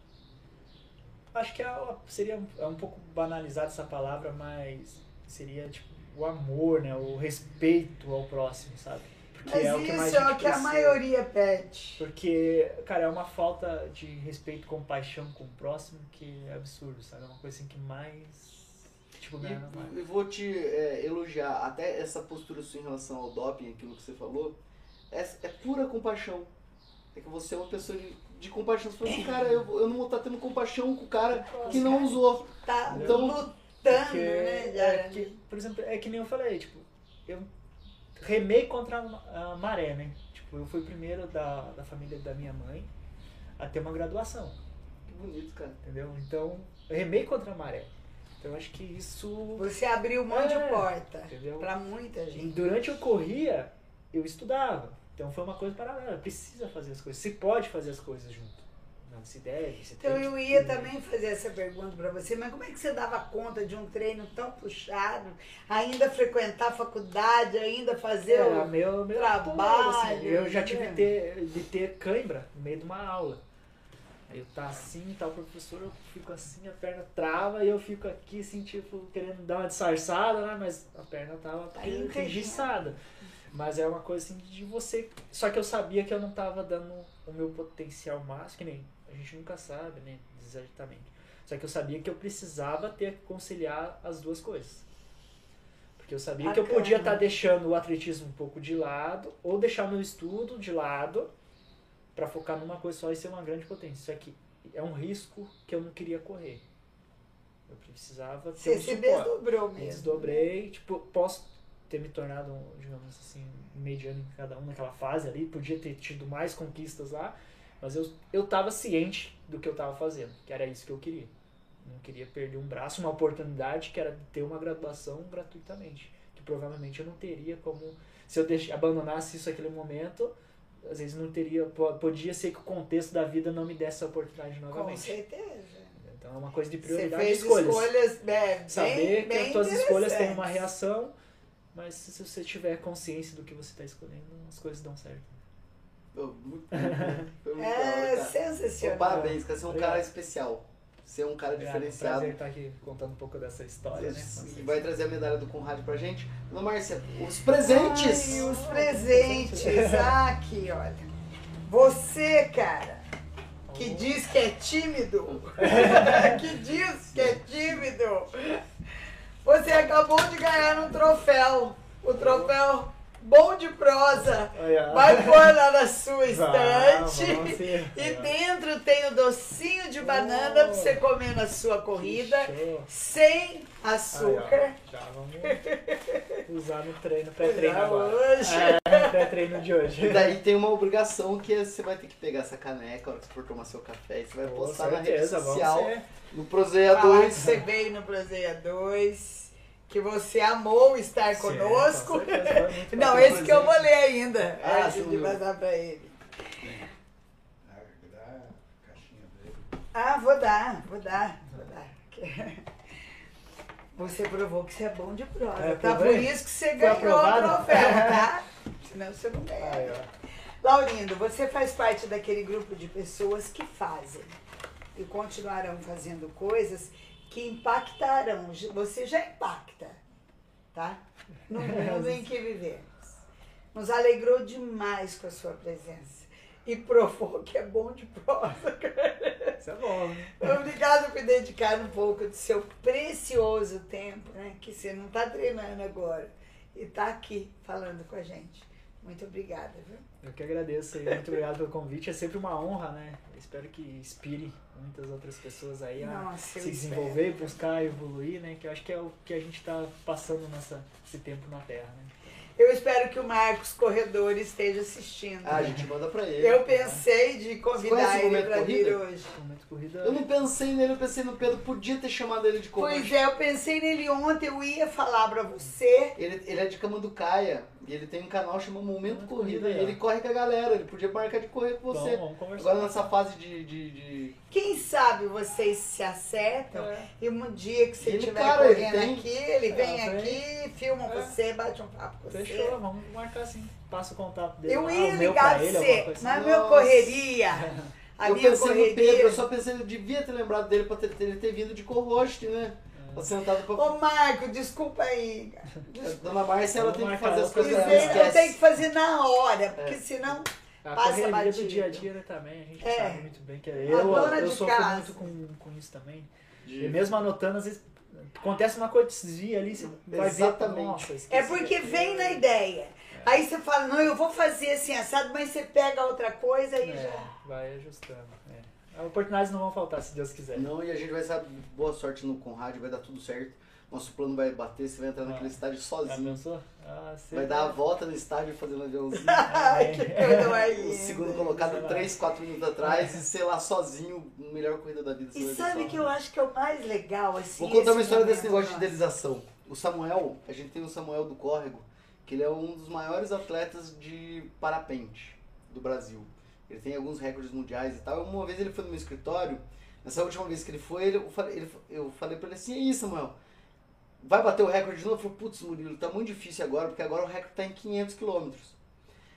[SPEAKER 2] acho que é, seria é um pouco banalizada essa palavra, mas seria tipo o amor, né? O respeito ao próximo, sabe? Porque
[SPEAKER 3] Mas
[SPEAKER 2] é o que mais
[SPEAKER 3] isso é
[SPEAKER 2] a
[SPEAKER 3] o
[SPEAKER 2] gente
[SPEAKER 3] que a
[SPEAKER 2] precisa.
[SPEAKER 3] maioria pede.
[SPEAKER 2] Porque, cara, é uma falta de respeito e compaixão com o próximo que é absurdo, sabe? É uma coisa assim que mais. Tipo, me ama mais.
[SPEAKER 4] E eu vou te é, elogiar, até essa postura sua em relação ao doping, aquilo que você falou, é, é pura compaixão. É que você é uma pessoa de, de compaixão. Você fala assim, cara, eu, eu não vou estar tendo compaixão com o cara que não usou.
[SPEAKER 3] Tá
[SPEAKER 4] Então,
[SPEAKER 3] lutando,
[SPEAKER 2] Porque,
[SPEAKER 3] né?
[SPEAKER 2] é
[SPEAKER 3] Diariamente.
[SPEAKER 2] que, por exemplo, é que nem eu falei, tipo, eu remei contra a maré, né? Tipo, eu fui o primeiro da, da família da minha mãe a ter uma graduação,
[SPEAKER 4] Que bonito, cara.
[SPEAKER 2] entendeu? Então, eu remei contra a maré. Então, eu acho que isso,
[SPEAKER 3] Você abriu um monte
[SPEAKER 2] É,
[SPEAKER 3] de porta
[SPEAKER 2] entendeu?
[SPEAKER 3] pra muita
[SPEAKER 2] E
[SPEAKER 3] gente.
[SPEAKER 2] durante eu corria, eu estudava. Então, foi uma coisa paralela. Precisa fazer as coisas. Se pode fazer as coisas junto. Não, se deve, se
[SPEAKER 3] Então
[SPEAKER 2] tem
[SPEAKER 3] eu
[SPEAKER 2] que-
[SPEAKER 3] ia também fazer essa pergunta pra você, mas como é que você dava conta de um treino tão puxado, ainda frequentar a faculdade, ainda fazer
[SPEAKER 2] Era
[SPEAKER 3] o...
[SPEAKER 2] meu, meu
[SPEAKER 3] trabalho,
[SPEAKER 2] todo, assim. Eu já tive
[SPEAKER 3] né?
[SPEAKER 2] de ter, de ter cãibra no meio de uma aula. eu tá assim, tá o professor, eu fico assim, a perna trava e eu fico aqui assim, tipo, querendo dar uma disfarçada, né? Mas a perna tava
[SPEAKER 3] Tá
[SPEAKER 2] enregiçada. Mas é uma coisa assim de você. Só que eu sabia que eu não tava dando o meu potencial máximo, que nem a gente nunca sabe, né? Exatamente. Só que eu sabia que eu precisava ter que conciliar as duas coisas. Porque eu sabia
[SPEAKER 3] Bacana.
[SPEAKER 2] que eu podia estar deixando o atletismo um pouco de lado, ou deixar meu estudo de lado, para focar numa coisa só e ser uma grande potência. Só que é um risco que eu não queria correr. Eu precisava ter
[SPEAKER 3] Você
[SPEAKER 2] um
[SPEAKER 3] se
[SPEAKER 2] suporte.
[SPEAKER 3] desdobrou
[SPEAKER 2] Me
[SPEAKER 3] mesmo.
[SPEAKER 2] desdobrei, tipo, posso ter me tornado, digamos assim, mediano em cada um naquela fase ali, podia ter tido mais conquistas lá, mas eu, eu tava ciente do que eu tava fazendo, que era isso que eu queria. Não queria perder um braço, uma oportunidade que era de ter uma graduação gratuitamente, que provavelmente eu não teria como, se eu deix, abandonasse isso naquele momento, às vezes não teria, podia ser que o contexto da vida não me desse essa oportunidade novamente.
[SPEAKER 3] Com certeza.
[SPEAKER 2] Então é uma coisa de
[SPEAKER 3] Você
[SPEAKER 2] prioridade de
[SPEAKER 3] fez
[SPEAKER 2] escolhas.
[SPEAKER 3] escolhas é,
[SPEAKER 2] Saber
[SPEAKER 3] bem,
[SPEAKER 2] que
[SPEAKER 3] bem
[SPEAKER 2] as suas escolhas têm uma
[SPEAKER 3] interessantes.
[SPEAKER 2] reação, mas se você tiver consciência do que você está escolhendo, as coisas dão certo.
[SPEAKER 4] Pô, muito, muito, foi muito da
[SPEAKER 3] É
[SPEAKER 4] hora, cara.
[SPEAKER 3] sensacional.
[SPEAKER 4] Pô, parabéns, cara. Você é um
[SPEAKER 2] Obrigado.
[SPEAKER 4] cara especial. Você é um cara
[SPEAKER 2] Obrigado, é um
[SPEAKER 4] diferenciado.
[SPEAKER 2] prazer estar aqui contando um pouco dessa história, né?
[SPEAKER 4] E vai trazer a medalha do Conrad pra gente. Dona Márcia, os presentes!
[SPEAKER 3] Ai, os presentes. Ah, aqui, olha. Você, cara, que diz que é tímido, que diz que é tímido, você acabou de ganhar um troféu. O troféu Bom de Prosa.
[SPEAKER 2] Olha.
[SPEAKER 3] Vai pôr lá na sua
[SPEAKER 2] Vamos,
[SPEAKER 3] estante.
[SPEAKER 2] vamos sim.
[SPEAKER 3] E dentro tem o docinho de banana pra você comer na sua corrida,
[SPEAKER 2] Show.
[SPEAKER 3] sem
[SPEAKER 2] Aí, ó,
[SPEAKER 3] açúcar.
[SPEAKER 2] já vamos usar no treino, pré-treino
[SPEAKER 3] Já
[SPEAKER 2] agora.
[SPEAKER 3] hoje.
[SPEAKER 2] É, pré-treino de hoje.
[SPEAKER 4] E daí tem uma obrigação que é, você vai ter que pegar essa caneca, a hora que você for tomar seu café, e você vai
[SPEAKER 2] Com
[SPEAKER 4] postar na rede
[SPEAKER 2] certeza, vamos
[SPEAKER 4] social,
[SPEAKER 2] ser.
[SPEAKER 4] no Prozeia
[SPEAKER 3] Falar que
[SPEAKER 4] dois.
[SPEAKER 3] você veio no Prozeia dois, que você amou estar
[SPEAKER 2] Sim,
[SPEAKER 3] conosco.
[SPEAKER 2] com certeza, foi muito
[SPEAKER 3] Não,
[SPEAKER 2] bacana.
[SPEAKER 3] esse que eu vou ler ainda,
[SPEAKER 4] Ah,
[SPEAKER 3] antes
[SPEAKER 4] sim.
[SPEAKER 3] de passar pra ele.
[SPEAKER 5] Dá a caixinha dele.
[SPEAKER 3] Ah, vou dar, vou dar, vou dar. Você provou que você é bom de prosa,
[SPEAKER 2] É,
[SPEAKER 3] tá? Por
[SPEAKER 2] provei?
[SPEAKER 3] isso que você
[SPEAKER 2] Foi
[SPEAKER 3] ganhou o
[SPEAKER 2] aprovado?
[SPEAKER 3] troféu, tá? Senão você não ganha.
[SPEAKER 2] Aí, ó.
[SPEAKER 3] Laurindo, você faz parte daquele grupo de pessoas que fazem e continuarão fazendo coisas que impactarão. Você já impacta, tá? No mundo em que vivemos. Nos alegrou demais com a sua presença e provou que é bom de prosa.
[SPEAKER 2] Isso é bom, né?
[SPEAKER 3] Obrigado por dedicar um pouco do seu precioso tempo, né? Que você não está treinando agora e está aqui falando com a gente. Muito obrigada, viu?
[SPEAKER 2] Eu que agradeço e muito obrigado pelo convite. É sempre uma honra, né? Eu espero que inspire muitas outras pessoas aí a
[SPEAKER 3] Nossa, eu
[SPEAKER 2] se
[SPEAKER 3] espero.
[SPEAKER 2] desenvolver, buscar evoluir, né? Que eu acho que é o que a gente está passando nessa, esse tempo na Terra, né?
[SPEAKER 3] Eu espero que o Marcos Corredor esteja assistindo.
[SPEAKER 4] Ah, a gente manda pra ele.
[SPEAKER 3] Eu pensei de
[SPEAKER 4] Você
[SPEAKER 3] convidar
[SPEAKER 4] conhece o
[SPEAKER 3] ele
[SPEAKER 4] Momento
[SPEAKER 3] para vir
[SPEAKER 4] Corrida?
[SPEAKER 3] hoje.
[SPEAKER 2] Momento corrida.
[SPEAKER 4] Eu não pensei nele, eu pensei no Pedro, podia ter chamado ele de
[SPEAKER 3] Pois
[SPEAKER 4] coach.
[SPEAKER 3] é, eu pensei nele ontem, eu ia falar para você.
[SPEAKER 4] Ele, ele é de Camanducaia e ele tem um canal chamado Momento
[SPEAKER 2] Momento
[SPEAKER 4] Corrida.
[SPEAKER 2] Corrida,
[SPEAKER 4] E ele corre com a galera, ele podia marcar de correr com você.
[SPEAKER 2] Bom, vamos conversar.
[SPEAKER 4] Agora nessa fase de. de, de...
[SPEAKER 3] Quem sabe vocês se acertam
[SPEAKER 2] É.
[SPEAKER 3] e um dia que você
[SPEAKER 4] Ele,
[SPEAKER 3] estiver
[SPEAKER 4] cara, ele
[SPEAKER 3] correndo
[SPEAKER 4] tem-
[SPEAKER 3] aqui, ele vem
[SPEAKER 2] É,
[SPEAKER 3] aqui, filma
[SPEAKER 2] É.
[SPEAKER 3] você, bate um papo com
[SPEAKER 2] Fechou,
[SPEAKER 3] você.
[SPEAKER 2] vamos marcar assim. Passa o contato dele.
[SPEAKER 3] Eu
[SPEAKER 2] lá,
[SPEAKER 3] ia
[SPEAKER 2] o meu
[SPEAKER 3] ligar
[SPEAKER 2] pra
[SPEAKER 3] pra
[SPEAKER 2] ele,
[SPEAKER 3] você,
[SPEAKER 2] alguma coisa
[SPEAKER 3] mas
[SPEAKER 2] assim.
[SPEAKER 3] meu
[SPEAKER 4] Nossa.
[SPEAKER 3] correria, a
[SPEAKER 4] eu
[SPEAKER 3] minha
[SPEAKER 4] pensei
[SPEAKER 3] correria...
[SPEAKER 4] no Pedro, eu só pensei, eu devia ter lembrado dele pra ter, ele ter vindo de co-host, né? Tá sentado com a
[SPEAKER 3] Ô Marco, desculpa aí. cara. Desculpa.
[SPEAKER 4] Dona Márcia, ela
[SPEAKER 2] Vamos
[SPEAKER 4] tem que
[SPEAKER 2] marcar
[SPEAKER 4] fazer as
[SPEAKER 2] outra
[SPEAKER 4] coisas,
[SPEAKER 3] Pois
[SPEAKER 4] ela
[SPEAKER 3] é, eu
[SPEAKER 4] esquece.
[SPEAKER 3] tenho que fazer na hora, porque
[SPEAKER 4] É.
[SPEAKER 3] senão...
[SPEAKER 2] A
[SPEAKER 3] Passa
[SPEAKER 2] correria
[SPEAKER 3] batido.
[SPEAKER 2] do dia a dia né, também, a gente
[SPEAKER 3] É.
[SPEAKER 2] sabe muito bem que é.
[SPEAKER 3] A
[SPEAKER 2] Eu,
[SPEAKER 3] dona
[SPEAKER 2] eu
[SPEAKER 3] de
[SPEAKER 2] sofro
[SPEAKER 3] casa.
[SPEAKER 2] muito com, com isso também.
[SPEAKER 4] De-
[SPEAKER 2] E mesmo anotando, às vezes acontece uma coisinha ali, você vai
[SPEAKER 4] Exatamente.
[SPEAKER 2] ver. Nossa, esqueci
[SPEAKER 3] É porque
[SPEAKER 2] aquilo.
[SPEAKER 3] vem na ideia. Aí você fala, não, eu vou fazer assim assado, mas você pega outra coisa e
[SPEAKER 2] É,
[SPEAKER 3] já...
[SPEAKER 2] vai ajustando. É. As oportunidades não vão faltar, se Deus quiser.
[SPEAKER 4] Não, e a gente vai saber, boa sorte no Conrad, vai dar tudo certo. Nosso plano vai bater, você vai entrar naquele
[SPEAKER 2] Ah.
[SPEAKER 4] estádio
[SPEAKER 2] Já
[SPEAKER 4] sozinho.
[SPEAKER 2] pensou? Ah, você
[SPEAKER 4] Vai dar a volta no estádio fazendo aviãozinho.
[SPEAKER 3] Ai, que coisa mais
[SPEAKER 4] O
[SPEAKER 3] linda.
[SPEAKER 4] segundo colocado
[SPEAKER 2] Sei lá.
[SPEAKER 4] três, quatro minutos atrás e sei lá, sozinho, melhor corrida da vida. você
[SPEAKER 3] E
[SPEAKER 4] vai ver
[SPEAKER 3] sabe
[SPEAKER 4] só.
[SPEAKER 3] que eu acho que é o mais legal, assim...
[SPEAKER 4] Vou contar uma
[SPEAKER 3] esse
[SPEAKER 4] história desse
[SPEAKER 3] momento
[SPEAKER 4] negócio de
[SPEAKER 3] nosso.
[SPEAKER 4] idealização. O Samuel, a gente tem o Samuel do Córrego, que ele é um dos maiores atletas de parapente do Brasil. Ele tem alguns recordes mundiais e tal. Uma vez ele foi no meu escritório, nessa última vez que ele foi, ele, eu falei, ele- eu falei pra ele assim, e aí Samuel, vai bater o recorde de novo? Ele falou, putz Murilo, tá muito difícil agora, porque agora o recorde tá em quinhentos quilômetros.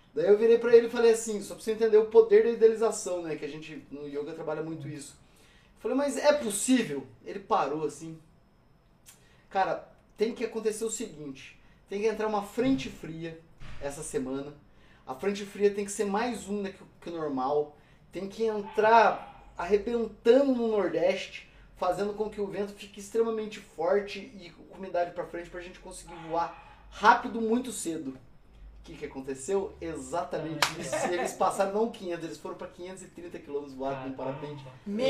[SPEAKER 4] Daí eu virei pra ele e falei assim, só pra você entender o poder da idealização, né? Que a gente no yoga trabalha muito isso. Eu falei, mas é possível? Ele parou assim. Cara, tem que acontecer o seguinte, tem que entrar uma frente fria essa semana. A frente fria tem que ser mais úmida que, que o normal. Tem que entrar arrebentando no Nordeste, fazendo com que o vento fique extremamente forte e com umidade pra frente pra gente conseguir voar rápido muito cedo. O que, que aconteceu? Exatamente isso. E eles passaram não quinhentos, eles foram para quinhentos e trinta quilômetros voados com parapente.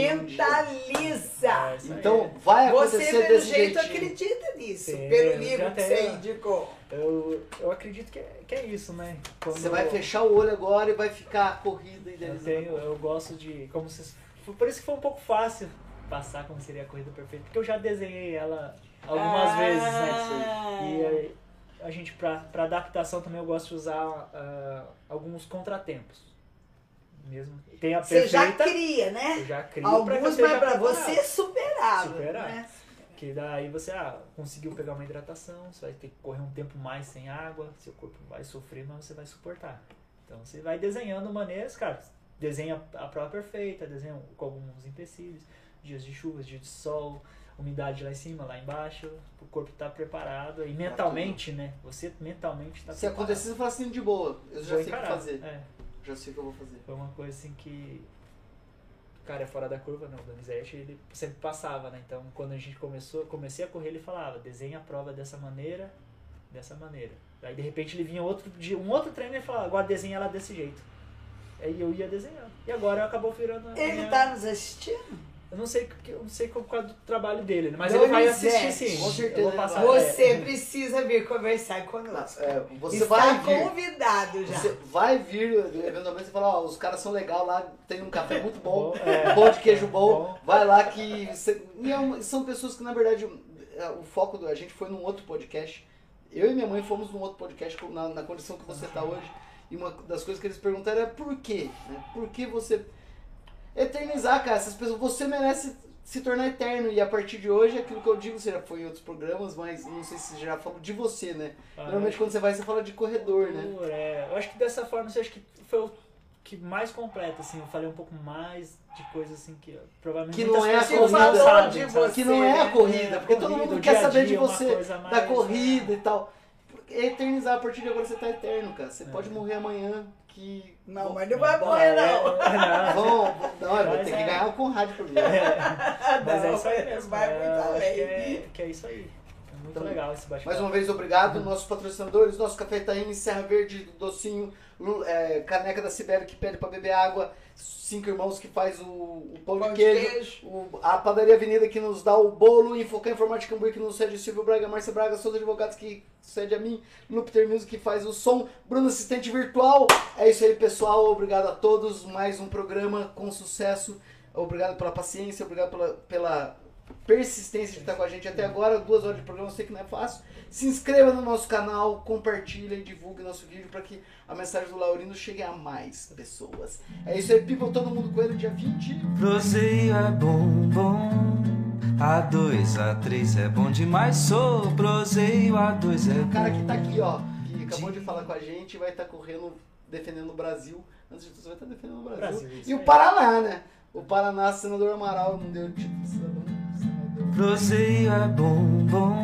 [SPEAKER 3] Mentaliza!
[SPEAKER 4] Então vai acontecer
[SPEAKER 3] você, pelo
[SPEAKER 4] desse
[SPEAKER 3] jeito,
[SPEAKER 4] jeitinho.
[SPEAKER 3] acredita nisso.
[SPEAKER 5] Sim,
[SPEAKER 3] pelo
[SPEAKER 5] eu
[SPEAKER 3] livro
[SPEAKER 5] já
[SPEAKER 3] que você
[SPEAKER 5] tenho-
[SPEAKER 3] indicou.
[SPEAKER 5] Eu, eu acredito que é, que é isso, né? Quando
[SPEAKER 4] Você vai fechar o olho agora e vai ficar a corrida
[SPEAKER 5] eu,
[SPEAKER 4] idealizada.
[SPEAKER 5] tenho, eu gosto de... como se, por isso que foi um pouco fácil passar como seria a corrida perfeita, porque eu já desenhei ela algumas
[SPEAKER 3] Ah.
[SPEAKER 5] vezes, né? E aí, a gente, pra, pra adaptação também eu gosto de usar ah, alguns contratempos. Mesmo. Tem a
[SPEAKER 3] Você já
[SPEAKER 5] perfeita,
[SPEAKER 3] cria, né?
[SPEAKER 5] eu já crio pra que
[SPEAKER 3] Alguns,
[SPEAKER 5] eu esteja
[SPEAKER 3] mas pra
[SPEAKER 5] preparado.
[SPEAKER 3] você superável.
[SPEAKER 5] Superável.
[SPEAKER 3] Né?
[SPEAKER 5] Que daí você ah, conseguiu pegar uma hidratação, você vai ter que correr um tempo mais sem água, seu corpo vai sofrer, mas você vai suportar. Então você vai desenhando maneiras, cara, desenha a prova perfeita, desenha com alguns empecilhos, dias de chuva, dias de sol, umidade lá em cima, lá embaixo, o corpo tá preparado e mentalmente, né? Você mentalmente tá
[SPEAKER 4] Se
[SPEAKER 5] preparado.
[SPEAKER 4] acontecer, você fala assim de boa. Eu já
[SPEAKER 5] Vou
[SPEAKER 4] sei o que
[SPEAKER 5] encarar.
[SPEAKER 4] fazer.
[SPEAKER 5] É.
[SPEAKER 4] Já sei o que eu vou fazer.
[SPEAKER 5] Foi uma coisa assim que o cara é fora da curva, não, o Donizete, ele sempre passava, né? Então, quando a gente começou, comecei a correr, ele falava, desenha a prova dessa maneira, dessa maneira. Aí, de repente, ele vinha outro dia, um outro treino e ele falava, agora desenha ela desse jeito. Aí eu ia desenhando. E agora acabou virando a
[SPEAKER 3] Ele
[SPEAKER 5] minha-
[SPEAKER 3] tá nos assistindo?
[SPEAKER 5] Eu não sei, que- eu não sei qual é do trabalho dele, né? Mas ele vai
[SPEAKER 3] Donizete,
[SPEAKER 5] assistir sim.
[SPEAKER 4] com certeza
[SPEAKER 5] Eu vou
[SPEAKER 4] ele
[SPEAKER 5] passar,
[SPEAKER 4] vai.
[SPEAKER 3] Você
[SPEAKER 5] é,
[SPEAKER 3] precisa vir conversar conosco.
[SPEAKER 4] É, você
[SPEAKER 3] Está
[SPEAKER 4] vai vir.
[SPEAKER 3] convidado já.
[SPEAKER 4] Você vai vir, eventualmente você fala, ó, os caras são legais lá, tem um café muito bom,
[SPEAKER 5] Bom, é.
[SPEAKER 4] pão de queijo bom,
[SPEAKER 5] Bom.
[SPEAKER 4] vai lá que... Você... E é uma- são pessoas que, na verdade, o foco da gente foi num outro podcast. Eu e minha mãe fomos num outro podcast na, na condição que você está hoje. E uma das coisas que eles perguntaram é por quê? Né? Por que você... Eternizar, cara, essas pessoas, você merece se tornar eterno. E a partir de hoje, aquilo que eu digo, você já foi em outros programas, mas não sei se você já falou de você, né?
[SPEAKER 5] Ah,
[SPEAKER 4] Normalmente quando você vai, você fala de corredor, né?
[SPEAKER 5] É, eu acho que dessa forma, eu acho que foi o que mais completo, assim, eu falei um pouco mais de coisas assim que provavelmente
[SPEAKER 4] Que
[SPEAKER 5] muitas
[SPEAKER 4] não é a
[SPEAKER 5] pessoas
[SPEAKER 4] corrida,
[SPEAKER 5] não sabem,
[SPEAKER 3] de
[SPEAKER 5] sabe?
[SPEAKER 3] você.
[SPEAKER 4] Que não é a corrida,
[SPEAKER 5] É,
[SPEAKER 4] porque todo
[SPEAKER 5] corrida,
[SPEAKER 4] mundo
[SPEAKER 5] o
[SPEAKER 4] quer
[SPEAKER 5] dia a
[SPEAKER 4] saber de
[SPEAKER 5] dia é uma
[SPEAKER 4] você,
[SPEAKER 5] coisa mais,
[SPEAKER 4] da corrida
[SPEAKER 5] é.
[SPEAKER 4] e tal. É eternizar, a partir de agora você tá eterno, cara. Você
[SPEAKER 5] É.
[SPEAKER 4] pode morrer amanhã que...
[SPEAKER 3] Não,
[SPEAKER 4] Bom,
[SPEAKER 3] mas não vai
[SPEAKER 5] Bom,
[SPEAKER 3] morrer,
[SPEAKER 5] é,
[SPEAKER 3] não.
[SPEAKER 5] é, não.
[SPEAKER 4] Vão, não, eu vou
[SPEAKER 5] Mas
[SPEAKER 4] ter que
[SPEAKER 5] é.
[SPEAKER 4] ganhar o Conrad por mim.
[SPEAKER 5] Mas é
[SPEAKER 3] Não,
[SPEAKER 5] isso aí mesmo.
[SPEAKER 3] vai
[SPEAKER 5] é,
[SPEAKER 3] muito
[SPEAKER 5] eu acho
[SPEAKER 3] além.
[SPEAKER 5] que é, que é isso aí. É muito
[SPEAKER 4] Então,
[SPEAKER 5] legal esse bate-papo.
[SPEAKER 4] Mais uma vez, obrigado. Nossos patrocinadores, nosso Café Taine, Serra Verde, Docinho, Lu- é, Caneca da Sibéria que pede pra beber água, Cinco Irmãos que faz o, o pão,
[SPEAKER 3] Pão
[SPEAKER 4] de
[SPEAKER 3] de
[SPEAKER 4] queijo,
[SPEAKER 3] queijo.
[SPEAKER 4] o- a Padaria Avenida que nos dá o bolo, Infocan Informática Cambuí que nos cede Silvio Braga, Márcia Braga, Souza Advogados que cede a mim, Lupiter Music que faz o som, Bruno Assistente Virtual. É isso aí, pessoal. Obrigado a todos. Mais um programa com sucesso. Obrigado pela paciência, obrigado pela, pela persistência de estar com a gente até agora. Duas horas de programa, eu sei que não é fácil. Se inscreva no nosso canal, compartilha e divulgue nosso vídeo para que a mensagem do Laurindo chegue a mais pessoas. É isso aí, people, todo mundo com ele dia vinte.
[SPEAKER 1] Proseio é bom, bom. A dois, A três é bom demais. Sou proseio, A dois é
[SPEAKER 4] O
[SPEAKER 1] bom.
[SPEAKER 4] cara que tá aqui, ó, que acabou de falar com a gente, vai estar correndo, defendendo o Brasil. Antes de tudo, você vai estar defendendo o Brasil.
[SPEAKER 5] Brasil, isso
[SPEAKER 4] e o
[SPEAKER 5] aí.
[SPEAKER 4] Paraná, né? O Paraná, senador Amaral, não deu título de cidadão. senador.
[SPEAKER 1] Proseio é bom, bom.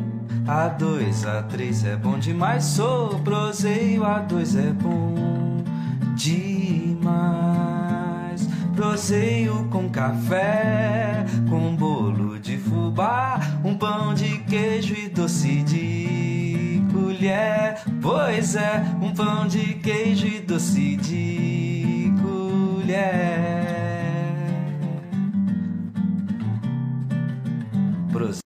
[SPEAKER 1] A dois, A três é bom demais. Sou proseio, A dois é bom demais. Proseio com café, com bolo de fubá, um pão de queijo e doce de colher. Pois é, um pão de queijo e doce de colher. Proseio.